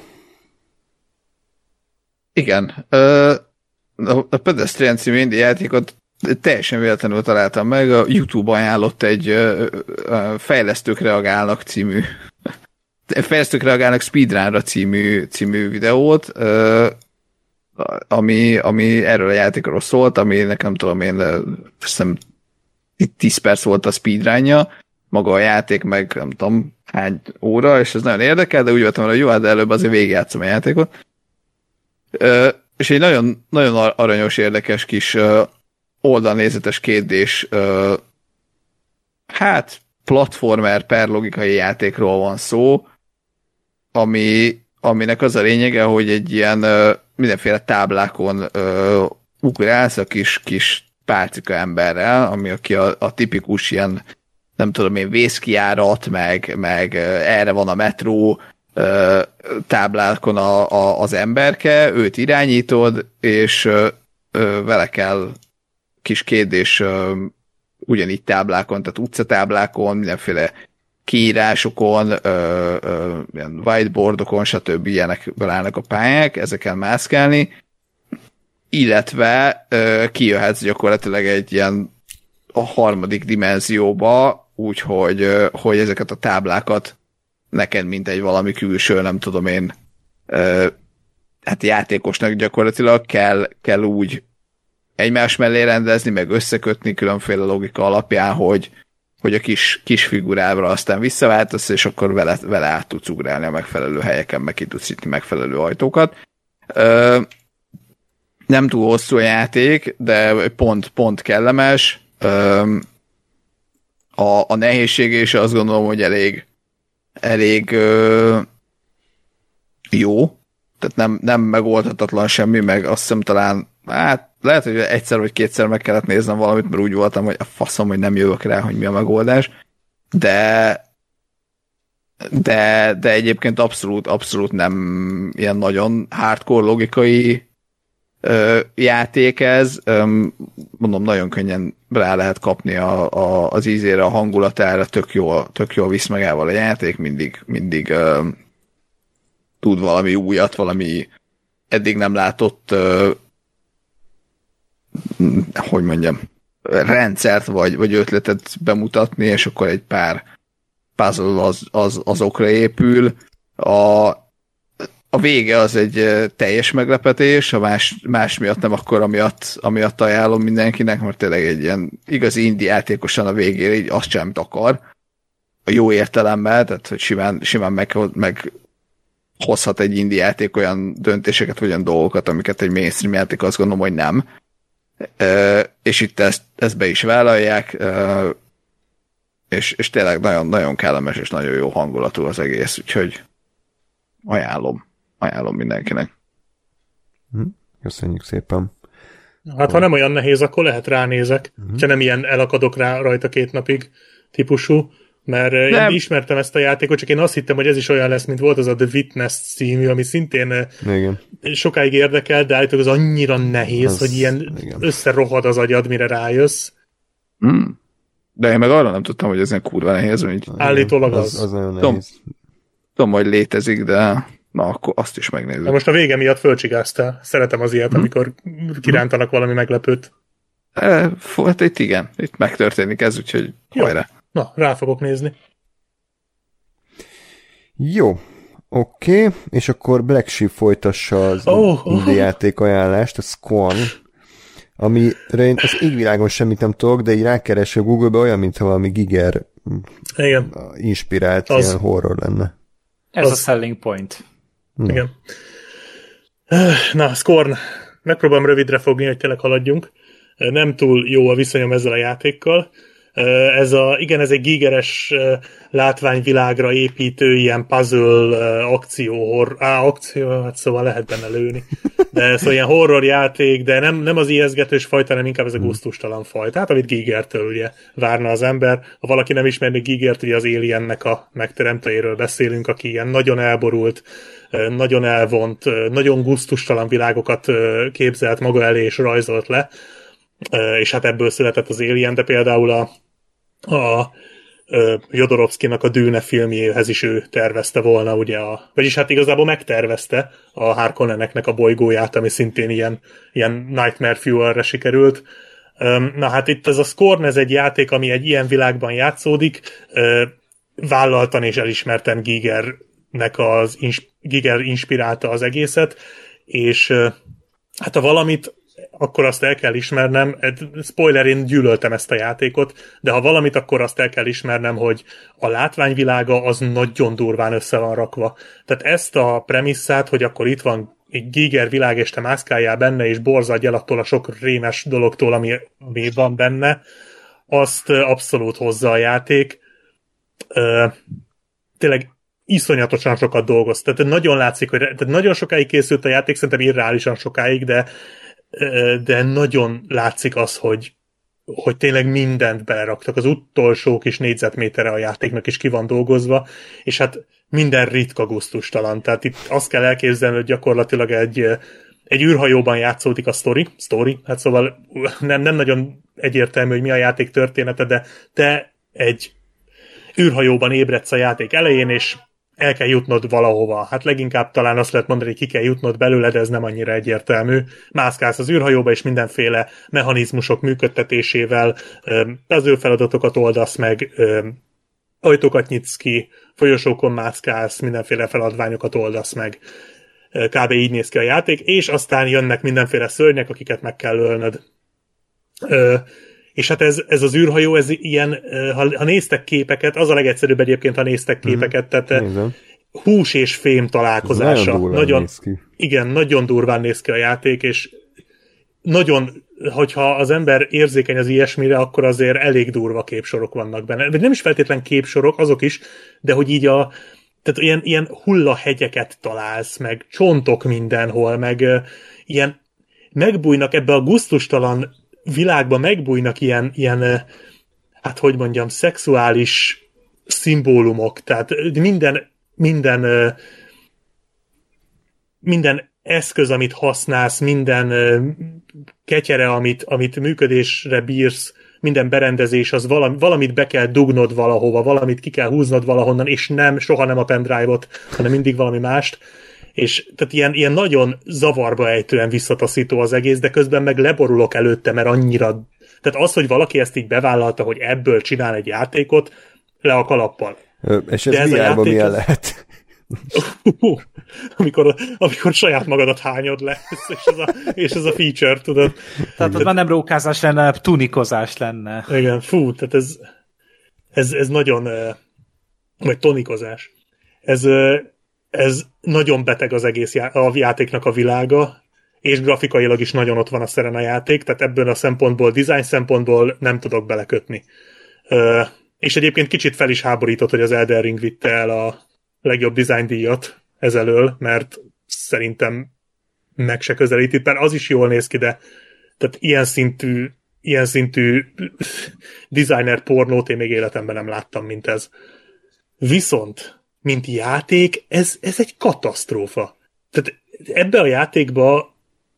Igen. A Pedestrian című indie játékot teljesen véletlenül találtam meg, a YouTube ajánlott egy Fejlesztők reagálnak című Fejlesztők reagálnak speedrunra című, című videót, ami, ami erről a játékról szólt, ami nekem tudom én, hiszem tíz perc volt a speedrunja, maga a játék meg nem tudom hány óra, és ez nagyon érdekel, de úgy voltam, hogy jó, hát előbb azért végigjátszom a játékot. És egy nagyon, nagyon aranyos, érdekes kis oldalnézetes kétdés hát platformer per logikai játékról van szó, ami, aminek az a lényege, hogy egy ilyen ö, mindenféle táblákon ö, ugrálsz a kis, kis pálcika emberrel, ami aki a, a tipikus ilyen, nem tudom én, vészkijárat, meg, meg erre van a metró ö, táblákon a, a, az emberke, őt irányítod, és ö, ö, vele kell kis kérdés ö, ugyanígy táblákon, tehát utcatáblákon, mindenféle kiírásokon, ö, ö, ilyen whiteboardokon, stb. Ilyenekből állnak a pályák, ezeken mászkálni, illetve ö, kijöhetsz gyakorlatilag egy ilyen a harmadik dimenzióba, úgyhogy ö, hogy ezeket a táblákat neked, mint egy valami külső, nem tudom én, ö, hát játékosnak gyakorlatilag kell, kell úgy egymás mellé rendezni, meg összekötni különféle logika alapján, hogy, hogy a kis, kis figurávra aztán visszaváltasz, és akkor vele, vele át tudsz ugrálni a megfelelő helyeken, meg ki tudsz nyitni megfelelő ajtókat. Ö, nem túl hosszú a játék, de pont, pont kellemes. Ö, a, a nehézség és azt gondolom, hogy elég, elég ö, jó. Tehát nem, nem megoldhatatlan semmi, meg azt hiszem talán, hát lehet, hogy egyszer vagy kétszer meg kellett néznem valamit, mert úgy voltam, hogy a faszom, hogy nem jövök rá, hogy mi a megoldás. De de, de egyébként abszolút, abszolút nem ilyen nagyon hardcore logikai ö, játék ez. Ö, mondom, nagyon könnyen rá lehet kapni a, a, az ízére, a hangulatára, tök jól, tök jól visz magával a játék, mindig, mindig ö, tud valami újat, valami eddig nem látott ö, hogy mondjam, rendszert vagy, vagy ötletet bemutatni, és akkor egy pár puzzle az, az, azokra épül. A, a vége az egy teljes meglepetés, a más, más miatt nem akkor, amiatt, amiatt ajánlom mindenkinek, mert tényleg egy ilyen igazi indie játékosan a végére így azt sem, amit akar. A jó értelemmel, tehát hogy simán, simán meg, meg hozhat egy indie játék olyan döntéseket, vagy olyan dolgokat, amiket egy mainstream játék azt gondolom, hogy nem. Uh, és itt ezt, ezt be is vállalják, uh, és, és tényleg nagyon, nagyon kellemes és nagyon jó hangulatú az egész, úgyhogy ajánlom, ajánlom mindenkinek. Köszönjük szépen. Hát ha nem olyan nehéz, akkor lehet ránézek, uh-huh. ha nem ilyen elakadok rá rajta két napig típusú, mert nem. Én ismertem ezt a játékot, csak én azt hittem, hogy ez is olyan lesz, mint volt az a The Witness című, ami szintén igen. sokáig érdekel, de állítólag az annyira nehéz, az, hogy ilyen igen. összerohad az agyad, mire rájössz. Mm. De én meg arra nem tudtam, hogy ez ilyen kurva nehéz. Hogy... Állítólag az. Az, az nagyon tudom, nehéz. Tudom, hogy létezik, de na, akkor azt is megnézzük. De most a vége miatt fölcsigáztál. Szeretem az ilyet, mm. amikor kirántanak mm. valami meglepőt. E, hát itt igen, itt megtörténik ez, úgyhogy hajrá. Na, rá fogok nézni. Jó, oké, okay. És akkor Black Sheep folytassa az oh, indie oh. játék ajánlást, a Scorn, amire én az égvilágon semmit nem tudok, de így rákereső Google-be olyan, mintha valami Giger igen. inspirált az. ilyen horror lenne. Ez az. A selling point. Hmm. Igen. Na, Scorn, megpróbálom rövidre fogni, hogy tényleg haladjunk. Nem túl jó a viszonyom ezzel a játékkal. Ez a, igen, ez egy gigeres látványvilágra építő ilyen puzzle akció, horror, á, akció, hát szóval lehet benne lőni. De szóval ilyen horror játék, de nem, nem az ijesztgetős fajta, hanem inkább ez a gusztustalan fajta. Hát amit Gigertől ugye várna az ember. Ha valaki nem ismerni Gigert, ugye az Aliennek a megteremtőjéről beszélünk, aki ilyen nagyon elborult, nagyon elvont, nagyon gusztustalan világokat képzelt maga elé és rajzolt le. És hát ebből született az Alien, de például a, a Jodorowskynak a Dűne filmjéhez is ő tervezte volna, ugye, a, vagyis hát igazából megtervezte a Harkonneneknek a bolygóját, ami szintén ilyen, ilyen Nightmare Fuel-re sikerült. Na hát itt ez a Scorn, ez egy játék, ami egy ilyen világban játszódik, vállaltan és elismerten Gigernek az Giger inspirálta az egészet, és hát ha valamit akkor azt el kell ismernem, spoiler, én gyűlöltem ezt a játékot, de ha valamit, akkor azt el kell ismernem, hogy a látványvilága az nagyon durván össze van rakva. Tehát ezt a premisszát, hogy akkor itt van egy Giger világ, és te mászkáljál benne, és borzadj el attól a sok rémes dologtól, ami, ami van benne, azt abszolút hozza a játék. Tényleg iszonyatosan sokat dolgoz. Tehát nagyon látszik, hogy tehát nagyon sokáig készült a játék, szerintem irreálisan sokáig, de, de nagyon látszik az, hogy, hogy tényleg mindent beleraktak. Az utolsó kis négyzetméterre a játéknak is ki van dolgozva, és hát minden ritka gusztustalan. Tehát itt azt kell elképzelni, hogy gyakorlatilag egy, egy űrhajóban játszódik a sztori, sztori, hát szóval nem, nem nagyon egyértelmű, hogy mi a játék története, de te egy űrhajóban ébredsz a játék elején, és el kell jutnod valahova. Hát leginkább talán azt lehet mondani, hogy ki kell jutnod belőle, de ez nem annyira egyértelmű. Mászkálsz az űrhajóba, és mindenféle mechanizmusok működtetésével az ő feladatokat oldasz meg, ajtókat nyitsz ki, folyosókon mászkálsz, mindenféle feladványokat oldasz meg. Kb. Így néz ki a játék, és aztán jönnek mindenféle szörnyek, akiket meg kell ölnöd. És hát ez, ez az űrhajó, ez ilyen, ha, ha néztek képeket, az a legegyszerűbb egyébként, ha néztek képeket, mm, tehát nézem. Hús és fém találkozása. Nagyon, nagyon néz ki. Igen, nagyon durván néz ki a játék, és nagyon, hogyha az ember érzékeny az ilyesmire, akkor azért elég durva képsorok vannak benne. Vagy nem is feltétlen képsorok, azok is, de hogy így a, tehát ilyen, ilyen hullahegyeket találsz, meg csontok mindenhol, meg uh, ilyen megbújnak ebbe a gusztustalan világban megbújnak ilyen, ilyen, hát hogy mondjam, szexuális szimbólumok, tehát minden, minden, minden eszköz, amit használsz, minden ketyere, amit, amit működésre bírsz, minden berendezés, az valami, valamit be kell dugnod valahova, valamit ki kell húznod valahonnan, és nem, soha nem a pendrive-ot, hanem mindig valami mást. És tehát ilyen, ilyen nagyon zavarba ejtően visszataszító az egész, de közben meg leborulok előtte, mert annyira... Tehát az, hogy valaki ezt így bevállalta, hogy ebből csinál egy játékot, le a kalappal. Ö, és ez, ez vé er-ban milyen az... lehet? Uh, amikor, amikor saját magadat hányod le, és ez a, és ez a feature, tudod. Tehát az már nem rókázás lenne, tunikozás lenne. Igen, fú, tehát ez, ez, ez nagyon... Vagy tonikozás. Ez... Ez nagyon beteg az egész já- a játéknak a világa, és grafikailag is nagyon ott van a szeren a játék, tehát ebből a szempontból, design szempontból nem tudok belekötni. Ö, és egyébként kicsit fel is háborított, hogy az Elden Ring vitte el a legjobb design díjat ezelől, mert szerintem meg se közelíti, mert az is jól néz ki, de tehát ilyen szintű, ilyen szintű designer pornót én még életemben nem láttam, mint ez. Viszont mint játék, ez, ez egy katasztrófa. Tehát ebbe a játékba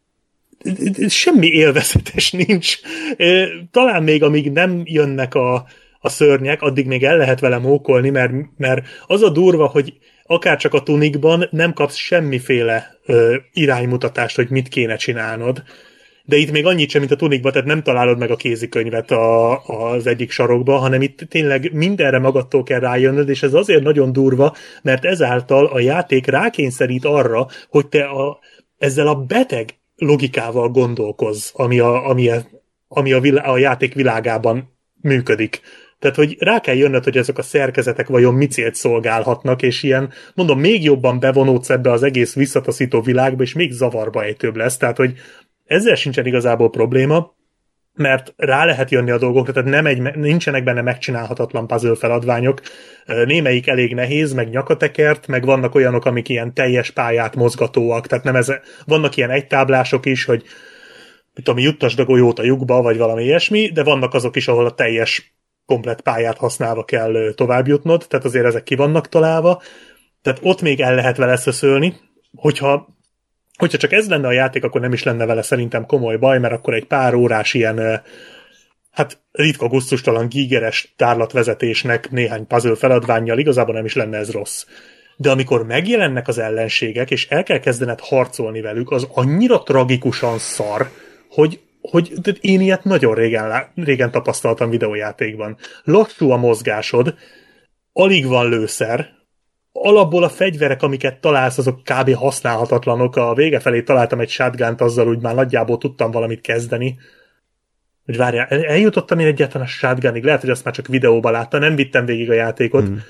semmi élvezetes nincs. Talán még amíg nem jönnek a, a szörnyek, addig még el lehet vele mókolni, mert, mert az a durva, hogy akár csak a tunikban nem kapsz semmiféle ö, iránymutatást, hogy mit kéne csinálnod. De itt még annyit sem, mint a tunikban, tehát nem találod meg a kézikönyvet a, az egyik sarokba, hanem itt tényleg mindenre magadtól kell rájönnöd, és ez azért nagyon durva, mert ezáltal a játék rákényszerít arra, hogy te a, ezzel a beteg logikával gondolkozz, ami a, ami a, ami a, vilá, a játék világában működik. Tehát, hogy rá kell jönnöd, hogy ezek a szerkezetek vajon mi célt szolgálhatnak, és ilyen, mondom, még jobban bevonódsz ebbe az egész visszataszító világba, és még zavarba ejtőbb lesz. Tehát, hogy ezzel sincsen igazából probléma, mert rá lehet jönni a dolgokra, tehát nem egy, nincsenek benne megcsinálhatatlan puzzle feladványok. Némelyik elég nehéz, meg nyakatekert, meg vannak olyanok, amik ilyen teljes pályát mozgatóak, tehát nem ez, vannak ilyen egytáblások is, hogy mit tudom, juttasd a golyót a lyukba, vagy valami ilyesmi, de vannak azok is, ahol a teljes komplett pályát használva kell tovább jutnod, tehát azért ezek ki vannak találva, tehát ott még el lehet vele szöszölni, hogyha Hogyha csak ez lenne a játék, akkor nem is lenne vele szerintem komoly baj, mert akkor egy pár órás ilyen, hát ritka gusztustalan gígeres tárlatvezetésnek néhány puzzle feladvánnyal igazából nem is lenne ez rossz. De amikor megjelennek az ellenségek, és el kell kezdened harcolni velük, az annyira tragikusan szar, hogy, hogy én ilyet nagyon régen, régen tapasztaltam videójátékban. Lassú a mozgásod, alig van lőszer, alapból a fegyverek, amiket találsz, azok kb. Használhatatlanok. A vége felé találtam egy shotgunt, azzal úgy már nagyjából tudtam valamit kezdeni. Hogy várjál, eljutottam én egyáltalán a shotgunig, lehet, hogy azt már csak videóban láttam, nem vittem végig a játékot, mm.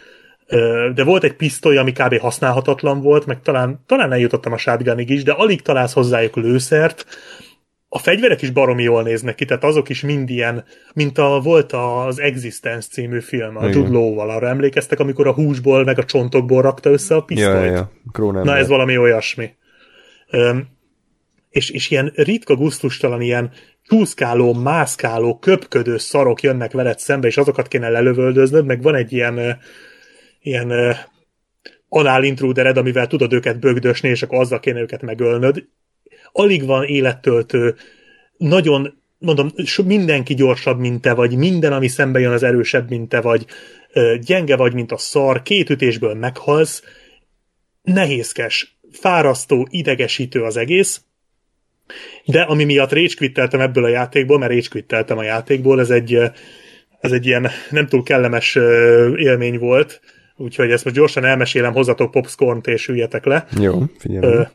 de volt egy pisztoly, ami kb. Használhatatlan volt, meg talán, talán eljutottam a shotgunig is, de alig találsz hozzájuk lőszert. a fegyverek is baromi jól néznek ki, tehát azok is mind ilyen, mint a, volt az Existence című film, a Jude Law-val, arra emlékeztek, amikor a húsból meg a csontokból rakta össze a pisztolyt? Ja, ja, ja. Na ez valami olyasmi. Üm, és, és ilyen ritka gusztustalan, ilyen csúszkáló, mászkáló, köpködő szarok jönnek veled szembe, és azokat kéne lelövöldöznöd, meg van egy ilyen, ilyen anál intrudered, amivel tudod őket bögdösni, és akkor azzal kéne őket megölnöd. Alig van élettöltő, nagyon, mondom, mindenki gyorsabb, mint te vagy, minden, ami szembe jön, az erősebb, mint te vagy, gyenge vagy, mint a szar, két ütésből meghalsz, nehézkes, fárasztó, idegesítő az egész, de ami miatt rage-quitteltem ebből a játékból, mert rage-quitteltem a játékból, ez egy, ez egy ilyen nem túl kellemes élmény volt, úgyhogy ezt most gyorsan elmesélem, hozzatok popcornt és üljetek le. Jó, figyelj.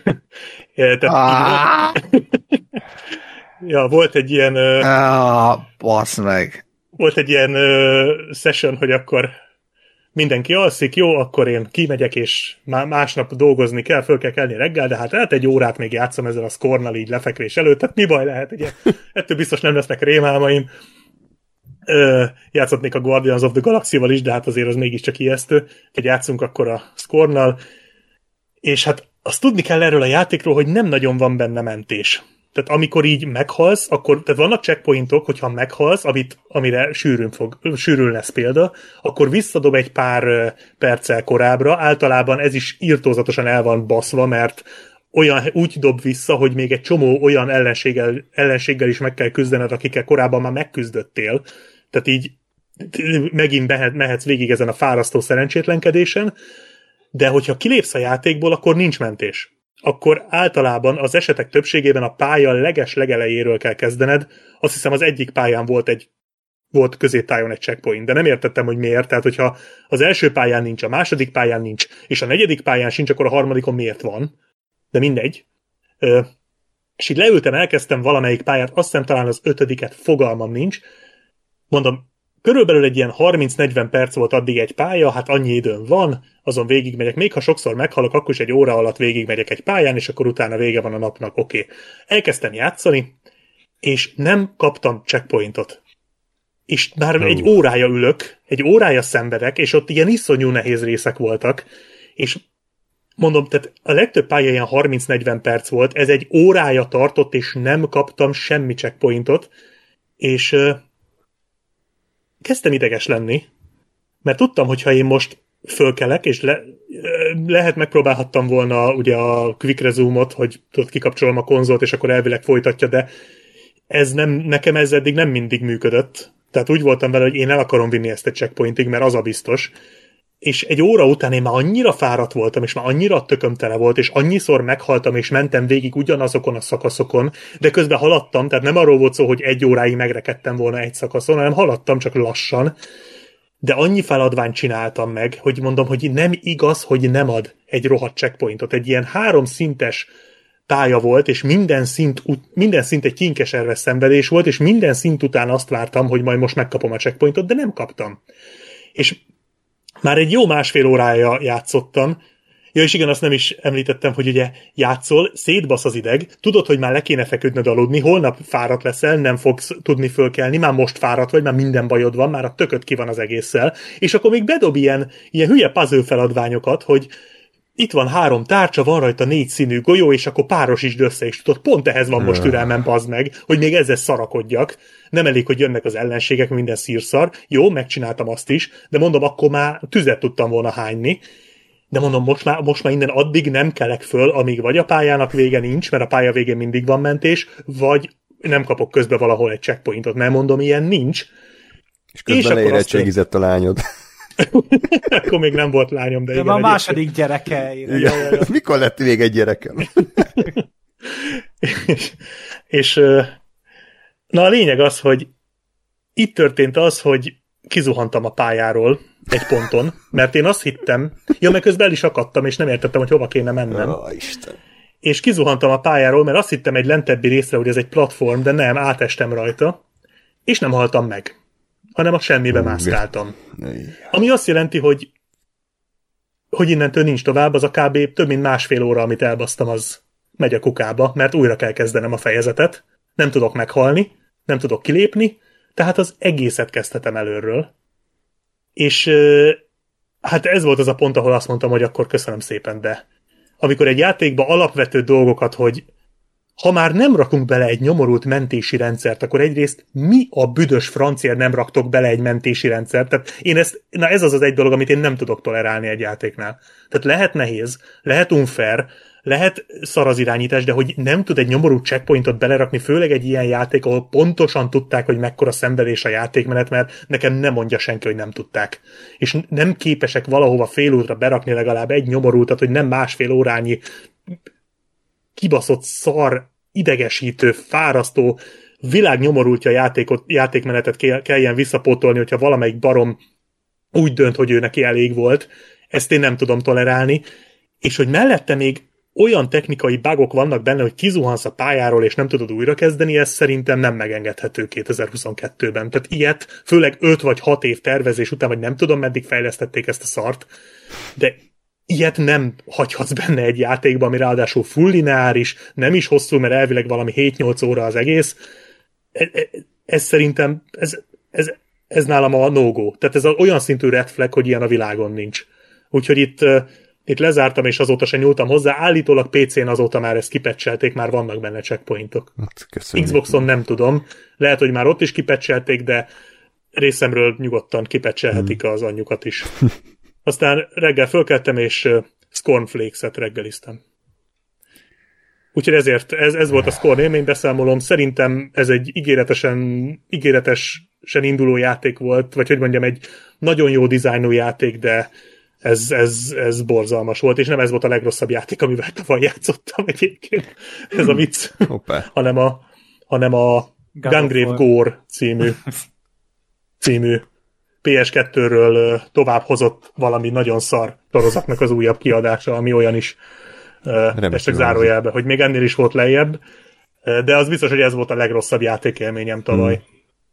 Tehát ja, volt egy ilyen ah, bassz meg. Volt egy ilyen uh, session, hogy akkor mindenki alszik, jó, akkor én kimegyek, és másnap dolgozni kell, föl kell kelni reggel, de hát hát egy órát még játszom ezzel a scornal így lefekvés előtt, tehát mi baj lehet, ugye? Ettől biztos nem lesznek rémálmaim. Uh, játszhatnék a Guardians of the Galaxy-val is, de hát azért az mégiscsak ijesztő, hogy játszunk akkor a scornal, és hát azt tudni kell erről a játékról, hogy nem nagyon van benne mentés. Tehát amikor így meghalsz, akkor, tehát vannak checkpointok, hogyha meghalsz, amit, amire sűrűn, fog, sűrűn lesz példa, akkor visszadob egy pár perccel korábbra, általában ez is irtózatosan el van baszva, mert olyan, úgy dob vissza, hogy még egy csomó olyan ellenséggel, ellenséggel is meg kell küzdened, akikkel korábban már megküzdöttél. Tehát így megint mehet, mehetsz végig ezen a fárasztó szerencsétlenkedésen, de hogyha kilépsz a játékból, akkor nincs mentés. Akkor általában az esetek többségében a pálya leges legelejéről kell kezdened. Azt hiszem az egyik pályán volt egy volt középtájon egy checkpoint, de nem értettem, hogy miért. Tehát, hogyha az első pályán nincs, a második pályán nincs, és a negyedik pályán sincs, akkor a harmadikon miért van? De mindegy. Ö, és így leültem, elkezdtem valamelyik pályát, azt hiszem talán az ötödiket, fogalmam nincs. Mondom, körülbelül egy ilyen harminc-negyven perc volt addig egy pálya, hát annyi időm van, azon végigmegyek. Még ha sokszor meghalok, akkor is egy óra alatt végigmegyek egy pályán, és akkor utána vége van a napnak, oké. Okay. Elkezdtem játszani, és nem kaptam checkpointot. És már oh. egy órája ülök, egy órája szenvedek, és ott ilyen iszonyú nehéz részek voltak, és mondom, tehát a legtöbb pálya ilyen harminc-negyven perc volt, ez egy órája tartott, és nem kaptam semmi checkpointot, és uh, kezdtem ideges lenni, mert tudtam, hogy ha én most fölkelek, és le, lehet megpróbálhattam volna ugye a quick resume-ot, hogy tudod, kikapcsolom a konzolt, és akkor elvileg folytatja, de ez nem, nekem ez eddig nem mindig működött. Tehát úgy voltam vele, hogy én el akarom vinni ezt egy checkpointig, mert az a biztos. És egy óra után én már annyira fáradt voltam, és már annyira tököm tele volt, és annyiszor meghaltam, és mentem végig ugyanazokon a szakaszokon, de közben haladtam, tehát nem arról volt szó, hogy egy óráig megrekedtem volna egy szakaszon, hanem haladtam csak lassan, de annyi feladványt csináltam meg, hogy mondom, hogy nem igaz, hogy nem ad egy rohadt checkpointot. Egy ilyen háromszintes pálya volt, és minden szint, minden szint egy kinkeserves szenvedés volt, és minden szint után azt vártam, hogy majd most megkapom a checkpointot, de nem kaptam. És már egy jó másfél órája játszottam. Ja, és igen, azt nem is említettem, hogy ugye játszol, szétbasz az ideg, tudod, hogy már le kéne feküdnöd aludni, holnap fáradt leszel, nem fogsz tudni fölkelni, már most fáradt vagy, már minden bajod van, már a tököd ki van az egésszel, és akkor még bedob ilyen, ilyen hülye puzzle feladványokat, hogy itt van három tárcsa, van rajta négy színű golyó, és akkor párosítsd össze, és tudod, pont ehhez van most türelmem, bazd meg, hogy még ezzel szarakodjak. Nem elég, hogy jönnek az ellenségek, minden szírszar. Jó, megcsináltam azt is, de mondom, akkor már tüzet tudtam volna hányni. De mondom, most már, most már innen addig nem kelek föl, amíg vagy a pályának vége nincs, mert a pálya végén mindig van mentés, vagy nem kapok közbe valahol egy checkpointot. Nem mondom, ilyen nincs. És közben leérettségizett a lányod. Akkor még nem volt lányom, de, de igen. De a második gyereke. Ja, ja, ja. Mikor lett még egy gyerekem? és, és na a lényeg az, hogy itt történt az, hogy kizuhantam a pályáról egy ponton, mert én azt hittem, ja, meg közben el is akadtam, és nem értettem, hogy hova kéne mennem. Ó, Isten. És kizuhantam a pályáról, mert azt hittem egy lentebbi részre, hogy ez egy platform, de nem, átestem rajta, és nem haltam meg, hanem a semmibe mászkáltam. Ami azt jelenti, hogy hogy innentől nincs tovább, az a kb. Több mint másfél óra, amit elbasztam, az megy a kukába, mert újra kell kezdenem a fejezetet, nem tudok meghalni, nem tudok kilépni, tehát az egészet kezdhetem előről. És hát ez volt az a pont, ahol azt mondtam, hogy akkor köszönöm szépen, de amikor egy játékba alapvető dolgokat, hogy ha már nem rakunk bele egy nyomorult mentési rendszert, akkor egyrészt mi a büdös franciáért nem raktok bele egy mentési rendszert? Tehát én ezt, na ez az az egy dolog, amit én nem tudok tolerálni egy játéknál. Tehát lehet nehéz, lehet unfair, lehet szar az irányítás, de hogy nem tud egy nyomorult checkpointot belerakni, főleg egy ilyen játék, ahol pontosan tudták, hogy mekkora szenvedés a játékmenet, mert nekem nem mondja senki, hogy nem tudták. És nem képesek valahova fél útra berakni legalább egy nyomorultat, hogy nem másfél órányi kibaszott szar, idegesítő, fárasztó, világnyomorultja játékot, játékmenetet kell, kelljen visszapótolni, hogyha valamelyik barom úgy dönt, hogy ő neki elég volt. Ezt én nem tudom tolerálni. És hogy mellette még olyan technikai bugok vannak benne, hogy kizuhansz a pályáról, és nem tudod újrakezdeni, ez szerintem nem megengedhető kétezer-huszonkettőben. Tehát ilyet, főleg öt vagy hat év tervezés után, vagy nem tudom, meddig fejlesztették ezt a szart, de ilyet nem hagyhatsz benne egy játékban, ami ráadásul full lineáris, nem is hosszú, mert elvileg valami hét-nyolc óra az egész. Ez, ez szerintem, ez, ez, ez nálam a no-go. Tehát ez olyan szintű red flag, hogy ilyen a világon nincs. Úgyhogy itt, itt lezártam, és azóta sem nyúltam hozzá. Állítólag pé cén azóta már ezt kipecselték, már vannak benne checkpointok. Xboxon nem tudom. Lehet, hogy már ott is kipecselték, de részemről nyugodtan kipecselhetik hmm. az anyjukat is. Aztán reggel fölkeltem, és Scornflakes-et reggeliztem. Úgyhogy ezért, ez, ez volt a Scorn élménybeszámolom. Szerintem ez egy ígéretesen, ígéretesen induló játék volt, vagy hogy mondjam, egy nagyon jó dizájnú játék, de ez, ez, ez borzalmas volt, és nem ez volt a legrosszabb játék, amivel tavaly játszottam egyébként. Ez a vicc. hanem a, hanem a Gungrave Gore című, című pé es kettőről tovább hozott valami nagyon szar sorozatnak az újabb kiadása, ami olyan is testek zárójelbe, hogy még ennél is volt lejjebb, de az biztos, hogy ez volt a legrosszabb játékélményem tavaly. Hmm.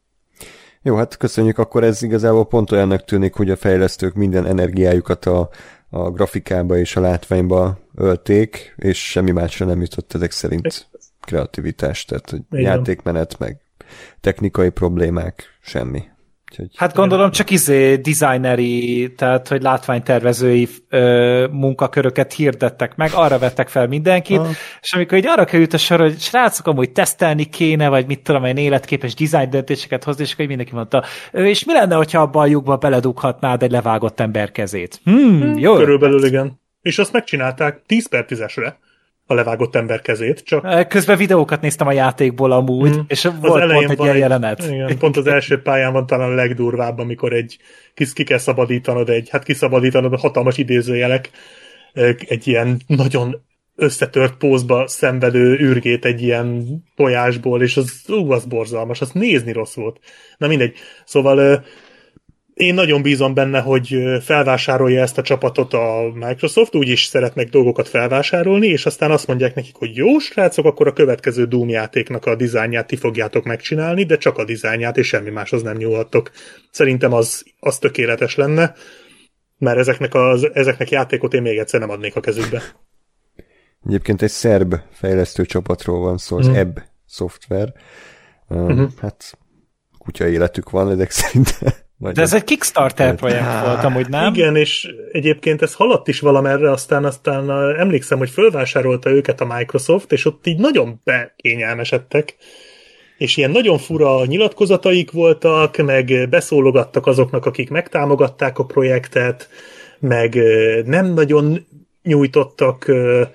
Jó, hát köszönjük, akkor ez igazából pont olyannak tűnik, hogy a fejlesztők minden energiájukat a, a grafikába és a látványba ölték, és semmi másra nem jutott ezek szerint kreativitás, tehát hogy játékmenet, meg technikai problémák, semmi. Úgyhogy... Hát gondolom csak izé designeri, tehát hogy látványtervezői ö, munkaköröket hirdettek meg, arra vettek fel mindenkit, ha. És amikor így arra került a sor, hogy srácok, amúgy tesztelni kéne, vagy mit tudom én, életképes design döntéseket hozni, és akkor mindenki mondta, és mi lenne, hogyha abba a lyukba beledughatnád egy levágott ember kezét? Hmm, hmm, jó. Körülbelül igen. És azt megcsinálták tíz per tízesre. A levágott ember kezét, csak... Közben videókat néztem a játékból amúgy, mm. és volt pont egy ilyen jelenet. Igen, pont az első pályán van talán a legdurvább, amikor egy kis ki kell szabadítanod, egy, hát kiszabadítanod a hatalmas idézőjelek, egy ilyen nagyon összetört pózba szenvedő űrgét egy ilyen tojásból, és az, ú, az borzalmas, az nézni rossz volt. Na mindegy. Szóval... Én nagyon bízom benne, hogy felvásárolja ezt a csapatot a Microsoft, úgyis szeretnek dolgokat felvásárolni, és aztán azt mondják nekik, hogy jó, srácok, akkor a következő Doom játéknak a dizájnját ti fogjátok megcsinálni, de csak a dizájnját, és semmi máshoz nem nyúlhattok. Szerintem az, az tökéletes lenne, mert ezeknek, az, ezeknek játékot én még egyszer nem adnék a kezükbe. Egyébként egy szerb fejlesztő csapatról van szó, az mm. Ebb Software. Mm-hmm. Hát kutya életük van, ezek szerint. De ez egy Kickstarter projekt Há, volt, amúgy nem? Igen, és egyébként ez haladt is valamerre, aztán aztán emlékszem, hogy fölvásárolta őket a Microsoft, és ott így nagyon bekényelmesedtek, és ilyen nagyon fura nyilatkozataik voltak, meg beszólogattak azoknak, akik megtámogatták a projektet, meg nem nagyon nyújtottak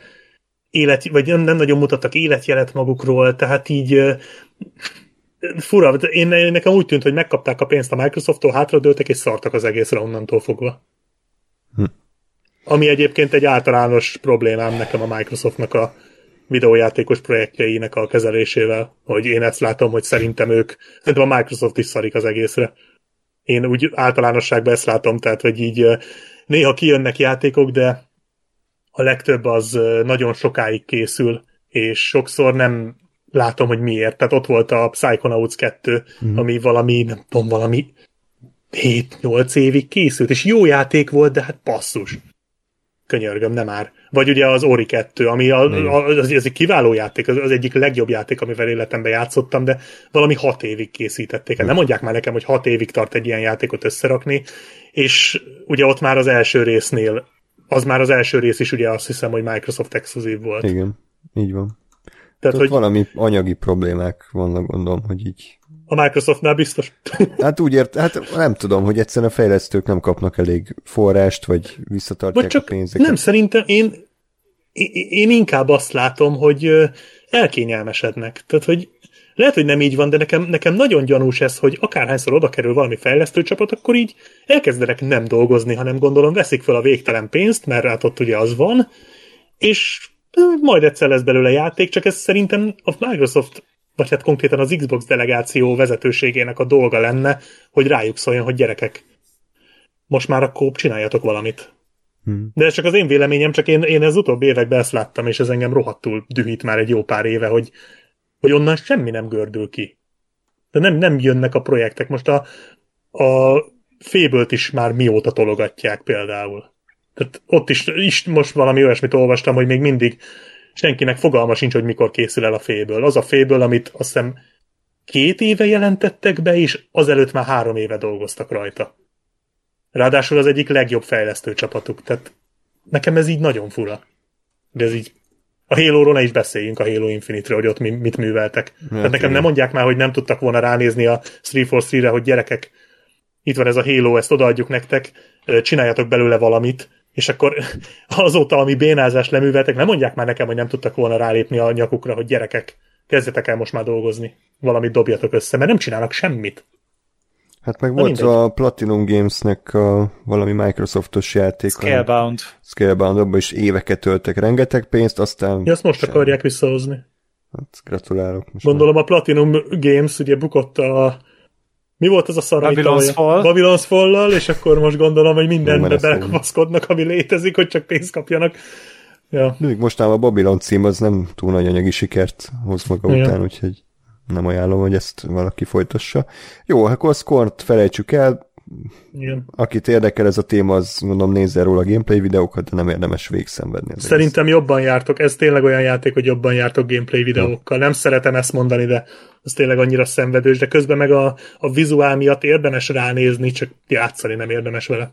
élet, vagy nem, nem nagyon mutattak életjelet magukról, tehát így fura, én, nekem úgy tűnt, hogy megkapták a pénzt a Microsofttól, hátradőltek és szartak az egészre onnantól fogva. Hm. Ami egyébként egy általános problémám nekem a Microsoftnak a videójátékos projektjeinek a kezelésével, hogy én ezt látom, hogy szerintem ők, szerintem a Microsoft is szarik az egészre. Én úgy általánosságban ezt látom, tehát, hogy így néha kijönnek játékok, de a legtöbb az nagyon sokáig készül, és sokszor nem látom, hogy miért. Tehát ott volt a Psychonauts kettő, mm. ami valami, nem tudom, valami hét-nyolc évig készült, és jó játék volt, de hát basszus. Könyörgöm, nem már. Vagy ugye az Ori kettő, ami a, a, az, az egy kiváló játék, az, az egyik legjobb játék, amivel életemben játszottam, de valami hat évig készítették. Nem mondják már nekem, hogy hat évig tart egy ilyen játékot összerakni, és ugye ott már az első résznél, az már az első rész is ugye azt hiszem, hogy Microsoft exkluzív volt. Igen, így van. Tehát, Tehát, hogy valami anyagi problémák vannak, gondolom, hogy így. A Microsoftnál biztos. Hát úgy ért, hát nem tudom, hogy egyszerűen a fejlesztők nem kapnak elég forrást, vagy visszatartják vagy csak a pénzeket. Nem, szerintem én, én inkább azt látom, hogy elkényelmesednek. Tehát, hogy lehet, hogy nem így van, de nekem, nekem nagyon gyanús ez, hogy akárhányszor oda kerül valami fejlesztőcsapat, akkor így elkezdenek nem dolgozni, hanem gondolom veszik fel a végtelen pénzt, mert hát ott ugye az van, és majd egyszer lesz belőle játék, csak ez szerintem a Microsoft, vagy hát konkrétan az Xbox delegáció vezetőségének a dolga lenne, hogy rájuk szóljon, hogy gyerekek, most már akkor csináljatok valamit. Hmm. De ez csak az én véleményem, csak én, én az utóbbi években ezt láttam, és ez engem rohadtul dühít már egy jó pár éve, hogy, hogy onnan semmi nem gördül ki. De nem, nem jönnek a projektek. Most a, a Fable-t is már mióta tologatják például. Tehát ott is, is most valami olyasmit olvastam, hogy még mindig senkinek fogalma sincs, hogy mikor készül el a Fable. Az a Fable, amit azt hiszem két éve jelentettek be, és azelőtt már három éve dolgoztak rajta. Ráadásul az egyik legjobb fejlesztő csapatuk. Tehát nekem ez így nagyon fura. De ez így a Halo-ról ne is beszéljünk, a Halo Infinite-ről, hogy ott mi, mit műveltek. Hát Tehát nekem nem mondják már, hogy nem tudtak volna ránézni a három négy re, hogy gyerekek, itt van ez a Halo, ezt odaadjuk nektek, csináljatok belőle valamit, és akkor azóta, ami bénázást leműveltek, nem mondják már nekem, hogy nem tudtak volna rálépni a nyakukra, hogy gyerekek, kezdjetek el most már dolgozni, valamit dobjatok össze, mert nem csinálnak semmit. Hát meg Na volt mindegy. A Platinum Gamesnek a valami Microsoftos játék. Scalebound. Scalebound, abban is éveket töltek rengeteg pénzt, aztán... Ja, azt most sem. akarják visszahozni. Hát gratulálok. Most Gondolom már. A Platinum Games ugye bukott a... Mi volt az a szar, Babylon's Fall. Babylon's Fall-lal, és akkor most gondolom, hogy mindenbe belekapaszkodnak, ami létezik, hogy csak pénzt kapjanak. Ja. Mostában a Babylon cím az nem túl nagy anyagi sikert hoz maga ja. után, úgyhogy nem ajánlom, hogy ezt valaki folytassa. Jó, akkor a Scorn-t felejtsük el. Igen. Akit érdekel ez a téma, az mondom, nézze róla a gameplay videókat, de nem érdemes végigszenvedni. Szerintem ezt. Jobban jártok. Ez tényleg olyan játék, hogy jobban jártok gameplay videókkal. Ja. Nem szeretem ezt mondani, de ez tényleg annyira szenvedős, de közben meg a, a vizuál miatt érdemes ránézni, csak játszani nem érdemes vele.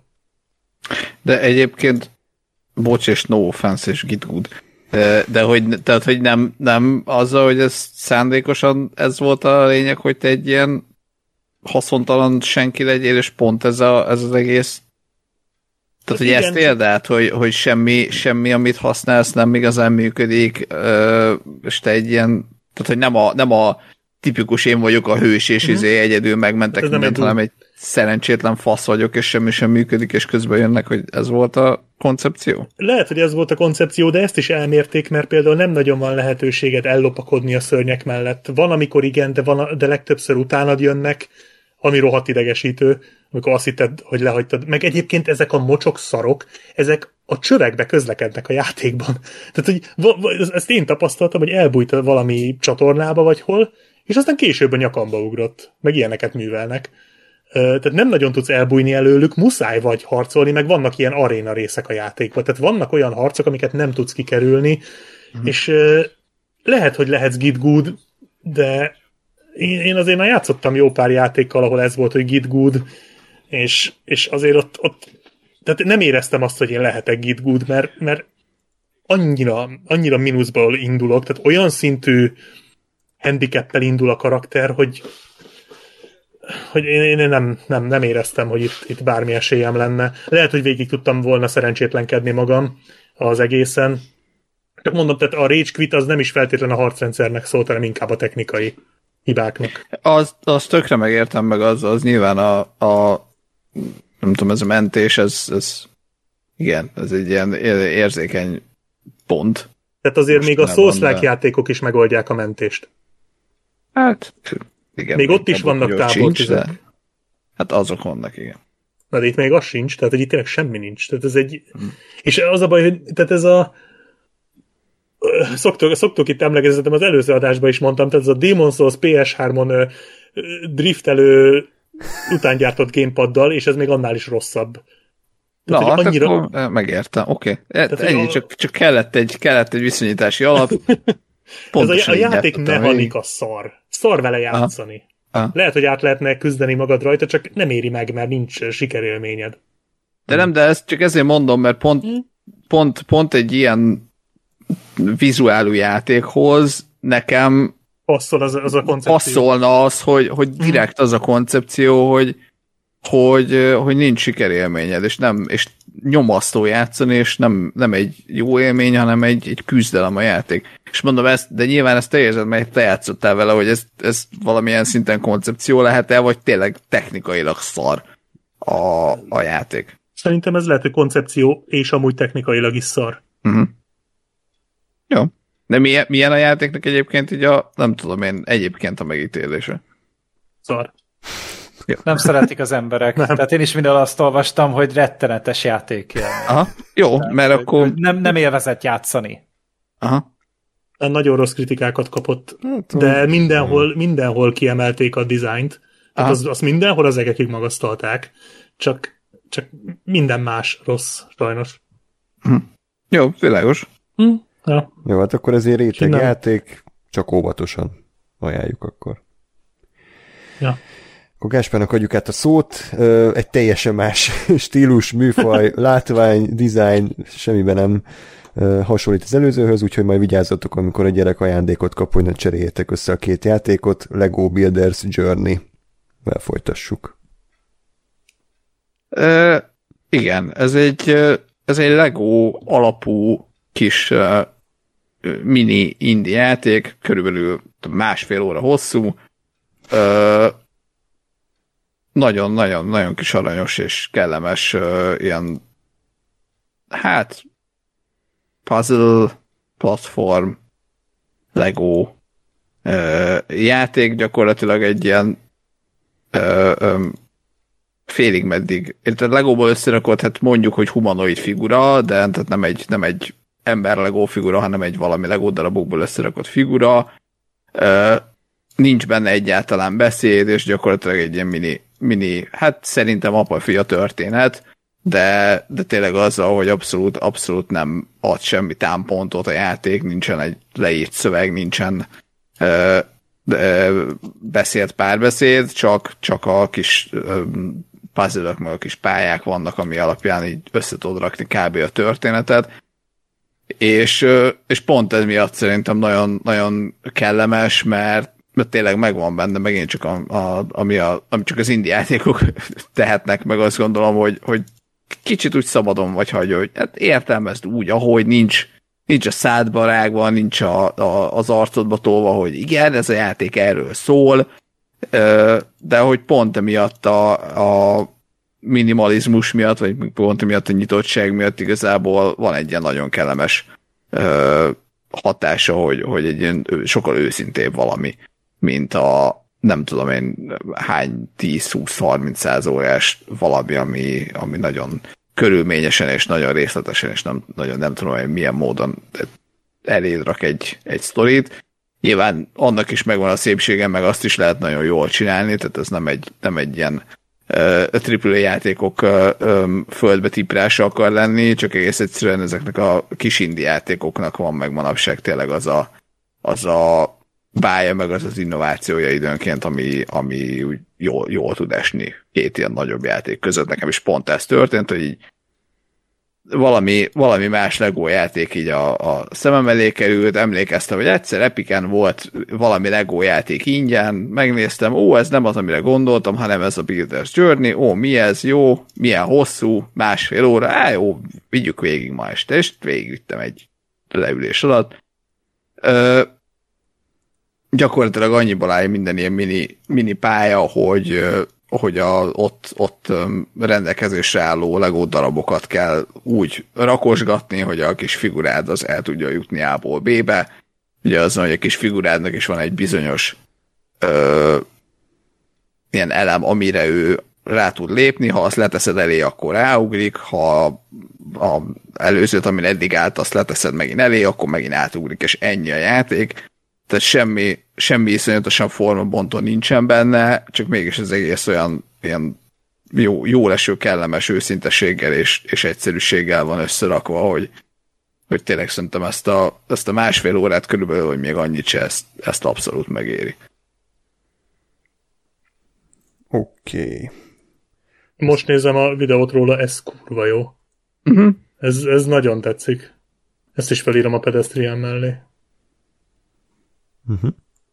De egyébként bocs és no offense és git good. De, de hogy, tehát, hogy nem, nem azzal, hogy ez szándékosan ez volt a lényeg, hogy te egy ilyen haszontalan senki legyél, és pont ez, a, ez az egész. Tehát, hogy ezt éld át, hogy, hogy semmi, semmi, amit használsz, nem igazán működik, és te egy ilyen, tehát, hogy nem a, nem a tipikus én vagyok a hős, és mm-hmm. izé egyedül megmentek hát mindent, hanem egy szerencsétlen fasz vagyok, és semmi sem működik, és közben jönnek, hogy ez volt a koncepció? Lehet, hogy ez volt a koncepció, de ezt is elmérték, mert például nem nagyon van lehetőséged ellopakodni a szörnyek mellett. Van, amikor igen, de, van, de legtöbbször utánad jönnek, ami rohadt idegesítő, amikor azt hitted, hogy lehagytad. Meg egyébként ezek a mocsok szarok, ezek a csövekbe közlekednek a játékban. Tehát, hogy ezt én tapasztaltam, hogy elbújt valami csatornába, vagy hol, és aztán később a nyakamba ugrott. Meg ilyeneket művelnek. Tehát nem nagyon tudsz elbújni előlük, muszáj vagy harcolni, meg vannak ilyen aréna részek a játékban. Tehát vannak olyan harcok, amiket nem tudsz kikerülni, mm. és lehet, hogy lehetsz git good, de én azért már játszottam jó pár játékkal, ahol ez volt, hogy git good, és, és azért ott, ott tehát nem éreztem azt, hogy én lehetek git good, mert, mert annyira, annyira mínuszból indulok, tehát olyan szintű handicappel indul a karakter, hogy hogy én, én nem, nem, nem éreztem, hogy itt, itt bármi esélyem lenne. Lehet, hogy végig tudtam volna szerencsétlenkedni magam az egészen. Csak mondom, tehát a Rage Quit az nem is feltétlenül a harcrendszernek szólt, hanem inkább a technikai hibáknak. Az, az tökre megértem, meg az, az nyilván a, a nem tudom, ez a mentés, ez, ez igen, ez egy ilyen érzékeny pont. Tehát azért most még a Souls-like játékok is megoldják a mentést. Hát... Igen, még ott is vannak távoltüzek. Hát azok vannak, igen. Na, de itt még az sincs, tehát hogy itt tényleg semmi nincs. Tehát ez egy... Hmm. És az a baj, hogy tehát ez a... Szoktuk, szoktuk itt emlegezni, az előző adásban is mondtam, tehát ez a Demon's Souls pé es hármon driftelő után gyártott gamepaddal, és ez még annál is rosszabb. Na, hát annyira... akkor megértem, oké. Okay. Ennyi, a... csak, csak kellett, egy, kellett egy viszonyítási alap. Ez a, a játék mechanika szar. Szar vele játszani. Aha. Aha. Lehet, hogy át lehetne küzdeni magad rajta, csak nem éri meg, mert nincs sikerélményed. De nem, de ezt csak ezért mondom, mert pont, hmm. pont, pont egy ilyen vizuálú játékhoz nekem passzol az, az a koncepció. Passzolna az, hogy, hogy direkt az a koncepció, hogy, hogy, hogy nincs sikerélményed, és, nem, és nyomasztó játszani, és nem, nem egy jó élmény, hanem egy, egy küzdelem a játék. És mondom ezt, de nyilván ezt te érzed, mert te játszottál vele, hogy ez, ez valamilyen szinten koncepció lehet-e, vagy tényleg technikailag szar a, a játék. Szerintem ez lehet, hogy koncepció, és amúgy technikailag is szar. Uh-huh. Jó. De milyen, milyen a játéknak egyébként így a, nem tudom én, egyébként a megítélése? Szar. Jó. Nem szeretik az emberek. Nem. Tehát én is minden azt olvastam, hogy rettenetes játék. Aha. Jó, tehát, mert akkor... Nem, nem élvezett játszani. Aha. Nagyon rossz kritikákat kapott, de mindenhol, mindenhol kiemelték a dizájnt. Tehát az, az mindenhol az egekig magasztalták. Csak, csak minden más rossz, sajnos. Hm. Jó, világos. Hm. Ja. Jó, hát akkor ezért réteg játék, csak óvatosan ajánljuk akkor. Ja. Akkor Gáspárnak adjuk át a szót, egy teljesen más stílus, műfaj, látvány, dizájn, semmiben nem hasonlít az előzőhöz, úgyhogy majd vigyázzatok, amikor a gyerek ajándékot kap, hogy ne cseréljétek össze a két játékot. Lego Builders Journey-vel folytassuk. Uh, igen, ez egy, ez egy Lego alapú kis uh, mini indie játék, körülbelül másfél óra hosszú. Uh, Nagyon-nagyon-nagyon kis aranyos és kellemes uh, ilyen hát puzzle, platform, Lego uh, játék, gyakorlatilag egy ilyen uh, um, félig meddig. A Legóból összerakott, hát mondjuk, hogy humanoid figura, de tehát nem egy, nem egy ember Lego figura, hanem egy valami Lego darabokból összerakott figura. Uh, nincs benne egyáltalán beszéd, és gyakorlatilag egy ilyen mini, mini hát szerintem apa-fia történet, de, de tényleg azzal, hogy abszolút, abszolút nem ad semmi támpontot a játék, nincsen egy leírt szöveg, nincsen uh, uh, beszélt párbeszéd, csak, csak a kis uh, puzzle-ök, meg a kis pályák vannak, ami alapján így össze tudod rakni kb. A történetet. És, uh, és pont ez miatt szerintem nagyon, nagyon kellemes, mert mert tényleg megvan benne, megint csak a, a, ami, a, ami csak az indie játékok tehetnek, meg azt gondolom, hogy, hogy kicsit úgy szabadon vagy hagyja, hogy hát értelmezd úgy, ahogy nincs, nincs a szádba rágva, nincs a, a, az arcodba tolva, hogy igen, ez a játék erről szól, de hogy pont emiatt a, a minimalizmus miatt, vagy pont emiatt a nyitottság miatt igazából van egy ilyen nagyon kellemes hatása, hogy, hogy egy ilyen sokkal őszintébb valami, mint a nem tudom én hány tíz-húsz-harminc száz órás valami, ami, ami nagyon körülményesen és nagyon részletesen, és nem, nagyon nem tudom, hogy milyen módon eléd rak egy, egy sztorit. Nyilván annak is megvan a szépsége, meg azt is lehet nagyon jól csinálni, tehát ez nem egy, nem egy ilyen uh, triple A játékok uh, um, földbe tiprása akar lenni, csak egész egyszerűen ezeknek a kis indie játékoknak van meg manapság tényleg az a, az a bája, meg az az innovációja időnként, ami, ami úgy jól, jól tud esni két ilyen nagyobb játék között. Nekem is pont ez történt, hogy így valami, valami más Lego játék így a, a szemem elé került, emlékeztem, hogy egyszer Epiken volt valami Lego játék ingyen, megnéztem, ó, ez nem az, amire gondoltam, hanem ez a Builders Journey, ó, mi ez, jó, milyen hosszú, másfél óra, á, jó, vigyük végig ma este, és végigvittem egy leülés alatt. Ö, gyakorlatilag annyiból áll minden ilyen mini, mini pálya, hogy, hogy a, ott, ott rendelkezésre álló Lego darabokat kell úgy rakosgatni, hogy a kis figurád az el tudja jutni A-ból B-be. Ugye az, hogy a kis figurádnak is van egy bizonyos ö, ilyen elem, amire ő rá tud lépni, ha azt leteszed elé, akkor ráugrik, ha a előzőt, amin eddig állt, azt leteszed megint elé, akkor megint átugrik, és ennyi a játék. Tehát semmi, semmi iszonyatosan formabontó nincsen benne, csak mégis az egész olyan ilyen jó, jó leső, kellemes őszinteséggel és, és egyszerűséggel van összerakva, hogy, hogy tényleg szerintem ezt a, ezt a másfél órát körülbelül, hogy még annyit se, ezt, ezt abszolút megéri. Oké. Okay. Most nézem a videót róla, ez kurva jó. Uh-huh. Ez, ez nagyon tetszik. Ezt is felírom a pedestrián mellé. Uh-huh.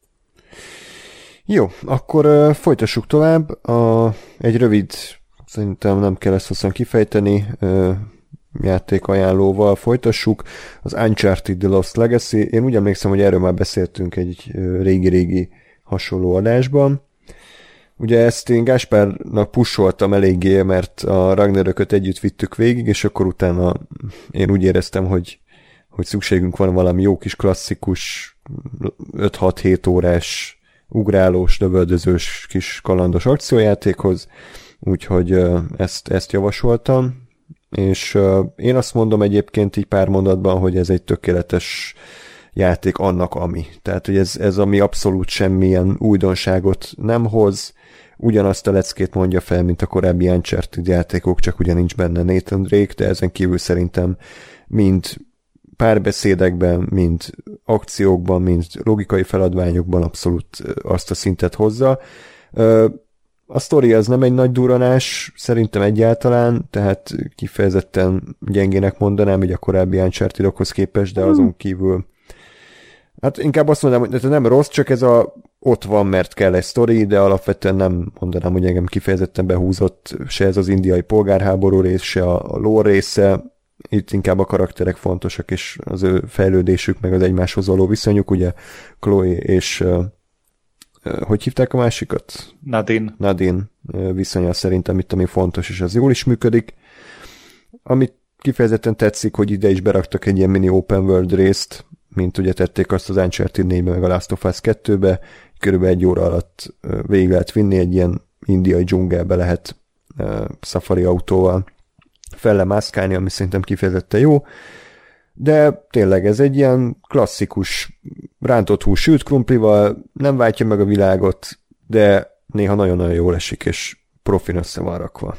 Jó, akkor uh, folytassuk tovább. A, egy rövid, szerintem nem kell ezt hosszan kifejteni, uh, játékajánlóval folytassuk. Az Uncharted The Lost Legacy. Én úgy emlékszem, hogy erről már beszéltünk egy uh, régi-régi hasonló adásban. Ugye ezt én Gáspárnak pusoltam eléggé, mert a Ragnarököt együtt vittük végig, és akkor utána én úgy éreztem, hogy, hogy szükségünk van valami jó kis klasszikus öt-hat-hét órás ugrálós, lövöldözős kis kalandos akciójátékhoz, úgyhogy ezt, ezt javasoltam, és én azt mondom egyébként így pár mondatban, hogy ez egy tökéletes játék annak, ami. Tehát, hogy ez, ez ami abszolút semmilyen újdonságot nem hoz, ugyanazt a leckét mondja fel, mint a korábbi Uncharted játékok, csak ugye nincs benne Nathan Drake, de ezen kívül szerintem mind párbeszédekben, mind akciókban, mind logikai feladványokban abszolút azt a szintet hozza. A sztori az nem egy nagy duranás, szerintem egyáltalán, tehát kifejezetten gyengének mondanám, hogy a korábbi Uncharted-okhoz képest, de azon kívül hát inkább azt mondanám, hogy ez nem rossz, csak ez a ott van, mert kell egy sztori, de alapvetően nem mondanám, hogy engem kifejezetten behúzott se ez az indiai polgárháború rész, se a lore része. Itt inkább a karakterek fontosak, és az ő fejlődésük, meg az egymáshoz való viszonyuk, ugye Chloe és uh, uh, hogy hívták a másikat? Nadine. Nadine uh, viszonya szerintem itt, ami fontos, és az jól is működik. Amit kifejezetten tetszik, hogy ide is beraktak egy ilyen mini open world részt, mint ugye tették azt az Uncharted négybe, meg a Last of Us kettőbe, körülbelül egy óra alatt végig lehet vinni, egy ilyen indiai dzsungelbe lehet uh, safari autóval fellemászkálni, ami szerintem kifejezetten jó, de tényleg ez egy ilyen klasszikus rántott hús sült krumplival, nem váltja meg a világot, de néha nagyon-nagyon jól esik, és profin össze van rakva.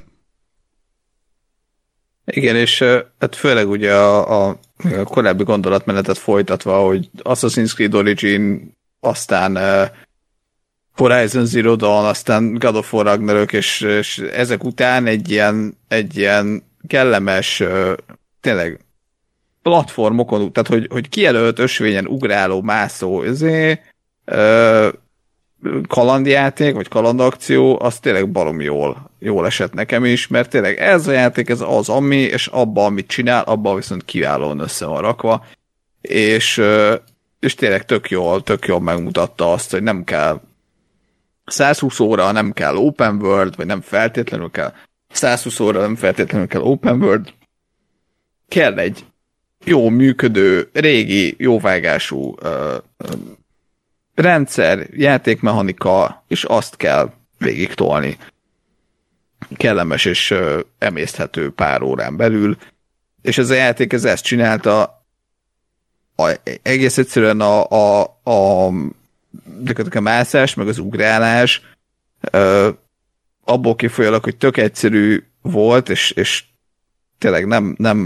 Igen, és hát főleg ugye a, a, a korábbi gondolatmenetet folytatva, hogy Assassin's Creed Origin, aztán uh, Horizon Zero Dawn, aztán God of War Ragnarök, és, és ezek után egy ilyen, egy ilyen kellemes, uh, tényleg platformokon, tehát hogy, hogy kijelölt ösvényen ugráló, mászó, ezért uh, kalandjáték, vagy kalandakció, az tényleg baromi jól, jól esett nekem is, mert tényleg ez a játék, ez az ami, és abban, amit csinál, abban viszont kiválóan össze van rakva, és, és tényleg tök jól, tök jól megmutatta azt, hogy nem kell százhúsz óra, nem kell open world, vagy nem feltétlenül kell százhúsz óra, nem feltétlenül kell open world, kell egy jó működő, régi, jóvágású uh, rendszer, játékmechanika, és azt kell végig tolni. Kellemes és uh, emészthető pár órán belül. És ez a játék ez ezt csinálta, a, egész egyszerűen a, a, a, a mászás, meg az ugrálás uh, abból kifolyólag, hogy tök egyszerű volt, és, és tényleg nem, nem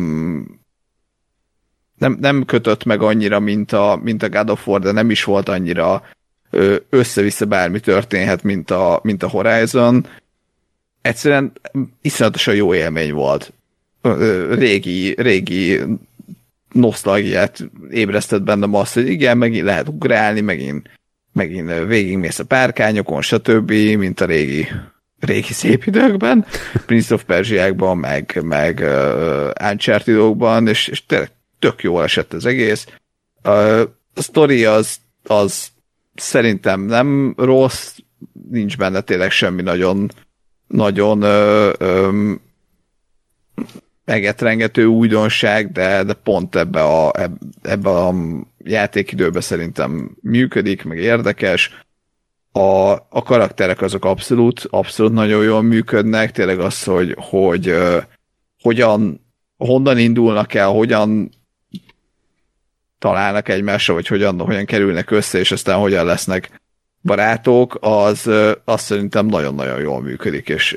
Nem, nem kötött meg annyira, mint a, mint a God of War, de nem is volt annyira ö, össze-vissza bármi történhet, mint a, mint a Horizon. Egyszerűen iszonyatosan jó élmény volt. Ö, régi, régi nosztalgiát ébresztett bennem azt, hogy igen, megint lehet ugrálni, megint, megint végigmész a párkányokon, stb., mint a régi, régi szép időkben, Prince of Persia-kban, meg, meg uh, Uncharted-okban, és, és tényleg tök jól esett az egész. A sztori az, az szerintem nem rossz, nincs benne tényleg semmi nagyon, nagyon ö, ö, megetrengető újdonság, de, de pont ebbe a, ebbe a játékidőben szerintem működik, meg érdekes. A, a karakterek azok abszolút, abszolút nagyon jól működnek, tényleg az, hogy, hogy ö, hogyan, honnan indulnak el, hogyan találnak egymásra, vagy hogyan, hogyan kerülnek össze, és aztán hogyan lesznek barátok, az, az szerintem nagyon-nagyon jól működik, és, és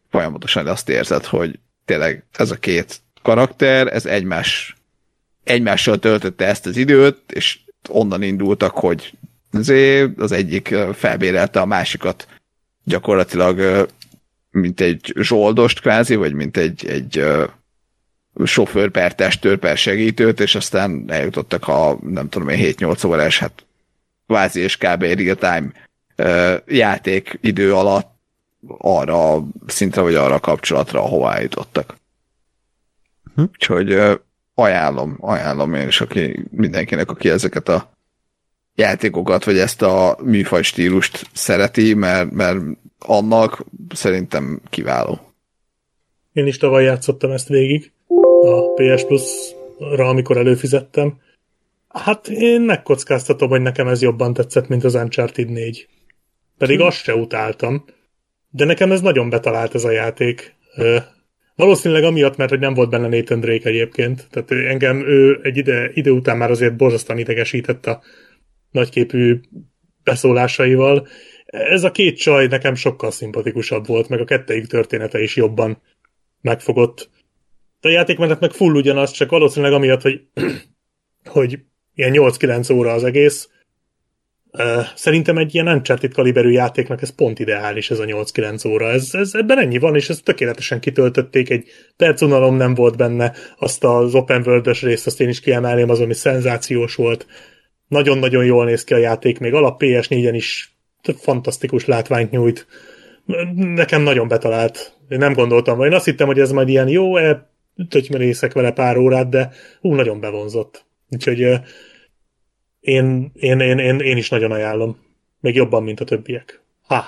folyamatosan azt érzed, hogy tényleg ez a két karakter, ez egymás, egymással töltötte ezt az időt, és onnan indultak, hogy azért az egyik felbérelte a másikat gyakorlatilag mint egy zsoldost kvázi, vagy mint egy, egy sofőr per testőr per segítőt, és aztán eljutottak a nem tudom én hét-nyolc órás, hát kvázi és kb. Real-time játék idő alatt arra a szintre, vagy arra a kapcsolatra, ahová eljutottak. Hm? Úgyhogy ajánlom, ajánlom én is, aki, mindenkinek, aki ezeket a játékokat, vagy ezt a műfaj stílust szereti, mert, mert annak szerintem kiváló. Én is tavaly játszottam ezt végig a pé es Plus-ra, amikor előfizettem. Hát én megkockáztatom, hogy nekem ez jobban tetszett, mint az Uncharted négy. Pedig hmm. azt se utáltam. De nekem ez nagyon betalált ez a játék. Valószínűleg amiatt, mert hogy nem volt benne Nathan Drake egyébként. Tehát engem ő egy ide, idő után már azért borzasztóan idegesített a nagyképű beszólásaival. Ez a két csaj nekem sokkal szimpatikusabb volt, meg a kettejük története is jobban megfogott. A játékmenet meg full ugyanaz, csak valószínűleg amiatt, hogy, hogy ilyen nyolc-kilenc óra az egész. Szerintem egy ilyen Uncharted kaliberű játéknak ez pont ideális, ez a nyolc-kilenc óra. Ez, ez, ebben ennyi van, és ezt tökéletesen kitöltötték, egy percunalom nem volt benne, azt az open world-ös részt azt én is kiemelném, az, ami szenzációs volt. Nagyon-nagyon jól néz ki a játék, még alap pé es négyen is fantasztikus látványt nyújt. Nekem nagyon betalált. Én nem gondoltam, vagy én azt hittem, hogy ez majd ilyen jó, e, tötymerészek vele pár órát, de hú, nagyon bevonzott. Úgyhogy uh, én, én, én, én, én is nagyon ajánlom. Még jobban, mint a többiek. Ha!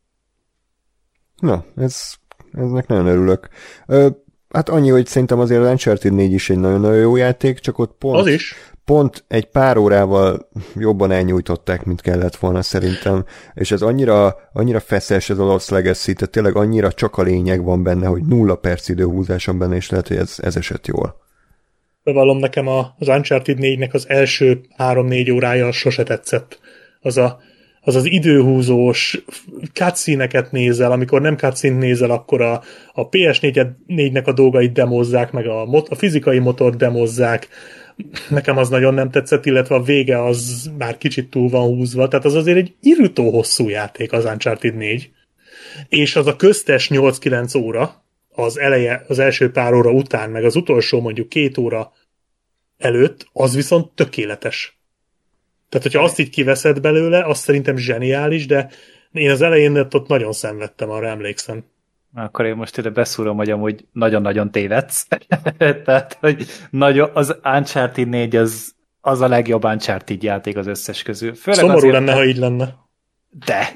Na, ez, eznek nagyon örülök. Ö, hát annyi, hogy szerintem azért az Uncharted négy is egy nagyon-nagyon jó játék, csak ott pont... Az is. Pont egy pár órával jobban elnyújtották, mint kellett volna szerintem, és ez annyira, annyira feszes ez a Lost Legacy, tehát tényleg annyira csak a lényeg van benne, hogy nulla perc időhúzáson benne, és lehet, hogy ez, ez esett jól. Bevallom, nekem az Uncharted négynek az első három-négy órája sose tetszett. Az a, az, az időhúzós cutscene-eket nézel, amikor nem cutscene nézel, akkor a, a pé es négynek a dolgait demozzák, meg a, a fizikai motort demozzák. Nekem az nagyon nem tetszett, illetve a vége az már kicsit túl van húzva, tehát az azért egy irritó hosszú játék az Uncharted négy, és az a köztes nyolc-kilenc óra, az eleje, az első pár óra után, meg az utolsó mondjuk két óra előtt, az viszont tökéletes. Tehát, hogyha azt így kiveszed belőle, az szerintem zseniális, de én az elején ott nagyon szenvedtem, arra emlékszem. Akkor én most ide beszúrom, hogy amúgy nagyon-nagyon tévedsz. Tehát, hogy nagyon, az Uncharted négy az, az a legjobb Uncharted játék az összes közül. Főleg Szomorú azért, lenne, ha így lenne. De!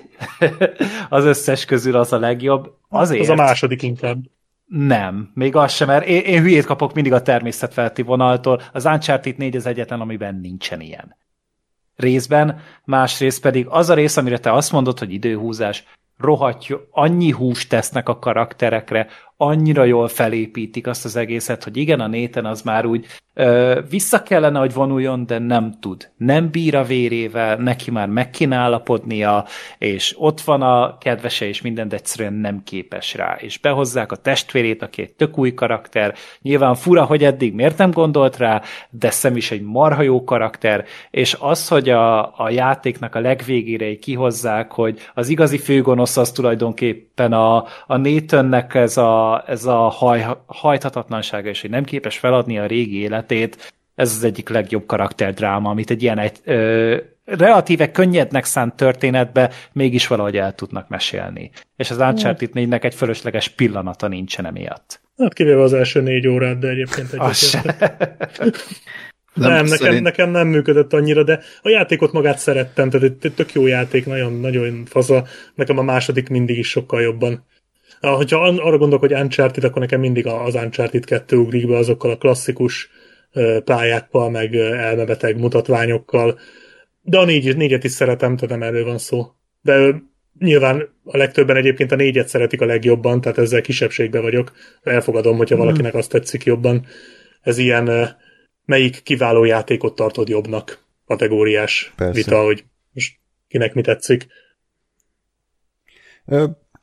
Az összes közül az a legjobb. Azért... Az a második inkább. Nem, még az sem, mert én, én hülyét kapok mindig a természetfeletti vonaltól. Az Uncharted négy az egyetlen, amiben nincsen ilyen. Részben, másrészt pedig az a rész, amire te azt mondod, hogy időhúzás, rohadt jó, annyi húst tesznek a karakterekre, annyira jól felépítik azt az egészet, hogy igen, a Nathan az már úgy ö, vissza kellene, hogy vonuljon, de nem tud. Nem bír a vérével, neki már meg kéne állapodnia, és ott van a kedvese, és mindent egyszerűen nem képes rá. És behozzák a testvérét, aki egy tök új karakter. Nyilván fura, hogy eddig miért nem gondolt rá, de Sam is egy marha jó karakter, és az, hogy a, a játéknak a legvégére kihozzák, hogy az igazi főgonosz az tulajdonképpen a, a Nathannek ez a ez a haj, hajthatatlansága, és hogy nem képes feladni a régi életét, ez az egyik legjobb karakterdráma, amit egy ilyen egy, ö, relatíve könnyednek szánt történetbe mégis valahogy el tudnak mesélni. És az Uncharted négynek egy fölösleges pillanata nincsen emiatt. Hát kivéve az első négy órát, de egyébként egyébként. Nem, nem nekem, szerint... nekem nem működött annyira, de a játékot magát szerettem, tehát egy tök jó játék, nagyon, nagyon faza. Nekem a második mindig is sokkal jobban. Ha arra gondolok, hogy Uncharted, akkor nekem mindig az Uncharted kettő ugrik be azokkal a klasszikus pályákkal, meg elmebeteg mutatványokkal. De a négy, négyet is szeretem, tehát nem erről van szó. De nyilván a legtöbben egyébként a négyet szeretik a legjobban, tehát ezzel kisebbségben vagyok. Elfogadom, hogyha mm. valakinek azt tetszik jobban. Ez ilyen melyik kiváló játékot tartod jobbnak kategóriás Persze. vita, hogy most kinek mi tetszik. Ö,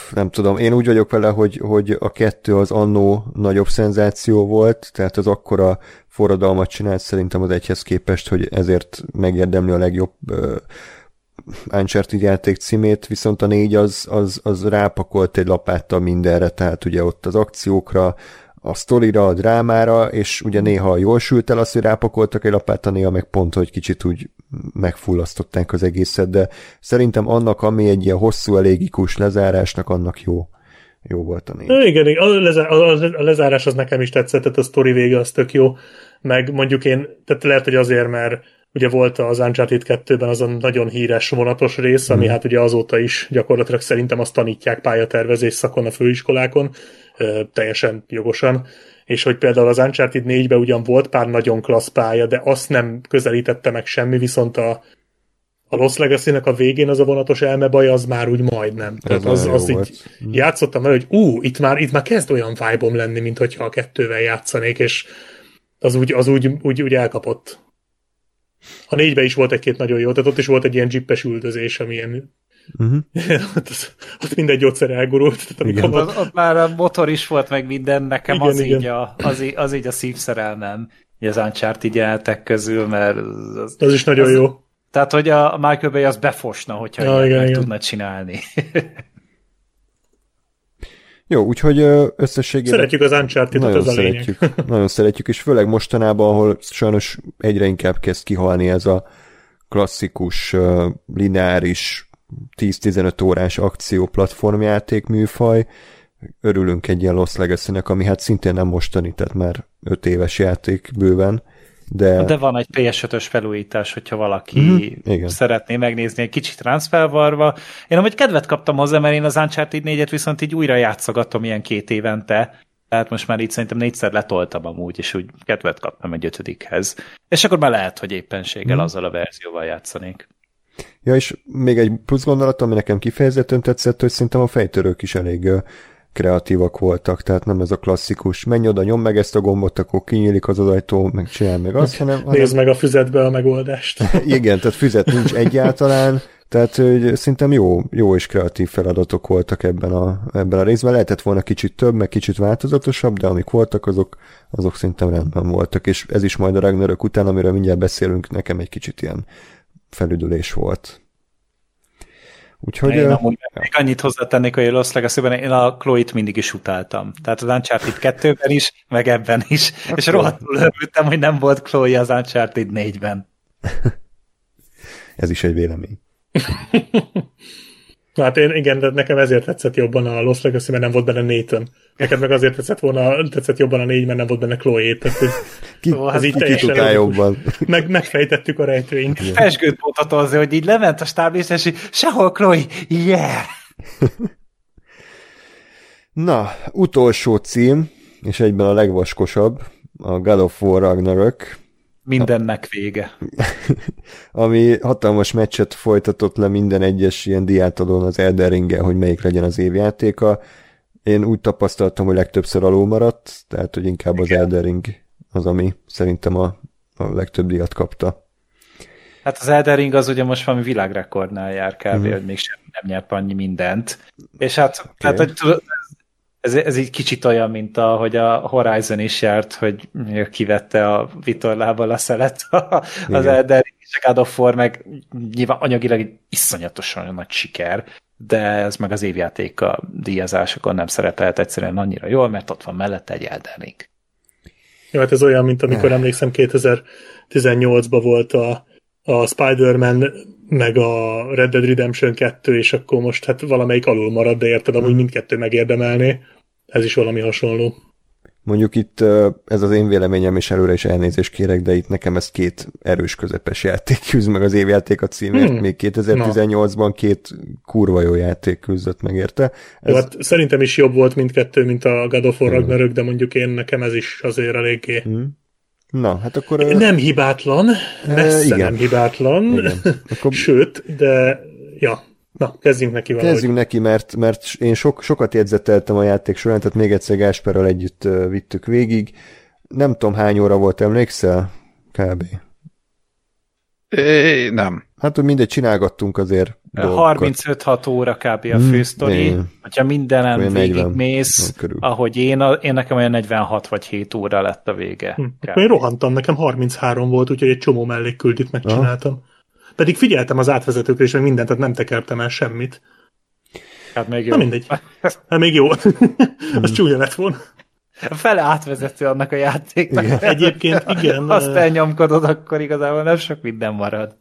nem tudom, én úgy vagyok vele, hogy, hogy a kettő az annó nagyobb szenzáció volt, tehát az akkora forradalmat csinált szerintem az egyhez képest, hogy ezért megérdemli a legjobb uh, Uncharted játék címét, viszont a négy az, az, az rápakolt egy lapáttal mindenre, tehát ugye ott az akciókra, a sztorira, a drámára, és ugye néha jól sült el az, hogy rápakoltak egy lapáttal, néha meg pont, hogy kicsit úgy megfullasztották az egészet, de szerintem annak, ami egy ilyen hosszú, elégikus lezárásnak, annak jó. Jó volt a négy. Na, igen, a, lezá- a lezárás az nekem is tetszett, tehát a sztori vége az tök jó, meg mondjuk én, tehát lehet, hogy azért, mert ugye volt az Uncharted kettőben az a nagyon híres vonatos rész, ami hmm. hát ugye azóta is gyakorlatilag szerintem azt tanítják pályatervezés szakon a főiskolákon, teljesen jogosan, és hogy például az Uncharted négyben ugyan volt pár nagyon klassz pálya, de azt nem közelítette meg semmi, viszont a, a Lost Legacy-nek a végén az a vonatos elmebaj az már úgy majdnem. Tehát az, az így játszottam vele, hogy ú, itt már, itt már kezd olyan vibe-om lenni, mint hogyha a kettővel játszanék, és az úgy, az úgy, úgy, úgy elkapott. A négyben is volt egy-két nagyon jó, tehát ott is volt egy ilyen jippes üldözés, ami ilyen uh-huh. ott, ott minden gyógyszer elgurult. Igen. Ott, ott már a motor is volt, meg minden, nekem igen, az, igen. Így a, az, az így a szívszerelmem az Uncharted jelenetek közül, mert az, az is nagyon az, jó. Tehát, hogy a Michael Bay az befosna, hogyha ja, igen, meg igen. tudna csinálni. Jó, úgyhogy összességében... Szeretjük az Uncharted-ot, ez a szeretjük, nagyon szeretjük, és főleg mostanában, ahol sajnos egyre inkább kezd kihalni ez a klasszikus, lineáris, tíz-tizenöt órás akció platformjáték műfaj. Örülünk egy ilyen Lost Legacy-nek, ami hát szintén nem mostani, tehát már öt éves játék bőven. De, de van egy pé es ötös felújítás, hogyha valaki mm-hmm, szeretné megnézni egy kicsit ráncfelvarva. Én amúgy kedvet kaptam hozzá, mert én az Uncharted négyet viszont így újra játszogatom ilyen két évente. Tehát most már így szerintem négyszer letoltam amúgy, és úgy kedvet kaptam egy ötödikhez. És akkor már lehet, hogy éppenséggel mm. azzal a verzióval játszanék. Ja, és még egy plusz gondolat, ami nekem kifejezetten tetszett, hogy szerintem a fejtörők is elég kreatívak voltak, tehát nem ez a klasszikus, menj oda, nyom meg ezt a gombot, akkor kinyílik az ajtó, meg csinálj meg azt, hanem... Nézd hanem... meg a füzetbe a megoldást. Igen, tehát füzet nincs egyáltalán, tehát hogy szerintem jó, jó és kreatív feladatok voltak ebben a, ebben a részben. Lehetett volna kicsit több, meg kicsit változatosabb, de amik voltak, azok, azok szerintem rendben voltak, és ez is majd a Ragnarök után, amiről mindjárt beszélünk, nekem egy kicsit ilyen felüdülés volt. Úgyhogy... Én amúgy ja. még annyit hozzátennék, hogy a Lost Legacy-ben én a Chloe-t mindig is utáltam. Tehát az Uncharted kettőben is, meg ebben is. Akkor... És rohadtul örültem, hogy nem volt Chloe az Uncharted négyben. Ez is egy vélemény. Hát én, igen, de nekem ezért tetszett jobban a Lost Legacy, mert nem volt benne Nathan. Neked meg azért tetszett volna, tetszett jobban a négy, mert nem volt benne Chloe. Tehát ez, ki, ez így ki tudál jobban. Meg, megfejtettük a rejtőink. Fesgőt mutatozza, hogy így lement a stáblist, és így, sehol Chloe, yeah! Na, utolsó cím, és egyben a legvaskosabb, a God of War Ragnarök. Mindennek vége. Ami hatalmas meccset folytatott le minden egyes ilyen diátadón az Elden Ringen, hogy melyik legyen az évjátéka. Én úgy tapasztaltam, hogy legtöbbször alul maradt, tehát hogy inkább az Elden Ring az, ami szerintem a, a legtöbb díjat kapta. Hát az Elden Ring az ugye most valami világrekordnál jár kb., mm. hogy még sem nem nyert annyi mindent. És hát, okay. hát hogy Ez, ez egy kicsit olyan, mint ahogy a Horizon is járt, hogy kivette a vitorlából a szelet az Elden Ring, és a God of War meg nyilván anyagilag egy iszonyatosan nagy siker, de ez meg az évjáték a díjazásokon nem szerepelt egyszerűen annyira jól, mert ott van mellette egy Elden Ring. Jó, hát ez olyan, mint amikor emlékszem kétezer-tizennyolcban volt a, a Spider-Man meg a Red Dead Redemption kettő, és akkor most hát valamelyik alul marad, de érted, amúgy mindkettő megérdemelné. Ez is valami hasonló. Mondjuk itt ez az én véleményem, és előre is elnézést kérek, de itt nekem ez két erős közepes játék küzd meg az évjáték a címért. Hmm. Még kétezer-tizennyolcban két kurva jó játék küzdött meg érte. Ez... Jó, hát szerintem is jobb volt mindkettő, mint a God of War hmm. Ragnarök, de mondjuk én nekem ez is azért eléggé... Hmm. Na, hát akkor... Nem hibátlan, messze e, nem hibátlan, igen. Akkor... Sőt, de ja, na, kezdjünk neki valahogy. Kezdjünk neki, mert, mert én sok, sokat jegyzeteltem a játék során, tehát még egyszer Gáspárral együtt uh, vittük végig. Nem tudom, hány óra volt, emlékszel? Kb. É, nem. Hát, hogy mindegy, csinálgattunk azért harmincöt-hat óra kb. A fősztori, hmm, hogyha mindenen végigmész, ahogy én, a, én nekem olyan negyvenhat vagy hét óra lett a vége. Hm. Én rohantam, nekem harminchárom volt, úgyhogy egy csomó mellékküldit megcsináltam. Aha. Pedig figyeltem az átvezetőkre, és meg mindent, tehát nem tekertem el semmit. Hát még jó. Na mindegy. Hát még jó. Az csúnya lett volna. A fele átvezető annak a játéknak. Igen. Egyébként igen. Azt elnyomkodod, akkor igazából nem sok minden marad.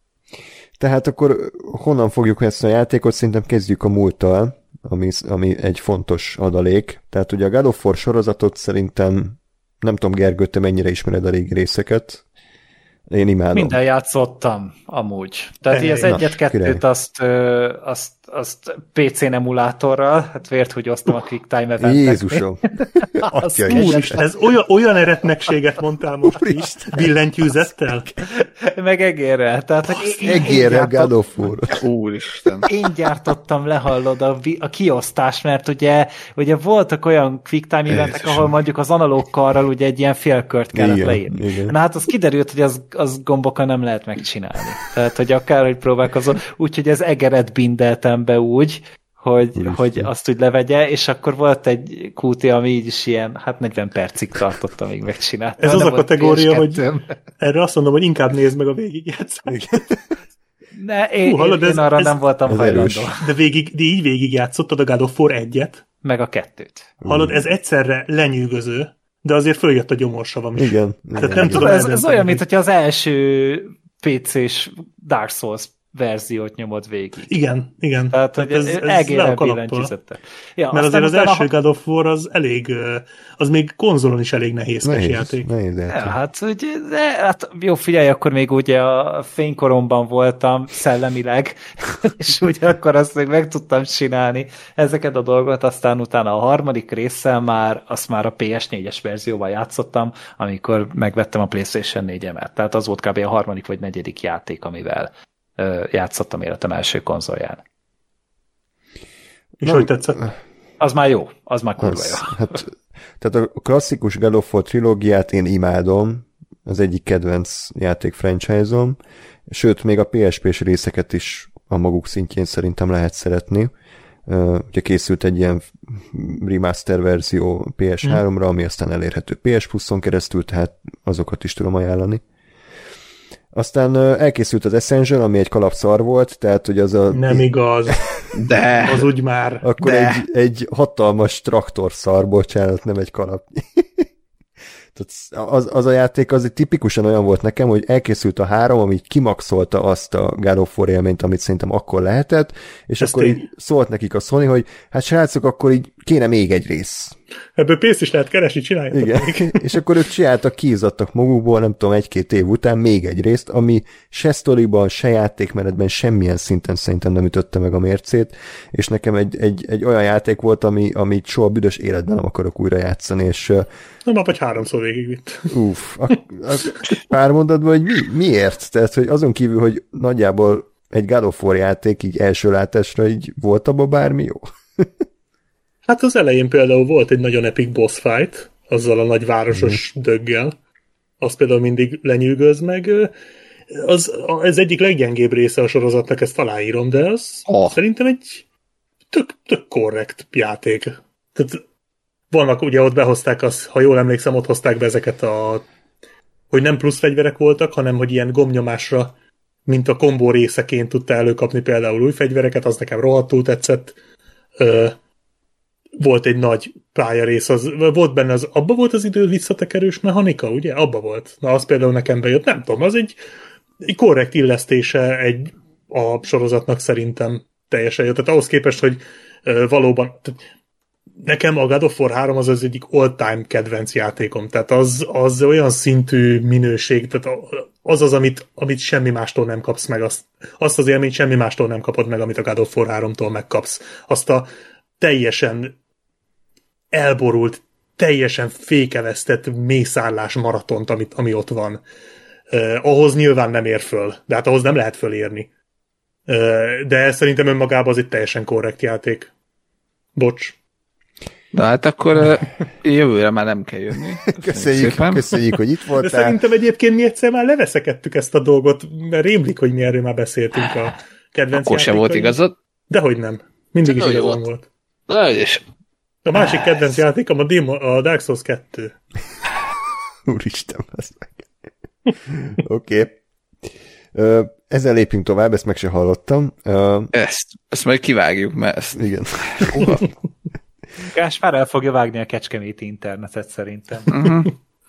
Tehát akkor honnan fogjuk ezt a játékot? Szerintem kezdjük a múlttal, ami, ami egy fontos adalék. Tehát ugye a God of War sorozatot szerintem, nem tudom, Gergő, te mennyire ismered a régi részeket? Én imádom. Minden játszottam, amúgy. Tehát így az egyet-kettőt azt, azt, azt pé cén emulátorral, hát vért, hogy osztam a Quick Time eventeknél. Jézusom! Úristen, ez olyan, olyan eretnekséget mondtál most is, billentyűzettel? Meg egérrel. Tehát, hogy egérrel God of War. Úristen. Én gyártottam, lehallod a, a kiosztást, mert ugye, ugye voltak olyan Quick Time eventek, ahol mondjuk az analóg karral ugye egy ilyen félkört kellett leírni. Na hát az kiderült, hogy az, az gombokkal nem lehet megcsinálni. Tehát, hogy akárhogy próbálkozol, úgyhogy ez egeret bindeltem be úgy, hogy, hogy azt úgy levegye, és akkor volt egy kú té, ami így is ilyen, hát negyven percig tartott, amíg megcsináltam. Ez az a kategória, hogy erre azt mondom, hogy inkább nézd meg a végigjátszást. Ne, én, Hú, hallod, én, ez, én arra ez, nem voltam hajlandó. De, végig, de így végigjátszottad a God of War egyet? Meg a kettőt. Hallod, ez egyszerre lenyűgöző, de azért följött a gyomorsavam is. Igen. Tehát igen. nem tudom ez, ez olyan, mint hogyha az első pé cés Dark Souls verziót nyomod végig. Igen, igen. Tehát, hogy ez, ez elgére billentyűzettel. Ja, mert azért az első a... God of War az elég, az még konzolon is elég nehézkes nehéz, játék. Nehéz ja, hát, ugye, de, hát jó, figyelj, akkor még ugye a fénykoromban voltam szellemileg, és ugye akkor azt még meg tudtam csinálni ezeket a dolgot, aztán utána a harmadik résszel már, azt már a pé es négyes verzióban játszottam, amikor megvettem a PlayStation négyemet. Tehát az volt kb. A harmadik vagy negyedik játék, amivel játszottam életem első konzolján. És hogy tetszett? Az már jó, az már kurva az, jó. Hát, tehát a klasszikus God of War trilógiát én imádom, az egyik kedvenc játék franchise-om, sőt, még a pé es pés részeket is a maguk szintjén szerintem lehet szeretni. Uh, ugye készült egy ilyen remaster verzió pé es háromra, ami aztán elérhető pé es Pluson keresztül, tehát azokat is tudom ajánlani. Aztán elkészült az Essential, ami egy kalapszar volt, tehát hogy az a... Nem igaz. De. Az úgy már. Akkor De. Egy, egy hatalmas traktorszar, bocsánat, nem egy kalap. Tehát az, az a játék az tipikusan olyan volt nekem, hogy elkészült a három, ami kimaxolta azt a God of War élményt, amit szerintem akkor lehetett, és Ezt akkor én... így szólt nekik a Sony, hogy hát srácok, akkor így kéne még egy rész. Ebből pénzt is lehet keresni, csináljátok. Igen, és akkor ők csináltak, kiizzadtak magukból, nem tudom, egy-két év után még egy részt, ami se sztoriban, se játékmenetben semmilyen szinten szerintem nem ütötte meg a mércét, és nekem egy, egy, egy olyan játék volt, ami, amit soha büdös életben nem akarok újra játszani, és... Na, már vagy háromszor végigvitt. Uff, a, a pár mondatban, hogy mi, miért? Tehát, hogy azon kívül, hogy nagyjából egy God of War játék így első látásra így volt abban bármi jó? Hát az elején például volt egy nagyon epic boss fight, azzal a nagy városos mm. döggel. Azt például mindig lenyűgöz meg. Az, ez egyik leggyengébb része a sorozatnak, ezt aláírom, de az oh. szerintem egy tök, tök korrekt játék. Tehát vannak, ugye ott behozták azt, ha jól emlékszem, ott hozták be ezeket a, hogy nem plusz fegyverek voltak, hanem hogy ilyen gombnyomásra, mint a kombó részeként tudta előkapni például új fegyvereket, az nekem rohadtul tetszett. Ö, volt egy nagy pályarész, az, volt benne az, abba volt az idő visszatekerős mechanika, ugye? Abba volt. Na, az például nekem bejött, nem tudom, az egy, egy korrekt illesztése egy a sorozatnak szerintem teljesen jött. Tehát ahhoz képest, hogy ö, valóban nekem a God of War három az az egyik all-time kedvenc játékom, tehát az, az olyan szintű minőség, tehát az az, amit, amit semmi mástól nem kapsz meg, azt, azt az élményt semmi mástól nem kapod meg, amit a God of War háromtól megkapsz. Azt a teljesen elborult, teljesen fékevesztett mészárlás maratont, amit, ami ott van. Uh, ahhoz nyilván nem ér föl, de hát ahhoz nem lehet fölérni. Uh, de szerintem önmagában az egy teljesen korrekt játék. Bocs. De hát akkor jövőre már nem kell jönni. Köszönjük, köszönjük, hogy itt voltál. De szerintem egyébként mi egyszer már leveszekedtük ezt a dolgot, mert rémlik, hogy mi erről már beszéltünk a kedvenc Akkor sem volt igazad. Dehogy nem. Mindig is igazam volt. Na, és... A másik kedvenc játékom a, Demo, a Dark Souls kettő. Úristen, az meg. Oké. Okay. Ezzel lépünk tovább, ezt meg se hallottam. Uh, ezt, ezt majd kivágjuk, mert ezt... Igen. Gáspár el fogja vágni a kecskeméti internetet szerintem. Uh-huh.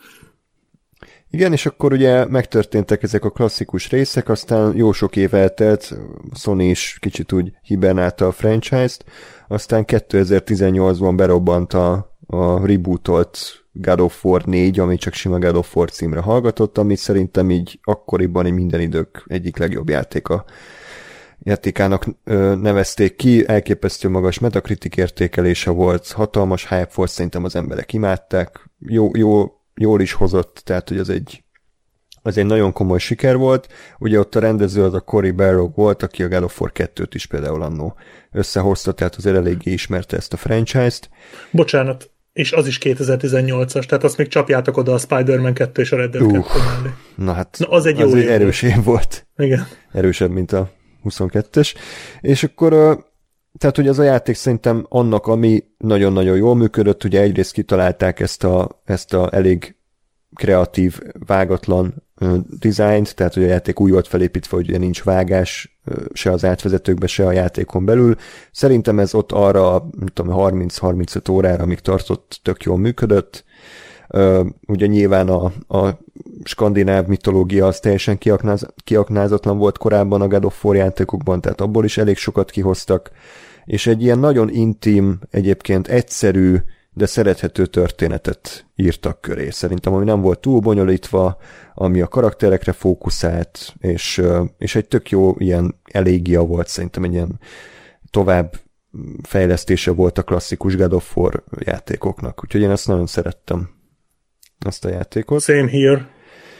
Igen, és akkor ugye megtörténtek ezek a klasszikus részek, aztán jó sok év eltelt, Sony is kicsit úgy hibernálta a franchise-t, aztán kétezer-tizennyolcban berobbant a, a rebootolt God of War négy, ami csak sima God of War címre hallgatott, amit szerintem így akkoriban így minden idők egyik legjobb játéka játékának ö, nevezték ki, elképesztő magas Metacritic értékelése volt, hatalmas hype volt, szerintem az emberek imádták, jó, jó, jól is hozott, tehát hogy az egy, az egy nagyon komoly siker volt. Ugye ott a rendező az a Cory Barlog volt, aki a God of War kettőt is például annó összehozta, tehát azért eléggé ismerte ezt a franchise-t. Bocsánat, és az is kétezer-tizennyolcas, tehát azt még csapjátok oda a Spider-Man kettő és a Red Dead uh, kettő mellé. Na hát, na, az egy jó az év erős év volt. Igen. Erősebb, mint a huszonkettes. És akkor, tehát hogy az a játék szerintem annak, ami nagyon-nagyon jól működött, ugye egyrészt kitalálták ezt a, ezt a elég kreatív, vágatlan dizájnt, tehát hogy a játék úgy volt felépítve, hogy ugye nincs vágás se az átvezetőkbe, se a játékon belül. Szerintem ez ott arra, nem tudom, harminc-harmincöt órára, amíg tartott, tök jól működött. Uh, ugye nyilván a, a skandináv mitológia az teljesen kiaknáz, kiaknázatlan volt korábban a God of War játékokban, tehát abból is elég sokat kihoztak, és egy ilyen nagyon intim, egyébként egyszerű, de szerethető történetet írtak köré. Szerintem, ami nem volt túl bonyolítva, ami a karakterekre fókuszált, és, és egy tök jó ilyen elégia volt, szerintem egy ilyen tovább fejlesztése volt a klasszikus God of War játékoknak. Úgyhogy én ezt nagyon szerettem, azt a játékot. Same here.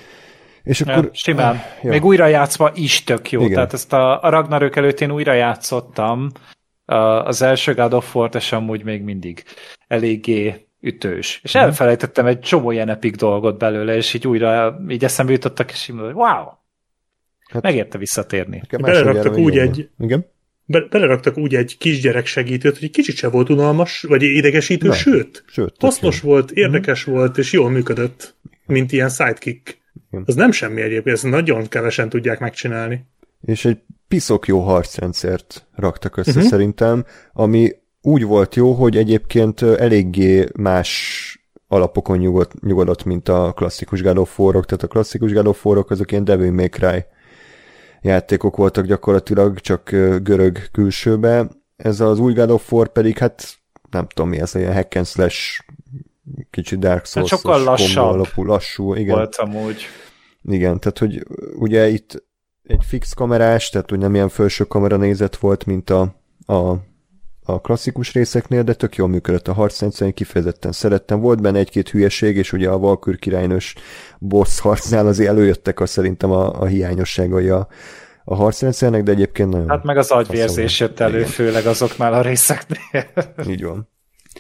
És akkor... Ja, simán. Ah, ja. Még újra játszva is tök jó. Igen. Tehát ezt a, a Ragnarök előtt én újra játszottam, az első God of War-t, és amúgy még mindig eléggé ütős. És hmm. elfelejtettem egy csomó ilyen epic dolgot belőle, és így újra így eszembe jutottak, és így mondom, wow! Hát, megérte visszatérni. Beleraktak úgy egy... Igen? Be, beleraktak úgy egy kisgyerek segítőt, hogy egy kicsit se volt unalmas, vagy idegesítő, nem. sőt, sőt hasznos jó. volt, érdekes hmm. volt, és jól működött, mint ilyen sidekick. Igen. Az nem semmi egyébként, ezt nagyon kevesen tudják megcsinálni. És egy piszok jó harcrendszert raktak össze uh-huh. szerintem, ami úgy volt jó, hogy egyébként eléggé más alapokon nyugod, nyugodott, mint a klasszikus God of War-ok, tehát a klasszikus God of War-ok azok ilyen Devil May Cry játékok voltak gyakorlatilag, csak görög külsőbe. Ez az új God of War pedig, hát nem tudom mi ez, ilyen hack and slash, kicsit Dark Souls-os, hát sokkal lassabb alapú, lassú, igen. volt amúgy. Igen, tehát hogy ugye itt egy fix kamerás, tehát hogy nem ilyen felső kamera nézet volt, mint a, a, a klasszikus részeknél, de tök jól működött a harcrendszer, én kifejezetten szerettem. Volt benne egy-két hülyeség, és ugye a Valkyr királynős boss harcnál azért előjöttek a, szerintem a, a hiányosságai a, a harcrendszernek, de egyébként nagyon... Hát meg az agyvérzés jött elő, igen. Főleg azoknál a részeknél. Így van.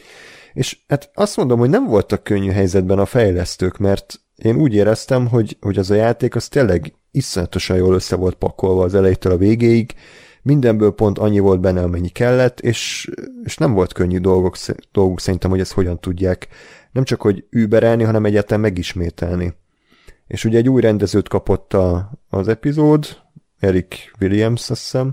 És hát azt mondom, hogy nem voltak könnyű helyzetben a fejlesztők, mert én úgy éreztem, hogy, hogy az a játék az tényleg iszonyatosan jól össze volt pakolva az elejétől a végéig, mindenből pont annyi volt benne, amennyi kellett, és, és nem volt könnyű dolgok, dolguk szerintem, hogy ezt hogyan tudják nem csak, hogy überelni, hanem egyáltalán megismételni. És ugye egy új rendezőt kapott a, az epizód, Eric Williams, azt hiszem.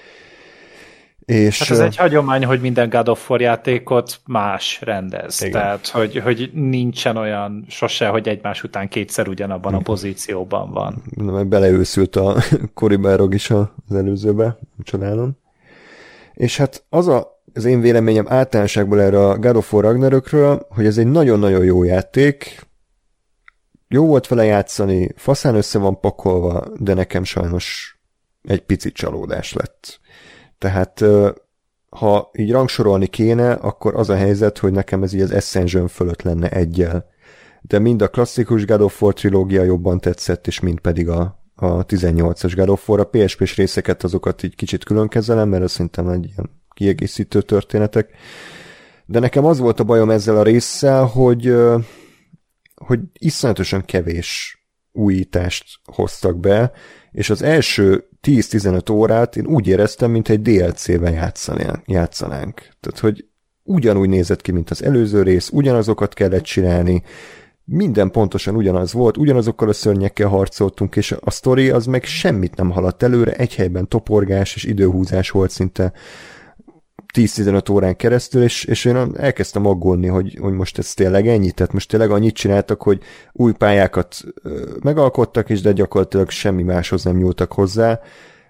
És, hát ez egy hagyomány, hogy minden God of War játékot más rendez. Igen. Tehát, hogy, hogy nincsen olyan sose, hogy egymás után kétszer ugyanabban a pozícióban van. Meg beleőszült a Cory Barlog is az előzőbe, csodálom. És hát az a, az én véleményem általánosságból erre a God of War Ragnarökről, hogy ez egy nagyon-nagyon jó játék, jó volt vele játszani, faszán össze van pakolva, de nekem sajnos egy picit csalódás lett. Tehát ha így rangsorolni kéne, akkor az a helyzet, hogy nekem ez így az Ascension fölött lenne egyel. De mind a klasszikus God of War trilógia jobban tetszett, és mind pedig a, a tizennyolcas God of War. A pé es pés részeket azokat így kicsit külön kezelem, mert az szerintem egy ilyen kiegészítő történetek. De nekem az volt a bajom ezzel a résszel, hogy, hogy iszonyatosan kevés újítást hoztak be, és az első tíz-tizenöt órát én úgy éreztem, mint egy dé el cé-ben játszanánk. Tehát, hogy ugyanúgy nézett ki, mint az előző rész, ugyanazokat kellett csinálni, minden pontosan ugyanaz volt, ugyanazokkal a szörnyekkel harcoltunk, és a sztori az meg semmit nem haladt előre, egy helyben toporgás és időhúzás volt szinte tíz-tizenöt órán keresztül, és, és én elkezdtem aggódni, hogy, hogy most ez tényleg ennyi, tehát most tényleg annyit csináltak, hogy új pályákat megalkottak, és de gyakorlatilag semmi máshoz nem nyúltak hozzá.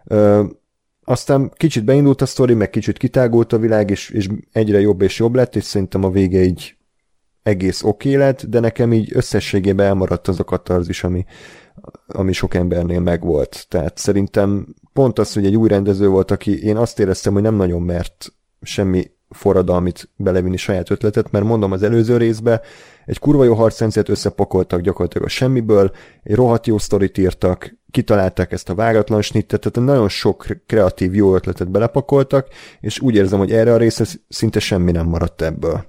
Aztán kicsit beindult a sztori, meg kicsit kitágult a világ, és, és egyre jobb és jobb lett, és szerintem a vége így egész oké lett, de nekem így összességében elmaradt az a katarzis, ami, ami sok embernél megvolt. Tehát szerintem pont az, hogy egy új rendező volt, aki én azt éreztem, hogy nem nagyon mert semmi forradalmit belevinni saját ötletet, mert mondom, az előző részbe egy kurva jó harcrendszert összepakoltak gyakorlatilag a semmiből, egy rohadt jó sztorit írtak, kitalálták ezt a vágatlan snittet, tehát nagyon sok kreatív jó ötletet belepakoltak, és úgy érzem, hogy erre a részre szinte semmi nem maradt ebből.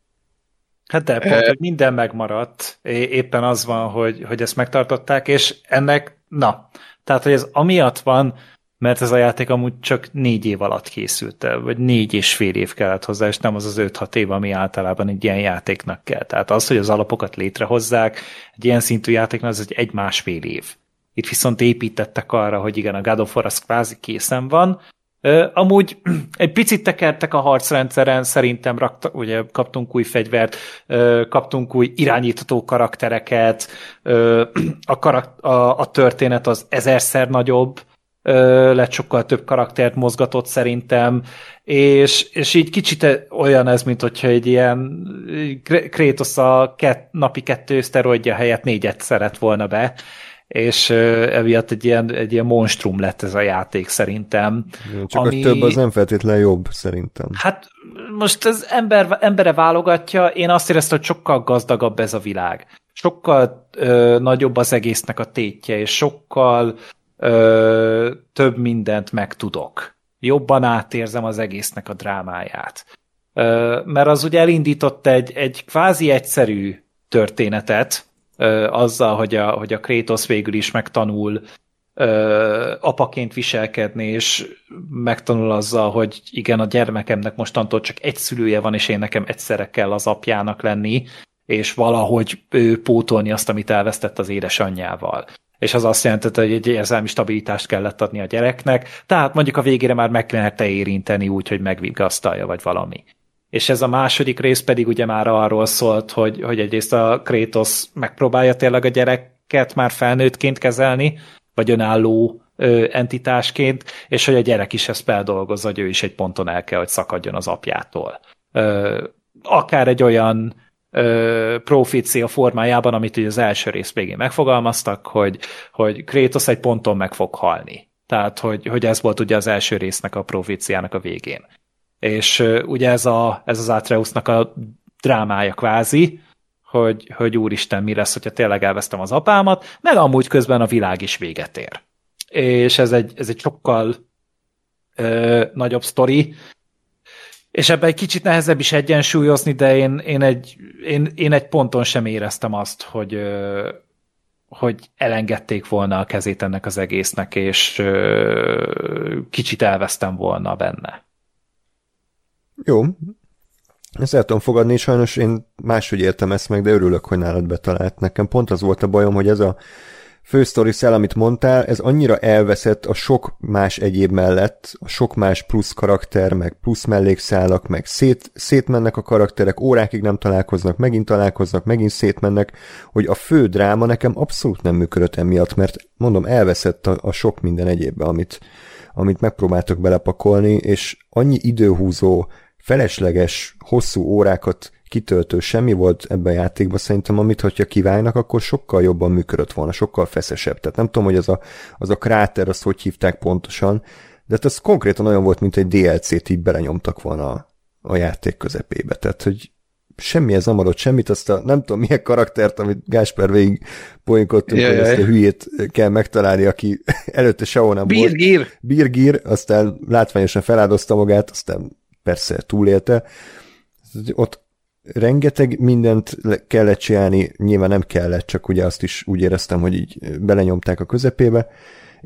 Hát de pont, hogy minden megmaradt, éppen az van, hogy, hogy ezt megtartották, és ennek, na, tehát, hogy ez amiatt van, mert ez a játék amúgy csak négy év alatt készült el, vagy négy és fél év kellett hozzá, és nem az az öt-hat év, ami általában egy ilyen játéknak kell. Tehát az, hogy az alapokat létrehozzák, egy ilyen szintű játéknak, az egy egy-másfél év. Itt viszont építettek arra, hogy igen, a God of War az kvázi készen van. Uh, amúgy egy picit tekertek a harcrendszeren, szerintem rakta, ugye kaptunk új fegyvert, uh, kaptunk új irányítható karaktereket, uh, a, karak- a, a történet az ezerszer nagyobb, uh, lett sokkal több karaktert mozgatott szerintem, és, és így kicsit olyan ez, mint hogyha egy ilyen Kratos a kett, napi kettő szteroidja helyett négyet szeret volna be, és emiatt egy ilyen, egy ilyen monstrum lett ez a játék szerintem. Csak ami... a több az nem feltétlenül jobb szerintem. Hát most ez ember, embere válogatja, én azt éreztem, hogy sokkal gazdagabb ez a világ. Sokkal ö, nagyobb az egésznek a tétje, és sokkal ö, több mindent megtudok. Jobban átérzem az egésznek a drámáját. Ö, mert az ugye elindított egy, egy kvázi egyszerű történetet, Ö, azzal, hogy a, hogy a Kratos végül is megtanul ö, apaként viselkedni, és megtanul azzal, hogy igen, a gyermekemnek mostantól csak egy szülője van, és én nekem egyszerre kell az apjának lenni, és valahogy ő pótolni azt, amit elvesztett az édesanyjával. És az azt jelentette, hogy egy érzelmi stabilitást kellett adni a gyereknek, tehát mondjuk a végére már meg lehetne érinteni úgy, hogy megvigasztalja, vagy valami. És ez a második rész pedig ugye már arról szólt, hogy, hogy egyrészt a Kratos megpróbálja tényleg a gyereket már felnőttként kezelni, vagy önálló ö, entitásként, és hogy a gyerek is ezt feldolgozza, hogy ő is egy ponton el kell, hogy szakadjon az apjától. Ö, akár egy olyan ö, profécia formájában, amit ugye az első rész végén megfogalmaztak, hogy, hogy Kratos egy ponton meg fog halni. Tehát, hogy, hogy ez volt ugye az első résznek a proféciának a végén. És uh, ugye ez, a, ez az Atreusnak a drámája kvázi, hogy, hogy úristen, mi lesz, hogyha tényleg elvesztem az apámat, meg amúgy közben a világ is véget ér. És ez egy, ez egy sokkal uh, nagyobb sztori, és ebben egy kicsit nehezebb is egyensúlyozni, de én, én, egy, én, én egy ponton sem éreztem azt, hogy, uh, hogy elengedték volna a kezét ennek az egésznek, és uh, kicsit elvesztem volna benne. Jó, ezt el tudom fogadni, és sajnos én máshogy értem ezt meg, de örülök, hogy nálad betalált. Nekem pont az volt a bajom, hogy ez a fősztori szell, amit mondtál, ez annyira elveszett a sok más egyéb mellett, a sok más plusz karakter, meg plusz mellékszálak, meg szét, szétmennek a karakterek, órákig nem találkoznak, megint találkoznak, megint szétmennek, hogy a fő dráma nekem abszolút nem működött emiatt, mert mondom, elveszett a, a sok minden egyébbe, amit, amit megpróbáltak belepakolni, és annyi időhúzó, felesleges, hosszú órákat kitöltő semmi volt ebben a játékban szerintem, amit hogyha kivágnak, akkor sokkal jobban működött volna, sokkal feszesebb. Tehát nem tudom, hogy az a, az a kráter, azt hogy hívták pontosan, de ez konkrétan olyan volt, mint egy dé el cét így belenyomtak volna a, a játék közepébe. Tehát, hogy semmihez nem adott semmit, azt a nem tudom milyen karaktert, amit Gásper végig poénkodtunk, hogy ezt a hülyét kell megtalálni, aki előtte sehol nem volt. Birgir! Birgir, aztán látványosan feláldozta magát, aztán persze túlélte. Ott rengeteg mindent kellett csinálni, nyilván nem kellett, csak ugye azt is úgy éreztem, hogy így belenyomták a közepébe, és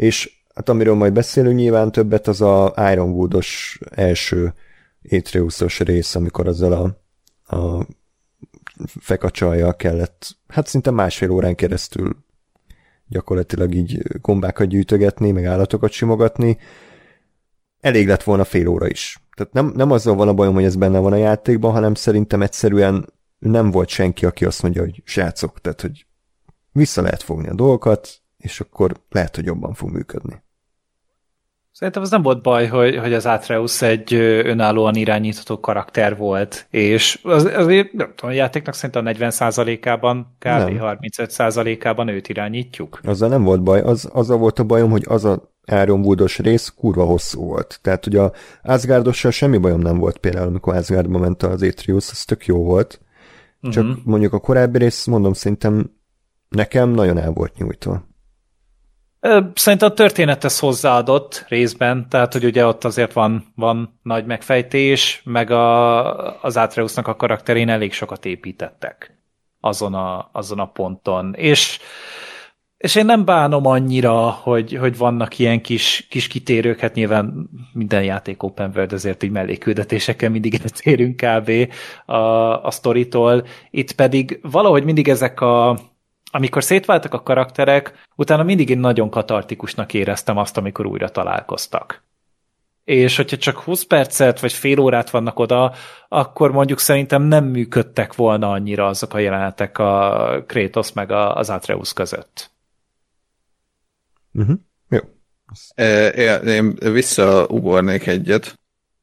hát amiről majd beszélünk nyilván többet, az a Ironwoodos első Atreus-os rész, amikor azzal a, a fekacsajjal kellett, hát szinte másfél órán keresztül gyakorlatilag így gombákat gyűjtögetni, meg állatokat simogatni. Elég lett volna fél óra is. Tehát nem, nem azzal van a bajom, hogy ez benne van a játékban, hanem szerintem egyszerűen nem volt senki, aki azt mondja, hogy srácok, tehát hogy vissza lehet fogni a dolgokat, és akkor lehet, hogy jobban fog működni. Szerintem az nem volt baj, hogy, hogy az Atreus egy önállóan irányítható karakter volt, és az, azért, nem tudom, a játéknak szerintem a negyven százalékában, kb. harmincöt százalékában őt irányítjuk. Azzal nem volt baj, az, azzal volt a bajom, hogy az a Ironwoodos rész kurva hosszú volt. Tehát, hogy a Asgardossal semmi bajom nem volt például, amikor Asgardba ment az Atreus, az tök jó volt. Csak uh-huh. mondjuk a korábbi rész, mondom, szerintem nekem nagyon el volt nyújtva. Szerintem a történet ez hozzáadott részben, tehát hogy ugye ott azért van, van nagy megfejtés, meg a, az Atreusnak a karakterén elég sokat építettek azon a, azon a ponton. És, és én nem bánom annyira, hogy, hogy vannak ilyen kis, kis kitérők, hát nyilván minden játék open world, azért így melléküldetésekkel mindig eltérünk kb. a, a sztoritól. Itt pedig valahogy mindig ezek a amikor szétváltak a karakterek, utána mindig én nagyon katartikusnak éreztem azt, amikor újra találkoztak. És hogyha csak húsz percet vagy fél órát vannak oda, akkor mondjuk szerintem nem működtek volna annyira azok a jelenetek a Kratos meg az Atreus között. Uh-huh. Jó. Én visszaugornék egyet,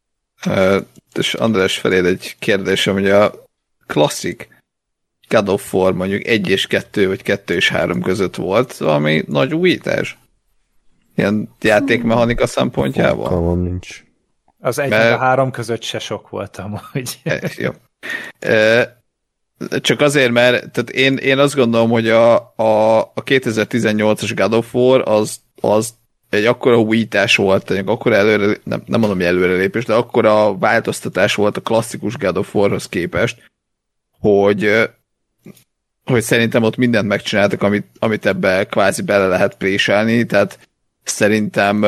és András feléd egy kérdésem, hogy a klasszik God of War mondjuk egy és kettő, vagy kettő és három között volt valami nagy újítás? Ilyen játékmechanika szempontjából? Fogalmam nincs. Az egy Mert... a három között se sok voltam, hogy... E, jó. E, csak azért, mert tehát én, én azt gondolom, hogy a, a, a kétezer-tizennyolcas God of War az, az egy akkora újítás volt, egy akkora előre, nem, nem mondom, hogy előrelépés, de akkora változtatás volt a klasszikus God of Warhoz képest, hogy hogy szerintem ott mindent megcsináltak, amit, amit ebbe kvázi bele lehet préselni, tehát szerintem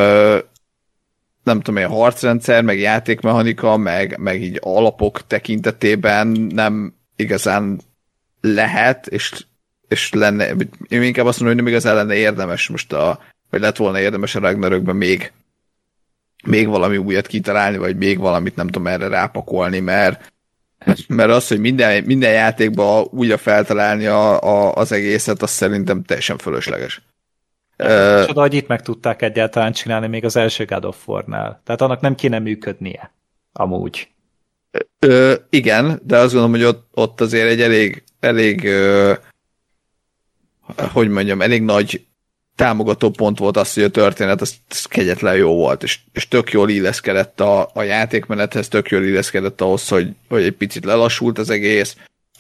nem tudom, a harcrendszer, meg játékmechanika, meg, meg így alapok tekintetében nem igazán lehet, és, és lenne, én inkább azt mondom, hogy nem igazán lenne érdemes most a, vagy lett volna érdemes a Ragnarökben még, még valami újat kitalálni, vagy még valamit nem tudom erre rápakolni, mert mert az, hogy minden, minden játékban újra feltalálni a, a, az egészet, az szerintem teljesen fölösleges. És oda, hogy itt meg tudták egyáltalán csinálni még az első God of War-nál. Tehát annak nem kéne működnie. Amúgy. Ö, igen, de azt gondolom, hogy ott, ott azért egy elég, elég ö, hogy mondjam, elég nagy támogató pont volt az, hogy a történet az, az kegyetlen jó volt, és, és tök jól illeszkedett a, a játékmenethez, tök jól illeszkedett ahhoz, hogy, hogy egy picit lelassult az egész,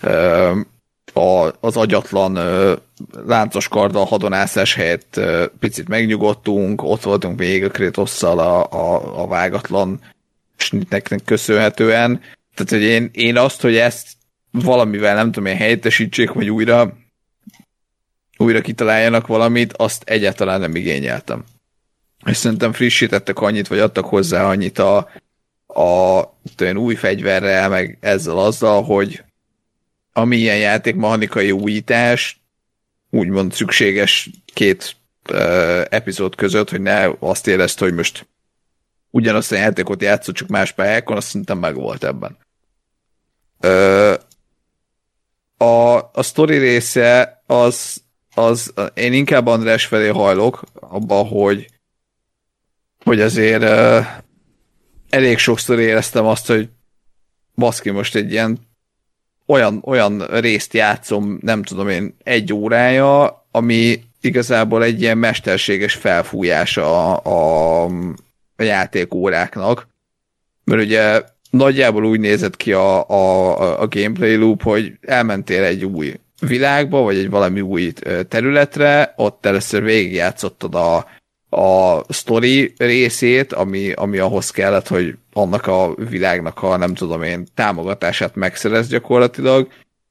a, az agyatlan láncos karddal hadonászás helyett picit megnyugodtunk, ott voltunk még a Kratosszal a, a, a vágatlan snitnek köszönhetően, tehát hogy én, én azt, hogy ezt valamivel nem tudom, én helyettesítsék, vagy újra újra kitaláljanak valamit, azt egyáltalán nem igényeltem. És szerintem frissítettek annyit, vagy adtak hozzá annyit a, a olyan új fegyverrel, meg ezzel-azzal, hogy ami ilyen játékmechanikai újítás, úgymond szükséges két uh, epizód között, hogy ne azt érezd, hogy most ugyanazt a játékot játszott, csak más pályákon, azt szerintem meg volt ebben. Uh, a, a sztori része az az, én inkább András felé hajlok abban, hogy hogy azért uh, elég sokszor éreztem azt, hogy baszki, most egy ilyen olyan, olyan részt játszom, nem tudom én, egy órája, ami igazából egy ilyen mesterséges felfújása a, a, a játékóráknak. Mert ugye nagyjából úgy nézett ki a, a, a gameplay loop, hogy elmentél egy új világba, vagy egy valami új területre, ott először végigjátszottad a, a sztori részét, ami, ami ahhoz kellett, hogy annak a világnak a, nem tudom én, támogatását megszerez gyakorlatilag.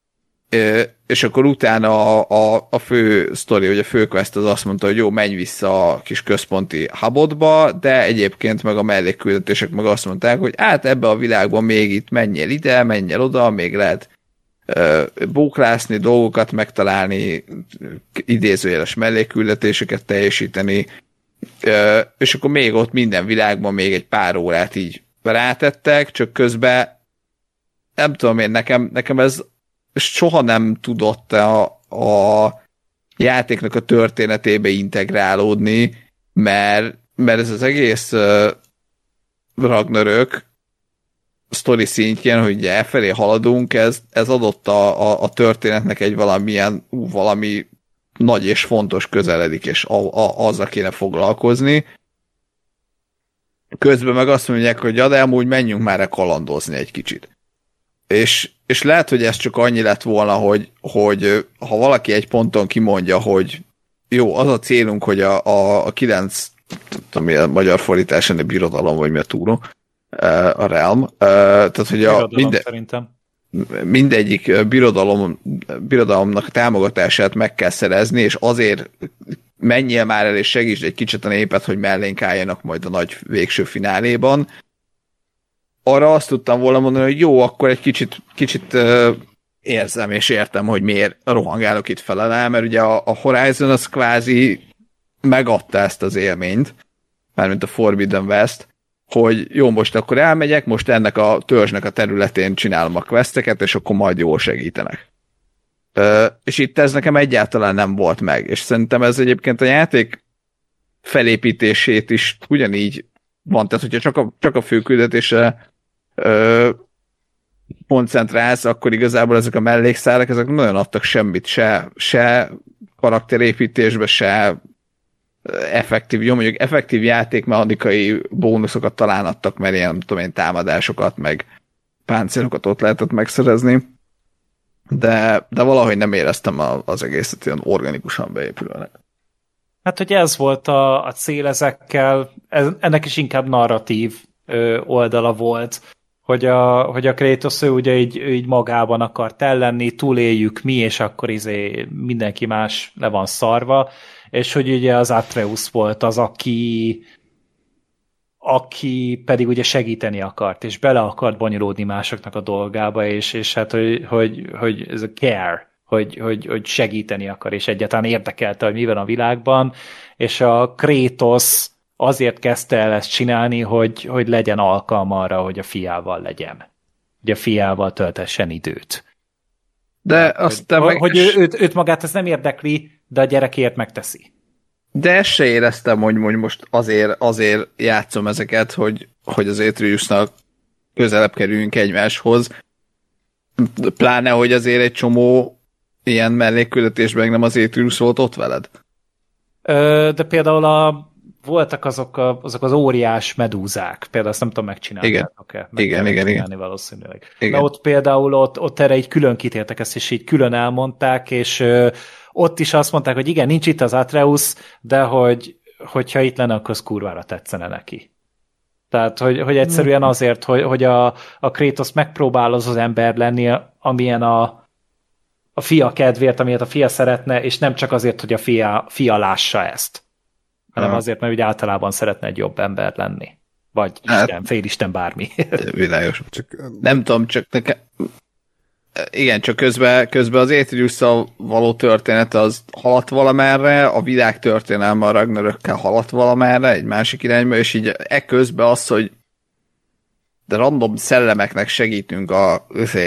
és akkor utána a, a, a fő sztori, vagy a fő quest az azt mondta, hogy jó, menj vissza a kis központi hubodba, de egyébként meg a mellékküldetések meg azt mondták, hogy hát ebbe a világban még itt menjél ide, menjél oda, még lehet ö, bóklászni, dolgokat megtalálni, idézőjeles mellékküldetéseket teljesíteni, ö, és akkor még ott minden világban még egy pár órát így rátettek, csak közben nem tudom én, nekem, nekem ez soha nem tudott a, a játéknak a történetébe integrálódni, mert, mert ez az egész uh, Ragnarök sztori szintjén, hogy ugye elfelé haladunk, ez, ez adott a, a, a történetnek egy valamilyen, ú, valami nagy és fontos közeledik, és a, a, azzal kéne foglalkozni. Közben meg azt mondják, hogy ja, de amúgy menjünk már kalandozni egy kicsit. És, és lehet, hogy ez csak annyi lett volna, hogy, hogy ha valaki egy ponton kimondja, hogy jó, az a célunk, hogy a, a, a kilenc, tudom, mi a magyar fordítás, a birodalom, vagy mi a túró, a realm, tehát, hogy a minden, szerintem. mindegyik birodalom, birodalomnak a támogatását meg kell szerezni, és azért menjél már el, és segítsd egy kicsit a népet, hogy mellénk álljanak majd a nagy végső fináléban. Arra azt tudtam volna mondani, hogy jó, akkor egy kicsit, kicsit uh, érzem és értem, hogy miért rohangálok itt felelem, mert ugye a, a Horizon az kvázi megadta ezt az élményt, mármint a Forbidden West, hogy jó, most akkor elmegyek, most ennek a törzsnek a területén csinálom a questeket, és akkor majd jól segítenek. Uh, és itt ez nekem egyáltalán nem volt meg, és szerintem ez egyébként a játék felépítését is ugyanígy van, tehát hogyha csak a, csak a főküldetésre ö, koncentrálsz, akkor igazából ezek a mellékszálak, ezek nagyon adtak semmit, se, se karakterépítésbe, se effektív, jó, mondjuk effektív játékmechanikai bónuszokat talán adtak, mert ilyen, nem tudom én, támadásokat, meg páncélokat ott lehetett megszerezni, de, de valahogy nem éreztem az egészet ilyen organikusan beépülőnek. Hát, hogy ez volt a, a cél ezekkel, ez, ennek is inkább narratív ö, oldala volt, hogy a, hogy a Kratos ő ugye így, így magában akart ellenni, túléljük mi, és akkor izé mindenki más le van szarva, és hogy ugye az Atreus volt az, aki aki pedig ugye segíteni akart, és bele akart bonyolódni másoknak a dolgába, és, és hát, hogy, hogy, hogy ez a care, Hogy, hogy, hogy segíteni akar, és egyáltalán érdekelte, hogy mi van a világban, és a Kratos azért kezdte el ezt csinálni, hogy, hogy legyen alkalma arra, hogy a fiával legyen. Hogy a fiával töltessen időt. De aztán hogy, meg... hogy ő, őt, őt magát ez nem érdekli, de a gyerekért megteszi. De ezt se éreztem, hogy, hogy most azért, azért játszom ezeket, hogy, hogy az Atreusnak közelebb kerüljünk egymáshoz. Pláne, hogy azért egy csomó ilyen mellékküldetésben meg nem az Atreus volt ott veled? Ö, de például a, voltak azok, a, azok az óriás medúzák, például azt nem tudom megcsinálni. Igen, okay, meg igen, igen, igen. Valószínűleg. Igen. Na ott például ott, ott erre így külön kitértek, ezt is így külön elmondták, és ö, ott is azt mondták, hogy igen, nincs itt az Atreus, de hogy, hogyha itt lenne, akkor az kurvára tetszene neki. Tehát, hogy, hogy egyszerűen azért, hogy, hogy a, a Kratos megpróbál az az ember lenni, amilyen a a fia kedvéért, amiért a fia szeretne, és nem csak azért, hogy a fia, fia lássa ezt, hanem Aha. azért, mert úgy általában szeretne egy jobb ember lenni. Vagy hát, Isten, félisten, bármi. Világos. Csak, nem tudom, csak nekem... Igen, csak közben, közben az Atreus-szal való történet az haladt valamerre, a világ történelme a Ragnarökkel haladt valamerre, egy másik irányba, és így ekközben az, hogy de random szellemeknek segítünk a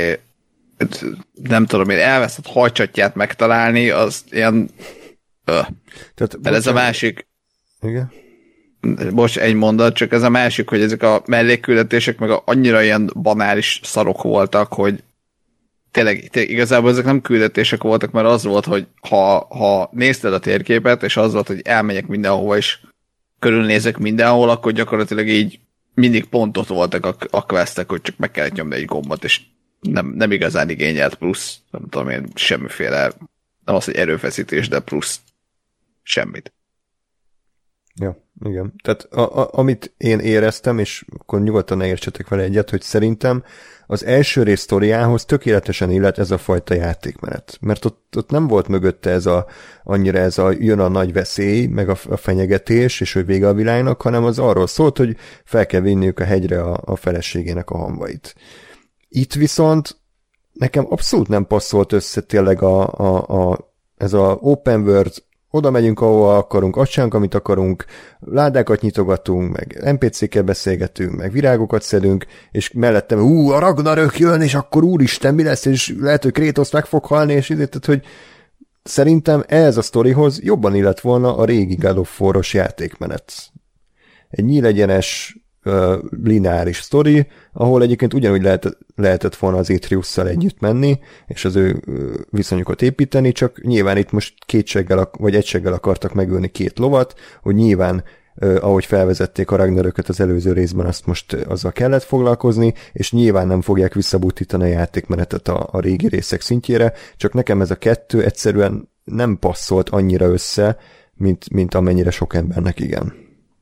nem tudom én, elveszett hajcsatját megtalálni, az ilyen öh. Tehát, mert ez a másik igen? Most egy mondat, csak ez a másik, hogy ezek a mellékküldetések meg a, annyira ilyen banális szarok voltak, hogy tényleg, tényleg igazából ezek nem küldetések voltak, mert az volt, hogy ha, ha nézted a térképet, és az volt, hogy elmegyek mindenhova, és körülnézek mindenhol, akkor gyakorlatilag így mindig pontot voltak a, a questek, hogy csak meg kellett nyomni egy gombot, és nem, nem igazán igényelt plusz, nem tudom én, semmiféle, nem az, hogy erőfeszítés, de plusz semmit. Ja, igen. Tehát a, a, amit én éreztem, és akkor nyugodtan ne értsetek vele egyet, hogy szerintem az első rész sztoriához tökéletesen illet ez a fajta játékmenet. Mert ott, ott nem volt mögötte ez a, annyira ez a jön a nagy veszély, meg a, a fenyegetés, és hogy vége a világnak, hanem az arról szólt, hogy fel kell vinniük a hegyre a, a feleségének a hamvait. Itt viszont nekem abszolút nem passzolt össze tényleg a, a, a, ez a open world, oda megyünk, ahova akarunk, azt csinálunk, amit akarunk, ládákat nyitogatunk, meg en pé cékkel beszélgetünk, meg virágokat szedünk, és mellettem, ú, a Ragnarök jön, és akkor úristen, mi lesz, és lehet, hogy Kratos meg fog halni, és így, tehát, hogy szerintem ez a sztorihoz jobban illett volna a régi God of War-os játékmenet. Egy nyílegyenes, uh, lineáris sztori, ahol egyébként ugyanúgy lehet, lehetett volna az Atreus-szal együtt menni, és az ő uh, viszonyukat építeni, csak nyilván itt most kétseggel, vagy egyseggel akartak megölni két lovat, hogy nyilván Uh, ahogy felvezették a Ragnarököt az előző részben, azt most uh, azzal kellett foglalkozni, és nyilván nem fogják visszabutítani a játékmenetet a, a régi részek szintjére, csak nekem ez a kettő egyszerűen nem passzolt annyira össze, mint, mint amennyire sok embernek igen.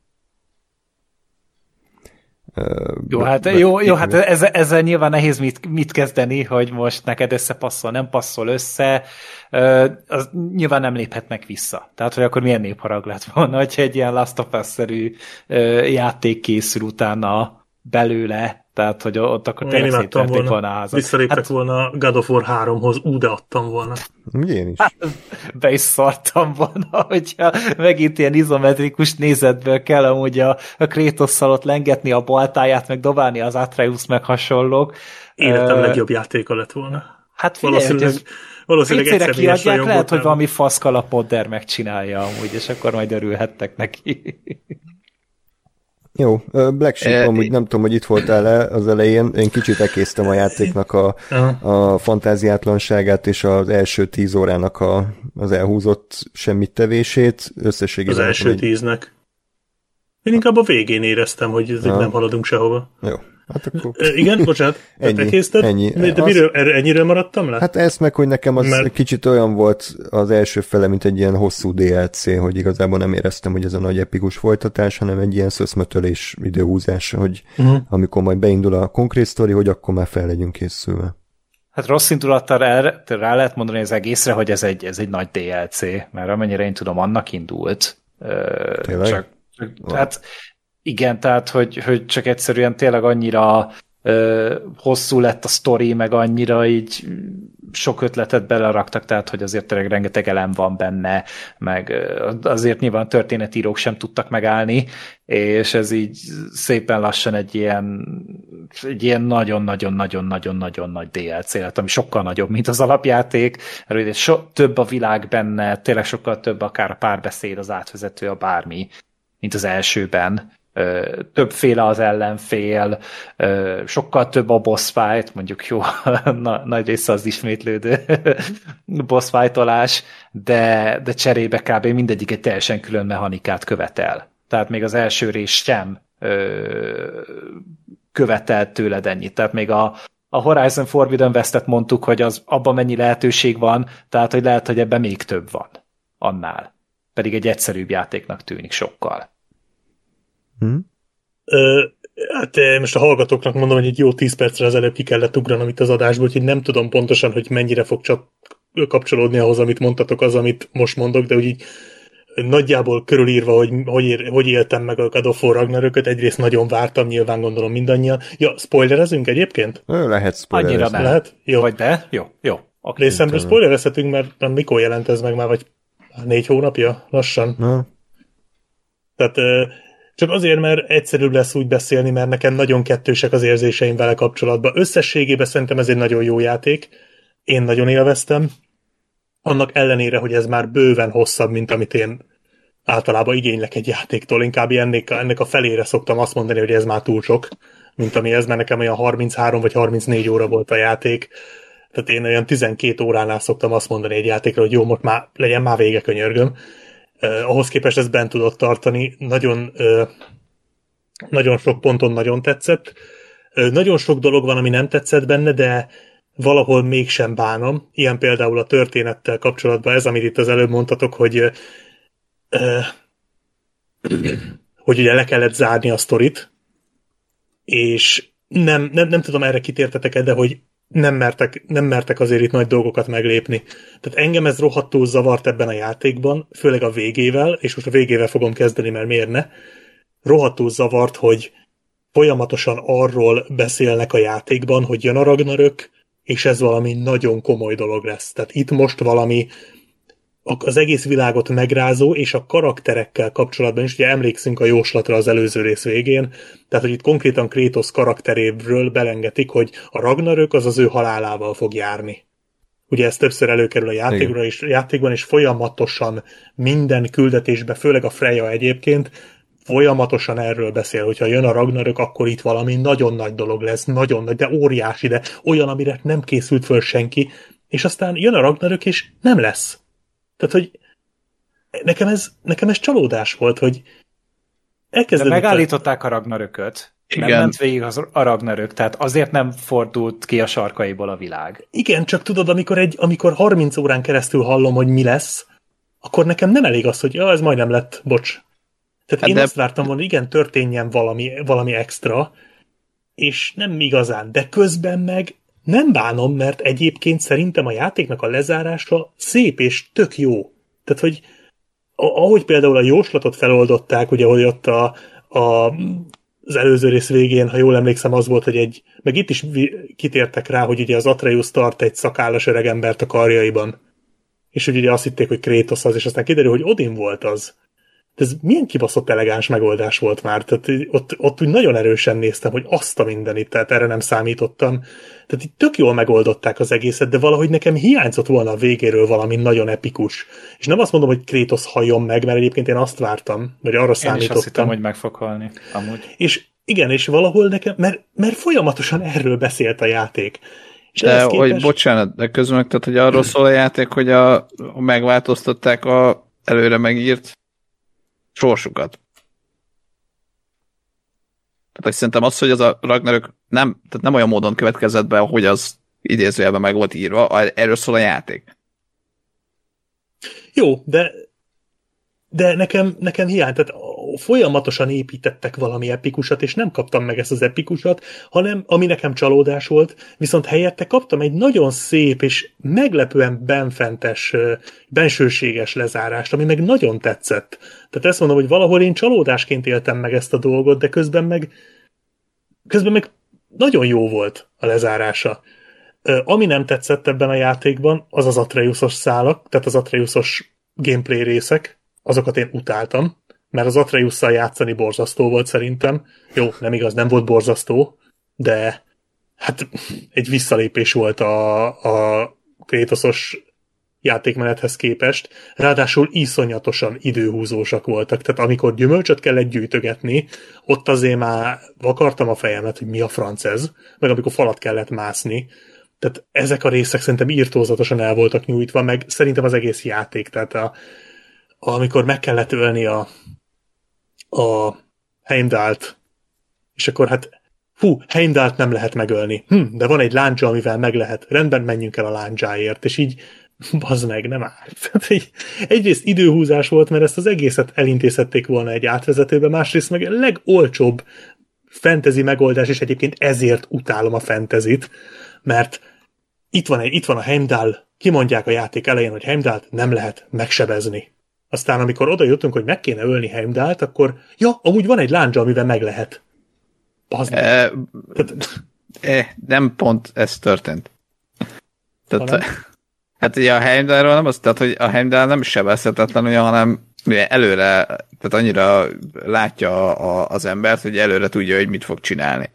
Uh, jó, hát, be, jó, jó, hát ezzel, ezzel nyilván nehéz mit, mit kezdeni, hogy most neked összepasszol, nem passzol össze, uh, az nyilván nem léphetnek vissza. Tehát, hogy akkor milyen népharag lett volna, hogyha egy ilyen Last of Us-szerű uh, játék készül utána belőle, tehát, hogy ott akkor tényleg szétverték volna a házat. Visszaléptek hát, volna God of War háromhoz, ú, de adtam volna. Én is. Hát, be is szartam volna, hogyha megint ilyen izometrikus nézetből kell amúgy a, a Kratosszal ott lengetni a baltáját, meg dobálni az Atreus, meg hasonlók. Életem uh, legjobb játéka lett volna. Hát figyelj, valószínűleg, ez valószínűleg egyszer kiadják, lehet, hogy valami faszkalapodder megcsinálja amúgy, és akkor majd örülhettek neki. Jó, Black Sheep, amúgy nem tudom, hogy itt voltál-e az elején, én kicsit ekésztem a játéknak a, a fantáziátlanságát és az első tíz órának a, az elhúzott semmit tevését, összességében. Az első egy... tíznek. Én inkább a végén éreztem, hogy ez nem haladunk sehova. Jó. Hát akkor... Igen, bocsánat, ennyi, ennyi. De az... miről, ennyire maradtam le? Hát ez meg, hogy nekem az Mert... kicsit olyan volt az első fele, mint egy ilyen hosszú dé el cé, hogy igazából nem éreztem, hogy ez a nagy epikus folytatás, hanem egy ilyen szöszmötölés, időhúzás, hogy uh-huh. amikor majd beindul a konkrét sztori, hogy akkor már fel legyünk készülve. Hát rossz indulattal rá, rá lehet mondani az egészre, hogy ez egy, ez egy nagy dé el cé, mert amennyire én tudom, annak indult. Tényleg? Csak, csak, hát igen, tehát, hogy, hogy csak egyszerűen tényleg annyira ö, hosszú lett a sztori, meg annyira így sok ötletet beleraktak, tehát, hogy azért tényleg rengeteg elem van benne, meg azért nyilván történetírók sem tudtak megállni, és ez így szépen lassan egy ilyen egy ilyen nagyon-nagyon-nagyon-nagyon-nagyon nagy dé el cé lett, ami sokkal nagyobb, mint az alapjáték, mert so, több a világ benne, tényleg sokkal több akár a párbeszéd, az átvezető, a bármi, mint az elsőben. Többféle az ellenfél, sokkal több a boss fight, mondjuk jó, na, nagy része az ismétlődő boss fightolás, de, de cserébe kb. Mindegyik egy teljesen külön mechanikát követel. Tehát még az első rész sem követelt tőled ennyit. Tehát még a, a Horizon Forbidden West-et mondtuk, hogy az, abban mennyi lehetőség van, tehát hogy lehet, hogy ebben még több van annál. Pedig egy egyszerűbb játéknak tűnik sokkal. Hmm. Ö, hát most a hallgatóknak mondom, hogy egy jó tíz percre az előbb ki kellett ugranom itt az adásból, úgyhogy nem tudom pontosan, hogy mennyire fog csak kapcsolódni ahhoz, amit mondtatok, az, amit most mondok, de úgy így nagyjából körülírva, hogy hogy, ér, hogy éltem meg a God of War Ragnarököt, egyrészt nagyon vártam, nyilván gondolom mindannyian. Ja, spoilerezünk egyébként? Lehet spoilerezni. Annyira nem. Lehet? Jó. Vagy de? Jó, jó. Okay. Részemről spoilerezhetünk, mert mikor jelent ez meg már, vagy négy hónapja? Lassan. Na. Tehát csak azért, mert egyszerűbb lesz úgy beszélni, mert nekem nagyon kettősek az érzéseim vele kapcsolatban. Összességében szerintem ez egy nagyon jó játék. Én nagyon élveztem. Annak ellenére, hogy ez már bőven hosszabb, mint amit én általában igénylek egy játéktól. Inkább ennek, ennek a felére szoktam azt mondani, hogy ez már túl sok, mint ami ez, mert nekem olyan harminchárom vagy harmincnégy óra volt a játék. Tehát én olyan tizenkét óránál szoktam azt mondani egy játékra, hogy jó, most már legyen már vége, könyörgöm. Uh, ahhoz képest ezt bent tudott tartani. Nagyon, uh, nagyon sok ponton nagyon tetszett. Uh, nagyon sok dolog van, ami nem tetszett benne, de valahol mégsem bánom. Ilyen például a történettel kapcsolatban ez, amit itt az előbb mondtatok, hogy uh, hogy ugye le kellett zárni a sztorit, és nem, nem, nem tudom, erre kitértetek-e, de hogy nem mertek, nem mertek azért itt nagy dolgokat meglépni. Tehát engem ez rohadtul zavart ebben a játékban, főleg a végével, és most a végével fogom kezdeni, mert miért ne. Rohadtul zavart, hogy folyamatosan arról beszélnek a játékban, hogy jön a Ragnarök, és ez valami nagyon komoly dolog lesz. Tehát itt most valami az egész világot megrázó, és a karakterekkel kapcsolatban is, ugye emlékszünk a jóslatra az előző rész végén, tehát hogy itt konkrétan Kratos karakteréről belengetik, hogy a Ragnarök az az ő halálával fog járni. Ugye ez többször előkerül a játékban, és, játékban, és folyamatosan minden küldetésben, főleg a Freya egyébként, folyamatosan erről beszél, hogyha jön a Ragnarök, akkor itt valami nagyon nagy dolog lesz, nagyon nagy, de óriási, de olyan, amire nem készült föl senki, és aztán jön a Ragnarök, és nem lesz. Tehát, hogy nekem ez, nekem ez csalódás volt, hogy elkezdődött... De megállították a Ragnarököt. Igen. Nem ment végig az a Ragnarök, tehát azért nem fordult ki a sarkaiból a világ. Igen, csak tudod, amikor, egy, amikor harminc órán keresztül hallom, hogy mi lesz, akkor nekem nem elég az, hogy ja, ez majdnem lett, bocs. Tehát hát én de... azt vártam volna, igen, történjen valami, valami extra, és nem igazán, de közben meg nem bánom, mert egyébként szerintem a játéknak a lezárása szép és tök jó. Tehát, hogy ahogy például a jóslatot feloldották, ugye, hogy ott a, a, az előző rész végén, ha jól emlékszem, az volt, hogy egy, meg itt is kitértek rá, hogy ugye az Atreus tart egy szakállas öregembert a karjaiban. És hogy ugye azt hitték, hogy Kratos az, és aztán kiderül, hogy Odin volt az. De ez milyen kibaszott elegáns megoldás volt már. Tehát ott, ott úgy nagyon erősen néztem, hogy azt a mindenit, tehát erre nem számítottam. Tehát itt tök jól megoldották az egészet, de valahogy nekem hiányzott volna a végéről valami nagyon epikus. És nem azt mondom, hogy Kratos halljon meg, mert egyébként én azt vártam, vagy arra én számítottam. Én is azt hittem, hogy meg fog halni, amúgy. És igen, és valahol nekem, mert, mert folyamatosan erről beszélt a játék. És de, képest... hogy bocsánat, de közben, tehát, hogy arról szól a játék, hogy a, megváltoztatták a előre megírt sorsukat. Tehát hogy szerintem az, hogy az a Ragnarök nem, tehát nem olyan módon következett be, hogy az idézőjelben meg volt írva, erről szól a játék. Jó, de de nekem, nekem hiány, tehát folyamatosan építettek valami epikusat, és nem kaptam meg ezt az epikusat, hanem, ami nekem csalódás volt, viszont helyette kaptam egy nagyon szép és meglepően benfentes, bensőséges lezárást, ami meg nagyon tetszett. Tehát ezt mondom, hogy valahol én csalódásként éltem meg ezt a dolgot, de közben meg közben meg nagyon jó volt a lezárása. Ami nem tetszett ebben a játékban, az az Atreusos szálak, tehát az Atreusos gameplay részek, azokat én utáltam, mert az Atreusszal játszani borzasztó volt szerintem. Jó, nem igaz, nem volt borzasztó, de hát egy visszalépés volt a, a Kratosos játékmenethez képest. Ráadásul iszonyatosan időhúzósak voltak, tehát amikor gyümölcsöt kellett gyűjtögetni, ott azért már vakartam a fejemet, hogy mi a franc ez, meg amikor falat kellett mászni. Tehát ezek a részek szerintem írtózatosan el voltak nyújtva, meg szerintem az egész játék, tehát a amikor meg kellett ölni a, a Heimdallt, és akkor hát, hú, Heimdallt nem lehet megölni. Hm, de van egy láncsa, amivel meg lehet. Rendben, menjünk el a láncsáért, és így, bazd meg, nem áll. Egyrészt időhúzás volt, mert ezt az egészet elintézhették volna egy átvezetőbe, másrészt meg a legolcsóbb fantasy megoldás, és egyébként ezért utálom a fantasyt, mert itt van, egy, itt van a Heimdall, kimondják a játék elején, hogy Heimdallt nem lehet megsebezni. Aztán, amikor oda jutunk, hogy meg kéne ölni Heimdallt, akkor ja, amúgy van egy láncsa, amivel meg lehet. Bazd meg. E, Tehát... e, nem pont ez történt. Tehát, hát ugye a Heimdallról nem az, tehát, hogy a Heimdall nem sebezhetetlen olyan, hanem előre, tehát annyira látja a, az embert, hogy előre tudja, hogy mit fog csinálni.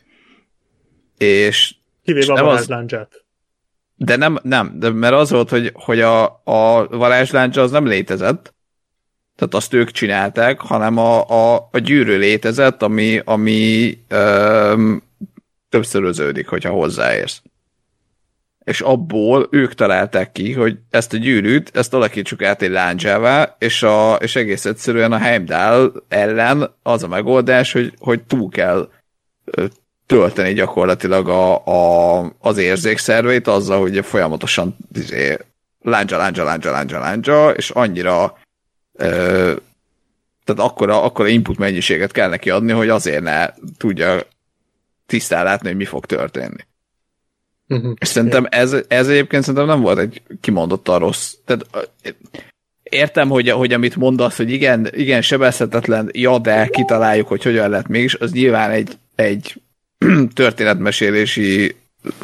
És kivéve a varázsláncsát. De nem, nem, de mert az volt, hogy, hogy a, a varázsláncsa az nem létezett, tehát azt ők csinálták, hanem a, a, a gyűrű létezett, ami, ami öm, többszöröződik, hogyha hozzáérsz. És abból ők találták ki, hogy ezt a gyűrűt, ezt alakítsuk át egy láncsává, és, a, és egész egyszerűen a Heimdall ellen az a megoldás, hogy, hogy túl kell tölteni gyakorlatilag a, a, az érzékszerveit azzal, hogy folyamatosan izé, láncsa, láncsa, láncsa, láncsa, láncsa, és annyira ö, tehát akkora, akkora input mennyiséget kell neki adni, hogy azért ne tudja tisztán látni, hogy mi fog történni. Uh-huh. És szerintem ez, ez egyébként szerintem nem volt egy kimondottan rossz. Tehát értem, hogy, hogy amit mondasz, hogy igen, igen, sebezhetetlen, ja, de kitaláljuk, hogy hogyan lett mégis, az nyilván egy, egy történetmesélési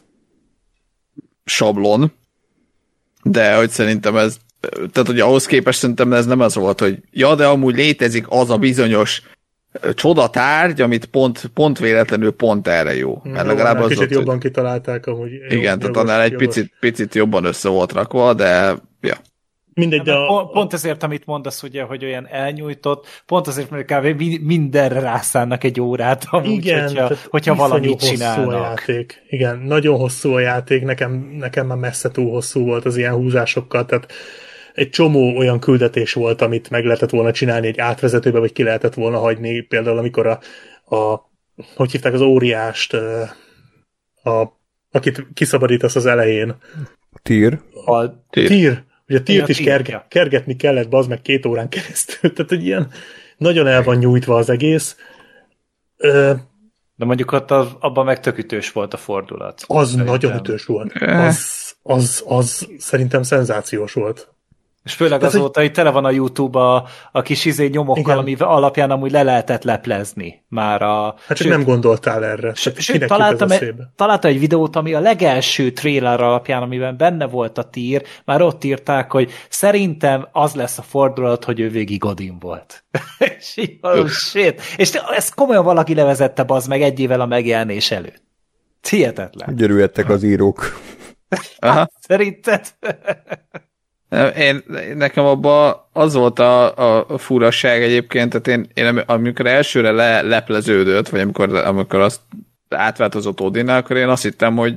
sablon, de hogy szerintem ez, tehát hogy ahhoz képest szerintem ez nem az volt, hogy ja, de amúgy létezik az a bizonyos csodatárgy, amit pont, pont véletlenül pont erre jó. Mert legalább az kicsit ott, jobban hogy... kitalálták amúgy. Igen, tehát annál egy picit, picit jobban össze volt rakva, de ja. Mindegy, de a... Pont ezért, amit mondasz, ugye, hogy olyan elnyújtott, pont azért, mert kb. Mindenre rászánnak egy órát, amúgy, igen, hogyha, hogyha valamit csinálnak. A játék. Igen, nagyon hosszú a játék, nekem, nekem már messze túl hosszú volt az ilyen húzásokkal, tehát egy csomó olyan küldetés volt, amit meg lehetett volna csinálni egy átvezetőbe, vagy ki lehetett volna hagyni, például amikor a, a hogy hívták az óriást, a, akit kiszabadítasz az elején. Tír. A tír. tír. Ugye a tírt is kerge, kergetni kellett, bazd meg két órán keresztül, tehát egy ilyen nagyon el van nyújtva az egész. Ö, De mondjuk ott az, abban meg tök ütős volt a fordulat. Az szerintem. Nagyon ütős volt. Az, az, az szerintem szenzációs volt. És főleg Tehát, azóta, hogy tele van a YouTube a, a kis izé nyomokkal, ami alapján amúgy le lehetett leplezni már a... Hát csak sőt, nem gondoltál erre. Sőt, sőt találtam, egy, találtam egy videót, ami a legelső trailer alapján, amiben benne volt a tír, már ott írták, hogy szerintem az lesz a fordulat, hogy ő végig Odin volt. És így, oh shit. És ezt komolyan valaki levezette, bazd meg egy évvel a megjelenés előtt. Hihetetlen. Györülhettek az írók. Aha. Szerinted? Én, nekem abban az volt a, a furaság egyébként, tehát én, én amikor elsőre le, lepleződött, vagy amikor, amikor azt átváltozott Odinnál, akkor én azt hittem, hogy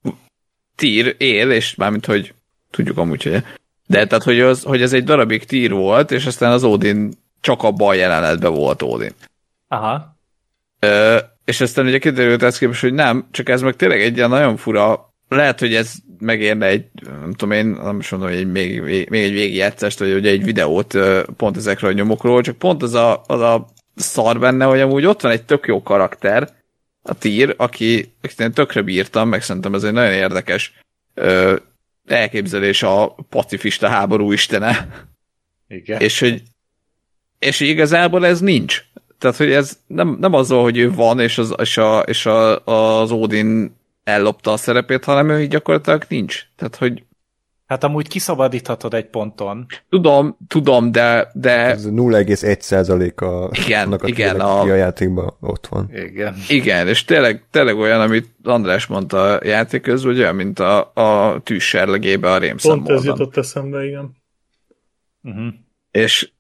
Tyr él, és mármint, hogy tudjuk amúgy, hogy de tehát, hogy, az, hogy ez egy darabig Tyr volt, és aztán az Odin csak abban a jelenetben volt Odin. Aha. Ö, és aztán ugye kiderült ezt képest, hogy nem, csak ez meg tényleg egy ilyen nagyon fura, lehet, hogy ez megérne egy, nem tudom én, nem is mondom, hogy egy, még, még egy végigjátszást, vagy ugye egy videót pont ezekről a nyomokról, csak pont az a, az a szar benne, hogy amúgy ott van egy tök jó karakter, a Tyr, aki, akit én tökre bírtam, meg szerintem ez egy nagyon érdekes ö, elképzelés a pacifista háború istene. Igen. És hogy és igazából ez nincs. Tehát, hogy ez nem, nem azzal, hogy ő van, és az, és a, és a, az Odin ellopta a szerepét, hanem ő így gyakorlatilag nincs. Tehát, hogy hát amúgy kiszabadíthatod egy ponton. Tudom, tudom, de... de... Ez nulla egész egy százaléka annak a igen, a... a játékban ott van. Igen. Igen, és tényleg, tényleg olyan, amit András mondta a játék közül, hogy olyan, mint a, a tűzserlegébe a rémszám. Pont ez jutott eszembe, igen. Uh-huh. És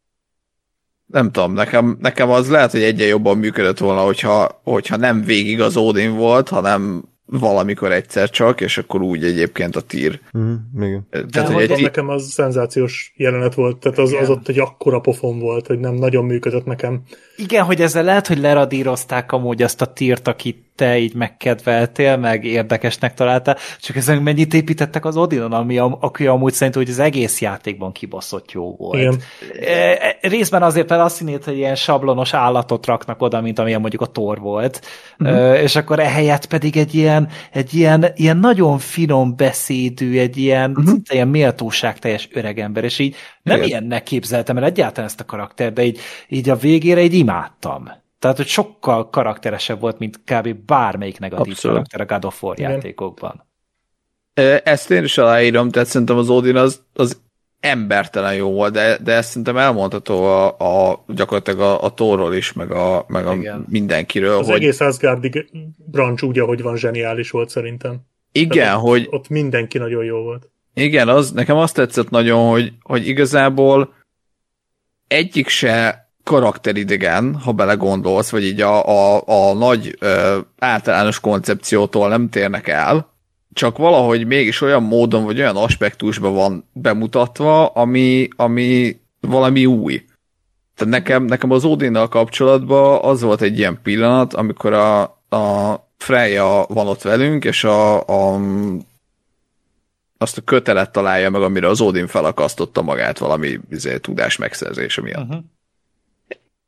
nem tudom, nekem, nekem az lehet, hogy egyen jobban működött volna, hogyha, hogyha nem végig az Odin volt, hanem valamikor egyszer csak, és akkor úgy egyébként a Tyr. Mm, igen. Tehát, hogy egy... nekem az szenzációs jelenet volt, tehát az, az ott egy akkora pofon volt, hogy nem nagyon működött nekem. Igen, hogy ezzel lehet, hogy leradírozták amúgy azt a Tyrt, akit te így megkedveltél, meg érdekesnek találtál, csak ezen mennyit építettek az Odinon, ami, aki amúgy szerint, hogy az egész játékban kibaszott jó volt. Igen. E, részben azért, mert azt hinnéd, hogy ilyen sablonos állatot raknak oda, mint amilyen mondjuk a Thor volt, uh-huh. e, és akkor ehelyett pedig egy ilyen, egy ilyen, ilyen nagyon finom beszédű, egy ilyen, uh-huh. ilyen méltóságteljes öregember, és így nem igen. ilyennek képzeltem el egyáltalán ezt a karakter, de így, így a végére így imádtam. Tehát, hogy sokkal karakteresebb volt, mint kb. Bármelyik negatív Abszolút. karakter a God of War igen. játékokban. Ezt én is aláírom, tehát szerintem az Odin az, az embertelen jó volt, de, de ezt szerintem elmondható a, a, gyakorlatilag a, a Thorról is, meg a, meg a mindenkiről. Az hogy... egész Asgardi branch úgy, ahogy van, zseniális volt szerintem. Igen, ott, hogy... Ott mindenki nagyon jó volt. Igen, az, nekem azt tetszett nagyon, hogy, hogy igazából egyik se karakteridegen, ha belegondolsz, vagy így a, a, a nagy ö, általános koncepciótól nem térnek el, csak valahogy mégis olyan módon, vagy olyan aspektusban van bemutatva, ami, ami valami új. Tehát nekem, nekem az Odinnal kapcsolatban az volt egy ilyen pillanat, amikor a, a Freya van ott velünk, és a, a azt a kötelet találja meg, amire az Odin felakasztotta magát valami izé, tudás megszerzése miatt. Uh-huh.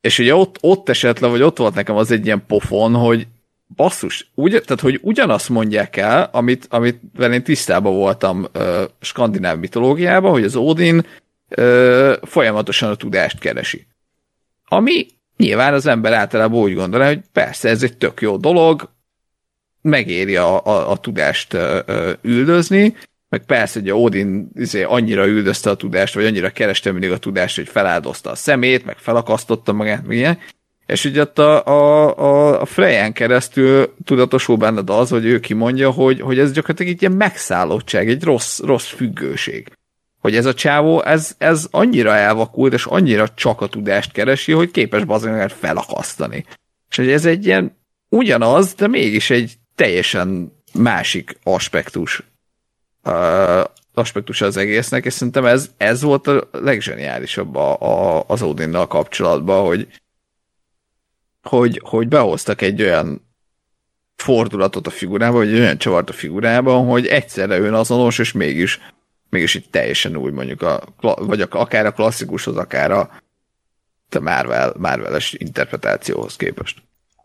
és ugye ott, ott esett le, vagy ott volt nekem az egy ilyen pofon, hogy basszus, ugy, tehát hogy ugyanazt mondják el, amit, amit én tisztában voltam uh, skandináv mitológiában, hogy az Odin uh, folyamatosan a tudást keresi. Ami nyilván az ember általában úgy gondolja, hogy persze ez egy tök jó dolog, megéri a, a, a tudást uh, uh, üldözni, meg persze, hogy a Odin izé, annyira üldözte a tudást, vagy annyira kereste mindig a tudást, hogy feláldozta a szemét, meg felakasztotta magát, meg ilyen. És ugye ott a, a, a Freyán keresztül tudatosul benned az, hogy ő kimondja, hogy, hogy ez gyakorlatilag egy ilyen megszállottság, egy rossz, rossz függőség. Hogy ez a csávó, ez, ez annyira elvakult, és annyira csak a tudást keresi, hogy képes bazonyokat felakasztani. És hogy ez egy ilyen ugyanaz, de mégis egy teljesen másik aspektus uh, aspektus az egésznek, és szerintem ez, ez volt a legzseniálisabb a, a, az Odinnal kapcsolatban, hogy Hogy, hogy behoztak egy olyan fordulatot a figurába, vagy egy olyan csavart a figurában, hogy egyszerre önazonos, és mégis, mégis így teljesen új, mondjuk, a, vagy a, akár a klasszikushoz, akár a, a Marvel, Marvel-es interpretációhoz képest.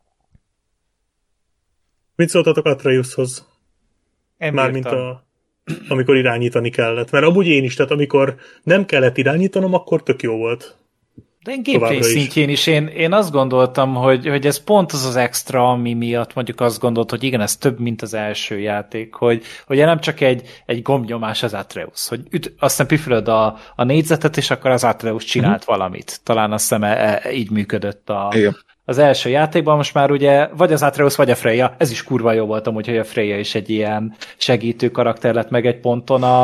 Mit szóltatok Atreushoz? Mármint a, amikor irányítani kellett. Mert amúgy én is, tehát amikor nem kellett irányítanom, akkor tök jó volt. De én gameplay szintjén is, én, én azt gondoltam, hogy, hogy ez pont az az extra, ami miatt mondjuk azt gondolt, hogy igen, ez több, mint az első játék, hogy, hogy nem csak egy, egy gombnyomás az Atreus, hogy üt, aztán püfölöd a, a négyzetet, és akkor az Atreus csinált uh-huh. valamit. Talán azt hiszem e, e, így működött a, az első játékban, most már ugye vagy az Atreus, vagy a Freya, ez is kurva jó volt amúgy, hogy a Freya is egy ilyen segítő karakter lett meg egy ponton a,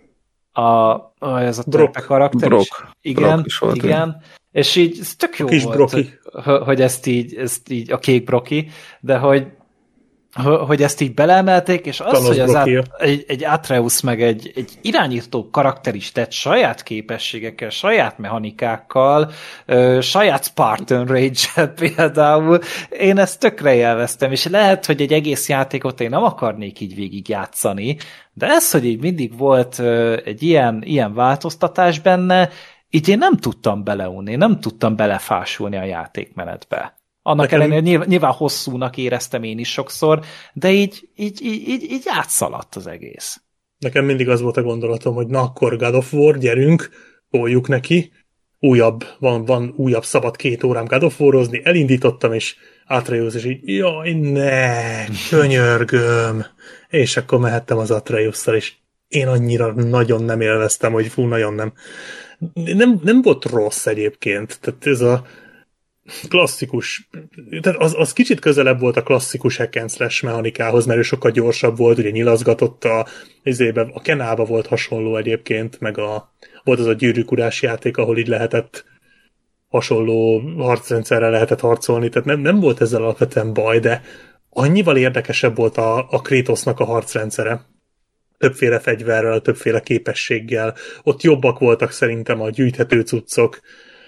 a, a ez a törpe karakter Brock. is. Igen, Brock is volt, igen. Én. És így ez tök jó volt, hogy, hogy ezt így, ezt így, a kék broki, de hogy, hogy ezt így beleemelték, és az, Tanos hogy az át, egy, egy Atreus meg egy, egy irányító karakter is tett saját képességekkel, saját mechanikákkal, ö, saját Spartan Rage-el például, én ezt tökre élveztem, és lehet, hogy egy egész játékot én nem akarnék így végig játszani, de ez, hogy így mindig volt ö, egy ilyen, ilyen változtatás benne, így én nem tudtam beleunni, nem tudtam belefásulni a játékmenetbe. Annak Nekem... ellenére nyilván, nyilván hosszúnak éreztem én is sokszor, de így, így, így, így, így átszaladt az egész. Nekem mindig az volt a gondolatom, hogy na akkor God of War, gyerünk, toljuk neki, újabb, van, van újabb szabad két órám God of War-ozni, elindítottam, és Atreus, és így, jaj, ne, könyörgöm, és akkor mehettem az Atreus-szal, és én annyira nagyon nem élveztem, hogy fú, nagyon nem. Nem, nem volt rossz egyébként, tehát ez a klasszikus, tehát az, az kicsit közelebb volt a klasszikus hack and slash mechanikához, mert ő sokkal gyorsabb volt, ugye nyilazgatott a, a Kenába volt hasonló egyébként, meg a, volt az a gyűrűk játék, ahol így lehetett hasonló harcrendszerrel lehetett harcolni, tehát nem, nem volt ezzel alapvetően baj, de annyival érdekesebb volt a, a Kratosnak a harcrendszere. Többféle fegyverrel, többféle képességgel. Ott jobbak voltak szerintem a gyűjthető cuccok.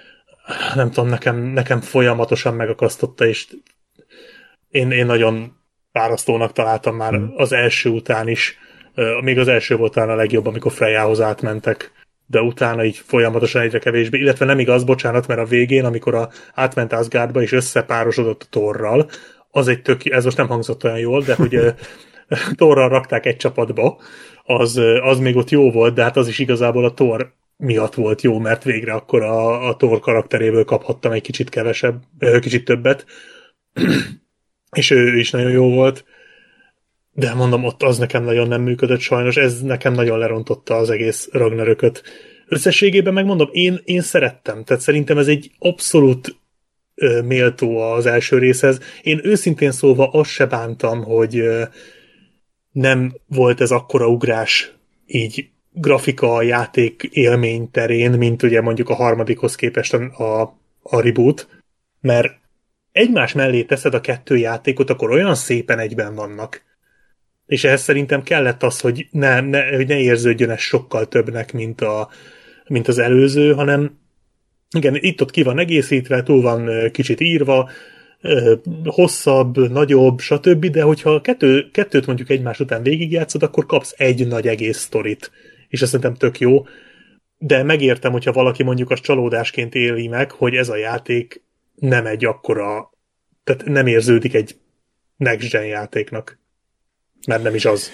Nem tudom, nekem, nekem folyamatosan megakasztotta, és én, én nagyon fárasztónak találtam már hmm. az első után is. Még az első volt talán a legjobb, amikor Freyához átmentek, de utána így folyamatosan egyre kevésbé. Illetve nem igaz, bocsánat, mert a végén, amikor a, átment Asgardba és összepárosodott a Thorral, az egy tök, ez most nem hangzott olyan jól, de hogy Thorral rakták egy csapatba, az, az még ott jó volt, de hát az is igazából a Thor miatt volt jó, mert végre akkor a, a Thor karakteréből kaphattam egy kicsit kevesebb, kicsit többet, és ő is nagyon jó volt, de mondom, ott az nekem nagyon nem működött sajnos, ez nekem nagyon lerontotta az egész Ragnarököt. Összességében megmondom, én, én szerettem, tehát szerintem ez egy abszolút ö, méltó az első részhez. Én őszintén szólva azt se bántam, hogy ö, nem volt ez akkora ugrás így grafika, játék élmény terén, mint ugye mondjuk a harmadikhoz képest a, a reboot, mert egymás mellé teszed a kettő játékot, akkor olyan szépen egyben vannak. És ehhez szerintem kellett az, hogy ne, ne, hogy ne érződjön ez sokkal többnek, mint, a, mint az előző, hanem igen, itt-ott ki van egészítve, túl van kicsit írva, hosszabb, nagyobb, stb., de hogyha kettő, kettőt mondjuk egymás után végigjátszod, akkor kapsz egy nagy egész sztorit. És ez szerintem tök jó. De megértem, hogyha valaki mondjuk az csalódásként éli meg, hogy ez a játék nem egy akkora, tehát nem érződik egy next gen játéknak. Mert nem is az.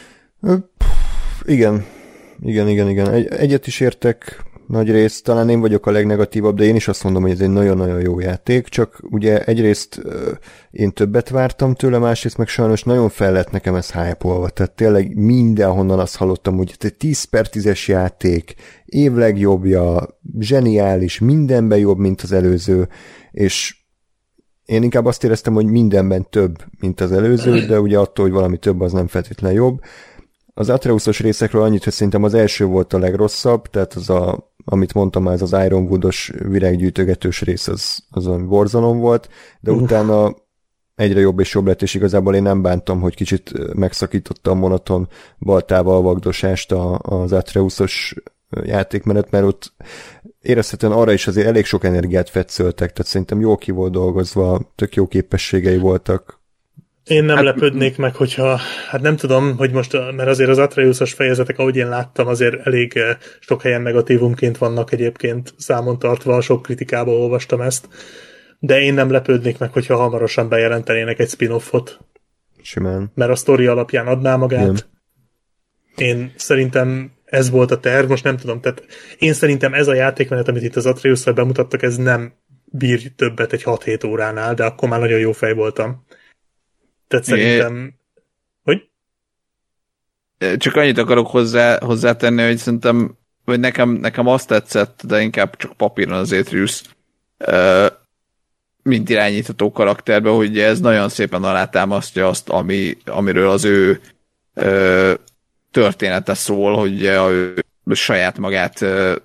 Igen. Igen, igen, igen. Egy, egyet is értek nagy részt, talán én vagyok a legnegatívabb, de én is azt mondom, hogy ez egy nagyon-nagyon jó játék, csak ugye egyrészt én többet vártam tőle, másrészt meg sajnos nagyon fel lett nekem ez hype-olva, tehát tényleg mindenhonnan azt hallottam, hogy egy tíz per tízes játék, év legjobbja, zseniális, mindenben jobb, mint az előző, és én inkább azt éreztem, hogy mindenben több, mint az előző, de ugye attól, hogy valami több, az nem feltétlenül jobb. Az Atreusos részekről annyit, hogy szerintem az első volt a legrosszabb, tehát az a, amit mondtam már, ez az Ironwood-os virággyűjtögetős rész, az, az a borzalom volt, de uh. utána egyre jobb és jobb lett, és igazából én nem bántam, hogy kicsit megszakította a monoton baltával vagdosást az Atreusos játékmenet, mert ott érezhetően arra is azért elég sok energiát fetszöltek, tehát szerintem jól ki volt dolgozva, tök jó képességei voltak. Én nem hát, lepődnék meg, hogyha, hát nem tudom, hogy most, mert azért az Atreusos fejezetek, ahogy én láttam, azért elég sok helyen negatívumként vannak egyébként számon tartva, sok kritikából olvastam ezt, de én nem lepődnék meg, hogyha hamarosan bejelentenének egy spin-offot. Simán. Mert a sztori alapján adná magát. Nem. Én szerintem ez volt a terv, most nem tudom, tehát én szerintem ez a játékmenet, amit itt az Atreusszal bemutattak, ez nem bír többet egy hat-hét óránál, de akkor már nagyon jó fej voltam. Tehát szerintem... É... Hogy? Csak annyit akarok hozzá, hozzátenni, hogy szerintem, vagy nekem, nekem azt tetszett, de inkább csak papíron az Atreus, mint irányítható karakterbe, hogy ez nagyon szépen alátámasztja azt, ami, amiről az ő története szól, hogy a ő saját magát,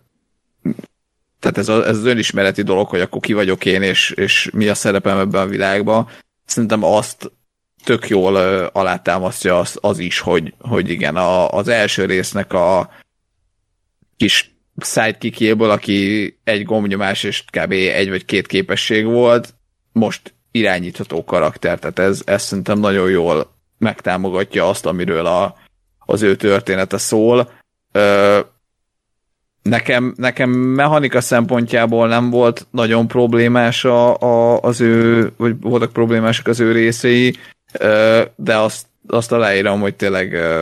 tehát ez, a, ez az önismereti dolog, hogy akkor ki vagyok én, és, és mi a szerepem ebben a világban. Szerintem azt tök jól alátámasztja az, az is, hogy, hogy igen, a, az első résznek a kis sidekickjéből, aki egy gombnyomás és kb. Egy vagy két képesség volt, most irányítható karakter, tehát ez, ez szerintem nagyon jól megtámogatja azt, amiről a, az ő története szól. Ö, nekem, nekem mechanika szempontjából nem volt nagyon problémás a, a, az ő, vagy voltak problémások az ő részei, ö, de azt, azt aláírom, hogy tényleg ö,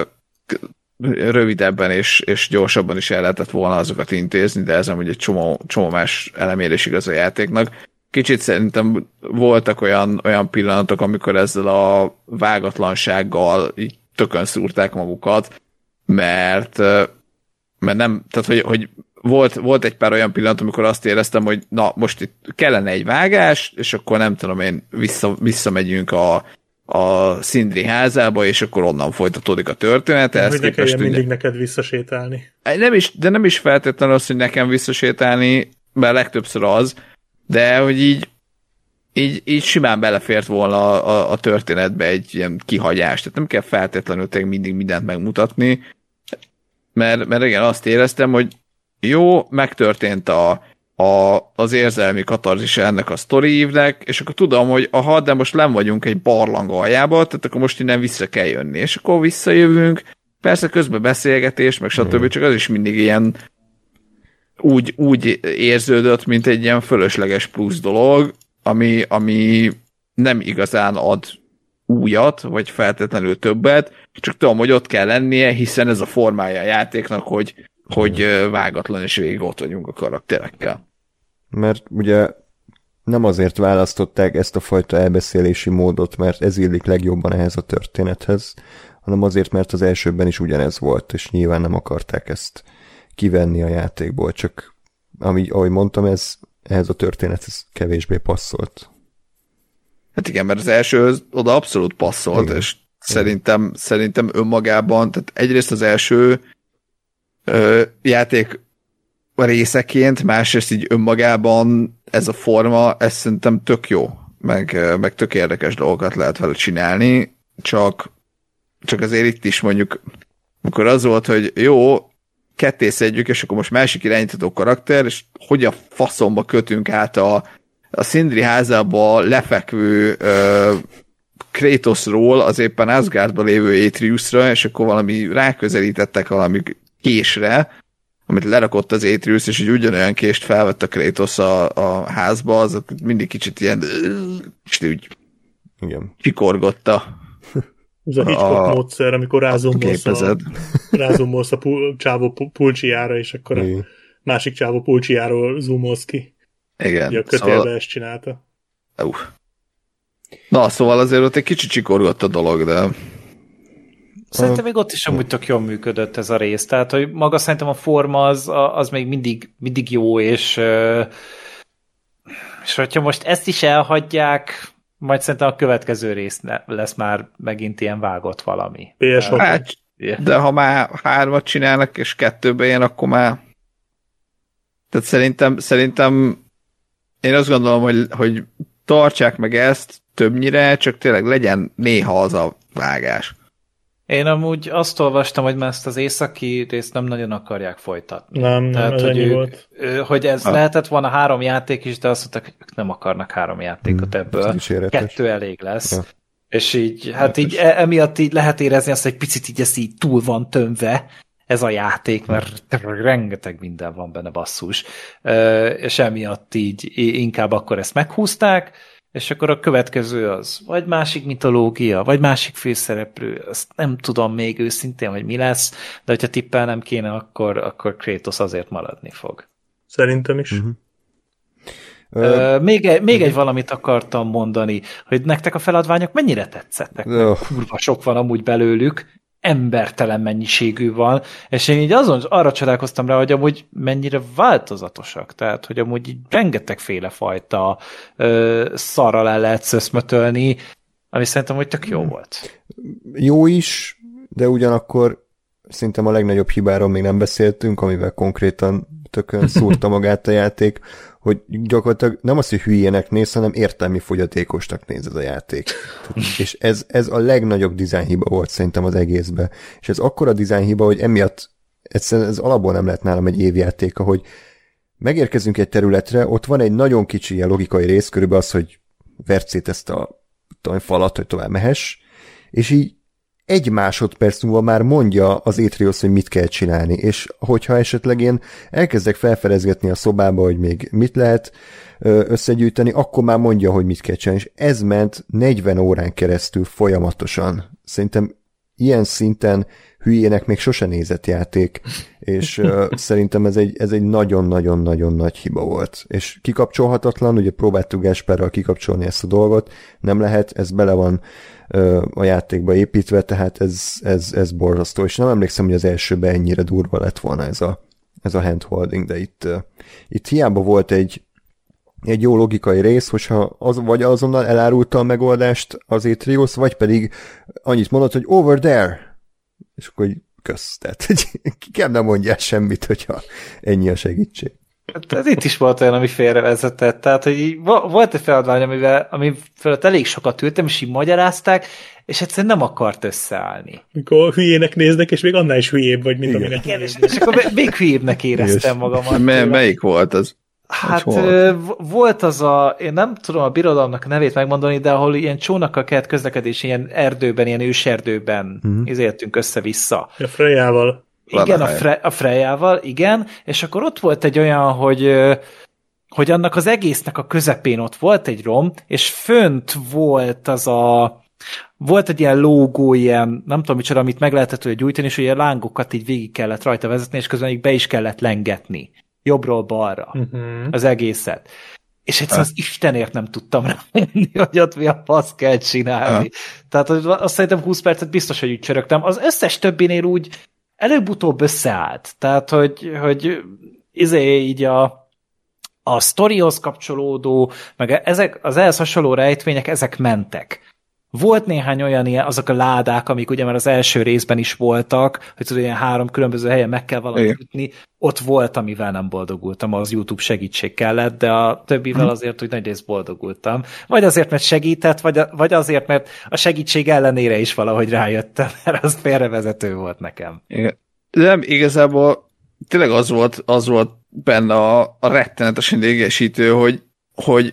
rövidebben és, és gyorsabban is el lehetett volna azokat intézni, de ez amúgy egy csomó, csomó más elemére is igaz a játéknak. Kicsit szerintem voltak olyan, olyan pillanatok, amikor ezzel a vágatlansággal így tökön szúrták magukat, mert, mert nem, tehát hogy, hogy volt, volt egy pár olyan pillanat, amikor azt éreztem, hogy na, most itt kellene egy vágás, és akkor nem tudom én, vissza, visszamegyünk a, a Sindri házába, és akkor onnan folytatódik a történet. Nem, hogy ne kelljen mindig ugye, neked visszasétálni. Nem is, de nem is feltétlenül az, hogy nekem visszasétálni, mert legtöbbször az, de hogy így, így, így simán belefért volna a, a, a történetbe egy ilyen kihagyás. Tehát nem kell feltétlenül mindig mindent megmutatni, mert, mert igen, azt éreztem, hogy jó, megtörtént a, a, az érzelmi katarzisa ennek a sztoriívnek, és akkor tudom, hogy aha, de most nem vagyunk egy barlang aljába, tehát akkor most innen vissza kell jönni, és akkor visszajövünk, persze közben beszélgetés, meg stb., mm. csak az is mindig ilyen úgy, úgy érződött, mint egy ilyen fölösleges plusz dolog, ami, ami nem igazán ad újat, vagy feltétlenül többet, csak tudom, hogy ott kell lennie, hiszen ez a formája a játéknak, hogy, hogy vágatlan és végig ott vagyunk a karakterekkel. Mert ugye nem azért választották ezt a fajta elbeszélési módot, mert ez illik legjobban ehhez a történethez, hanem azért, mert az elsőbben is ugyanez volt, és nyilván nem akarták ezt kivenni a játékból, csak ami, ahogy mondtam, ez ehhez a történethez kevésbé passzolt. Hát igen, mert az első oda abszolút passzolt, igen. És szerintem, szerintem önmagában, tehát egyrészt az első ö, játék részeként, másrészt így önmagában ez a forma, ez szerintem tök jó, meg, meg tök érdekes dolgokat lehet vele csinálni, csak, csak azért itt is mondjuk, amikor az volt, hogy jó, kettészedjük, és akkor most másik irányítható karakter, és hogy a faszomba kötünk át a, a Sindri házába lefekvő ö, Kratosról az éppen Asgardba lévő Atreusra, és akkor valami ráközelítettek valami késre, amit lerakott az Atreus, és így ugyanolyan kést felvett a Kratos a, a házba, az mindig kicsit ilyen és úgy igen. csikorgotta. Ez a Hitchcock a módszer, amikor rázomolsz a, rázomolsz a pul, csávó pulcsiára, és akkor igen. a másik csávó pulcsiáról zoomolsz ki. Igen. Ugye a kötélbe szóval... ezt csinálta. Uh. Na, szóval azért ott egy kicsit csikorgott a dolog, de... Szerintem még ott is amúgy tök jól működött ez a rész, tehát hogy maga szerintem a forma az, az még mindig, mindig jó, és, és hogyha most ezt is elhagyják, majd szerintem a következő rész lesz már megint ilyen vágott valami. pé es hat. Hát, de ha már hármat csinálnak, és kettőbe ilyen, akkor már... Tehát szerintem, szerintem én azt gondolom, hogy, hogy tartsák meg ezt többnyire, csak tényleg legyen néha az a vágás. Én amúgy azt olvastam, hogy már ezt az északi részt nem nagyon akarják folytatni. Nem, nem, Tehát, ez hogy ennyi ők, volt. Hogy ez ha. lehetett volna három játék is, de azt mondták, hogy ők nem akarnak három játékot hmm, ebből. Kettő elég lesz. Ja. És így, hát hát így is. emiatt így lehet érezni azt, hogy egy picit így ez így túl van tömve, ez a játék, mert rengeteg minden van benne, basszus. És emiatt így inkább akkor ezt meghúzták, és akkor a következő az vagy másik mitológia, vagy másik főszereplő, azt nem tudom még őszintén, hogy mi lesz, de hogyha tippelnem kéne, akkor, akkor Kratos azért maradni fog. Szerintem is. Uh-huh. Uh, még, egy, még egy valamit akartam mondani, hogy nektek a feladványok mennyire tetszettek? Uh. Kurva sok van amúgy belőlük, embertelen mennyiségű van, és én így azon arra csodálkoztam rá, hogy amúgy mennyire változatosak, tehát, hogy amúgy így rengetegféle fajta ö, szarral el lehet szöszmötölni, ami szerintem, hogy tök jó volt. Jó is, de ugyanakkor szerintem a legnagyobb hibáról még nem beszéltünk, amivel konkrétan tökön szúrta magát a játék, hogy gyakorlatilag nem az, hogy hülyének néz, hanem értelmi fogyatékosnak néz ez a játék. És ez, ez a legnagyobb dizájnhiba volt szerintem az egészben. És ez akkora dizájnhiba, hogy emiatt egyszerűen ez alapból nem lett nálam egy évjáték, ahogy megérkezünk egy területre, ott van egy nagyon kicsi ilyen logikai rész, körülbelül az, hogy verd szét ezt a tudom, falat, hogy tovább mehess, és így egy másodperc múlva már mondja az Atreus, hogy mit kell csinálni, és hogyha esetleg én elkezdek felfedezgetni a szobába, hogy még mit lehet összegyűjteni, akkor már mondja, hogy mit kell csinálni, és ez ment negyven órán keresztül folyamatosan. Szerintem ilyen szinten hülyének még sose nézett játék, és uh, szerintem ez egy, ez egy nagyon-nagyon-nagyon nagy hiba volt. És kikapcsolhatatlan, ugye próbáltuk Gáspárral kikapcsolni ezt a dolgot, nem lehet, ez bele van uh, a játékba építve, tehát ez, ez, ez borzasztó, és nem emlékszem, hogy az elsőben ennyire durva lett volna ez a, ez a handholding, de itt, uh, itt hiába volt egy egy jó logikai rész, hogyha az, vagy azonnal elárulta a megoldást az Atreus, vagy pedig annyit mondott, hogy over there, és akkor így kösz. Tehát, hogy kikem nem mondjál semmit, hogyha ennyi a segítség. Ez itt is volt olyan, ami félrevezetett. Tehát, hogy így, volt egy feladvány, amivel, ami felett elég sokat ültem, és így magyarázták, és egyszerűen nem akart összeállni. Mikor hülyének néznek, és még annál is hülyébb vagy, mint aminek. Igen, és, és akkor még hülyébbnek éreztem magamat. M- melyik volt az? Hát volt? volt az a, én nem tudom a birodalomnak a nevét megmondani, de ahol ilyen csónakkal kellett közlekedés, ilyen erdőben, ilyen őserdőben mm-hmm. éltünk össze-vissza. A Frejával. Igen, a, Fre- a Frejával, igen, és akkor ott volt egy olyan, hogy, hogy annak az egésznek a közepén ott volt egy rom, és fönt volt az a volt egy ilyen lógó, ilyen, nem tudom micsoda, amit meg lehetett hogy gyújtani, és ilyen lángokat így végig kellett rajta vezetni, és közben így be is kellett lengetni. Jobbról balra. Uh-huh. Az egészet. És egyszerűen az Istenért nem tudtam rámenni, hogy ott mi a fasz kell csinálni. Uh. Tehát azt szerintem húsz percet biztos, hogy úgy csörögtem. Az összes többinél úgy előbb-utóbb összeállt. Tehát, hogy, hogy izé így a, a sztorihoz kapcsolódó, meg ezek, az ehhez hasonló rejtvények, ezek mentek. Volt néhány olyan ilyen, azok a ládák, amik ugye már az első részben is voltak, hogy tudod, ilyen három különböző helyen meg kell valamit ütni, ott volt, amivel nem boldogultam, az YouTube segítség kellett, de a többivel azért úgy nagy rész boldogultam. Vagy azért, mert segített, vagy, vagy azért, mert a segítség ellenére is valahogy rájöttem, mert az félrevezető volt nekem. Igen. De nem, igazából tényleg az volt, az volt benne a, a rettenetesen idegesítő, hogy, hogy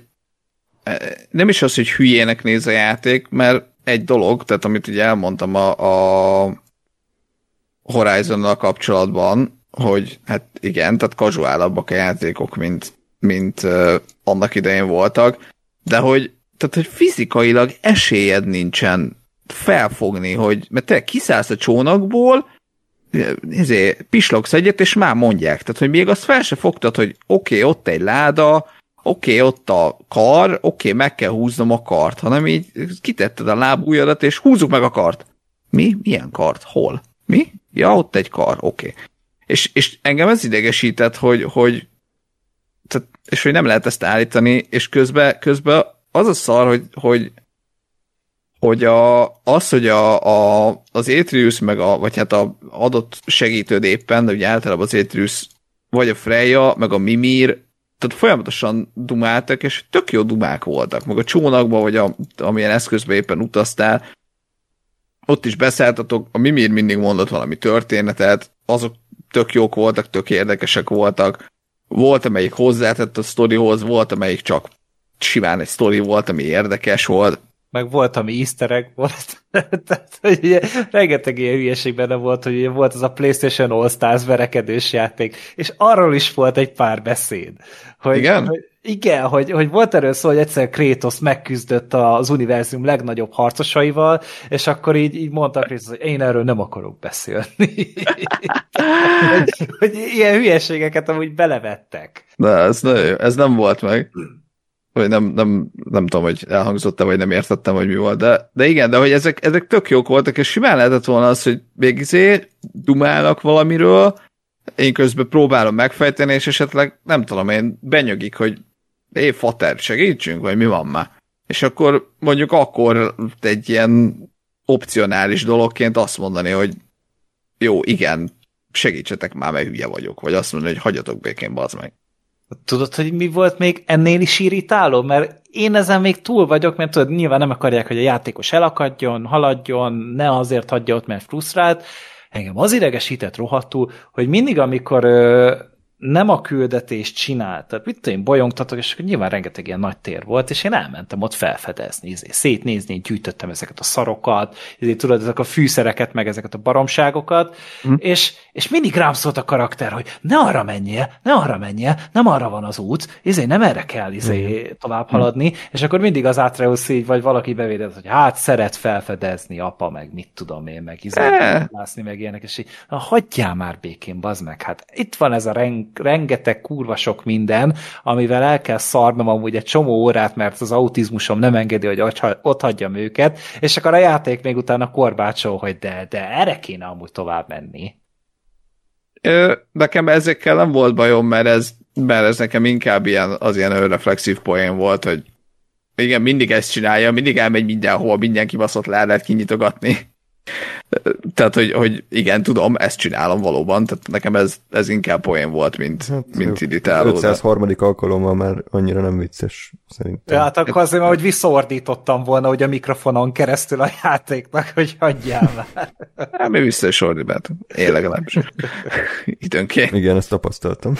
nem is az, hogy hülyének néz a játék, mert egy dolog, tehát amit ugye elmondtam a, a Horizonnal kapcsolatban, hogy hát igen, tehát casuálabbak a játékok, mint, mint uh, annak idején voltak, de hogy, tehát, hogy fizikailag esélyed nincsen felfogni, hogy, mert te kiszállsz a csónakból, ezért pislogsz egyet, és már mondják. Tehát, hogy még azt fel se fogtad, hogy oké, okay, ott egy láda, oké, okay, ott a kar, oké, okay, meg kell húznom a kart, hanem így kitetted a lábujjadat, és húzzuk meg a kart. Mi? Milyen kart? Hol? Mi? Ja, ott egy kar, oké. Okay. És, és engem ez idegesített, hogy, hogy tehát, és hogy nem lehet ezt állítani, és közben, közben az a szar, hogy, hogy hogy a, az, hogy a, a, az Atreus meg a, vagy hát a adott segítőd éppen, de ugye általában az Atreus vagy a Freya, meg a Mimir, tehát folyamatosan dumáltak, és tök jó dumák voltak, meg a csónakban, vagy a, amilyen eszközben éppen utaztál, ott is beszálltatok, a Mimir mindig mondott valami történetet, azok tök jók voltak, tök érdekesek voltak, volt, amelyik hozzátett a sztorihoz, volt, amelyik csak simán egy sztori volt, ami érdekes volt, meg volt, ami easter egg volt. Tehát, hogy ugye, rengeteg ilyen hülyeség benne volt, hogy ugye volt az a PlayStation All-Stars verekedős játék, és arról is volt egy pár beszéd. Hogy, igen? Hogy, igen, hogy, hogy volt erről szó, hogy egyszer Kratos megküzdött az univerzum legnagyobb harcosaival, és akkor így, így mondta Kratos, hogy én erről nem akarok beszélni. hogy, hogy ilyen hülyeségeket amúgy belevettek. De ez, ez nem volt meg. Vagy nem, nem, nem tudom, hogy elhangzott-e, vagy nem értettem, hogy mi volt, de, de igen, de hogy ezek, ezek tök jók voltak, és simán lehetett volna az, hogy még izé dumálnak valamiről, én közben próbálom megfejteni, és esetleg, nem tudom, én benyögik, hogy é, fater, segítsünk, vagy mi van már? És akkor mondjuk akkor egy ilyen opcionális dologként azt mondani, hogy jó, igen, segítsetek már, mert hülye vagyok, vagy azt mondani, hogy hagyjatok békén, bazd meg. Tudod, hogy mi volt még ennél is irritáló? Mert én ezen még túl vagyok, mert tudod, nyilván nem akarják, hogy a játékos elakadjon, haladjon, ne azért hagyja ott, mert frusztrált. Engem az idegesített rohadtul, hogy mindig, amikor ö, nem a küldetést csinált, tehát mit tudom én, bolyongtatok, és akkor nyilván rengeteg ilyen nagy tér volt, és én elmentem ott felfedezni, izé, szétnézni, gyűjtöttem ezeket a szarokat, izé, tudod, ezek a fűszereket, meg ezeket a baromságokat, mm. és, és mindig rám szólt a karakter, hogy ne arra menjél, ne arra menjél, nem arra van az út, izé, nem erre kell izé, mm. tovább haladni, mm. és akkor mindig az Atreus így, vagy valaki bevédett, hogy hát szeret felfedezni, apa, meg mit tudom én, meg izé, lászni, meg ilyenek, és így, na, hagyjál már békén, bazd meg, hát itt van ez a reng rengeteg kurva sok minden, amivel el kell szarnom amúgy egy csomó órát, mert az autizmusom nem engedi, hogy ott hagyjam őket, és akkor a játék még utána korbácsol, hogy de, de erre kéne amúgy tovább menni. Ö, nekem ezekkel nem volt bajom, mert ez, mert ez nekem inkább ilyen, az ilyen önreflexív poén volt, hogy igen, mindig ezt csinálja, mindig elmegy mindenhova, minden kibaszott ládát kinyitogatni. Tehát, hogy, hogy igen, tudom, ezt csinálom valóban, tehát nekem ez, ez inkább poén volt, mint, hát, mint irritáló. ötszázharmadik alkalommal már annyira nem vicces, szerintem. Ja, hát akkor azért már, hogy visszaordítottam volna, hogy a mikrofonon keresztül a játéknak, hogy hagyjál már. Hát mi vissza is ordibát. Én legalábbis. Időnként. Igen, ezt tapasztaltam.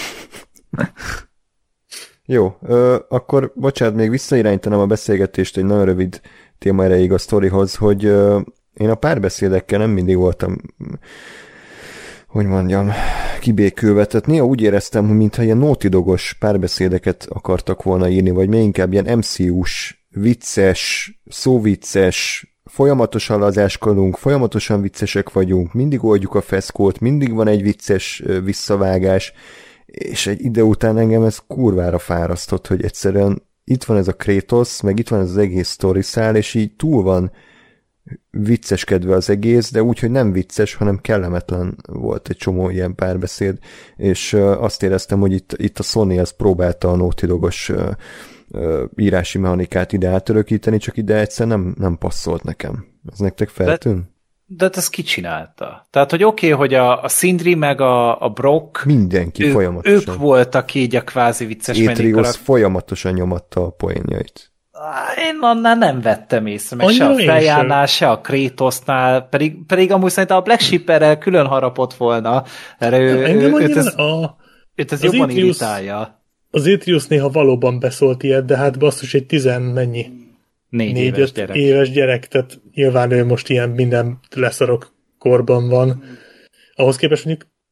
Jó, ö, akkor bocsánat, még visszairányítanám a beszélgetést egy nagyon rövid téma erejéig a sztorihoz, hogy ö, én a párbeszédekkel nem mindig voltam, hogy mondjam, kibékülve. Tehát néha úgy éreztem, hogy mintha ilyen Naughty Dogos párbeszédeket akartak volna írni, vagy még inkább ilyen em cé u-s, vicces, szóvicces, folyamatosan lazáskodunk, folyamatosan viccesek vagyunk, mindig oldjuk a feszkót, mindig van egy vicces visszavágás, és egy ide után engem ez kurvára fárasztott, hogy egyszerűen itt van ez a Kratos, meg itt van ez az egész sztoriszál, és így túl van vicceskedve az egész, de úgy, hogy nem vicces, hanem kellemetlen volt egy csomó ilyen párbeszéd, és uh, azt éreztem, hogy itt, itt a Sony az próbálta a Naughty Dogos uh, uh, írási mechanikát ide átörökíteni, csak ide egyszer nem, nem passzolt nekem. Ez nektek feltűn? De, de ezt ki csinálta? Tehát, hogy oké, okay, hogy a, a Sindri meg a, a Brock mindenki ők, folyamatosan. Ők voltak így a kvázi vicces Atreus folyamatosan nyomatta a poénjait. Én annál nem vettem észre, meg se a Freyánál, se a Kratosnál, pedig, pedig amúgy szerintem a Black Sheep-erre külön harapott volna. Erre ő, Engem ő, őt ez, a, őt ez jobban Atreus, irritálja. Az Atreus néha valóban beszólt ilyet, de hát basszus egy tizen mennyi? Négy, Négy éves gyerek. éves gyerek, tehát nyilván ő most ilyen minden leszarok korban van. Ahhoz képest mondjuk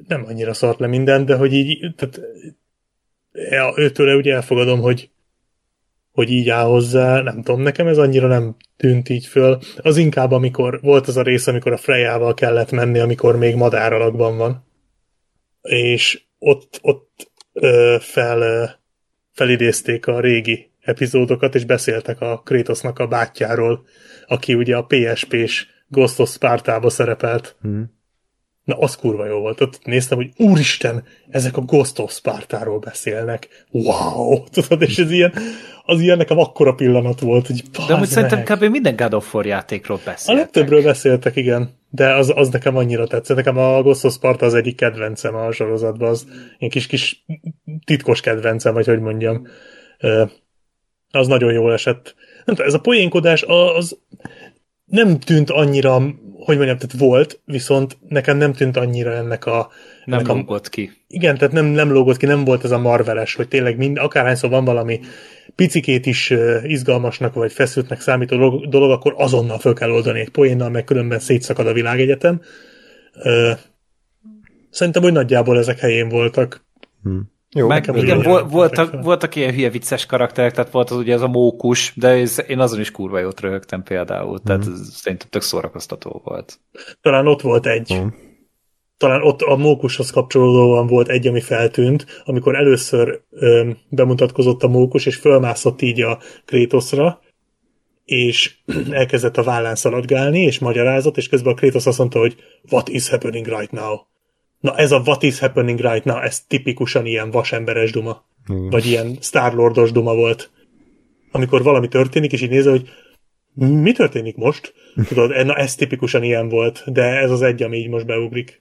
nem annyira szart le minden, de hogy így, tehát ja, őtőle ugye elfogadom, hogy hogy így áll hozzá, nem tudom, nekem ez annyira nem tűnt így föl. Az inkább, amikor volt az a rész, amikor a Freyával kellett menni, amikor még madár alakban van. És ott, ott ö, fel, ö, felidézték a régi epizódokat, és beszéltek a Kratosnak a bátyjáról, aki ugye a pé es pés Ghost of Spartába szerepelt. Hmm. Na, az kurva jó volt. Ott néztem, hogy úristen, ezek a Ghost of Spartáról beszélnek. Wow! Tudod, és ez ilyen, az ilyen nekem akkora pillanat volt, hogy de amúgy szerintem kb. Minden God of War játékról beszéltek. A legtöbbről beszéltek, igen. De az, az nekem annyira tetszett. Nekem a Ghost of Sparta az egyik kedvencem a sorozatban. Az ilyen kis-kis titkos kedvencem, vagy hogy mondjam. Az nagyon jól esett. Nem tudom, ez a poénkodás az nem tűnt annyira, hogy mondjam, tehát volt, viszont nekem nem tűnt annyira ennek a... Nem ennek lógott a, ki. Igen, tehát nem, nem lógott ki, nem volt ez a marveles, hogy tényleg mind, akárhányszor van valami picikét is uh, izgalmasnak, vagy feszültnek számító dolog, dolog, akkor azonnal föl kell oldani egy poénnal, meg különben szétszakad a világegyetem. Uh, szerintem, hogy nagyjából ezek helyén voltak. Hmm. Jó, meg igen, vol, voltak, voltak ilyen hülye vicces karakterek, tehát volt az ugye az a mókus, de ez, én azon is kurva jót röhögtem például, tehát mm. ez szerintem tök szórakoztató volt. Talán ott volt egy. Mm. Talán ott a mókushoz kapcsolódóan volt egy, ami feltűnt, amikor először ö, bemutatkozott a mókus, és fölmászott így a Kratosra, és elkezdett a vállán szaladgálni, és magyarázott, és közben a Kratos azt mondta, hogy what is happening right now? Na ez a what is happening right now, ez tipikusan ilyen vasemberes duma. Mm. Vagy ilyen Star-Lordos duma volt. Amikor valami történik, és így nézze, hogy mi történik most? Tudod, na ez tipikusan ilyen volt, de ez az egy, ami így most beugrik.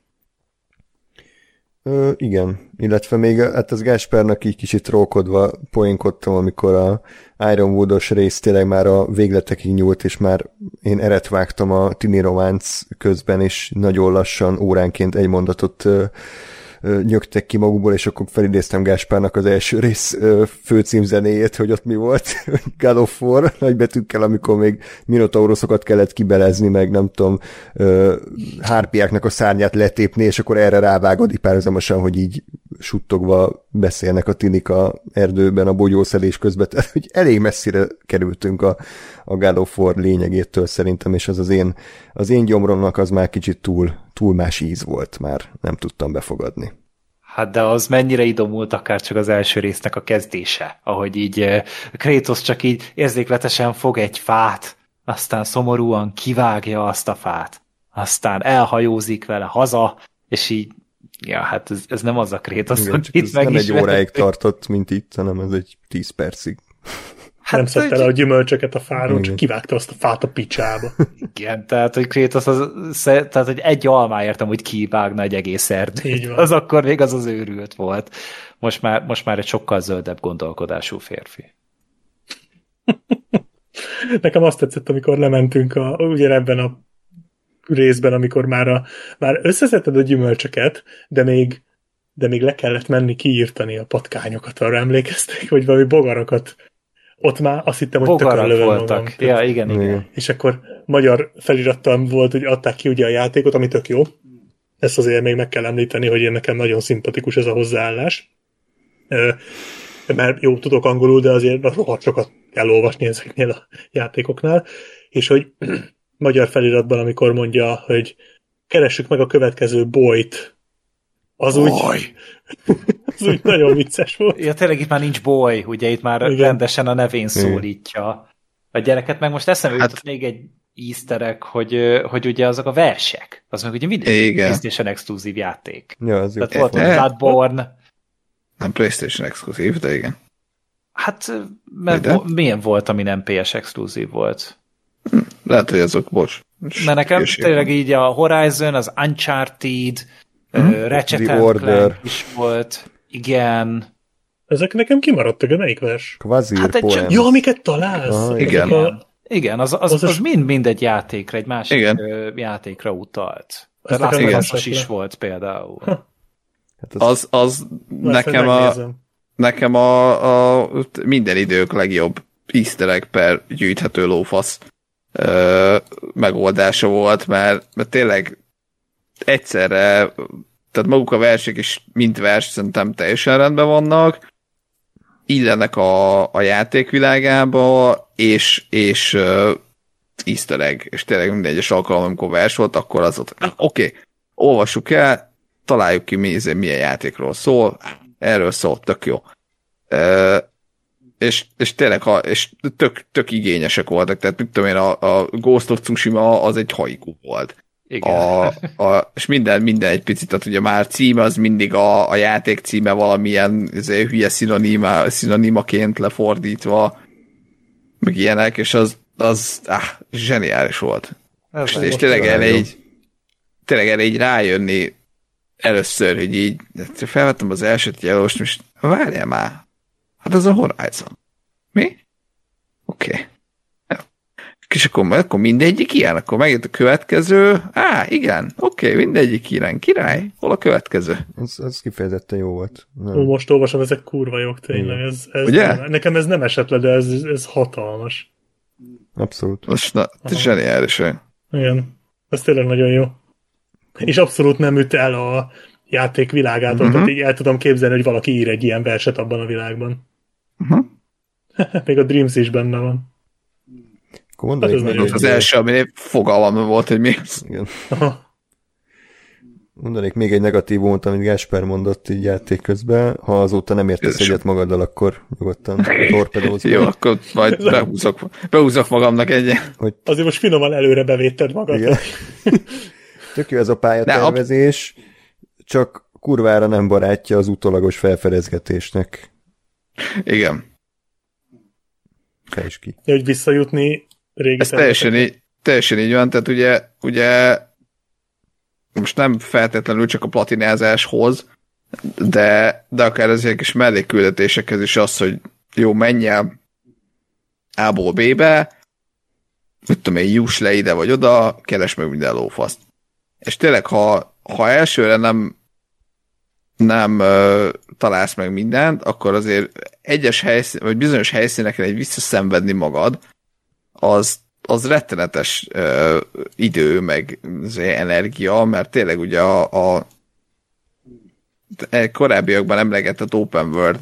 Ö, igen, illetve még hát az Gáspernak így kicsit trókodva poénkodtam, amikor a Ironwoodos rész tényleg már a végletekig nyúlt, és már én eret vágtam a tini románc közben, és nagyon lassan óránként egy mondatot ö, ö, nyögtek ki magukból, és akkor felidéztem Gáspárnak az első rész ö, főcímzenéjét, hogy ott mi volt, God of War nagybetűkkel, amikor még minotaurosokat kellett kibelezni, meg nem tudom, ö, hárpiáknak a szárnyát letépni, és akkor erre rávágod párhuzamosan, hogy így suttogva beszélnek a tinik a erdőben a bogyószedés közben, tehát hogy elég messzire kerültünk a, a God of War lényegétől szerintem, és az az én, az én gyomromnak az már kicsit túl, túl más íz volt, már nem tudtam befogadni. Hát de az mennyire idomult akár csak az első résznek a kezdése, ahogy így Kratos csak így érzékletesen fog egy fát, aztán szomorúan kivágja azt a fát, aztán elhajózik vele haza, és így ja, hát ez, ez nem az a Kratos, igen, itt ez nem egy óráig tartott, mint itt, hanem ez egy tíz percig. Hát, nem szedte el a gyümölcsöket a fáról, csak kivágta azt a fát a picsába. Igen, tehát, hogy Kratos az, tehát, hogy egy almáért amúgy kivágna egy egész erdőt. Az akkor még az az őrült volt. Most már, most már egy sokkal zöldebb gondolkodású férfi. Nekem azt tetszett, amikor lementünk a, ugye ebben a részben, amikor már, a, már összeszedted a gyümölcsöket, de még, de még le kellett menni kiírtani a patkányokat, arra emlékeztek, hogy valami bogarakat. Ott már azt hittem, hogy tökön lövöm voltak. magam. Ja, igen, igen. És akkor magyar felirattal volt, hogy adták ki ugye a játékot, ami tök jó. Ezt azért még meg kell említeni, hogy én nekem nagyon szimpatikus ez a hozzáállás. Mert jó, tudok angolul, de azért rohadt sokat kell olvasni ezeknél a játékoknál. És hogy magyar feliratban, amikor mondja, hogy keressük meg a következő bolyt, az úgy, az úgy nagyon vicces volt. Ja, tényleg itt már nincs boly, ugye itt már igen. Rendesen a nevén szólítja a gyereket, meg most eszembe jutott hát, még egy easter egg, hogy, hogy ugye azok a versek, az meg ugye mindig PlayStation exkluzív játék. Ja, az Tehát volt a Bloodborne. Nem PlayStation exkluzív, de igen. Hát, mert vo- milyen volt, ami nem pé es exkluzív volt? Hm, lehet, hogy azok, bocs. Mert nekem tényleg így a Horizon, az Uncharted, hmm? uh, Ratchet and Clank is volt, igen. Ezek nekem kimaradtak, de melyik vers? Kvazir hát egy jó, amiket találsz. Ah, igen. A... Igen, az, az, az, az mind, mind egy játékra, egy másik igen. játékra utalt. De Last is volt például. Hát az, az, az nekem a, nekem a, a minden idők legjobb easter egg per gyűjthető lófasz ö, megoldása volt, mert, mert tényleg egyszerre tehát maguk a versek is, mint vers, szerintem teljesen rendben vannak, illenek a, a játékvilágába, és, és uh, easter egg, és tényleg minden egyes alkalom, amikor vers volt, akkor az ott, oké, okay, olvassuk el, találjuk ki, mi, milyen játékról szól, erről szól, tök jó. Uh, és, és tényleg, ha, és tök, tök igényesek voltak, tehát mit tudom én, a, a Ghost of Tsushima az egy haiku volt. Igen. A, a, és minden, minden egy picit, tehát ugye már címe az mindig a, a játék címe valamilyen azért, hülye szinonima, szinonimaként lefordítva, meg ilyenek, és az, az áh, zseniális volt. Ez és, és tényleg erre így, tényleg erre így rájönni először, hogy így felvettem az elsőt, így elolvastam, és várjál már, hát az a Horizon. Mi? Oké. Okay. És akkor, akkor mindegyik ilyen, akkor megjött a következő, á, igen, oké, okay, mindegyik ilyen, király, hol a következő? Ez, ez kifejezetten jó volt. Ó, most olvasom, ezek kurva jók tényleg. Ez, ez nem, nekem ez nem esett le, de ez, ez hatalmas. Abszolút. Most na, zseniális. Igen, ez tényleg nagyon jó. És abszolút nem üt el a játék világától, uh-huh. Tehát így el tudom képzelni, hogy valaki ír egy ilyen verset abban a világban. Uh-huh. Még a Dreams is benne van. Hát ez az, az első, ami fogalmam volt, hogy mi az. Igen. Mondanék még egy negatívumot, amit Gásper mondott így játék közben. Ha azóta nem értesz egyet magaddal, akkor nyugodtan torpedózz. Jó, akkor majd behúzok, behúzok magamnak egyet. Hogy... Azért most finoman előre bevétted magad. Igen. Tök jó ez a pályatervezés, a... csak kurvára nem barátja az utólagos felfedezgetésnek. Igen. Fejtsd ki. Hogy visszajutni régi ez teljesen így, teljesen így van, tehát ugye, ugye most nem feltétlenül csak a platinázáshoz, de, de akár az ilyen kis mellékküldetésekhez is az, hogy jó, menj el A-ból B-be, mit tudom én, juss le ide vagy oda, keresd meg minden lófaszt. És tényleg, ha, ha elsőre nem nem uh, találsz meg mindent, akkor azért egyes helyszín, vagy bizonyos helyszíneken egy visszaszenvedni magad, az, az rettenetes uh, idő, meg energia, mert tényleg ugye a, a korábbiakban emlegetett open world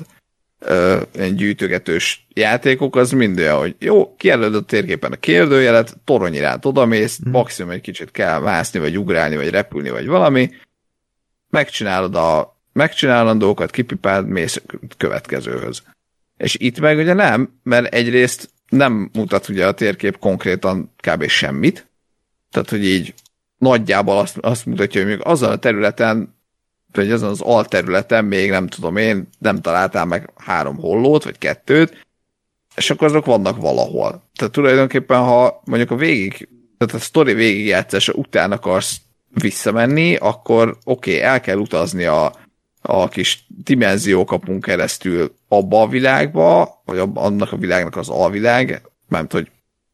uh, gyűjtögetős játékok, az mind olyan, hogy jó, kijelölöd a térképen a kérdőjelet, torony iránt odamész, hmm. maximum egy kicsit kell mászni, vagy ugrálni, vagy repülni, vagy valami, megcsinálod a megcsinálandókat, kipipáld, mész következőhöz. És itt meg ugye nem, mert egyrészt nem mutat ugye a térkép konkrétan kb. Semmit, tehát hogy így nagyjából azt, azt mutatja, hogy még azon a területen, vagy azon az alterületen még nem tudom én, nem találtál meg három hollót, vagy kettőt, és akkor azok vannak valahol. Tehát tulajdonképpen, ha mondjuk a végig, tehát a sztori végigjátszása után akarsz visszamenni, akkor oké, okay, el kell utazni a a kis dimenziókapunk keresztül abba a világba, vagy abba, annak a világnak az alvilág, mármint, hogy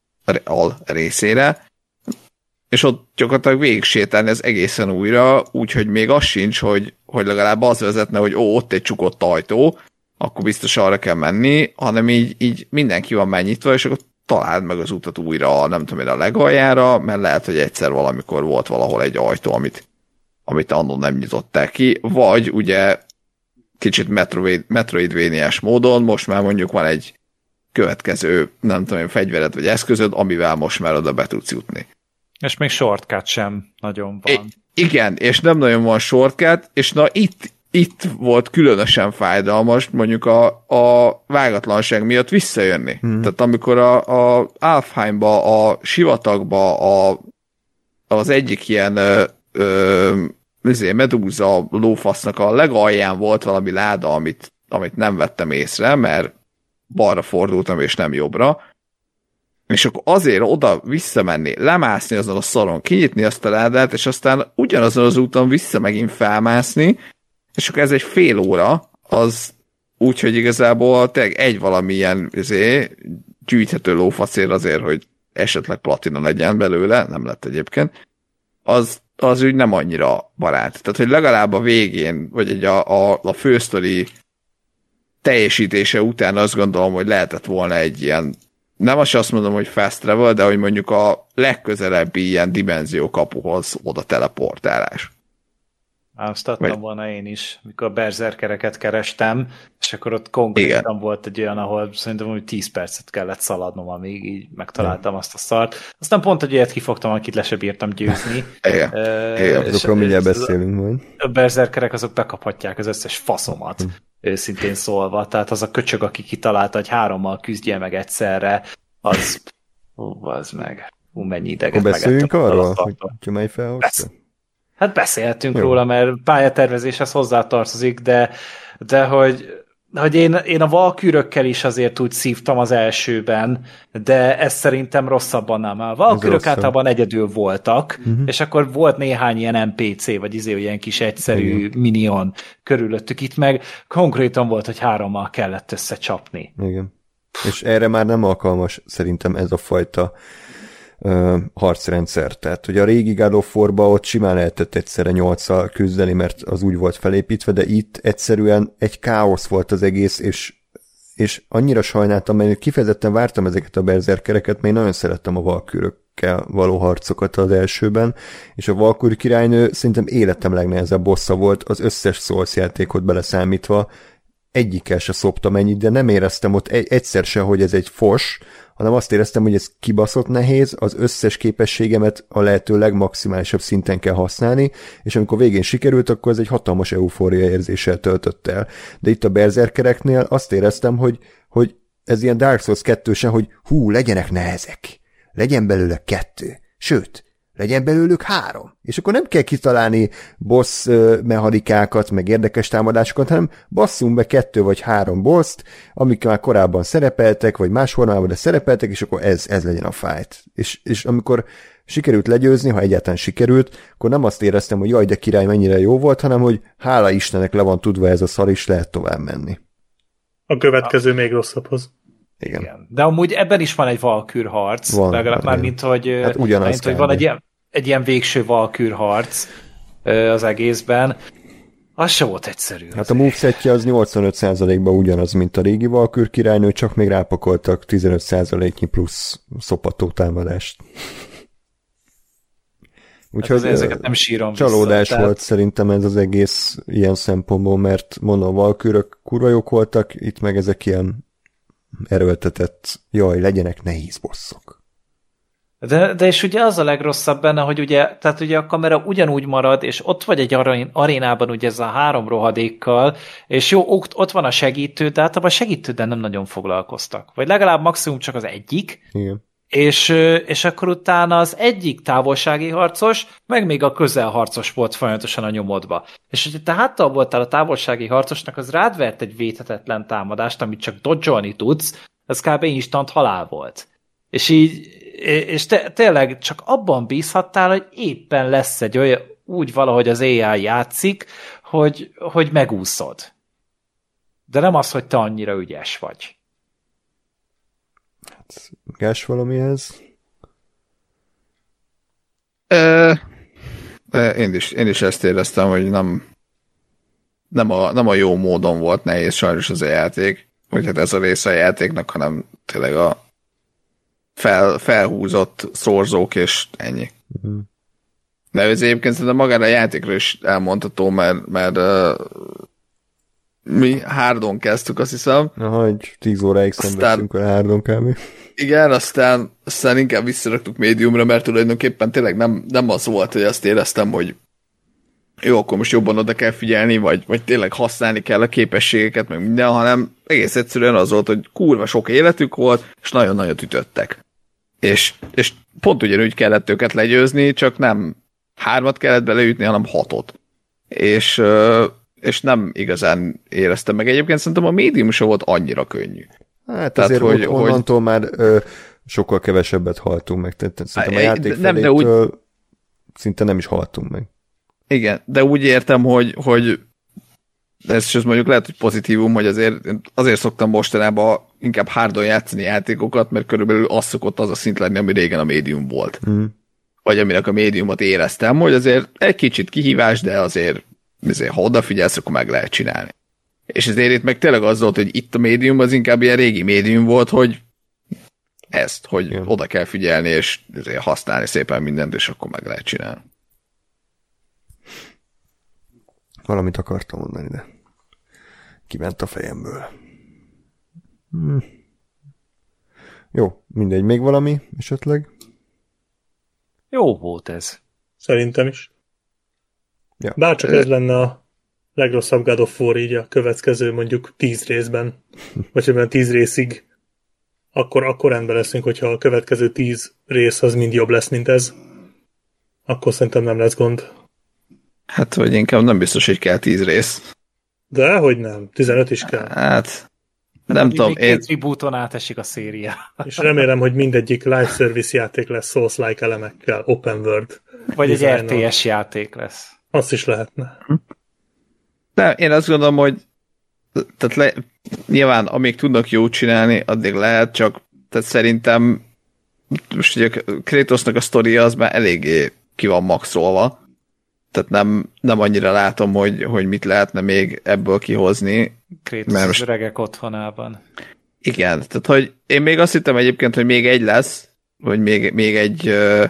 al részére, és ott gyakorlatilag végig sétálni ez egészen újra, úgyhogy még az sincs, hogy, hogy legalább az vezetne, hogy ó, ott egy csukott ajtó, akkor biztos arra kell menni, hanem így, így mindenki van már nyitva, és akkor találd meg az utat újra, nem tudom én, a legaljára, mert lehet, hogy egyszer valamikor volt valahol egy ajtó, amit amit annól nem nyitották ki, vagy ugye kicsit Metroid, Metroidvania-s módon most már mondjuk van egy következő, nem tudom én, fegyvered vagy eszközöd, amivel most már oda be tudsz jutni. És még shortcut sem nagyon van. I- igen, és nem nagyon van shortcut, és na itt, itt volt különösen fájdalmas mondjuk a, a vágatlanság miatt visszajönni. Hmm. Tehát amikor a, a Alfheimba, a sivatagba a, az egyik ilyen ö, ö, Medúza lófasznak a legalján volt valami láda, amit, amit nem vettem észre, mert balra fordultam, és nem jobbra. És akkor azért oda visszamenni, lemászni azon a szaron, kinyitni azt a ládát, és aztán ugyanazon az úton vissza megint felmászni, és akkor ez egy fél óra, az úgy, hogy igazából tényleg egy valamilyen azért, gyűjthető lófacél azért, hogy esetleg platina legyen belőle, nem lett egyébként, az az úgy nem annyira barát. Tehát, hogy legalább a végén, vagy egy a, a, a fősztori teljesítése után azt gondolom, hogy lehetett volna egy ilyen, nem azt azt mondom, hogy fast travel, de hogy mondjuk a legközelebbi ilyen dimenzió kapuhoz oda teleportálás. Azt adtam Vagy... volna én is, mikor berserkereket kerestem, és akkor ott konkrétan Igen. volt egy olyan, ahol szerintem hogy tíz percet kellett szaladnom, amíg így megtaláltam azt a szart. Aztán pont egy olyat kifogtam, akit le se bírtam győzni. Igen. Uh, Igen. Azokról mindjárt beszélünk majd. A berserkerek azok bekaphatják az összes faszomat, hm. őszintén szólva. Tehát az a köcsög, aki kitalálta, hogy hárommal küzdje meg egyszerre, az... Hú, az meg... Hú, mennyi ideget megettem. Beszéljünk arról, hogy mely felhozta? Hát beszéltünk Jó. róla, mert pályatervezéshez hozzátartozik, de, de hogy, hogy én, én a valkürökkel is azért úgy szívtam az elsőben, de ez szerintem rosszabban nem. A valkürök általában egyedül voltak, uh-huh. és akkor volt néhány ilyen en pé cé, vagy izé, ilyen kis egyszerű Igen. minion körülöttük, itt meg konkrétan volt, hogy hárommal kellett összecsapni. Igen. És erre már nem alkalmas szerintem ez a fajta Uh, harcrendszer. Tehát, hogy a régi God of War-ba ott simán lehetett egyszerre nyolccal küzdeni, mert az úgy volt felépítve, de itt egyszerűen egy káosz volt az egész, és, és annyira sajnáltam, mert kifejezetten vártam ezeket a berserkereket, mert én nagyon szerettem a valkürökkel való harcokat az elsőben, és a Valkür királynő szerintem életem legnehezebb bossza volt, az összes Souls játékot beleszámítva, egyikkel se szoptam ennyit, de nem éreztem ott egy, egyszer se, hogy ez egy fos, hanem azt éreztem, hogy ez kibaszott nehéz, az összes képességemet a lehető legmaximálisabb szinten kell használni, és amikor végén sikerült, akkor ez egy hatalmas eufória érzéssel töltött el. De itt a berserkereknél azt éreztem, hogy, hogy ez ilyen Dark Souls kettősen, hogy hú, legyenek nehezek, legyen belőle kettő, sőt, legyen belőlük három. És akkor nem kell kitalálni boss mechanikákat, meg érdekes támadásokat, hanem basszunk be kettő vagy három bosst, amik már korábban szerepeltek, vagy más formában, de szerepeltek, és akkor ez, ez legyen a fight. És, és amikor sikerült legyőzni, ha egyáltalán sikerült, akkor nem azt éreztem, hogy jaj, de király, mennyire jó volt, hanem hogy hála Istennek le van tudva ez a szar, is lehet tovább menni. A következő a... még rosszabbhoz. Igen. Igen. De amúgy ebben is van egy valkür harc, van, legalább már, mint hogy, hát mint, hogy van egy ilyen, egy ilyen végső valkür harc az egészben. Az se volt egyszerű. Hát a movesetje az nyolcvanöt százalékban ugyanaz, mint a régi Valkür királynő, csak még rápakoltak tizenöt százaléknyi plusz szopató támadást. Úgyhogy hát ezeket nem sírom csalódás vissza, volt tehát... szerintem ez az egész ilyen szempontból, mert mondom, a Valkürök kurva jók voltak, itt meg ezek ilyen erőltetett, jaj, legyenek nehéz bosszok. De, de és ugye az a legrosszabb benne, hogy ugye, tehát ugye a kamera ugyanúgy marad, és ott vagy egy arénában ugye ez a három rohadékkal, és jó, ott, ott van a segítő, de általában a segítőddel nem nagyon foglalkoztak. Vagy legalább maximum csak az egyik. Igen. És, és akkor utána az egyik távolsági harcos, meg még a közelharcos volt folyamatosan a nyomodba. És hogyha te háttal voltál a távolsági harcosnak, az rád vert egy védhetetlen támadást, amit csak dodge-olni tudsz, az kb. Instant halál volt. És így, és te, tényleg csak abban bízhattál, hogy éppen lesz egy olyan, úgy valahogy az á i játszik, hogy, hogy megúszod. De nem az, hogy te annyira ügyes vagy. Gás valamihez? E, én, is, én is ezt éreztem, hogy nem, nem, a, nem a jó módon volt nehéz sajnos az a játék, vagy hát ez a része a játéknak, hanem tényleg a fel, felhúzott szorzók, és ennyi. Uh-huh. De ez egyébként szerintem magára a játékra is elmondható, mert, mert uh, mi hárdon kezdtük, azt hiszem. Aha, egy tíz óráig szenvedtünk a hárdon kb. Igen, aztán, aztán inkább visszaraktuk médiumra, mert tulajdonképpen tényleg nem, nem az volt, hogy azt éreztem, hogy jó, akkor most jobban oda kell figyelni, vagy, vagy tényleg használni kell a képességeket, meg minden, hanem egész egyszerűen az volt, hogy kurva sok életük volt, és nagyon nagyot ütöttek. És, és pont ugyanúgy kellett őket legyőzni, csak nem hármat kellett beleütni, hanem hatot. És, és nem igazán éreztem meg. Egyébként szerintem a médium sem volt annyira könnyű. Hát tehát, azért hogy, onnantól hogy... már ö, sokkal kevesebbet haltunk meg. Tehát szerintem a játék nem, felétől úgy... szinte nem is haltunk meg. Igen, de úgy értem, hogy, hogy ez is mondjuk lehet, hogy pozitívum, hogy azért, azért szoktam mostanában inkább hardon játszani játékokat, mert körülbelül az szokott az a szint lenni, ami régen a médium volt. Mm. Vagy aminek a médiumot éreztem, hogy azért egy kicsit kihívás, de azért, azért ha odafigyelsz, akkor meg lehet csinálni. És ezért itt meg tényleg az volt, hogy itt a médium az inkább ilyen régi médium volt, hogy ezt, hogy igen, oda kell figyelni, és használni szépen mindent, és akkor meg lehet csinálni. Valamit akartam mondani, de kiment a fejemből. Hm. Jó, mindegy, még valami esetleg? Jó volt ez. Szerintem is. Ja. Bárcsak ez lenne a legrosszabb God of War így a következő mondjuk tíz részben, vagy ebben tíz részig, akkor, akkor rendben leszünk, hogyha a következő tíz rész az mind jobb lesz, mint ez. Akkor szerintem nem lesz gond. Hát, vagy inkább nem biztos, hogy kell tíz rész. De, hogy nem. tizenöt is kell. Hát, nem Még tudom. Két Én... tribúton átesik a széria. És remélem, hogy mindegyik live service játék lesz Souls-like elemekkel, open world. Vagy egy design-nal. er té es játék lesz. Azt is lehetne. De én azt gondolom, hogy tehát le, nyilván amíg tudnak jót csinálni, addig lehet, csak tehát szerintem most ugye Kratosnak a sztoria az már eléggé ki van maxolva. Tehát nem, nem annyira látom, hogy, hogy mit lehetne még ebből kihozni. Kratos Mert az most... öregek otthonában. Igen, tehát hogy én még azt hittem egyébként, hogy még egy lesz, vagy még, még egy uh,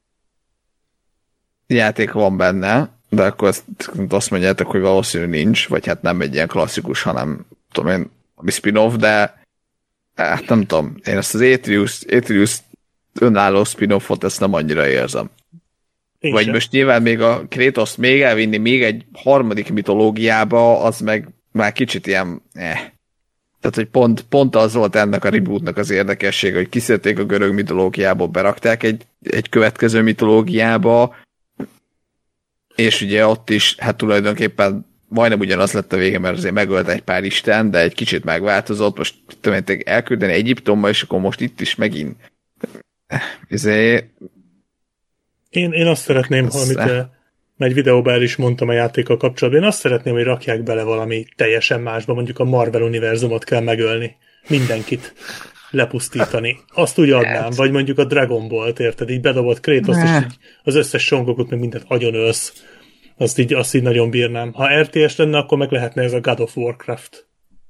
játék van benne, de akkor azt, azt mondjátok, hogy valószínű nincs, vagy hát nem egy ilyen klasszikus, hanem tudom én, ami spin-off, de hát nem tudom, én ezt az Atreus, Atreus önálló spin-offot ezt nem annyira érzem. Én Vagy sem. most nyilván még a Kratos még elvinni még egy harmadik mitológiába, az meg már kicsit ilyen eh. Tehát, hogy pont, pont az volt ennek a rebootnak az érdekessége, hogy kiszedték a görög mitológiából, berakták egy, egy következő mitológiába, és ugye ott is, hát tulajdonképpen majdnem ugyanaz lett a vége, mert azért megölt egy pár isten, de egy kicsit megváltozott, most tudom, elküldeni Egyiptomba, és akkor most itt is megint ezért Én, én azt szeretném, Ez amit le. eh, egy videóban el is mondtam a játékkal kapcsolatban, én azt szeretném, hogy rakják bele valami teljesen másba, mondjuk a Marvel univerzumot kell megölni. Mindenkit lepusztítani. Azt úgy adnám, vagy mondjuk a Dragon Ball-t, érted? Így bedobott Kratos, és így az összes Songokot, meg mindent agyonölsz. Azt így, azt így nagyon bírnám. Ha er té es lenne, akkor meg lehetne ez a God of Warcraft.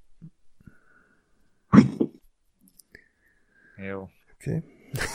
Jó. Okay.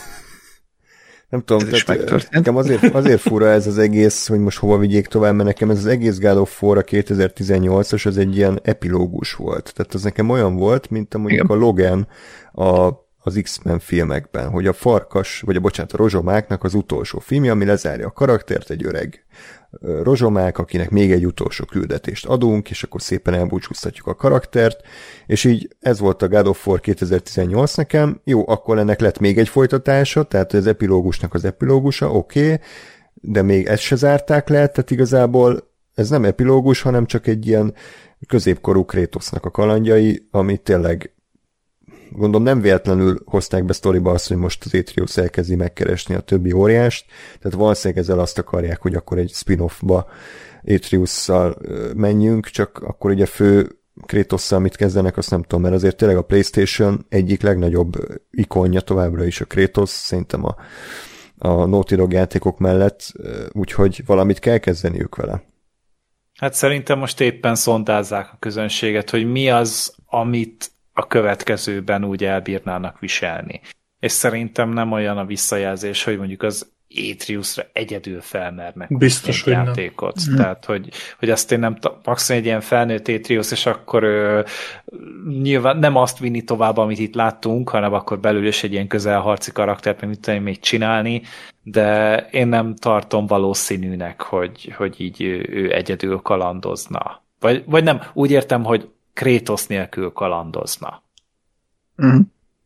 Nem tudom, Ez is tehát megtörtént. nekem azért, azért fura ez az egész, hogy most hova vigyék tovább, mert nekem ez az egész God of War a kétezer-tizennyolcas, az egy ilyen epilógus volt. Tehát az nekem olyan volt, mint a mondjuk Igen. a Logan a, az X-Men filmekben, hogy a farkas, vagy a bocsánat, a rozsomáknak az utolsó filmje, ami lezárja a karaktert, egy öreg ö, rozsomák, akinek még egy utolsó küldetést adunk, és akkor szépen elbúcsúztatjuk a karaktert, és így ez volt a God of War kétezer-tizennyolc nekem, jó, akkor ennek lett még egy folytatása, tehát az epilógusnak az epilógusa, oké, okay, de még ezt se zárták le, tehát igazából ez nem epilógus, hanem csak egy ilyen középkorú Kratosnak a kalandjai, ami tényleg gondolom nem véletlenül hozták be sztoriba azt, hogy most az Atreus elkezdi megkeresni a többi óriást, tehát valószínűleg ezzel azt akarják, hogy akkor egy spin-offba Atreus-szal menjünk, csak akkor ugye fő Kratosszal mit kezdenek, azt nem tudom, mert azért tényleg a PlayStation egyik legnagyobb ikonja továbbra is a Kratos, szerintem a, a Naughty Dog játékok mellett, úgyhogy valamit kell kezdeniük vele. Hát szerintem most éppen szondázzák a közönséget, hogy mi az, amit a következőben úgy elbírnának viselni. És szerintem nem olyan a visszajelzés, hogy mondjuk az Atreusra egyedül felmernek Biztos, egy hogy játékot. nem. Tehát, hogy, hogy azt én nem maximum egy ilyen felnőtt Atreus, és akkor ö, nyilván nem azt vinni tovább, amit itt láttunk, hanem akkor belül is egy ilyen közelharci karaktert, meg mit tudom én még csinálni, de én nem tartom valószínűnek, hogy, hogy így ő, ő egyedül kalandozna. Vagy, vagy nem, úgy értem, hogy Kratos nélkül kalandozna. Mm.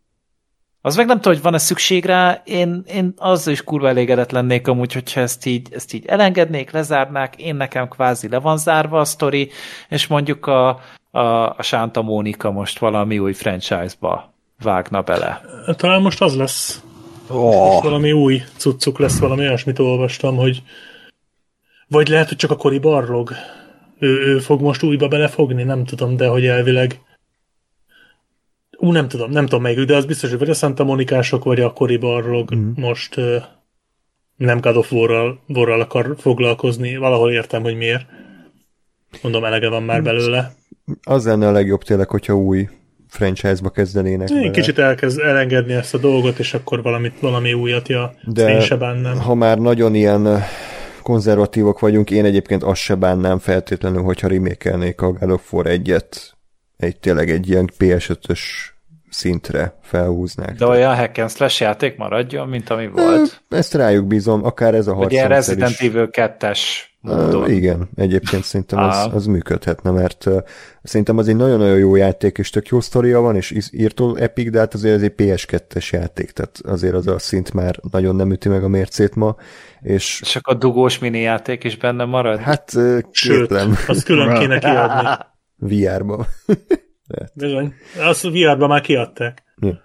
Az meg nem tudom, hogy van-e szükség rá, én, én azzal is kurva elégedett lennék amúgy, hogyha ezt így, ezt így elengednék, lezárnák, én nekem kvázi le van zárva a sztori, és mondjuk a, a, a Santa Monica most valami új franchise-ba vágna bele. Talán most az lesz. Oh. Most valami új cuccuk lesz, valami olyasmit olvastam, hogy vagy lehet, hogy csak a Cory Barlog ő, ő fog most újba belefogni, nem tudom, de hogy elvileg ú, nem tudom, nem tudom melyik, de az biztos, hogy vagy a Santa Monicások, vagy a Cory Barlog mm. most uh, nem God of War-ral, War-ral akar foglalkozni, valahol értem, hogy miért. Mondom, elege van már belőle. Az lenne a legjobb tényleg, hogyha új franchise-ba kezdenének Én vele. kicsit elkezd elengedni ezt a dolgot, és akkor valamit, valami újat, ja, de én se bennem. ha már nagyon ilyen konzervatívok vagyunk. Én egyébként azt se bánnám feltétlenül, hogyha remake-elnék a God of War egyet egy tényleg egy ilyen pé es ötös szintre felhúznák. De olyan hack and slash játék maradjon, mint ami volt. Ezt rájuk bízom, akár ez a harc. Ugye Resident Evil kettes módon. Uh, igen, egyébként szerintem az, az működhetne, mert uh, szerintem az egy nagyon-nagyon jó játék, és tök jó sztoria van, és írtó epic, de hát azért ez egy pé es kettes játék, tehát azért az a szint már nagyon nem üti meg a mércét ma. És, és akkor a dugós mini játék is benne marad? Hát uh, Sőt, azt külön kéne kiadni. vé er-ban. Bizony. Azt vé er-ban már kiadták. Ja.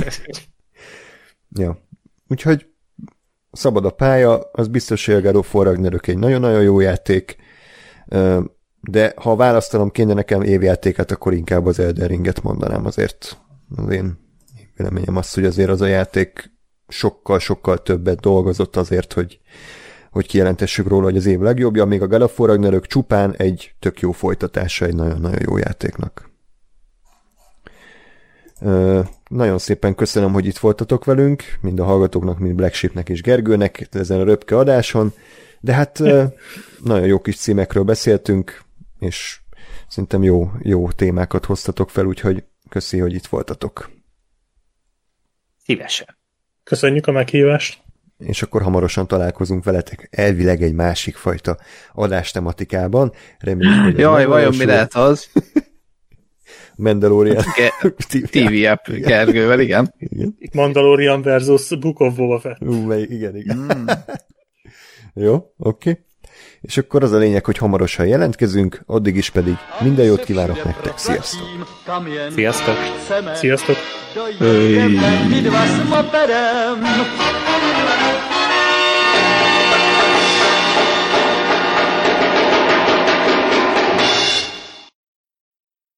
ja. Úgyhogy szabad a pálya, az biztos, hogy a God of War Ragnarök egy nagyon-nagyon jó játék, de ha választanom kéne nekem évjátékát, akkor inkább az Elden Ringet mondanám azért. Az én véleményem az, hogy azért az a játék sokkal-sokkal többet dolgozott azért, hogy, hogy kijelentessük róla, hogy az év legjobbja, még a God of War Ragnarök csupán egy tök jó folytatása egy nagyon-nagyon jó játéknak. Uh, nagyon szépen köszönöm, hogy itt voltatok velünk, mind a hallgatóknak, mind Black Sheepnek és Gergőnek ezen a röpke adáson, de hát uh, nagyon jó kis címekről beszéltünk, és szerintem jó, jó témákat hoztatok fel, úgyhogy köszi, hogy itt voltatok. Szívesen. Köszönjük a meghívást. És akkor hamarosan találkozunk veletek elvileg egy másik fajta adástematikában. Reméljük, hogy jaj, vajon mi lehet az? Mandalorian té vé app Gergővel, igen. igen. Mandalorian versus Book of Boba Fett. Uh, igen, igen. Mm. Jó, oké. Okay. És akkor az a lényeg, hogy hamarosan jelentkezünk, addig is pedig minden jót kívánok nektek. Sziasztok! Sziasztok! Sziasztok! Hey.